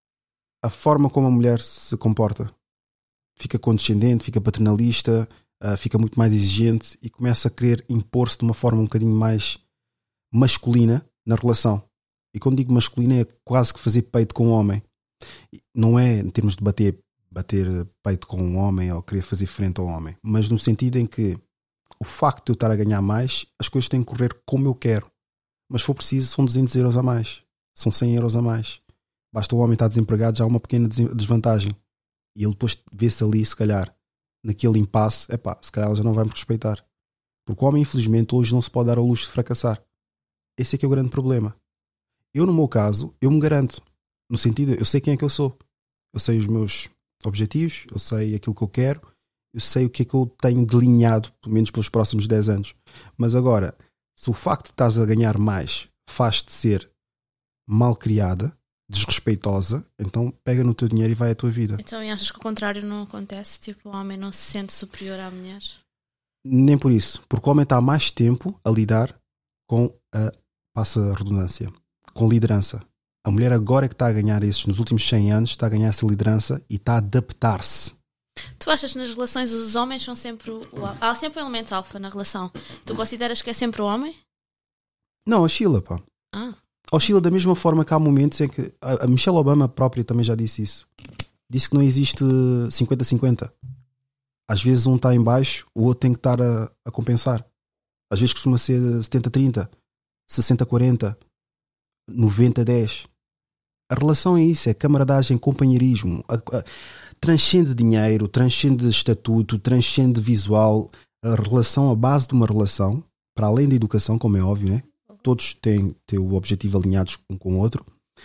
a forma como a mulher se comporta. Fica condescendente, fica paternalista, uh, fica muito mais exigente e começa a querer impor-se de uma forma um bocadinho mais masculina na relação. E quando digo masculina é quase que fazer peito com o homem. Não é em termos de bater, bater peito com um homem ou querer fazer frente ao homem, mas no sentido em que o facto de eu estar a ganhar mais, as coisas têm que correr como eu quero. Mas se for preciso, são duzentos euros a mais. São cem euros a mais. Basta o homem estar desempregado, já há uma pequena desvantagem. E ele depois vê-se ali, se calhar, naquele impasse, epá, se calhar ela já não vai me respeitar. Porque o homem, infelizmente, hoje não se pode dar ao luxo de fracassar. Esse é que é o grande problema. Eu, no meu caso, eu me garanto. No sentido, eu sei quem é que eu sou. Eu sei os meus objetivos, eu sei aquilo que eu quero, eu sei o que é que eu tenho delineado, pelo menos pelos próximos dez anos. Mas agora, se o facto de estás a ganhar mais faz-te ser mal criada, desrespeitosa, então pega no teu dinheiro e vai à tua vida. Então, e achas que o contrário não acontece? Tipo, o homem não se sente superior à mulher? Nem por isso. Porque o homem está há mais tempo a lidar com a, passa a redundância, com liderança. A mulher agora é que está a ganhar esses, nos últimos cem anos, está a ganhar essa liderança e está a adaptar-se. Tu achas que nas relações os homens são sempre o... Há sempre um elemento alfa na relação. Tu consideras que é sempre o homem? Não, oscila, pá. Ah. Oscila da mesma forma que há momentos em que... A Michelle Obama própria também já disse isso. Disse que não existe cinquenta a cinquenta. Às vezes um está em baixo, o outro tem que estar a, a compensar. Às vezes costuma ser setenta a trinta, sessenta a quarenta, noventa a dez. A relação é isso, é camaradagem, companheirismo. A, a, transcende dinheiro, transcende estatuto, transcende visual. A relação, a base de uma relação, para além da educação, como é óbvio, né? Todos têm, têm o objetivo alinhados um com o outro.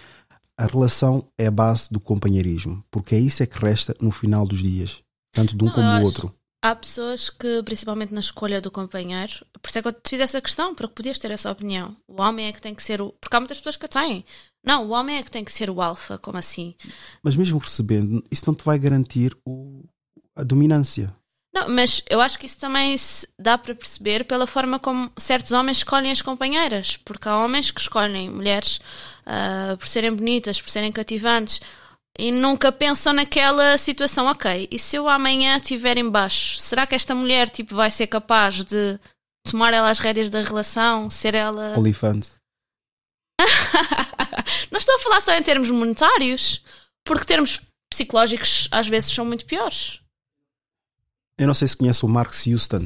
A relação é a base do companheirismo, porque é isso é que resta no final dos dias, tanto de um não, como do outro. Há pessoas que, principalmente na escolha do companheiro, por isso é que eu te fiz essa questão, porque podias ter essa opinião. O homem é que tem que ser o... Porque há muitas pessoas que a têm. Não, o homem é que tem que ser o alfa, como assim? Mas mesmo recebendo, isso não te vai garantir o, a dominância. Não, mas eu acho que isso também se dá para perceber pela forma como certos homens escolhem as companheiras. Porque há homens que escolhem mulheres uh, por serem bonitas, por serem cativantes e nunca pensam naquela situação. Ok, e se eu amanhã estiver em baixo, será que esta mulher tipo, vai ser capaz de tomar ela as rédeas da relação? Ser ela... OnlyFans. Não estou a falar só em termos monetários, porque termos psicológicos às vezes são muito piores. Eu não sei se conhece o Marx Houston.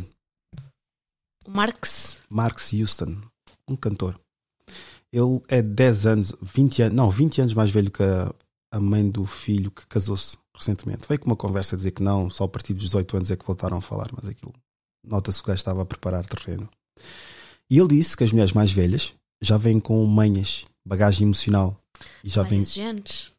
O Marx? Marx Houston, um cantor. Ele é dez anos, vinte anos, não, vinte anos mais velho que a, a mãe do filho que casou-se recentemente. Veio com uma conversa a dizer que não, só a partir dos dezoito anos é que voltaram a falar, mas aquilo, nota-se que o gajo estava a preparar terreno. E ele disse que as mulheres mais velhas já vêm com manhas, bagagem emocional. E já mais vêm... exigentes.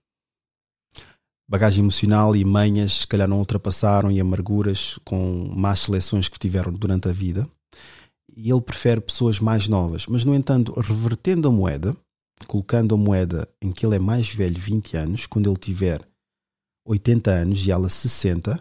Bagagem emocional e manhas, se calhar não ultrapassaram, e amarguras com más seleções que tiveram durante a vida. E ele prefere pessoas mais novas. Mas, no entanto, revertendo a moeda, colocando a moeda em que ele é mais velho, vinte anos, quando ele tiver oitenta anos e ela sessenta,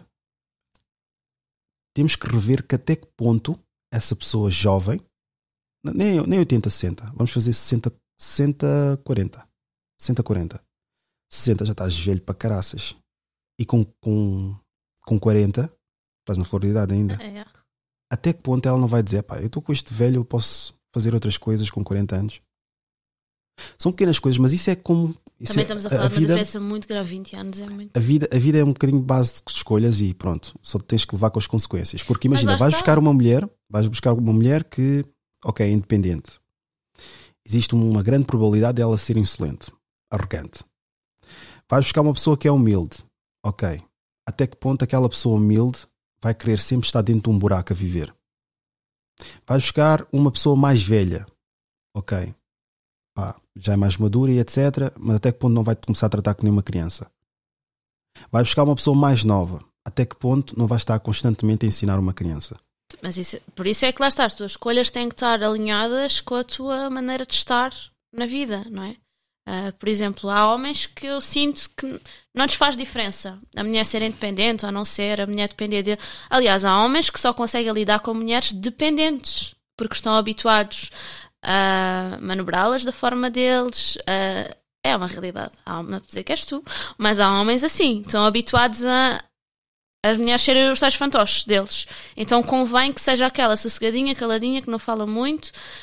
temos que rever que até que ponto essa pessoa jovem, nem, nem oitenta, sessenta, vamos fazer sessenta, sessenta, quarenta. sessenta, quarenta. sessenta já estás velho para caraças. E com, com, com quarenta, estás na flor de idade ainda. É, é. Até que ponto ela não vai dizer, pá, eu estou com este velho, eu posso fazer outras coisas com quarenta anos. São pequenas coisas, mas isso é como... Isso Também é, estamos a falar a de uma vida, diferença muito grave, vinte anos é muito... a vida, a vida é um bocadinho base de escolhas e pronto, só tens que levar com as consequências. Porque imagina, Mas lá vais está. buscar uma mulher, vais buscar uma mulher que, ok, é independente. Existe uma grande probabilidade dela ser insolente, arrogante. Vais buscar uma pessoa que é humilde. Ok. Até que ponto aquela pessoa humilde vai querer sempre estar dentro de um buraco a viver? Vais buscar uma pessoa mais velha. Ok. Pá, já é mais madura e etcétera. Mas até que ponto não vai começar a tratar como uma criança? Vais buscar uma pessoa mais nova. Até que ponto não vai estar constantemente a ensinar uma criança? Mas isso, por isso é que lá está, as tuas escolhas têm que estar alinhadas com a tua maneira de estar na vida, não é? Uh, por exemplo, há homens que eu sinto que não lhes faz diferença a mulher ser independente ou não ser, a mulher depender dele. Aliás, há homens que só conseguem lidar com mulheres dependentes porque estão habituados a manobrá-las da forma deles. Uh, é uma realidade. Há, não estou a dizer que és tu, mas há homens assim, estão habituados a as mulheres serem os tais fantoches deles. Então convém que seja aquela sossegadinha, caladinha, que não fala muito.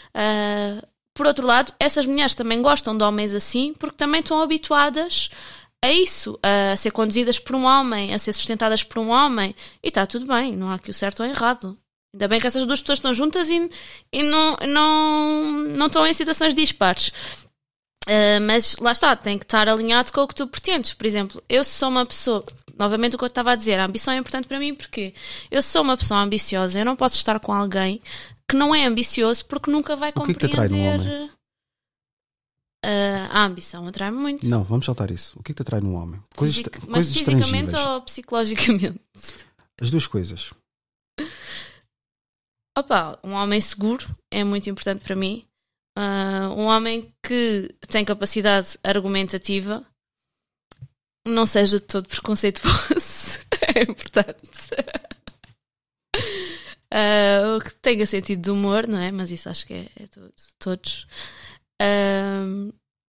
Uh, Por outro lado, essas mulheres também gostam de homens assim porque também estão habituadas a isso, a ser conduzidas por um homem, a ser sustentadas por um homem. E está tudo bem, não há aqui o certo ou o errado. Ainda bem que essas duas pessoas estão juntas e, e não, não, não estão em situações dispares. Uh, mas lá está, tem que estar alinhado com o que tu pretendes. Por exemplo, eu sou uma pessoa... Novamente o que eu estava a dizer, a ambição é importante para mim porque eu sou uma pessoa ambiciosa, eu não posso estar com alguém que não é ambicioso porque nunca vai O que é que te compreender. atrai num homem? Uh, a ambição atrai-me muito. Não, vamos saltar isso. O que é que te atrai num homem? Coisas, Fisic... coisas Mas fisicamente estrangíveis. ou psicologicamente? As duas coisas. Opa, um homem seguro é muito importante para mim. Uh, um homem que tem capacidade argumentativa, não seja de todo preconceituoso, é importante. Uh, que tenha sentido de humor, não é? Mas isso acho que é, é todos. todos. Uh,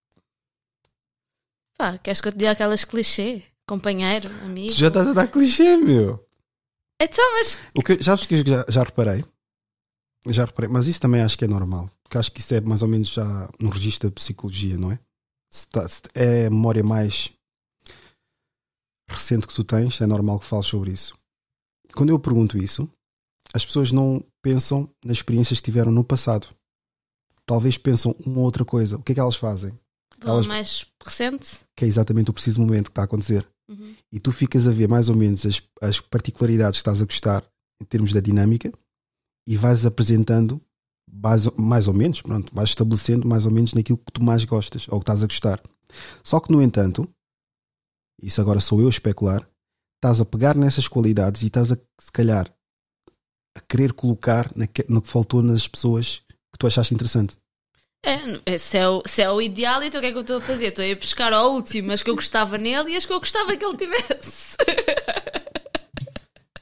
pá, queres que eu te diga aquelas clichê? Companheiro, amigo. Tu já estás a dar clichê, meu. Então, mas. O que, já, já, já reparei. Já reparei, mas isso também acho que é normal. Porque acho que isso é mais ou menos já no registro da psicologia, não é? Se tá, se é a memória mais recente que tu tens, é normal que fales sobre isso. Quando eu pergunto isso, as pessoas não pensam nas experiências que tiveram no passado. Talvez pensam uma ou outra coisa. O que é que elas fazem? Vão Elas... mais recente? Que é exatamente o preciso momento que está a acontecer. Uhum. E tu ficas a ver mais ou menos as, as particularidades que estás a gostar em termos da dinâmica e vais apresentando mais, mais ou menos, pronto, vais estabelecendo mais ou menos naquilo que tu mais gostas ou que estás a gostar. Só que, no entanto, isso agora sou eu a especular, estás a pegar nessas qualidades e estás a, se calhar, a querer colocar na que, no que faltou nas pessoas que tu achaste interessante. É, se é, o, se é o ideal, então o que é que eu estou a fazer? Estou a ir buscar ao último as que eu gostava nele e as que eu gostava que ele tivesse.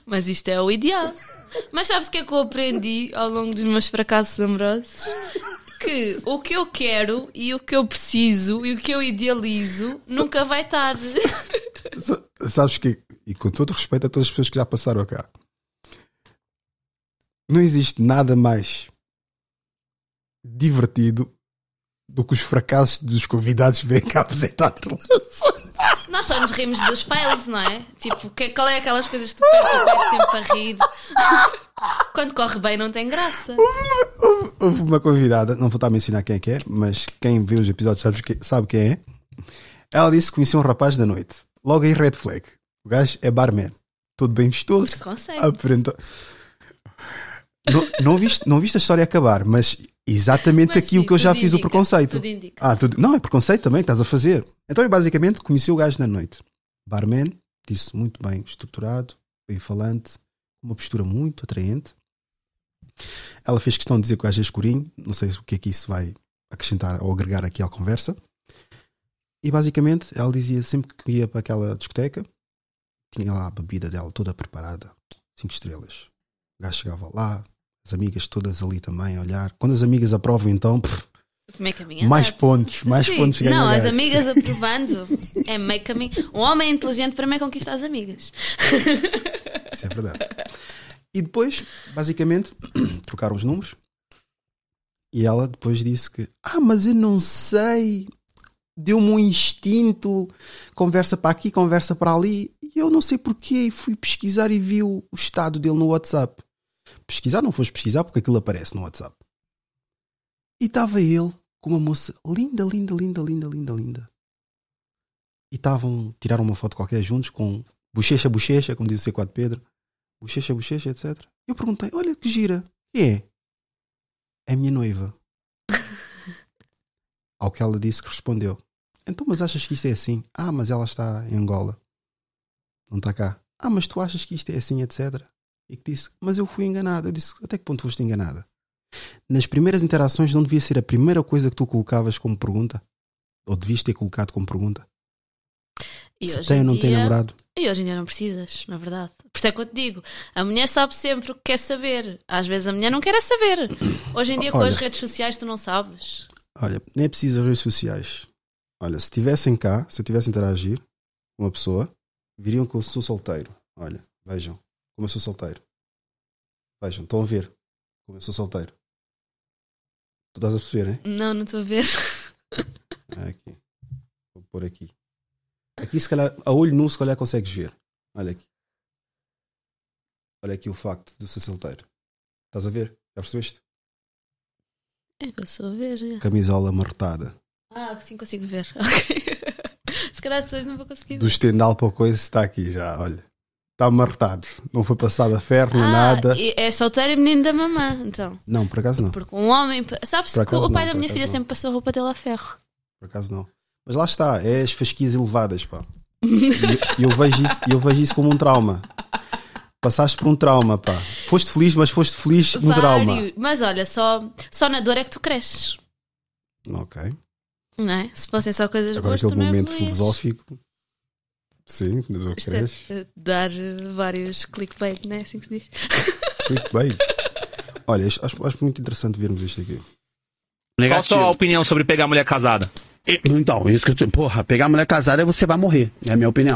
Mas isto é o ideal. Mas sabes o que é que eu aprendi ao longo dos meus fracassos amorosos? Que o que eu quero e o que eu preciso e o que eu idealizo nunca vai estar. Sabes que, e com todo respeito a todas as pessoas que já passaram cá, não existe nada mais divertido do que os fracassos dos convidados que vêm cá apresentar relações. Nós só nos rimos dos fails, não é? Tipo, que, qual é aquelas coisas que tu perdes o pé sempre a rir? Quando corre bem não tem graça. Houve, houve uma convidada, não vou estar a mencionar quem é que é, mas quem vê os episódios sabe, que, sabe quem é. Ela disse que conhecia um rapaz da noite. Logo aí, red flag. O gajo é barman. Todo bem vistoso. Aparenta... Não, não, viste, não viste a história acabar, mas exatamente mas, aquilo sim, que eu já fiz indica, o preconceito. Tudo indica. Ah, tudo... Não, é preconceito também que estás a fazer. Então eu basicamente conheci o gajo na noite. Barman, disse muito bem estruturado, bem falante, uma postura muito atraente. Ela fez questão de dizer que o gajo é escurinho. Não sei o que é que isso vai acrescentar ou agregar aqui à conversa. E basicamente ela dizia sempre que ia para aquela discoteca, tinha lá a bebida dela toda preparada, cinco estrelas. O gajo chegava lá, as amigas todas ali também a olhar. Quando as amigas aprovam, então, pff, meio caminho mais pontos, mais Sim. pontos Não, as amigas aprovando é meio caminho. Um homem inteligente para mim conquista as amigas. Isso é verdade. E depois, basicamente, trocaram os números e ela depois disse que, ah, mas eu não sei, deu-me um instinto, conversa para aqui, conversa para ali, e eu não sei porquê, fui pesquisar e vi o, o estado dele no WhatsApp. Pesquisar, não foste pesquisar porque aquilo aparece no WhatsApp. E estava ele com uma moça linda, linda, linda, linda, linda, linda. E estavam, tiraram uma foto qualquer juntos com bochecha, bochecha, como diz o C quatro Pedro. Bochecha, bochecha, etcétera. Eu perguntei, olha que gira. Quem é? É minha noiva. Ao que ela disse que respondeu. Então, mas achas que isto é assim? Ah, mas ela está em Angola. Não está cá. Ah, mas tu achas que isto é assim, etcétera. E que disse, mas eu fui enganada. Eu disse, até que ponto foste enganada? Nas primeiras interações não devia ser a primeira coisa que tu colocavas como pergunta? Ou devias ter colocado como pergunta? E se tem ou não dia, tem namorado? E hoje em dia não precisas, na verdade. Por isso é que eu te digo, a mulher sabe sempre o que quer saber. Às vezes a mulher não quer é saber. Hoje em dia com Olha, as redes sociais tu não sabes. Olha, nem é preciso as redes sociais. Olha, se estivessem cá, se eu tivesse a interagir com uma pessoa, viriam que eu sou solteiro. Olha, vejam como eu sou solteiro. Vejam, estão a ver como eu sou solteiro. Tu estás a perceber, hein? Não, não estou a ver. É aqui. Vou pôr aqui. Aqui, se calhar, a olho nu, se calhar consegues ver. Olha aqui. Olha aqui o facto de eu ser solteiro. Estás a ver? Já percebeste? É que eu sou a ver. Já. Camisola amarrotada. Ah, sim, consigo ver. Ok. Se calhar hoje não vou conseguir ver. Do estendal para a coisa está aqui já, olha. Está amarrotado. Não foi passado a ferro, nem ah, nada. É solteiro e menino da mamã, então. Não, por acaso não. Porque um homem... Sabes que o pai não, da minha filha não. sempre passou a roupa dele a ferro. Por acaso não. Mas lá está, é as fasquias elevadas, pá. E eu, eu, vejo isso, eu vejo isso como um trauma. Passaste por um trauma, pá. Foste feliz, mas foste feliz no Vário. trauma. Mas olha, só, só na dor é que tu cresces. Ok. Não é? Se fossem só coisas agora boas, tu não aquele momento evoluís. Filosófico. Sim, na dor cresces. É dar vários clickbait, não é assim que se diz? Clickbait. Olha, acho, acho muito interessante vermos isto aqui. Qual a sua opinião sobre pegar mulher casada? Então, isso que eu tô, porra, pegar mulher casada você vai morrer, é a minha opinião.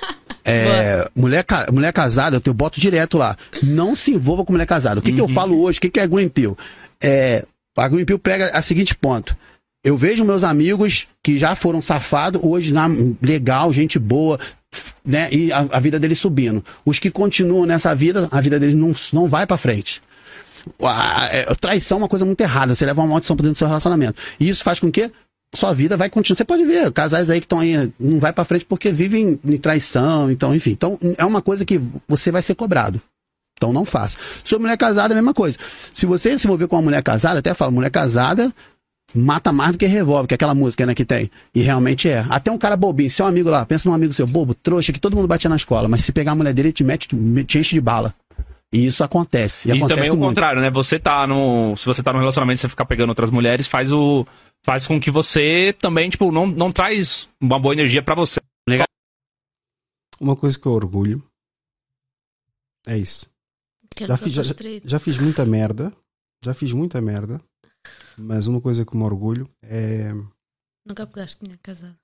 É, mulher, mulher casada, eu boto direto lá. Não se envolva com mulher casada. O que, uhum. que eu falo hoje? O que, que é Green Pill? É, a Green Pill prega a seguinte ponto. Eu vejo meus amigos que já foram safados, hoje na, legal, gente boa, né? E a, a vida deles subindo. Os que continuam nessa vida, a vida deles não, não vai pra frente. A, a, a traição é uma coisa muito errada. Você leva uma maldição pra dentro do seu relacionamento. E isso faz com que sua vida vai continuar. Você pode ver casais aí que estão aí, não vai pra frente porque vivem em traição, então, enfim. Então, é uma coisa que você vai ser cobrado. Então, não faça. Sobre mulher casada, é a mesma coisa. Se você se envolver com uma mulher casada, até falo, mulher casada mata mais do que revólver, que é aquela música, né, que tem. E realmente é. Até um cara bobinho, seu amigo lá, pensa num amigo seu, bobo, trouxa, que todo mundo batia na escola, mas se pegar a mulher dele, ele te mete, te enche de bala. E isso acontece. E, e acontece também o muito. contrário, né? Você tá no. Se você tá num relacionamento e você ficar pegando outras mulheres, faz o. Faz com que você também, tipo, não, não traz uma boa energia pra você. Uma coisa que eu orgulho É isso. Quero Já que fiz, eu já, fosse já fiz muita merda. Já fiz muita merda. Mas uma coisa que me orgulho é. Nunca pegaste dinheiro casado.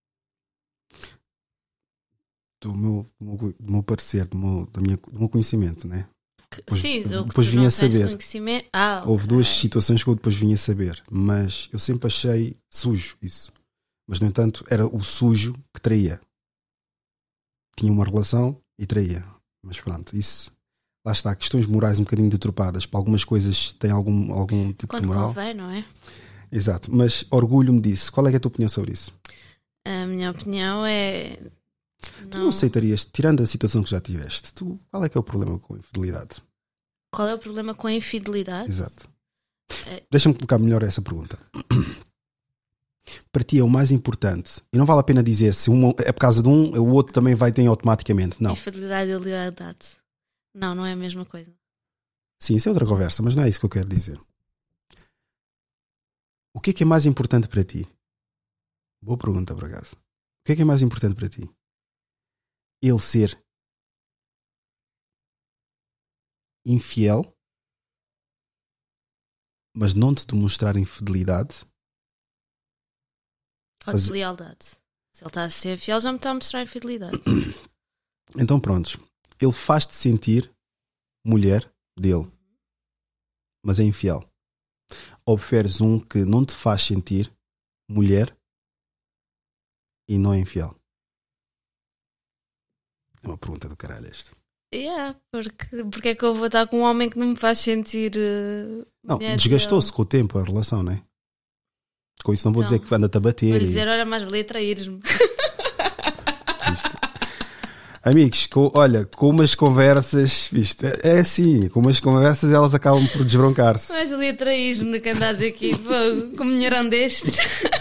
Do meu, do meu, do meu parecer, do meu, da minha, do meu conhecimento, né? Depois, Sim, o que depois tu vim não a tens saber. conhecimento. Ah, Houve ok. duas situações que eu depois vim a saber, mas eu sempre achei sujo isso. Mas, no entanto, era o sujo que traía. Tinha uma relação e traía. Mas pronto, isso. Lá está, questões morais um bocadinho deturpadas. Para algumas coisas tem algum, algum tipo Quando de moral. convém, não é? Exato, mas orgulho-me disso. Qual é, que é a tua opinião sobre isso? A minha opinião é. Tu não aceitarias, tirando a situação que já tiveste, tu, qual é que é o problema com a infidelidade? Qual é o problema com a infidelidade? Exato. É- Deixa-me colocar melhor essa pergunta. Para ti é o mais importante, e não vale a pena dizer se um é por causa de um, o outro também vai ter automaticamente. Não. Infidelidade e lealdade. Não, não é a mesma coisa. Sim, isso é outra conversa, mas não é isso que eu quero dizer. O que é que é mais importante para ti? Boa pergunta, por acaso. O que é que é mais importante para ti? Ele ser infiel, mas não te demonstrar infidelidade? Ou Faz- deslealdade. Se ele está a ser fiel, já me está a mostrar infidelidade. Então prontos, ele faz-te sentir mulher dele, mas é infiel. Ou preferes um que não te faz sentir mulher e não é infiel? É uma pergunta do caralho esta. Yeah, porque, porque é que eu vou estar com um homem que não me faz sentir. Uh, Não, mulher desgastou-se dele? com o tempo a relação, não é? Com isso não vou Então, dizer que anda-te a bater. Vou e- dizer, olha, mais valia traíres-me. Amigos, com, olha, com umas conversas, isto é, é assim, com umas conversas elas acabam por desbroncar-se. Mais valia traíres-me do que andares aqui pô, com um mulherão destes.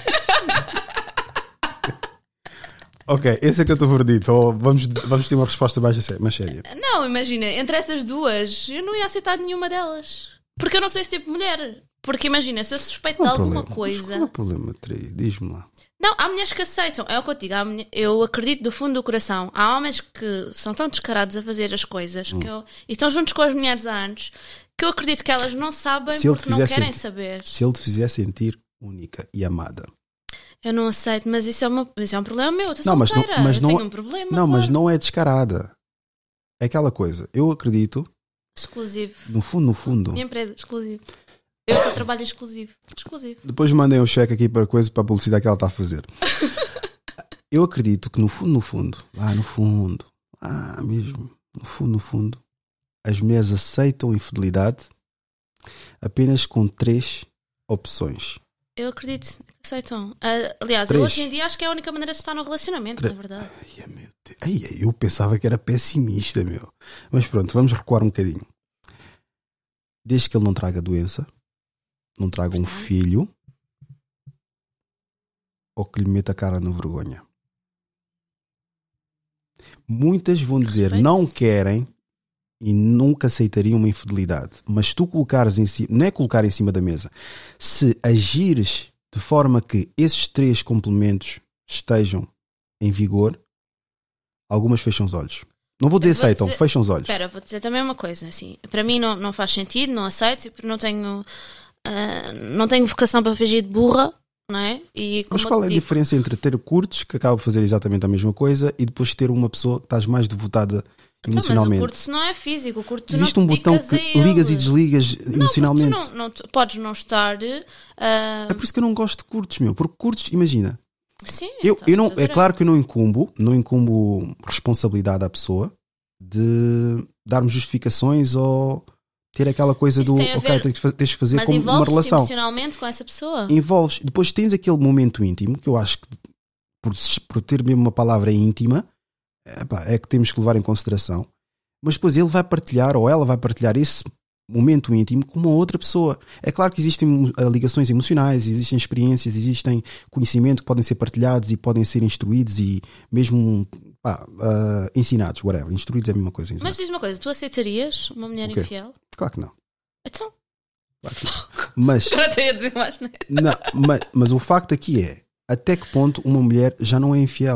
Ok, esse é que eu estou verdito. Ou vamos, vamos ter uma resposta mais, sé- mais séria. Não, imagina, entre essas duas, eu não ia aceitar nenhuma delas. Porque eu não sou esse tipo de mulher. Porque imagina, se eu suspeito Qual de é o alguma problema? coisa. Mas qual é o problema, Trey? Diz-me lá. Não, há mulheres que aceitam. É o que eu digo. há mulher- Eu acredito do fundo do coração. Há homens que são tão descarados a fazer as coisas Hum. que eu- e estão juntos com as mulheres há anos que eu acredito que elas não sabem Se ele te porque não fizer querem sentir- saber. Se ele te fizer sentir única e amada. Eu não aceito, mas isso é, uma, isso é um problema meu. Eu estou Não, mas não, solteira. mas eu não, tenho um problema. não, claro. mas não é descarada. É aquela coisa. Eu acredito, Exclusivo. no fundo, no fundo. Minha empresa, exclusivo. Eu só trabalho exclusivo. Exclusivo. Depois mandem um cheque aqui para a coisa, para a publicidade que ela está a fazer. Eu acredito que no fundo, no fundo, lá no fundo, lá mesmo, no fundo, no fundo, as mulheres aceitam a infidelidade apenas com três opções. Eu acredito que aceitam. Ah, aliás, Três. eu hoje em dia acho que é a única maneira de estar no relacionamento, Três. na verdade. Ai, eu pensava que era pessimista, meu. Mas pronto, vamos recuar um bocadinho. Desde que ele não traga doença, não traga um filho, ou que lhe meta a cara na vergonha. Muitas vão dizer não querem e nunca aceitariam uma infidelidade. Mas tu colocares em cima, não é colocar em cima da mesa, se agires de forma que esses três complementos estejam em vigor, algumas fecham os olhos. Não vou dizer Eu vou aceitam, dizer- fecham os olhos. Espera, vou dizer também uma coisa. Assim, para mim não, não faz sentido, não aceito, porque não tenho, ah, não tenho vocação para fingir de burra, não é? E como Mas qual eu é a te digo, diferença entre ter curtos, que acaba de fazer exatamente a mesma coisa, e depois ter uma pessoa que estás mais devotada Então, mas o emocionalmente? curto não é físico, o curto tu Existe não um te botão dedicas que a ele. ligas e desligas emocionalmente. Não, tu não, não, tu podes não estar. ah, É por isso que eu não gosto de curtos, meu. Porque curtos, imagina, sim, eu, então, eu não, mas é adorei. claro que eu não incumbo, não incumbo responsabilidade à pessoa de dar-me justificações ou ter aquela coisa Isso do tem a ok, ver- tens de fa- tens de fazer Mas como uma envolves-te relação. emocionalmente com essa pessoa. Envolves, depois tens aquele momento íntimo que eu acho que por, se- por ter mesmo uma palavra íntima epá, é que temos que levar em consideração, mas depois ele vai partilhar ou ela vai partilhar esse momento íntimo com uma outra pessoa. É claro que existem uh, ligações emocionais, existem experiências, existem conhecimento que podem ser partilhados e podem ser instruídos e mesmo pá, uh, ensinados, whatever. Instruídos é a mesma coisa. Mas ensinados. diz uma coisa, tu aceitarias uma mulher O quê? infiel? Claro que não. Então. Claro que não. Mas, Agora tenho a dizer mais, não é? não, mas, mas o facto aqui é até que ponto uma mulher já não é infiel.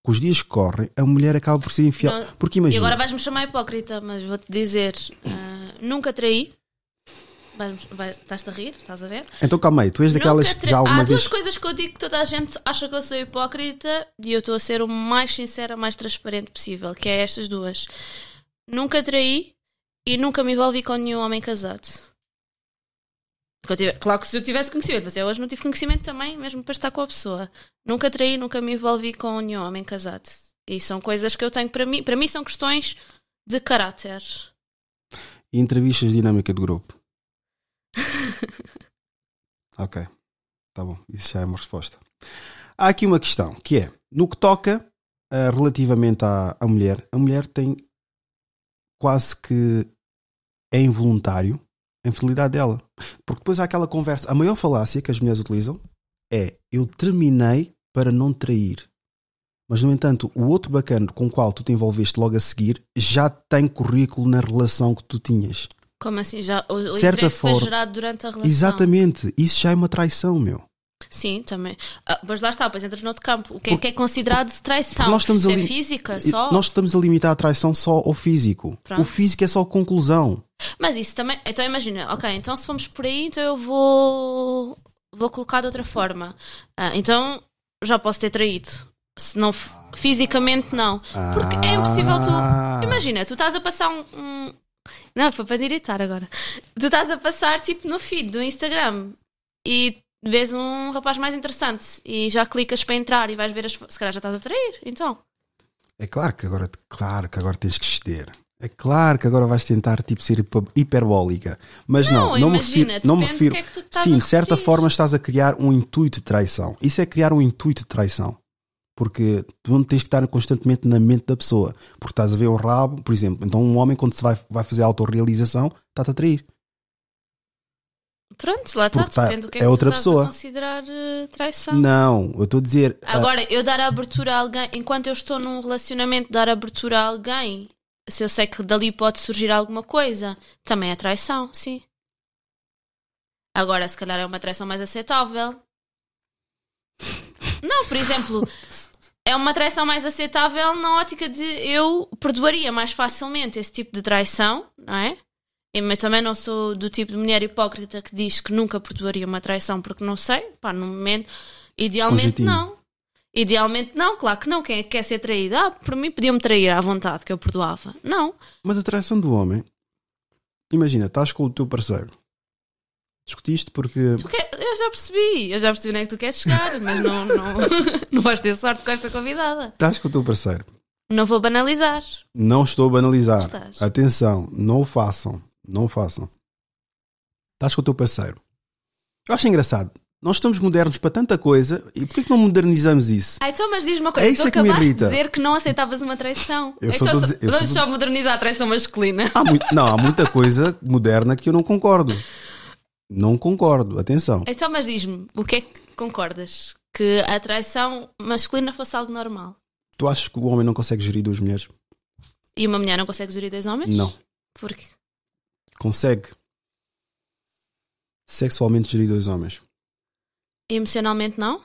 com os dias que correm, a mulher acaba por ser infiel. Não, Porque imagina. E agora vais-me chamar hipócrita, mas vou-te dizer: uh, nunca traí. Vais, vais, estás-te a rir? Estás a ver? Então calma aí, tu és daquelas Nunca que tra... já alguma Há vez. duas coisas que eu digo que toda a gente acha que eu sou hipócrita e eu estou a ser o mais sincera, mais transparente possível, que é estas duas. Nunca traí e nunca me envolvi com nenhum homem casado. Eu tive... Claro que se eu tivesse conhecimento, mas eu hoje não tive conhecimento também, mesmo para estar com a pessoa. Nunca traí, nunca me envolvi com nenhum homem casado. E são coisas que eu tenho para mim. Para mim são questões de caráter. E entrevistas de dinâmica de grupo. Ok, tá bom, isso já é uma resposta. Há aqui uma questão, que é, no que toca uh, relativamente à, à mulher, a mulher tem quase que é involuntário a infidelidade dela. Porque depois há aquela conversa, a maior falácia que as mulheres utilizam é, eu terminei para não trair. Mas, no entanto, o outro bacana com o qual tu te envolveste logo a seguir já tem currículo na relação que tu tinhas. Como assim? Já, o o Certa interesse forma, foi gerado durante a relação. Exatamente. Isso já é uma traição, meu. Sim, também. Ah, mas lá está, depois entras no outro campo. O que é que é considerado traição? Nós estamos Se a é lim- física só? Nós estamos a limitar a traição só ao físico. Pronto. O físico é só conclusão. Mas isso também... Então imagina, ok, então se formos por aí, então eu vou... Vou colocar de outra forma. Ah, então já posso ter traído. Se não... f- Fisicamente não. Porque é impossível tu... Imagina, tu estás a passar um... um... Não, foi para direitar agora. Tu estás a passar tipo no feed do Instagram e vês um rapaz mais interessante e já clicas para entrar e vais ver as... Se calhar já estás a trair, então. É claro que agora, claro que agora tens que exceder. É claro que agora vais tentar tipo, ser hiper- hiperbólica. Mas não, Não, não, me imagina, refiro. Não me depende do refiro que é que tu estás sim, a de certa referir. forma estás a criar um intuito de traição. Isso é criar um intuito de traição. Porque tu não tens que estar constantemente na mente da pessoa. Porque estás a ver o rabo, por exemplo. Então um homem quando se vai, vai fazer a autorrealização está-te a trair. Pronto, lá está, Porque tá- depende do que é, é que outra tu estás pessoa. a considerar eh, traição. Não, eu estou a dizer... ah, Agora, eu dar a abertura a alguém, enquanto eu estou num relacionamento, dar abertura a alguém, se eu sei que dali pode surgir alguma coisa, também é traição, sim. Agora, se calhar é uma traição mais aceitável. Não, por exemplo, é uma traição mais aceitável na ótica de eu perdoaria mais facilmente esse tipo de traição, não é? Eu também não sou do tipo de mulher hipócrita que diz que nunca perdoaria uma traição porque não sei, pá, no momento, idealmente jeitinho. não. Idealmente não, claro que não. Quem é que quer ser traído? Ah, por mim podiam-me trair à vontade, que eu perdoava. Não. Mas a traição do homem... Imagina, estás com o teu parceiro. Discutiste porque... Tu quer- Eu já percebi, eu já percebi onde é que tu queres chegar, mas não, não, não vais ter sorte com esta convidada. Estás com o teu parceiro. Não vou banalizar. Não estou a banalizar. Estás. Atenção, não o façam. Não o façam. Estás com o teu parceiro. Eu acho engraçado. Nós estamos modernos para tanta coisa e porquê que não modernizamos isso? Ah, então, mas diz-me uma coisa. É isso tu é que me acabaste de irrita. dizer que não aceitavas uma traição. Eu só então, estou a dizer- eu vamos só- só modernizar a traição masculina. Há muito- não, há muita coisa moderna que eu não concordo. Não concordo. Atenção. Então, mas diz-me, o que é que concordas? Que a traição masculina fosse algo normal? Tu achas que o homem não consegue gerir duas mulheres? E uma mulher não consegue gerir dois homens? Não. Porquê? Consegue sexualmente gerir dois homens. E emocionalmente não?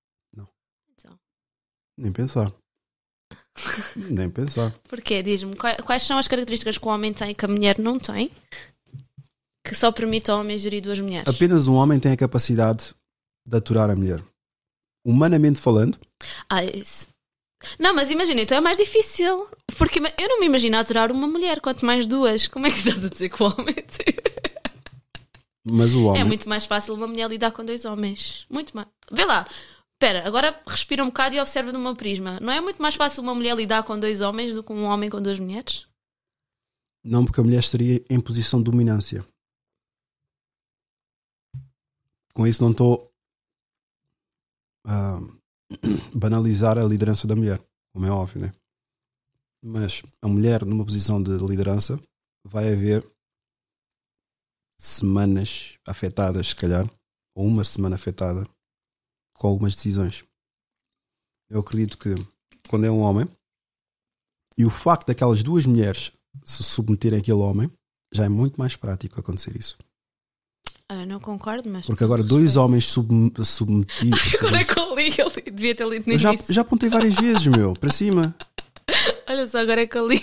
Nem pensar. Nem pensar. Porquê? Diz-me, quais, quais são as características que o homem tem que a mulher não tem que só permite ao homem gerir duas mulheres? Apenas um homem tem a capacidade de aturar a mulher. Humanamente falando, Ah, isso. Não, mas imagina, então é mais difícil. Porque ima- eu não me imagino aturar uma mulher, quanto mais duas. Como é que estás a dizer que o homem tem? mas o homem... É muito mais fácil uma mulher lidar com dois homens. Muito mais. Vê lá. Espera, agora respira um bocado e observa do meu prisma. Não é muito mais fácil uma mulher lidar com dois homens do que um homem com duas mulheres? Não, porque a mulher estaria em posição de dominância. Com isso não estou a banalizar a liderança da mulher, como é óbvio, né? Mas a mulher numa posição de liderança vai haver semanas afetadas, se calhar, ou uma semana afetada com algumas decisões. Eu acredito que quando é um homem e o facto daquelas duas mulheres se submeterem àquele homem, já é muito mais prático acontecer isso. Olha, não concordo, mas. Porque agora dois homens sub, submetidos. Agora é que eu li, eu devia ter lido no Eu já, início. já apontei várias vezes, meu, para cima. Olha só, agora é que eu li.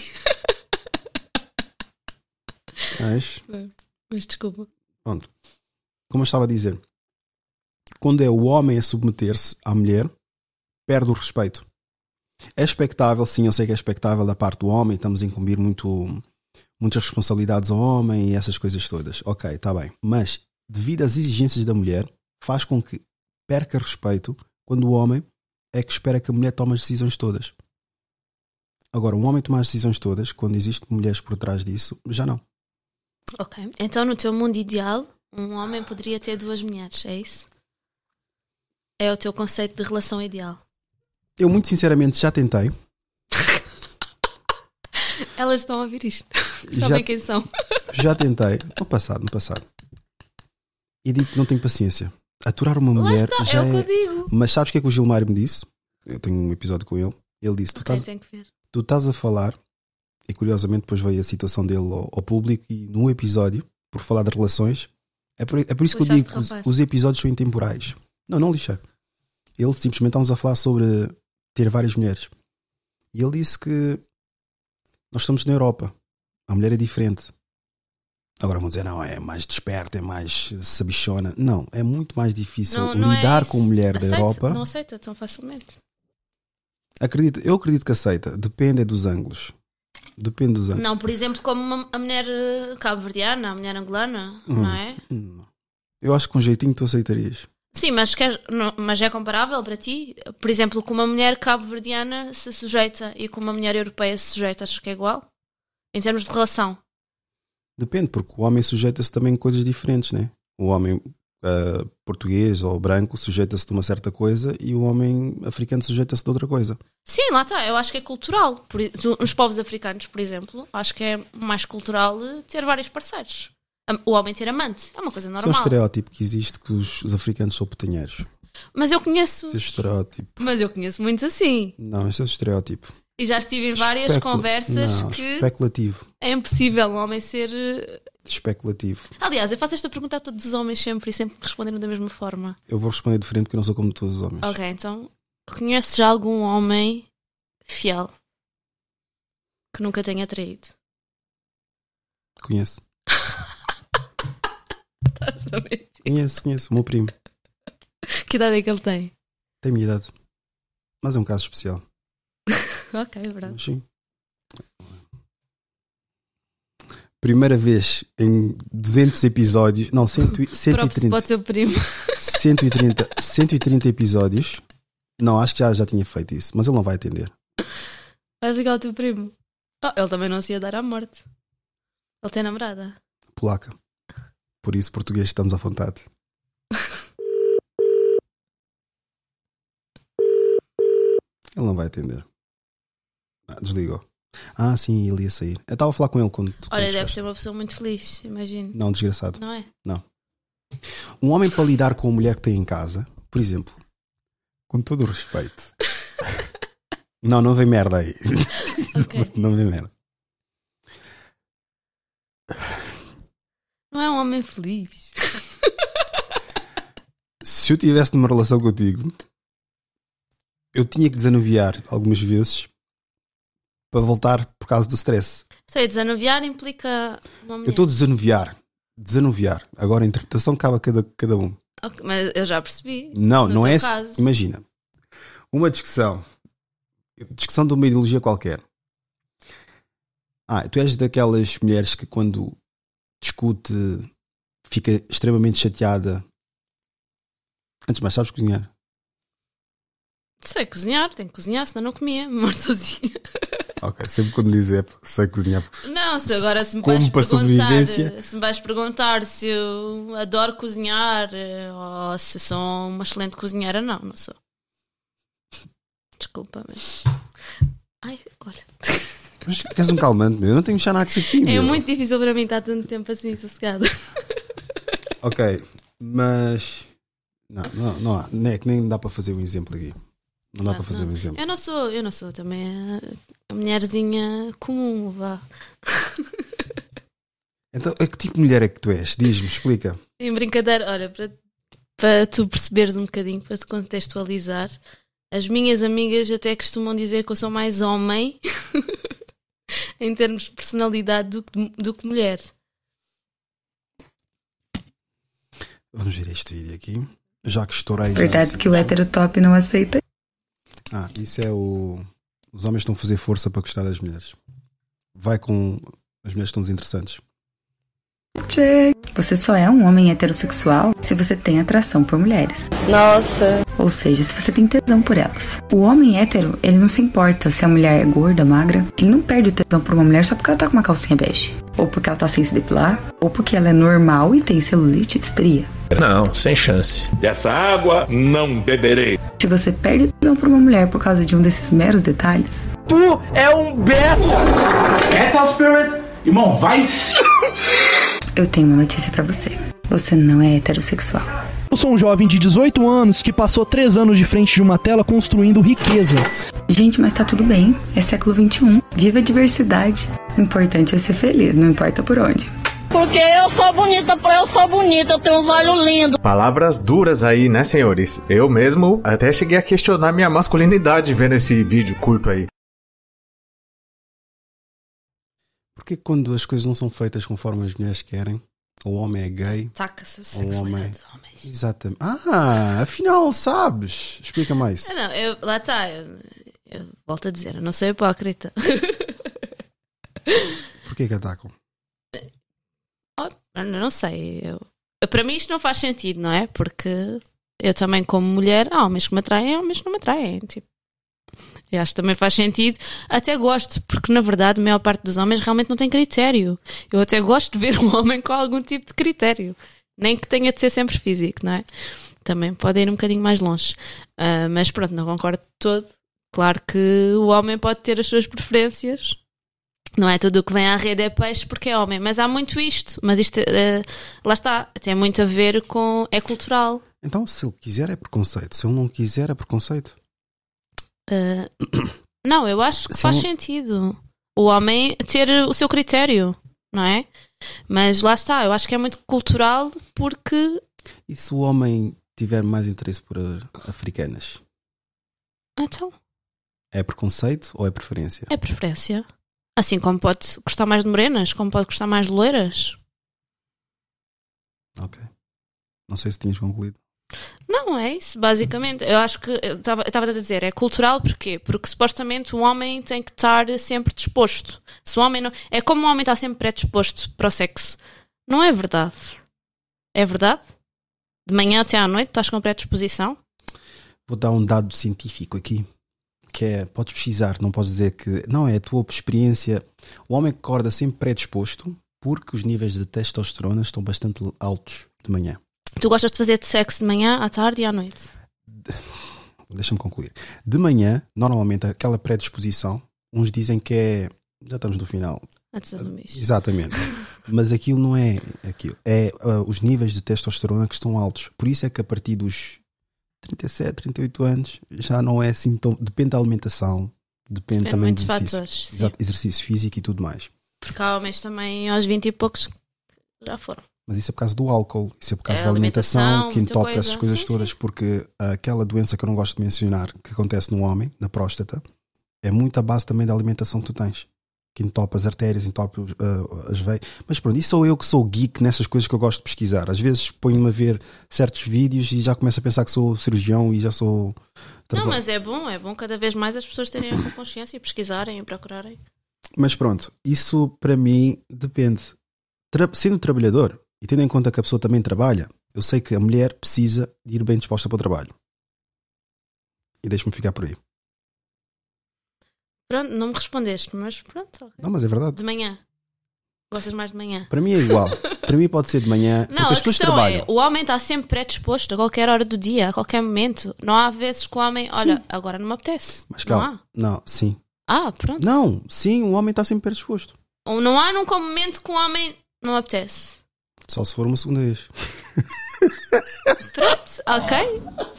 Mas, Mas desculpa. pronto. Como eu estava a dizer, quando é o homem a submeter-se à mulher, perde o respeito. É expectável, sim, eu sei que é expectável da parte do homem, estamos a incumbir muito, muitas responsabilidades ao homem e essas coisas todas. Ok, está bem. Mas, devido às exigências da mulher, faz com que perca respeito quando o homem é que espera que a mulher tome as decisões todas. Agora, um homem tomar as decisões todas, quando existem mulheres por trás disso, já não. Ok. Então, no teu mundo ideal, um homem poderia ter duas mulheres, é isso? É o teu conceito de relação ideal? Eu, muito sinceramente, já tentei. Elas estão a ouvir isto. Já- Sabem quem são. Já tentei. No passado, no passado. E digo que não tenho paciência. Aturar uma Lá mulher está, já é o que é... eu digo. Mas sabes o que é que o Gilmário me disse? Eu tenho um episódio com ele. Ele disse, tu, Ok, estás, tenho que ver. tu estás a falar, e curiosamente depois veio a situação dele ao, ao público, e no episódio, por falar de relações, é por, é por isso que eu Lixaste digo que o os, rapaz. os episódios são intemporais. Não, não lixei. Ele simplesmente estamos a falar sobre ter várias mulheres. E ele disse que nós estamos na Europa. A mulher é diferente. Agora vão dizer, não, é mais desperta, é mais sabichona. Não, é muito mais difícil Não, não é lidar isso. com mulher Aceita? da Europa. Não aceita tão facilmente. Acredito, eu acredito que aceita. Depende é dos ângulos. Depende dos ângulos. Não, por exemplo, como uma- a mulher eh, cabo-verdiana, a mulher angolana, Hum, não é? hum. Eu acho que com jeitinho tu aceitarias. Sim, mas, quer, não- mas é comparável para ti? Por exemplo, como uma mulher cabo-verdiana se sujeita e como uma mulher europeia se sujeita, achas que é igual? Em termos de relação? Depende, porque o homem sujeita-se também a coisas diferentes, né? O homem ah, português ou branco sujeita-se de uma certa coisa e o homem africano sujeita-se de outra coisa. Sim, lá está. Eu acho que é cultural. Por, i- nos povos africanos, por exemplo, acho que é mais cultural eh, ter vários parceiros. Am- O homem ter amante. É uma coisa Isso é um normal. estereótipo que existe, que os, os africanos são putanheiros. Mas eu conheço. Isso é estereótipo. Mas eu conheço muitos assim. Não, isso é um estereótipo. E já estive em várias Especula- conversas Não, que especulativo. é impossível um homem ser. eh, Especulativo. Aliás, eu faço esta pergunta a todos os homens sempre e sempre me responderam da mesma forma. Eu vou responder diferente porque eu não sou como todos os homens. Ok, então conheces já algum homem fiel que nunca tenha traído? Conheço. Estás a mentir? Conheço, conheço. O meu primo. Que idade é que ele tem? Tem minha idade. Mas é um caso especial. Ok, é verdade. Mas sim. Primeira vez em duzentos episódios. Não, cem, cento e Props trinta. para o teu primo. cento e trinta, cento e trinta episódios. Não, acho que já, já tinha feito isso. Mas ele não vai atender. Vai ligar ao teu primo. Oh, ele também não se ia dar à morte. Ele tem namorada. Polaca. Por isso, português, estamos à vontade. Ele não vai atender. Ah, desligou. Ah, sim, ele ia sair. Eu estava a falar com ele quando. quando Olha, deve chegaste. ser uma pessoa muito feliz, imagino. Não, desgraçado. Não é? Não. Um homem para lidar com a mulher que tem em casa, por exemplo, com todo o respeito. Não, não vem merda aí. Ok. Não vem merda. Não é um homem feliz. Se eu tivesse numa relação contigo, eu tinha que desanuviar algumas vezes para voltar por causa do stress. Sei, desanuviar implica uma mulher. Eu estou a desanuviar. Desanuviar. Agora a interpretação cabe a cada, cada um. Ok, mas eu já percebi. Não, No não teu é. caso. Imagina. Uma discussão. Discussão de uma ideologia qualquer. Ah, tu és daquelas mulheres que quando discute fica extremamente chateada. Antes de mais, sabes cozinhar? Sei cozinhar, tenho que cozinhar, senão não comia, me morto sozinha. Ok, sempre quando lhe dizer sei cozinhar. Porque... Não, se agora se me Como vais para perguntar, sobrevivência. se me vais perguntar se eu adoro cozinhar eh, ou se sou uma excelente cozinheira, não, não sou. Desculpa, mas. Ai, olha. Mas queres um calmante, meu? Eu não tenho Xanax aqui, É meu. muito difícil para mim estar tanto tempo assim sossegado. Ok, mas. Não, não, não há. Nem, é que nem dá para fazer um exemplo aqui. Não dá Ah, para fazer não. um exemplo. Eu não sou, eu não sou também a, a mulherzinha comum, vá. Então, a que tipo de mulher é que tu és? Diz-me, explica. Em brincadeira, olha, para, para tu perceberes um bocadinho, para te contextualizar, as minhas amigas até costumam dizer que eu sou mais homem em termos de personalidade do que, do que mulher. Vamos ver este vídeo aqui. Já que estourei. Verdade já, que o hétero top não aceita. Ah, isso é o. Os homens estão a fazer força para gostar das mulheres. Vai com as mulheres que estão desinteressantes. Check. Você só é um homem heterossexual se você tem atração por mulheres. Nossa. Ou seja, se você tem tesão por elas. O homem hétero, ele não se importa se a mulher é gorda, magra. Ele não perde o tesão por uma mulher só porque ela tá com uma calcinha bege. Ou porque ela tá sem se depilar. Ou porque ela é normal e tem celulite, estria. Não, sem chance. Dessa água não beberei. Se você perde o tesão por uma mulher por causa de um desses meros detalhes... Tu é um beta! Beta Spirit? Irmão, vai... Eu tenho uma notícia pra você. Você não é heterossexual. Eu sou um jovem de dezoito anos que passou três anos de frente de uma tela construindo riqueza. Gente, mas tá tudo bem. É século vinte e um. Viva a diversidade. O importante é ser feliz, não importa por onde. Porque eu sou bonita, porque eu sou bonita, eu tenho uns olhos lindos. Palavras duras aí, né, senhores? Eu mesmo até cheguei a questionar minha masculinidade vendo esse vídeo curto aí. Porque quando as coisas não são feitas conforme as mulheres querem, o homem é gay. Ataca-se a o sexualidade homem... dos homens. Exatamente. Ah, afinal sabes. Explica mais. Ah, não, eu, lá está. Eu, eu volto a dizer, eu não sou hipócrita. Porquê que atacam? Oh, eu não sei. Eu, eu, para mim isto não faz sentido, não é? Porque eu também, como mulher, há homens que me atraem, há homens que não me atraem. Tipo, eu acho que também faz sentido. Até gosto, porque na verdade a maior parte dos homens realmente não tem critério. Eu até gosto de ver um homem com algum tipo de critério. Nem que tenha de ser sempre físico, não é? Também pode ir um bocadinho mais longe. Uh, mas pronto, não concordo de todo. Claro que o homem pode ter as suas preferências. Não é tudo o que vem à rede é peixe porque é homem. Mas há muito isto. Mas isto, uh, lá está, tem muito a ver com... É cultural. Então, se ele quiser é preconceito. Se ele não quiser é preconceito. Uh, não, eu acho que se faz ele... sentido o homem ter o seu critério, não é? Mas lá está, eu acho que é muito cultural porque... E se o homem tiver mais interesse por uh, africanas? Então? É preconceito ou é preferência? É preferência. Assim como pode gostar mais de morenas, como pode gostar mais de loiras. Ok. Não sei se tinhas concluído. Não, é isso, basicamente. Eu acho que, eu estava a dizer, é cultural porquê? Porque supostamente o homem tem que estar sempre disposto. Se o homem não... É como o homem está sempre predisposto para o sexo. Não é verdade. É verdade? De manhã até à noite estás com predisposição? Vou dar um dado científico aqui. Que é, podes pesquisar, não podes dizer que... Não, é a tua experiência. O homem acorda sempre predisposto porque os níveis de testosterona estão bastante altos de manhã. Tu gostas de fazer sexo de manhã, à tarde e à noite? Deixa-me concluir. De manhã, normalmente, aquela predisposição, uns dizem que é... Já estamos no final. Exatamente. Mas aquilo não é aquilo. É uh, os níveis de testosterona que estão altos. Por isso é que a partir dos trinta e sete, trinta e oito anos já não é assim tão... Depende da alimentação, depende, depende também do exercício, fatores, exato, exercício físico e tudo mais. Porque há homens também aos vinte e poucos já foram. Mas isso é por causa do álcool, isso é por causa é da alimentação, alimentação que entope coisa. essas coisas sim, todas, sim. Porque aquela doença que eu não gosto de mencionar, que acontece no homem, na próstata, é muito a base também da alimentação que tu tens. Que entope as artérias, entope uh, as veias. Mas pronto, isso sou eu que sou geek nessas coisas que eu gosto de pesquisar. Às vezes ponho-me a ver certos vídeos e já começo a pensar que sou cirurgião e já sou... Não, mas é bom, é bom cada vez mais as pessoas terem essa consciência e pesquisarem e procurarem. Mas pronto, isso para mim depende. Tra- sendo trabalhador... E tendo em conta que a pessoa também trabalha, eu sei que a mulher precisa de ir bem disposta para o trabalho. E deixa-me ficar por aí. Pronto, não me respondeste, mas pronto. Okay. Não, mas é verdade. De manhã. Gostas mais de manhã? Para mim é igual. Para mim pode ser de manhã. Não, porque as a pessoas questão trabalham. é, o homem está sempre predisposto a qualquer hora do dia, a qualquer momento. Não há vezes que o homem, olha, sim, agora não me apetece. Mas calma. Não há. Não, sim. Ah, pronto. Não, sim, o homem está sempre predisposto. Ou não há nunca um momento que o homem não apetece. Só se for uma segunda vez. Pronto, ok.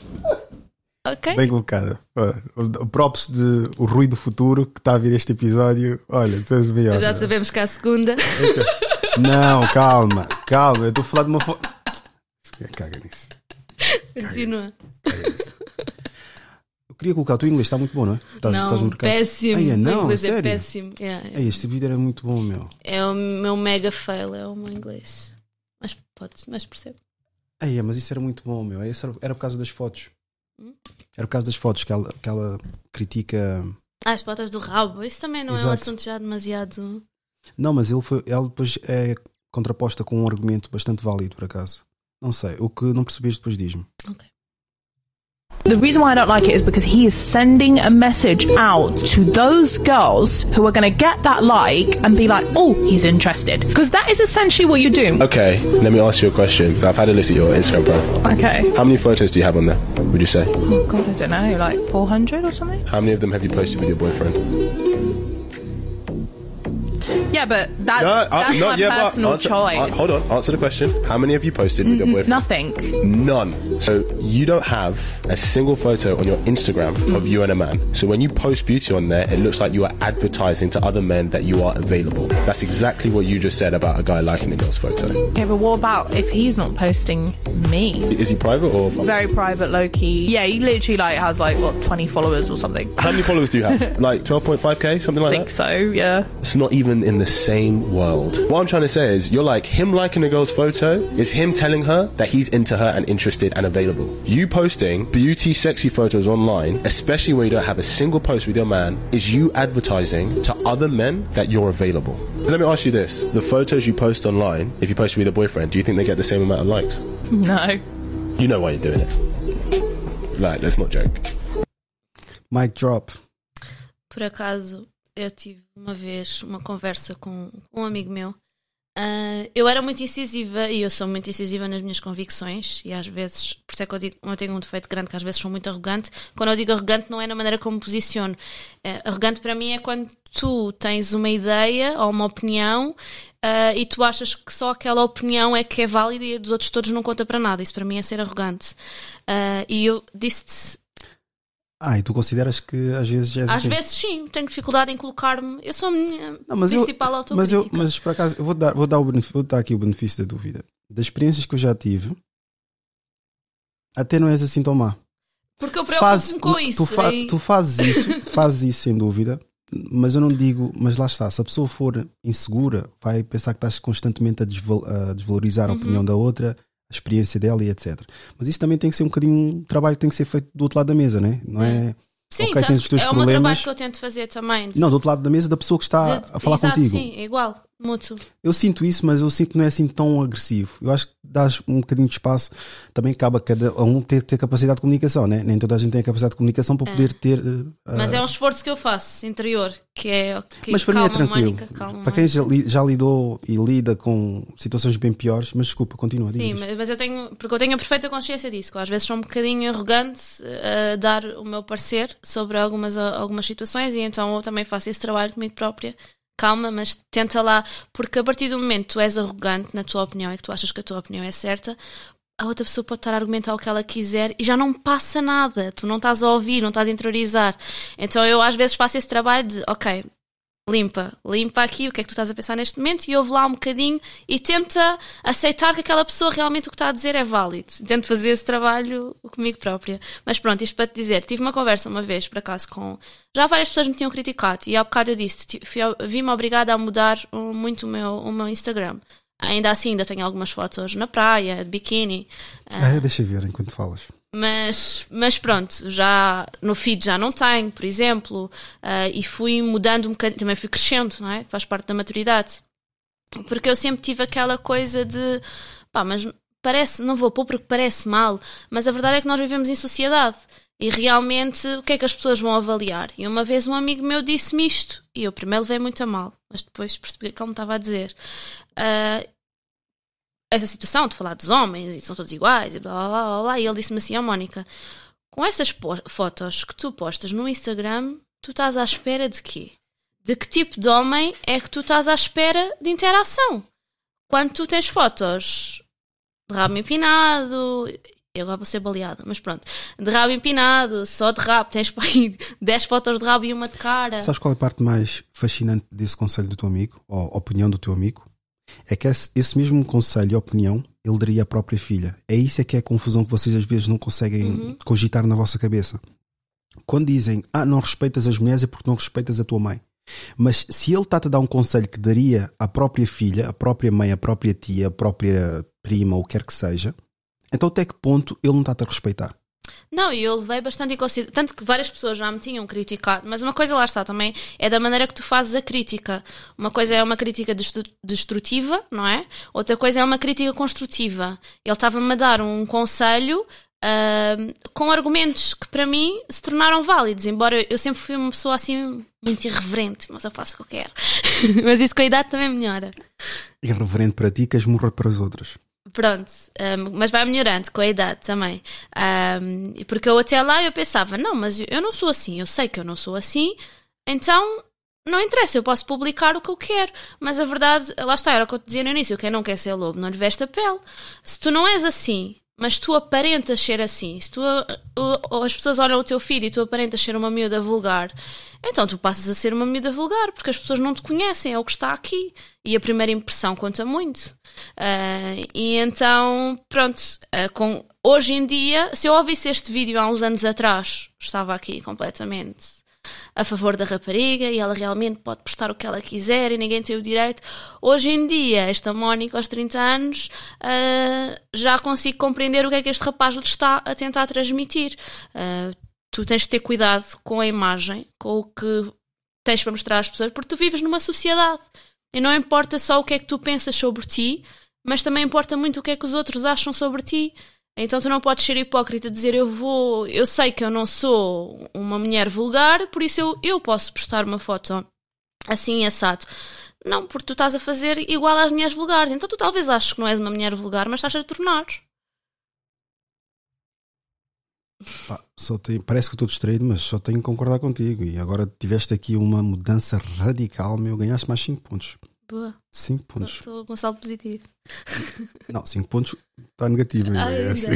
Ok. Bem colocada. O props de o Rui do futuro que está a ver este episódio. Olha, tu és o melhor. Já sabemos que há a segunda. Não, calma, calma. Eu estou a falar de uma foto. Caga nisso. Continua. Caga nisso. Eu queria colocar o teu inglês, está muito bom, não é? Estás, não, estás no mercado. péssimo. Ai, é, não, o inglês sério? é péssimo. Yeah, Ei, este vídeo era muito bom, meu. É o meu mega fail, é o meu inglês. Mas podes, mas percebe. Ei, mas isso era muito bom, meu. Esse era, era por causa das fotos. Hum? Era por causa das fotos que ela, que ela critica. Ah, as fotos do rabo. Isso também não Exato. é um assunto já demasiado. Não, mas ele foi, ela depois é contraposta com um argumento bastante válido, por acaso. Não sei. O que não percebes depois diz-me. Ok. The reason why I don't like it is because he is sending a message out to those girls who are going to get that like and be like, oh, he's interested. Because that is essentially what you're doing. Okay, let me ask you a question. I've had a look at your Instagram profile. Okay. How many photos do you have on there, would you say? Oh, God, I don't know, like four hundred or something? How many of them have you posted with your boyfriend? Yeah, but that's, No, uh, that's no, my yeah, but personal answer- choice. uh, hold on, answer the question. How many have you posted with your N- boyfriend? Nothing. None. So you don't have a single photo on your Instagram of you and a man. So when you post beauty on there, it looks like you are advertising to other men that you are available. That's exactly what you just said about a guy liking a girl's photo. Okay, but what about if he's not posting me? Is he private or? Very private, low key. Yeah, he literally like has like what twenty followers or something. How many followers do you have? Like twelve point five K, something like I think that? so. Yeah. It's not even in the same world. What I'm trying to say is, you're like, him liking a girl's photo is him telling her that he's into her and interested and available. You posting beauty, sexy photos online, especially where you don't have a single post with your man, is you advertising to other men that you're available. So let me ask you this. The photos you post online, if you post with a boyfriend, do you think they get the same amount of likes? No. You know why you're doing it. Like, let's not joke. Mic drop. Por acaso, eu tive uma vez uma conversa com um amigo meu. Uh, eu era muito incisiva e eu sou muito incisiva nas minhas convicções e às vezes, por isso é que eu digo, eu tenho um defeito grande que às vezes sou muito arrogante. Quando eu digo arrogante não é na maneira como me posiciono. Uh, arrogante para mim é quando tu tens uma ideia ou uma opinião uh, e tu achas que só aquela opinião é que é válida e a dos outros todos não conta para nada. Isso para mim é ser arrogante. Uh, e eu disse-te. Ah, e tu consideras que às vezes és Às assim? vezes sim, tenho dificuldade em colocar-me. Eu sou a minha Não, mas principal eu, autocrítica. mas eu, mas por acaso, eu vou dar, vou dar, o benefício, vou dar aqui o benefício da dúvida. Das experiências que eu já tive, até não és assim tão má. Porque eu preocupo-me com tu isso. fa- e- tu fazes isso, fazes isso sem dúvida, mas eu não digo, mas lá está, se a pessoa for insegura, vai pensar que estás constantemente a, desval- a desvalorizar a Uhum. opinião da outra, a experiência dela e etcétera. Mas isso também tem que ser um bocadinho um trabalho que tem que ser feito do outro lado da mesa, né? Não é? Sim, Ok, tens os tanto, teus é o meu trabalho problemas. que eu tento fazer também. Não, do outro lado da mesa da pessoa que está De- a falar exato, contigo. Sim, é igual, mútuo. Eu sinto isso, mas eu sinto que não é assim tão agressivo. Eu acho que dás um bocadinho de espaço. Também cabe a cada a um ter, ter capacidade de comunicação, né? Nem toda a gente tem a capacidade de comunicação para É. poder ter. uh, Mas é um esforço que eu faço, interior, que é. Que, Mas para calma, mim é tranquilo. Mónica, calma, Para quem já, li- já lidou e lida com situações bem piores, mas desculpa, continua. Sim, diz. mas mas eu tenho, porque eu tenho a perfeita consciência disso, que eu às vezes sou um bocadinho arrogante a dar o meu parecer sobre algumas, algumas situações e então eu também faço esse trabalho comigo própria. Calma, mas tenta lá, porque a partir do momento que tu és arrogante na tua opinião e que tu achas que a tua opinião é certa, a outra pessoa pode estar a argumentar o que ela quiser e já não passa nada, tu não estás a ouvir, não estás a interiorizar. Então eu às vezes faço esse trabalho de, ok, limpa, limpa aqui o que é que tu estás a pensar neste momento e ouve lá um bocadinho e tenta aceitar que aquela pessoa realmente o que está a dizer é válido. Tento fazer esse trabalho comigo própria. Mas pronto, isto para te dizer, tive uma conversa uma vez, por acaso, com... Já várias pessoas me tinham criticado e há bocado eu disse, ti- fui- vi-me obrigada a mudar uh, muito o meu, o meu Instagram. Ainda assim, ainda tenho algumas fotos na praia, de biquíni. Ah, deixa eu ver enquanto falas. Mas, mas pronto, já no feed já não tenho, por exemplo, uh, e fui mudando um bocadinho, também fui crescendo, não é? Faz parte da maturidade. Porque eu sempre tive aquela coisa de, pá, mas parece, não vou pôr porque parece mal, mas a verdade é que nós vivemos em sociedade e realmente o que é que as pessoas vão avaliar? E uma vez um amigo meu disse-me isto e eu primeiro levei muito a mal, mas depois percebi o que ele me estava a dizer. Uh, essa situação de falar dos homens e são todos iguais e blá blá blá blá, blá. E ele disse-me assim, ó Mónica, com essas po- fotos que tu postas no Instagram, tu estás à espera de quê? De que tipo de homem é que tu estás à espera de interação? Quando tu tens fotos de rabo empinado, eu agora vou ser baleada, mas pronto, de rabo empinado, só de rabo, tens para aí dez fotos de rabo e uma de cara. Sabes qual é a parte mais fascinante desse conselho do teu amigo? Ou a opinião do teu amigo? é que esse, esse mesmo conselho e opinião ele daria à própria filha. É isso é que é a confusão que vocês às vezes não conseguem uhum. cogitar na vossa cabeça. Quando dizem, ah, não respeitas as mulheres é porque não respeitas a tua mãe. Mas se ele está-te a dar um conselho que daria à própria filha, à própria mãe, à própria tia, à própria prima, ou o que quer que seja, então até que ponto ele não está-te a respeitar? Não, e eu levei bastante em consideração, tanto que várias pessoas já me tinham criticado, mas uma coisa lá está também, é da maneira que tu fazes a crítica. Uma coisa é uma crítica destrutiva, não é? Outra coisa é uma crítica construtiva. Ele estava-me a dar um conselho uh, com argumentos que para mim se tornaram válidos, embora eu sempre fui uma pessoa assim muito irreverente, mas eu faço o que eu quero. Mas isso com a idade também melhora. Irreverente para ti, queres morrer para as outras. Pronto, um, mas vai melhorando com a idade também. Um, porque eu até lá eu pensava, não, mas eu não sou assim, eu sei que eu não sou assim, então não interessa, eu posso publicar o que eu quero. Mas a verdade, lá está, era o que eu te dizia no início, quem não quer ser lobo não lhe veste a pele. Se tu não és assim, mas tu aparentas ser assim, se tu, ou as pessoas olham o teu filho e tu aparentas ser uma miúda vulgar, então tu passas a ser uma miúda vulgar, porque as pessoas não te conhecem, é o que está aqui. E a primeira impressão conta muito. Uh, e então, pronto, uh, com, hoje em dia, se eu ouvisse este vídeo há uns anos atrás, estava aqui completamente a favor da rapariga e ela realmente pode postar o que ela quiser e ninguém tem o direito. Hoje em dia, esta Mónica aos trinta anos, uh, já consigo compreender o que é que este rapaz lhe está a tentar transmitir. Uh, tu tens de ter cuidado com a imagem, com o que tens para mostrar às pessoas, porque tu vives numa sociedade e não importa só o que é que tu pensas sobre ti, mas também importa muito o que é que os outros acham sobre ti. Então tu não podes ser hipócrita e dizer eu vou, eu sei que eu não sou uma mulher vulgar, por isso eu, eu posso postar uma foto assim assado. Não, porque tu estás a fazer igual às mulheres vulgares. Então tu talvez aches que não és uma mulher vulgar, mas estás a tornar. Pá, só tenho, parece que estou distraído, mas só tenho que concordar contigo. E agora tiveste aqui uma mudança radical, meu, ganhaste mais cinco pontos. Boa. cinco pontos. Estou com um saldo positivo. Não, cinco pontos está negativo. Ah, eu acho.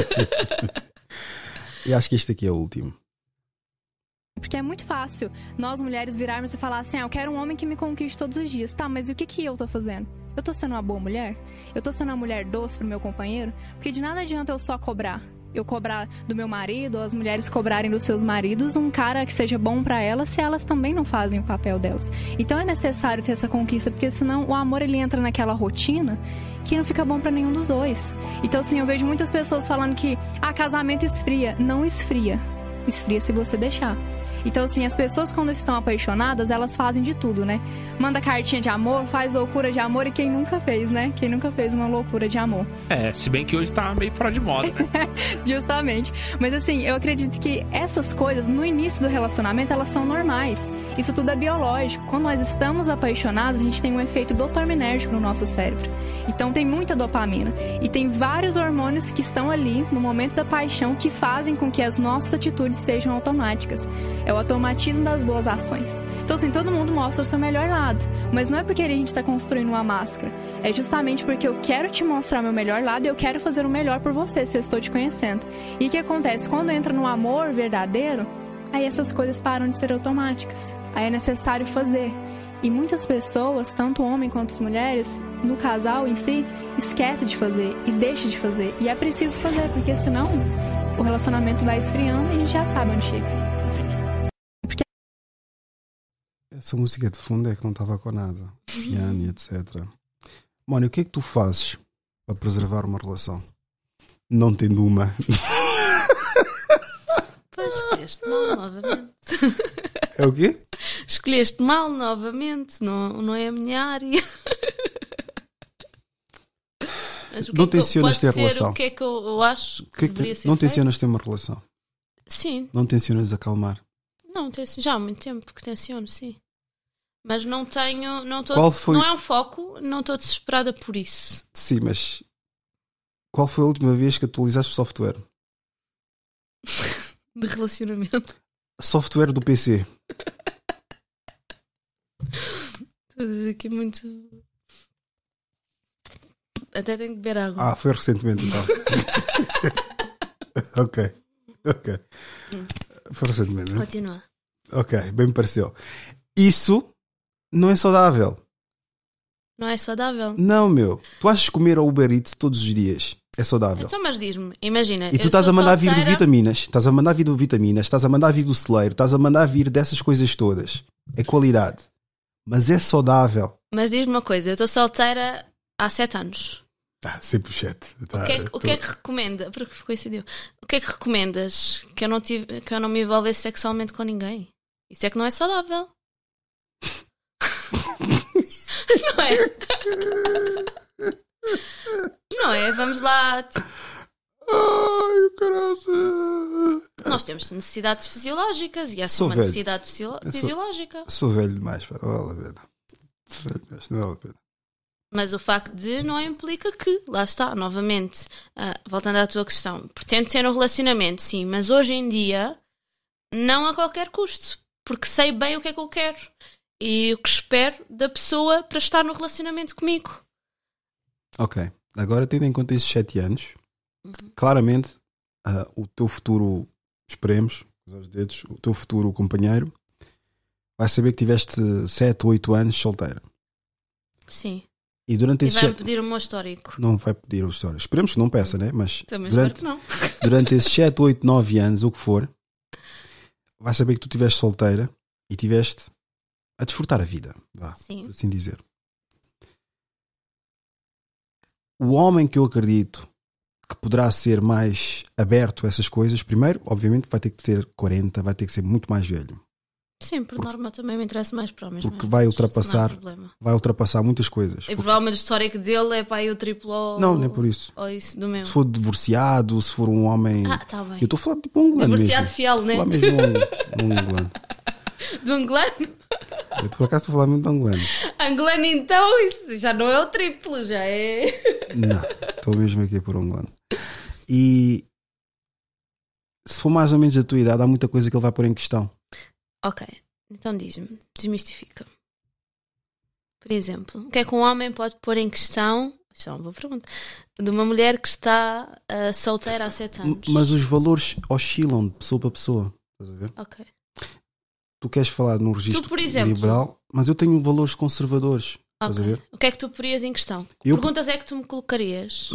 E acho que este aqui é o último. Porque é muito fácil nós mulheres virarmos e falar assim, ah, eu quero um homem que me conquiste todos os dias. Tá, mas e o que, que eu tô fazendo? Eu tô sendo uma boa mulher? Eu tô sendo uma mulher doce pro meu companheiro? Porque de nada adianta eu só cobrar. Eu cobrar do meu marido, ou as mulheres cobrarem dos seus maridos um cara que seja bom pra elas, se elas também não fazem o papel delas. Então é necessário ter essa conquista, porque senão o amor ele entra naquela rotina que não fica bom pra nenhum dos dois. Então assim, eu vejo muitas pessoas falando que ah, casamento esfria. Não esfria. Esfria se você deixar. Então, assim, as pessoas quando estão apaixonadas, elas fazem de tudo, né? Manda cartinha de amor, faz loucura de amor, e quem nunca fez, né? Quem nunca fez uma loucura de amor. É, se bem que hoje tá meio fora de moda, né? Justamente. Mas, assim, eu acredito que essas coisas, no início do relacionamento, elas são normais. Isso tudo é biológico. Quando nós estamos apaixonados, a gente tem um efeito dopaminérgico no nosso cérebro. Então, tem muita dopamina. E tem vários hormônios que estão ali, no momento da paixão, que fazem com que as nossas atitudes sejam automáticas. É o automatismo das boas ações. Então, assim, todo mundo mostra o seu melhor lado. Mas não é porque a gente está construindo uma máscara. É justamente porque eu quero te mostrar meu melhor lado e eu quero fazer o melhor por você, se eu estou te conhecendo. E o que acontece? Quando entra no amor verdadeiro, aí essas coisas param de ser automáticas. Aí é necessário fazer. E muitas pessoas, tanto homem quanto as mulheres, no casal em si, esquecem de fazer e deixam de fazer. E é preciso fazer, porque senão o relacionamento vai esfriando e a gente já sabe onde chega. Essa música de fundo é que não estava com nada. Piano e etcétera. Mano, o que é que tu fazes para preservar uma relação? Não tendo uma. Pois, escolheste mal novamente. É o quê? Escolheste mal novamente. Não, não é a minha área. Mas o que não é que tencionas ter ser, relação? O que é que eu, eu acho que, que, que deveria ser Não feito? tencionas ter uma relação? Sim. Não tencionas acalmar? Não, já há muito tempo que tenciono, sim. Mas não tenho, não, tô, Qual foi... não é um foco, não estou desesperada por isso. Sim, mas qual foi a última vez que atualizaste o software? De relacionamento. Software do P C. Tudo aqui muito... Até tenho que beber água. Ah, foi recentemente então. Ok, ok. Hum. Foi recentemente, né? Não é saudável. Não, meu. Tu achas que comer ao Uber Eats todos os dias é saudável? Então, mas diz-me, imagina. E tu estás a mandar vir do vitaminas, estás a mandar vir do vitaminas, estás a mandar vir do celeiro, estás a mandar vir dessas coisas todas. É qualidade. Mas é saudável. Mas diz-me uma coisa, eu estou solteira há sete anos. Ah, sempre sete. Tá, o, que é que, tô... o que é que recomenda? Porque coincidiu. O que é que recomendas? Que eu não, tive, que eu não me envolvesse sexualmente com ninguém? Isso é que não é saudável. Não é? Não é? Vamos lá. Tipo... Ai, caralho. Nós temos necessidades fisiológicas e essa é Sou uma velho. necessidade fisio... Eu fisiológica. Sou, sou velho demais, não vale a pena. Sou velho demais, não vale a pena. Mas o facto de não implica que, lá está, novamente, uh, voltando à tua questão, pretendo ter um relacionamento, sim, mas hoje em dia não a qualquer custo, porque sei bem o que é que eu quero e o que espero da pessoa para estar no relacionamento comigo. Ok, agora tendo em conta esses sete anos, uhum. claramente uh, o teu futuro, esperemos, os dedos, o teu futuro companheiro vai saber que tiveste sete, oito anos solteira. Sim. E, durante e esse vai-me set... pedir o meu histórico. Não vai pedir o histórico. Esperemos que não peça, né? Mas também durante, espero que não. durante esses sete, oito, nove anos, o que for, vai saber que tu estiveste solteira e estiveste a desfrutar a vida. Vá, Sim. por assim dizer. O homem que eu acredito que poderá ser mais aberto a essas coisas, primeiro, obviamente, vai ter que ter quarenta, vai ter que ser muito mais velho. Sim, por porque, norma também me interessa mais para homens. Porque mais vai velhos, ultrapassar, não há problema. vai ultrapassar muitas coisas. E porque... provavelmente o histórico dele é para aí o triplo ou... Não, nem por isso. Ou isso do meu. Se for divorciado, se for um homem... Ah, tá bem. Eu estou a falar tipo um angolano divorciado mesmo. fiel, né? Estou a falar mesmo um, um angolano. Do angolano? Eu por acaso estou a falar mesmo de angolano. Angolano então, isso já não é o triplo, já é... Não, estou mesmo aqui por angolano. E... se for mais ou menos da tua idade, há muita coisa que ele vai pôr em questão. Ok. Então diz-me, desmistifica. Por exemplo, o que é que um homem pode pôr em questão, isto é uma boa pergunta, de uma mulher que está uh, solteira há sete anos? Mas os valores oscilam de pessoa para pessoa. Estás a ver? Ok. Tu queres falar num registro tu, por exemplo, liberal, mas eu tenho valores conservadores. Okay. Estás a ver? O que é que tu porias em questão? Que eu... perguntas é que tu me colocarias?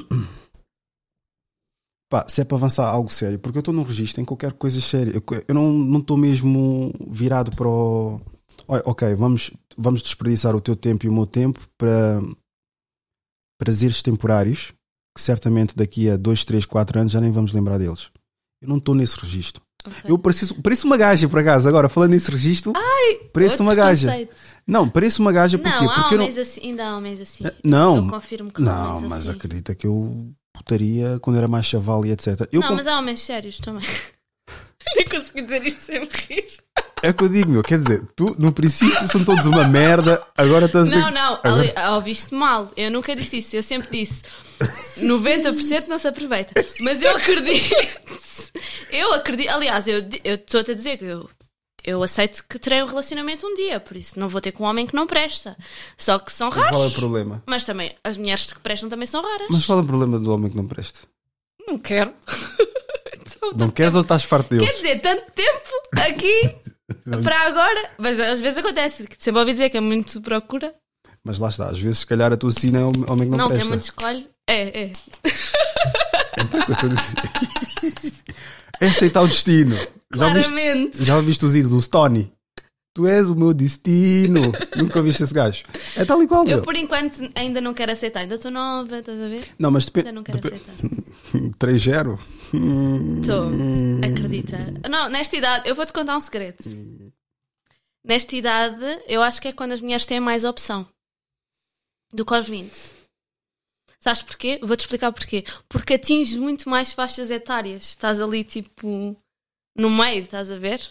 Pá, se é para avançar algo sério, porque eu estou num registro em qualquer coisa séria. Eu, eu não estou mesmo virado para o... Ok, vamos, vamos desperdiçar o teu tempo e o meu tempo para prazeres temporários, que certamente daqui a dois, três, quatro anos já nem vamos lembrar deles. Eu não estou nesse registro. Okay. Eu pareço, pareço uma gaja, por acaso. Agora, falando nesse registro, Ai, pareço uma gaja. Conceito. Não, pareço uma gaja porque... Não, há porque homens não... assim, ainda há homens assim. Não, eu confirmo que não, homens mas assim. acredita que eu... putaria quando era mais chaval e etcétera. Eu não, com... mas há homens sérios também. Nem consegui dizer isto sem me rir. É o que eu digo, meu. Quer dizer, tu no princípio são todos uma merda, agora estás a dizer... Não, não, agora... ali, ouviste mal. Eu nunca disse isso. Eu sempre disse noventa por cento não se aproveita. Mas eu acredito. Eu acredito. Aliás, eu estou-te a dizer que eu, eu aceito que terei um relacionamento um dia. Por isso não vou ter com um homem que não presta. Só que são raros. Qual é o problema? Mas também, as mulheres que prestam também são raras. Mas qual é o problema do homem que não presta? Não quero. Não queres ou estás farto deles? Quer dizer, tanto tempo aqui para agora. Mas às vezes acontece. Que sempre ouvi dizer que é muito procura. Mas lá está. Às vezes, se calhar, a tua sina é o homem que não, não presta. Não, tem muito escolhe. É, é. Então é o que eu estou a dizer. É aceitar o destino. Claramente. Já, já ouviste os ídolos? Tony. Tu és o meu destino. Nunca ouviste esse gajo. É tal e qual. Eu, meu. por enquanto, ainda não quero aceitar. Ainda estou nova, estás a ver? Não, mas depende. Ainda não quero dep aceitar. três zero? Estou. Acredita. Não, nesta idade, eu vou-te contar um segredo. Nesta idade, eu acho que é quando as mulheres têm mais opção do que aos vinte. Sabes porquê? Vou-te explicar porquê. Porque atinges muito mais faixas etárias. Estás ali, tipo, no meio, estás a ver?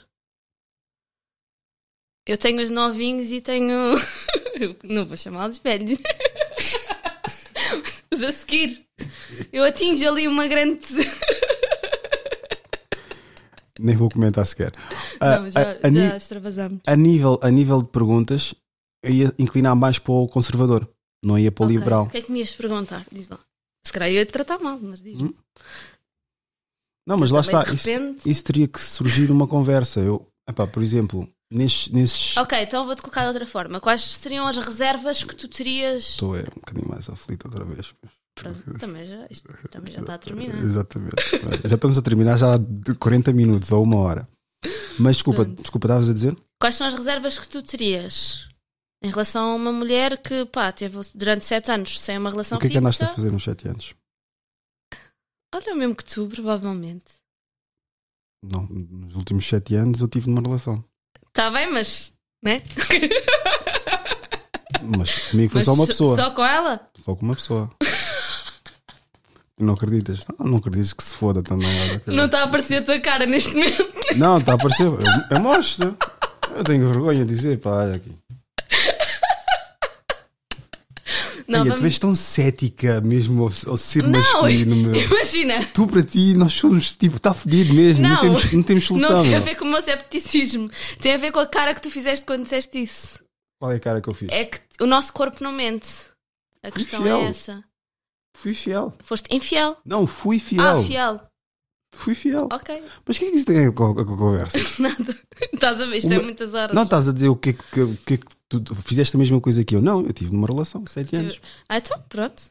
Eu tenho os novinhos e tenho... Eu não vou chamá-los velhos. Mas a seguir, eu atingo ali uma grande... Nem vou comentar sequer. Não, uh, já, a, a, já extravasamos. A nível, a nível de perguntas, eu ia inclinar mais para o conservador. Não ia para o okay. liberal. O que é que me ias perguntar? Diz lá. Se calhar eu ia te tratar mal, mas diz. Hum? Não, mas eu lá está. Repente... Isso, isso teria que surgir uma conversa. Eu, epá, por exemplo, nesses, nesses... Ok, então vou-te colocar de outra forma. Quais seriam as reservas que tu terias? Estou é, um bocadinho mais aflito outra vez. Pronto, também já, isto também já está a terminar. Exatamente. Já estamos a terminar já de quarenta minutos ou uma hora. Mas desculpa, Pronto. desculpa, estavas a dizer? Quais são as reservas que tu terias em relação a uma mulher que, pá, teve durante sete anos sem uma relação O que é que fixa? andaste a fazer nos sete anos? Olha, o mesmo que tu, provavelmente. Não, nos últimos sete anos eu tive numa relação. Está bem, mas... Né? Mas comigo foi Mas só uma pessoa. Só com ela? Só com uma pessoa. Não acreditas? Não, não acreditas que se foda também. Olha, Não está a aparecer a tua cara neste momento. Não, está a aparecer. Eu, eu mostro. Eu tenho vergonha de dizer, pá, olha aqui. Não, Ei, vamos... tu és tão cética mesmo ao, ao ser Não, masculino, meu. imagina. Tu para ti, nós somos tipo, está fedido mesmo. Não, Não, temos, não temos solução. Não tem a meu. ver com o meu cepticismo. Tem a ver com a cara que tu fizeste quando disseste isso. Qual é a cara que eu fiz? É que o nosso corpo não mente. A Fui questão fiel. é essa. Fui fiel. Foste infiel. Não, fui fiel. Ah, fiel. Fui fiel. Ok. Mas o que é que isso tem a ver com a, com a conversa? Nada. Estás a ver? Isto Uma- é muitas horas. Não, estás a dizer o que é que, o que, é que tu tu fizeste a mesma coisa que eu. Não, eu tive numa relação de sete anos. Ah, então, pronto.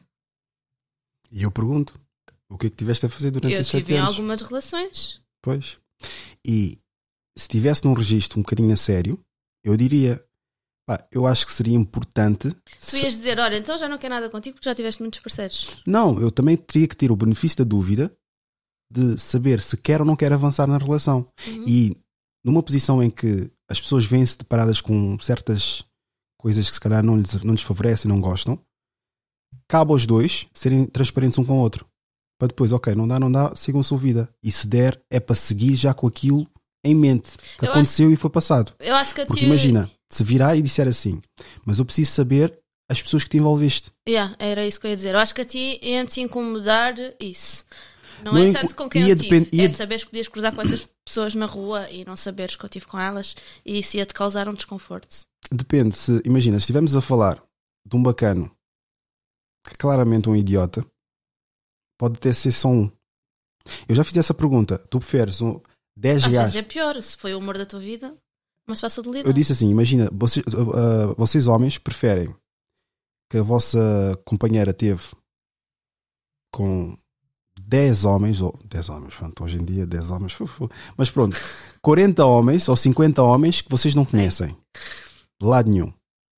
E eu pergunto, o que é que tiveste a fazer durante Eu esses sete tive em anos? algumas relações. Pois. E se estivesse num registro um bocadinho a sério, eu diria, pá, eu acho que seria importante... Tu ias dizer, olha, então já não quero nada contigo porque já tiveste muitos parceiros. Não, eu também teria que ter o benefício da dúvida de saber se quer ou não quer avançar na relação. Uhum. E numa posição em que as pessoas vêm-se deparadas com certas coisas que se calhar não lhes, não lhes favorecem, não gostam, cabe aos dois serem transparentes um com o outro. Para depois, ok, não dá, não dá, sigam a sua vida. E se der, é para seguir já com aquilo em mente que Eu aconteceu e foi passado. Eu acho que a Porque ti... imagina, se virar e disser assim, mas eu preciso saber as pessoas que te envolveste. Yeah, era isso que eu ia dizer. Eu acho que a ti ia-te incomodar isso. Não, Não é inco- tanto com quem ia eu tive. depend- ia- É saberes que podias cruzar com essas pessoas na rua e não saberes que eu tive com elas e isso ia-te causar um desconforto. Depende, se, imagina, se estivermos a falar de um bacano que é claramente um idiota, pode até ser só um. Eu já fiz essa pergunta. Tu preferes um dez Às gajos? vezes é pior. Se foi o amor da tua vida, mais fácil de lidar. Eu disse assim, imagina, vocês, uh, uh, vocês homens preferem que a vossa companheira teve com dez homens, ou dez homens, pronto, hoje em dia dez homens, fu, fu, mas pronto, quarenta homens ou cinquenta homens que vocês não conhecem. De lado nenhum.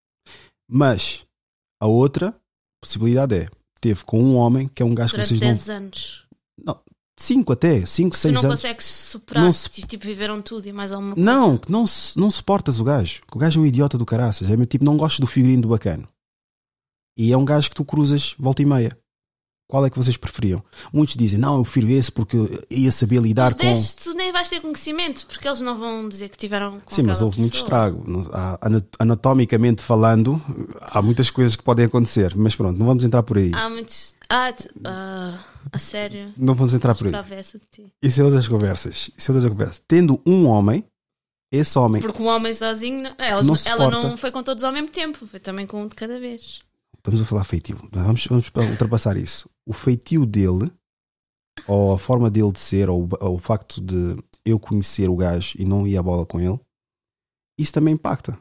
Mas a outra possibilidade é, teve com um homem que é um gajo que Durante vocês dez não... anos. não cinco até, cinco, Tu seis não anos. consegues superar. Não se- Tipo, viveram tudo e mais alguma coisa. Não, que não, se- não suportas o gajo. Que o gajo é um idiota do caraças. É meu tipo, não gosto do figurino do bacano. E é um gajo que tu cruzas volta e meia. Qual é que vocês preferiam? Muitos dizem, não, eu prefiro esse porque ia saber lidar Mas com... deste, tu nem vais ter conhecimento, porque eles não vão dizer que tiveram com Sim, mas aquela houve muito pessoa. estrago. Não- há- ana- Anatomicamente falando, há muitas coisas que podem acontecer. Mas pronto, não vamos entrar por aí. Há muitos. Ah, t- ah, a sério? Não vamos entrar por aí. Esperava essa de ti. Isso é outras conversas. Isso é outras conversas. Tendo um homem, esse homem... Porque um homem sozinho. não- Elas, Não não- ela suporta. não foi com todos ao mesmo tempo, foi também com um de cada vez. Estamos a falar feitio. Vamos, vamos ultrapassar isso. O feitio dele, ou a forma dele de ser, ou, ou o facto de eu conhecer o gajo e não ir à bola com ele, isso também impacta.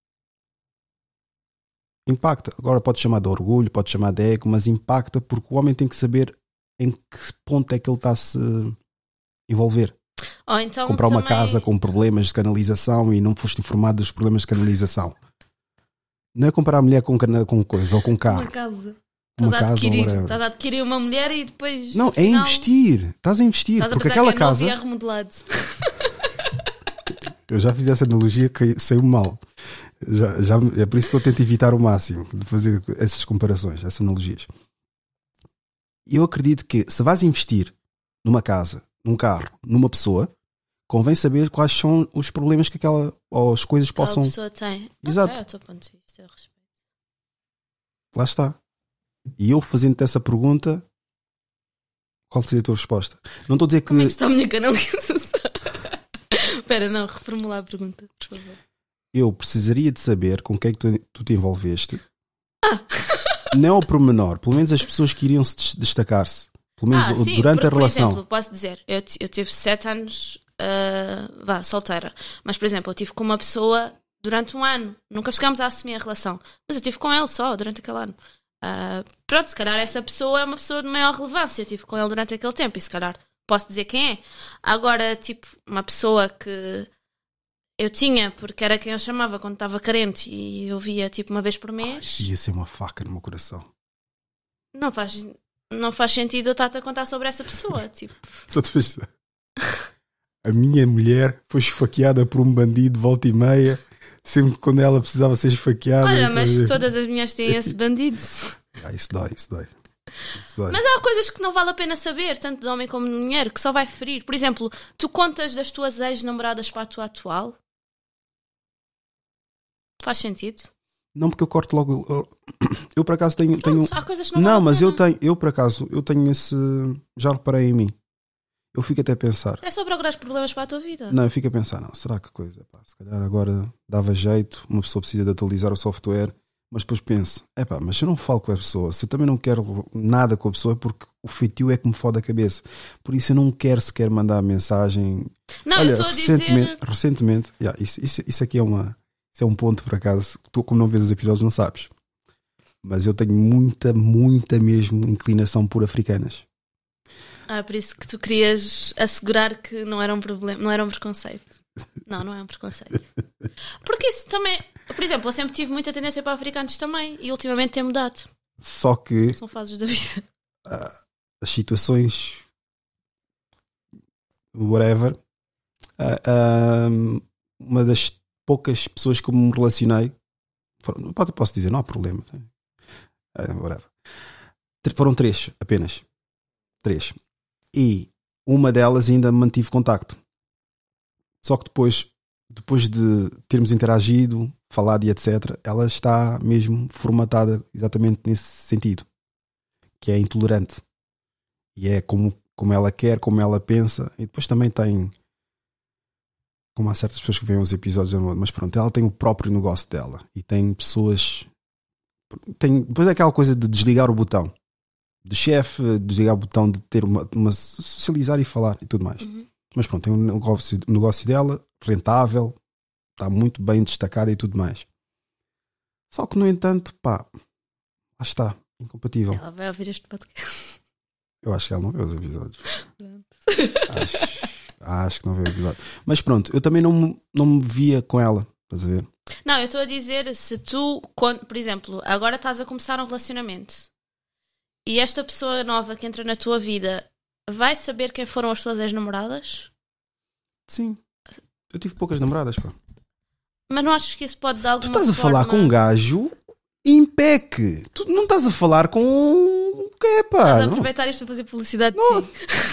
Impacta. Agora pode chamar de orgulho, pode chamar de ego, mas impacta porque o homem tem que saber em que ponto é que ele está a se envolver. Ou então Comprar uma também- casa com problemas de canalização e não foste informado dos problemas de canalização. Não é comprar a mulher com, cana- com coisa ou com carro. Uma casa. Uma Estás a casa, adquirir, whatever. estás a adquirir uma mulher e depois. Não, no é final, investir. Estás a investir. Estás a Porque pensar aquela que é novo casa. e é remodelado. Eu já fiz essa analogia que saiu mal. Já, já, é por isso que eu tento evitar o máximo de fazer essas comparações, essas analogias. E eu acredito que se vais investir numa casa, num carro, numa pessoa, convém saber quais são os problemas que aquela ou as coisas Aquela possam. pessoa tem. Exato. Ok, é o teu ponto de vista, eu respeito. Lá está. E eu fazendo-te essa pergunta, qual seria a tua resposta? Não estou a dizer que. Como é que está a minha canalização? Espera, não, reformular a pergunta, por favor. Eu precisaria de saber com quem é que tu, tu te envolveste. Ah. Não é o pormenor, pelo menos as pessoas que iriam se des- destacar-se. Pelo menos Ah, o- sim, durante por, a relação. Por exemplo, posso dizer, eu, t- eu tive sete anos uh, vá, solteira. Mas, por exemplo, eu estive com uma pessoa durante um ano. Nunca chegámos a assumir a relação. Mas eu estive com ele só durante aquele ano. Uh, pronto, se calhar essa pessoa é uma pessoa de maior relevância. Eu estive com ele durante aquele tempo e se calhar posso dizer quem é. Agora, tipo, uma pessoa que eu tinha, porque era quem eu chamava quando estava carente e eu via tipo uma vez por mês. Isso ia ser uma faca no meu coração. Não faz, não faz sentido eu estar-te a contar sobre essa pessoa. Tipo. Só te fez... A minha mulher foi esfaqueada por um bandido de volta e meia, sempre quando ela precisava ser esfaqueada. Olha, mas todas as minhas têm esse bandido. Ah, isso dói, isso dói. Isso dói. Mas há coisas que não vale a pena saber, tanto de homem como de mulher, que só vai ferir. Por exemplo, tu contas das tuas ex-namoradas para a tua atual? Faz sentido? Não, porque eu corto logo. Eu por acaso tenho. Pronto, tenho... há coisas que não Não, vale a mas pena. eu tenho. Eu por acaso, eu tenho esse. Já reparei em mim. Eu fico até a pensar. É só procurar os problemas para a tua vida. Não, eu fico a pensar, não, será que coisa? Pá, se calhar agora dava jeito, uma pessoa precisa de atualizar o software, mas depois penso, é pá, mas se eu não falo com a pessoa, se eu também não quero nada com a pessoa, é porque o feitio é que me fode a cabeça. Por isso eu não quero sequer mandar mensagem. Não, Olha, eu estou a recentemente, dizer... recentemente yeah, isso, isso, isso aqui é uma. Isso é um ponto, por acaso, tu, como não vês os episódios, não sabes. Mas eu tenho muita, muita mesmo inclinação por africanas. Ah, por isso que tu querias assegurar que não era um problema, não era um preconceito. Não, não é um preconceito. Porque isso também, por exemplo, eu sempre tive muita tendência para africanos também e ultimamente tem mudado. Só que São fases da vida. Uh, as situações, whatever, uh, um, uma das poucas pessoas que me relacionei, foram, posso dizer, não há problema, uh, whatever. Foram três apenas. Três. E uma delas ainda mantive contacto. Só que depois, depois de termos interagido, falado e etcétera, ela está mesmo formatada exatamente nesse sentido. Que é intolerante. E é como, como ela quer, como ela pensa. E depois também tem... Como há certas pessoas que veem os episódios, mas pronto, ela tem o próprio negócio dela. E tem pessoas... Tem, depois é aquela coisa de desligar o botão. De chefe, desligar o botão de ter uma, uma socializar e falar e tudo mais. Uhum. Mas pronto, tem um negócio, um negócio dela, rentável, está muito bem destacada e tudo mais. Só que, no entanto, pá, lá está, incompatível. Ela vai ouvir este podcast. Eu acho que ela não vê os episódios. acho, acho que não vê o episódio. Mas pronto, eu também não, não me via com ela, estás a ver? Não, eu estou a dizer, se tu, por exemplo, agora estás a começar um relacionamento e esta pessoa nova que entra na tua vida vai saber quem foram as tuas ex-namoradas? Sim. Eu tive poucas namoradas, pá. Mas não achas que isso pode dar alguma Tu estás a forma... falar com um gajo impec. Tu não estás a falar com... O que é, pá? Estás a não. aproveitar isto para fazer publicidade de ti.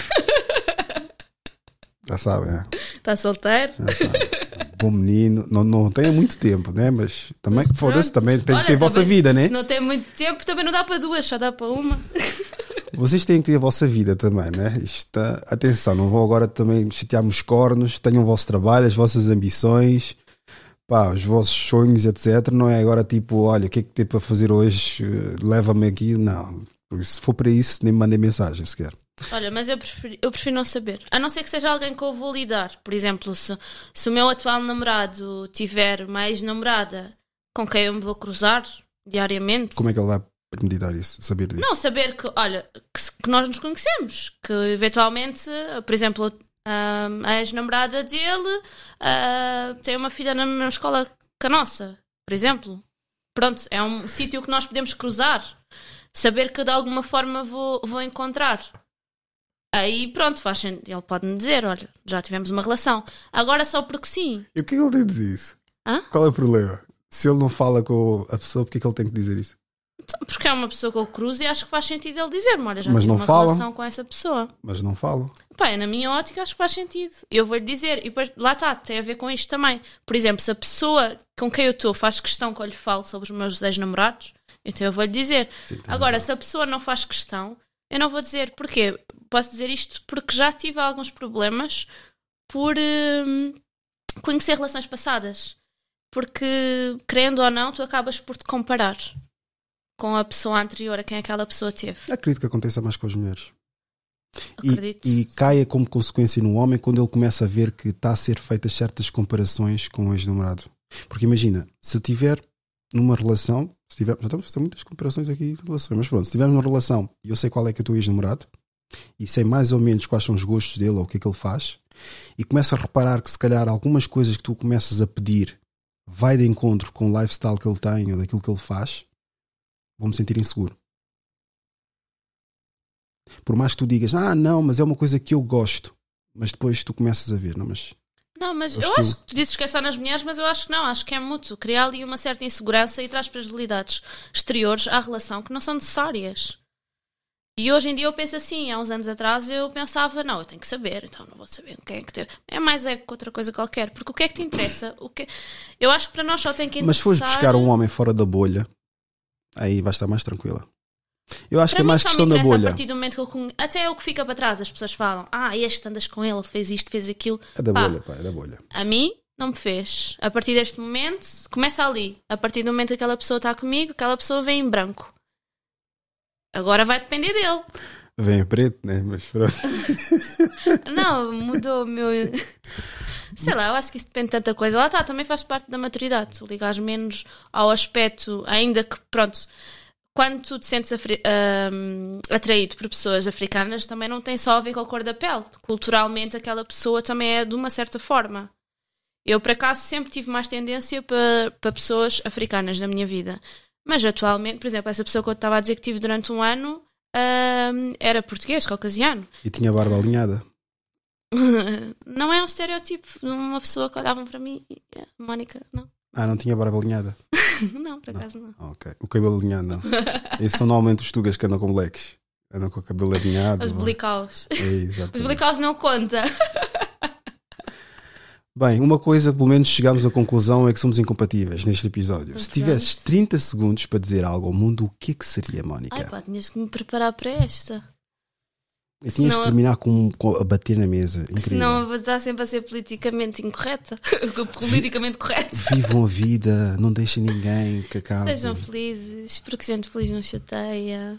Já sabem, é. Está solteiro? Já sabem. Bom menino. Não, não tem há muito tempo, né? Mas também, foda-se, também tem Olha, que ter a vossa também, vida, né? Se não tem muito tempo, também não dá para duas, só dá para uma. Vocês têm que ter a vossa vida também, né? Isto tá... Atenção, não vou agora também chatear-me os cornos. Tenham o vosso trabalho, as vossas ambições, pá, os vossos sonhos, etcétera. Não é agora tipo, olha, o que é que tem para fazer hoje? Leva-me aqui. Não, porque se for para isso, nem me mandem mensagem sequer. Olha, mas eu prefiro, eu prefiro não saber. A não ser que seja alguém que eu vou lidar. Por exemplo, se, se o meu atual namorado tiver uma ex-namorada com quem eu me vou cruzar diariamente... Como é que ele vai meditar isso? Saber disso? Não, saber que, olha, que, que nós nos conhecemos. Que eventualmente, por exemplo, um, a ex-namorada dele uh, tem uma filha na mesma escola que a nossa, por exemplo. Pronto, é um sítio que nós podemos cruzar. Saber que de alguma forma vou, vou encontrar. Aí pronto, faz sentido. Ele pode-me dizer, olha, já tivemos uma relação. Agora só porque sim. E por que ele tem de dizer isso? Hã? Qual é o problema? Se ele não fala com a pessoa, por que ele tem que dizer isso? Porque é uma pessoa que eu cruzo e acho que faz sentido ele dizer-me, olha, já Mas tive não uma falam. relação com essa pessoa. Mas não falam. Pá, na minha ótica acho que faz sentido. Eu vou-lhe dizer, e depois, lá está, tem a ver com isto também. Por exemplo, se a pessoa com quem eu estou faz questão que eu lhe falo sobre os meus ex-namorados, então eu vou-lhe dizer. Sim, agora, se a pessoa não faz questão, eu não vou dizer. Porquê? Posso dizer isto porque já tive alguns problemas por hum, conhecer relações passadas. Porque, querendo ou não, tu acabas por te comparar com a pessoa anterior a quem aquela pessoa teve. Acredito que aconteça mais com as mulheres. acredito. E, e caia como consequência no homem quando ele começa a ver que está a ser feitas certas comparações com o ex-namorado. Porque imagina, se eu tiver numa relação, se tiver, já estamos a fazer muitas comparações aqui de relações, mas pronto, se tiver numa relação e eu sei qual é que é o teu ex-namorado e sei mais ou menos quais são os gostos dele ou o que é que ele faz, e começo a reparar que se calhar algumas coisas que tu começas a pedir vai de encontro com o lifestyle que ele tem ou daquilo que ele faz, vou-me sentir inseguro. Por mais que tu digas, ah não, mas é uma coisa que eu gosto, mas depois tu começas a ver, não, mas... Não, mas eu, eu acho que tu dizes que é só nas mulheres, mas eu acho que não, acho que é mútuo. Criar ali uma certa insegurança e traz fragilidades exteriores à relação que não são necessárias. E hoje em dia eu penso assim, há uns anos atrás eu pensava, não, eu tenho que saber, então não vou saber quem é que teve. É mais ego que outra coisa qualquer, porque o que é que te interessa? O que... Eu acho que para nós só tem que interessar... Mas se fores buscar um homem fora da bolha, aí vais estar mais tranquila. Eu acho para que é mais questão da bolha. A partir do momento que eu conhe... Até é o que fica para trás, as pessoas falam, ah, este andas com ele, ele fez isto, fez aquilo. É da pá, bolha, pá, é da bolha. A mim não me fez. A partir deste momento, começa ali. A partir do momento que aquela pessoa está comigo, aquela pessoa vem em branco. Agora vai depender dele. Vem em preto, né? Mas pronto. Não, mudou o meu... Sei lá, eu acho que isso depende de tanta coisa. Lá está, também faz parte da maturidade. Tu ligas menos ao aspecto, ainda que, pronto... Quando tu te sentes afri- um, atraído por pessoas africanas, também não tem só a ver com a cor da pele. Culturalmente, aquela pessoa também é de uma certa forma. Eu, por acaso, sempre tive mais tendência para, para pessoas africanas na minha vida. Mas, atualmente, por exemplo, essa pessoa que eu estava a dizer que tive durante um ano um, era português, caucasiano. E tinha barba alinhada. Não é um estereótipo de uma pessoa que olhavam para mim. Mónica, não. Ah, não tinha barba alinhada? Não, por acaso não. não. Ok. O cabelo alinhado não. Esses são normalmente os tugas que andam com blacks. Andam com o cabelo alinhado. Os blicaus. É, os blicaus não conta. Bem, uma coisa, pelo menos chegámos à conclusão, é que somos incompatíveis neste episódio. Mas se tivesses trinta segundos para dizer algo ao mundo, o que é que seria, Mónica? Ai pá, tinhas que me preparar para esta. Eu tinhas de terminar com, com a bater na mesa. Incrível. Senão eu vou estar sempre a ser politicamente incorreta. politicamente correta. Vivam a vida, não deixem ninguém que acabe. Sejam felizes, porque gente feliz não chateia.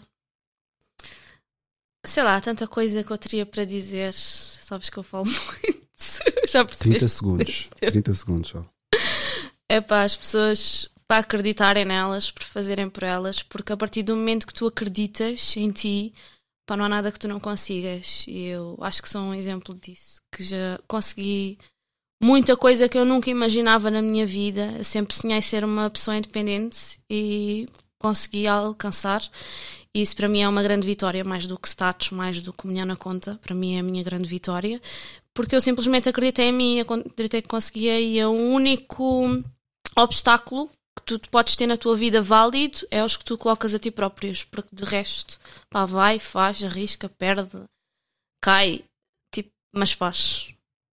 Sei lá, tanta coisa que eu teria para dizer. Sabes que eu falo muito. Já percebeste? trinta segundos. trinta segundos só. É para as pessoas para acreditarem nelas, por fazerem por elas, porque a partir do momento que tu acreditas em ti, pá, não há nada que tu não consigas. E eu acho que sou um exemplo disso, que já consegui muita coisa que eu nunca imaginava na minha vida. Eu sempre sonhei ser uma pessoa independente e consegui alcançar. E isso para mim é uma grande vitória, mais do que status, mais do que milhão na conta. Para mim é a minha grande vitória, porque eu simplesmente acreditei em mim, acreditei que conseguia, e é o único obstáculo que tu podes ter na tua vida válido é os que tu colocas a ti próprios, porque de resto, pá, vai, faz, arrisca, perde, cai, tipo, mas faz.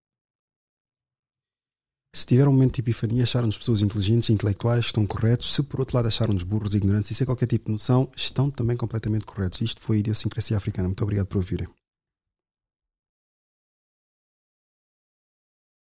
Se tiver um momento de epifania, acharam-nos pessoas inteligentes e intelectuais, estão corretos. Se por outro lado acharam-nos burros e ignorantes e sem qualquer tipo de noção, estão também completamente corretos. Isto foi a Idiosincrasia Africana. Muito obrigado por ouvirem.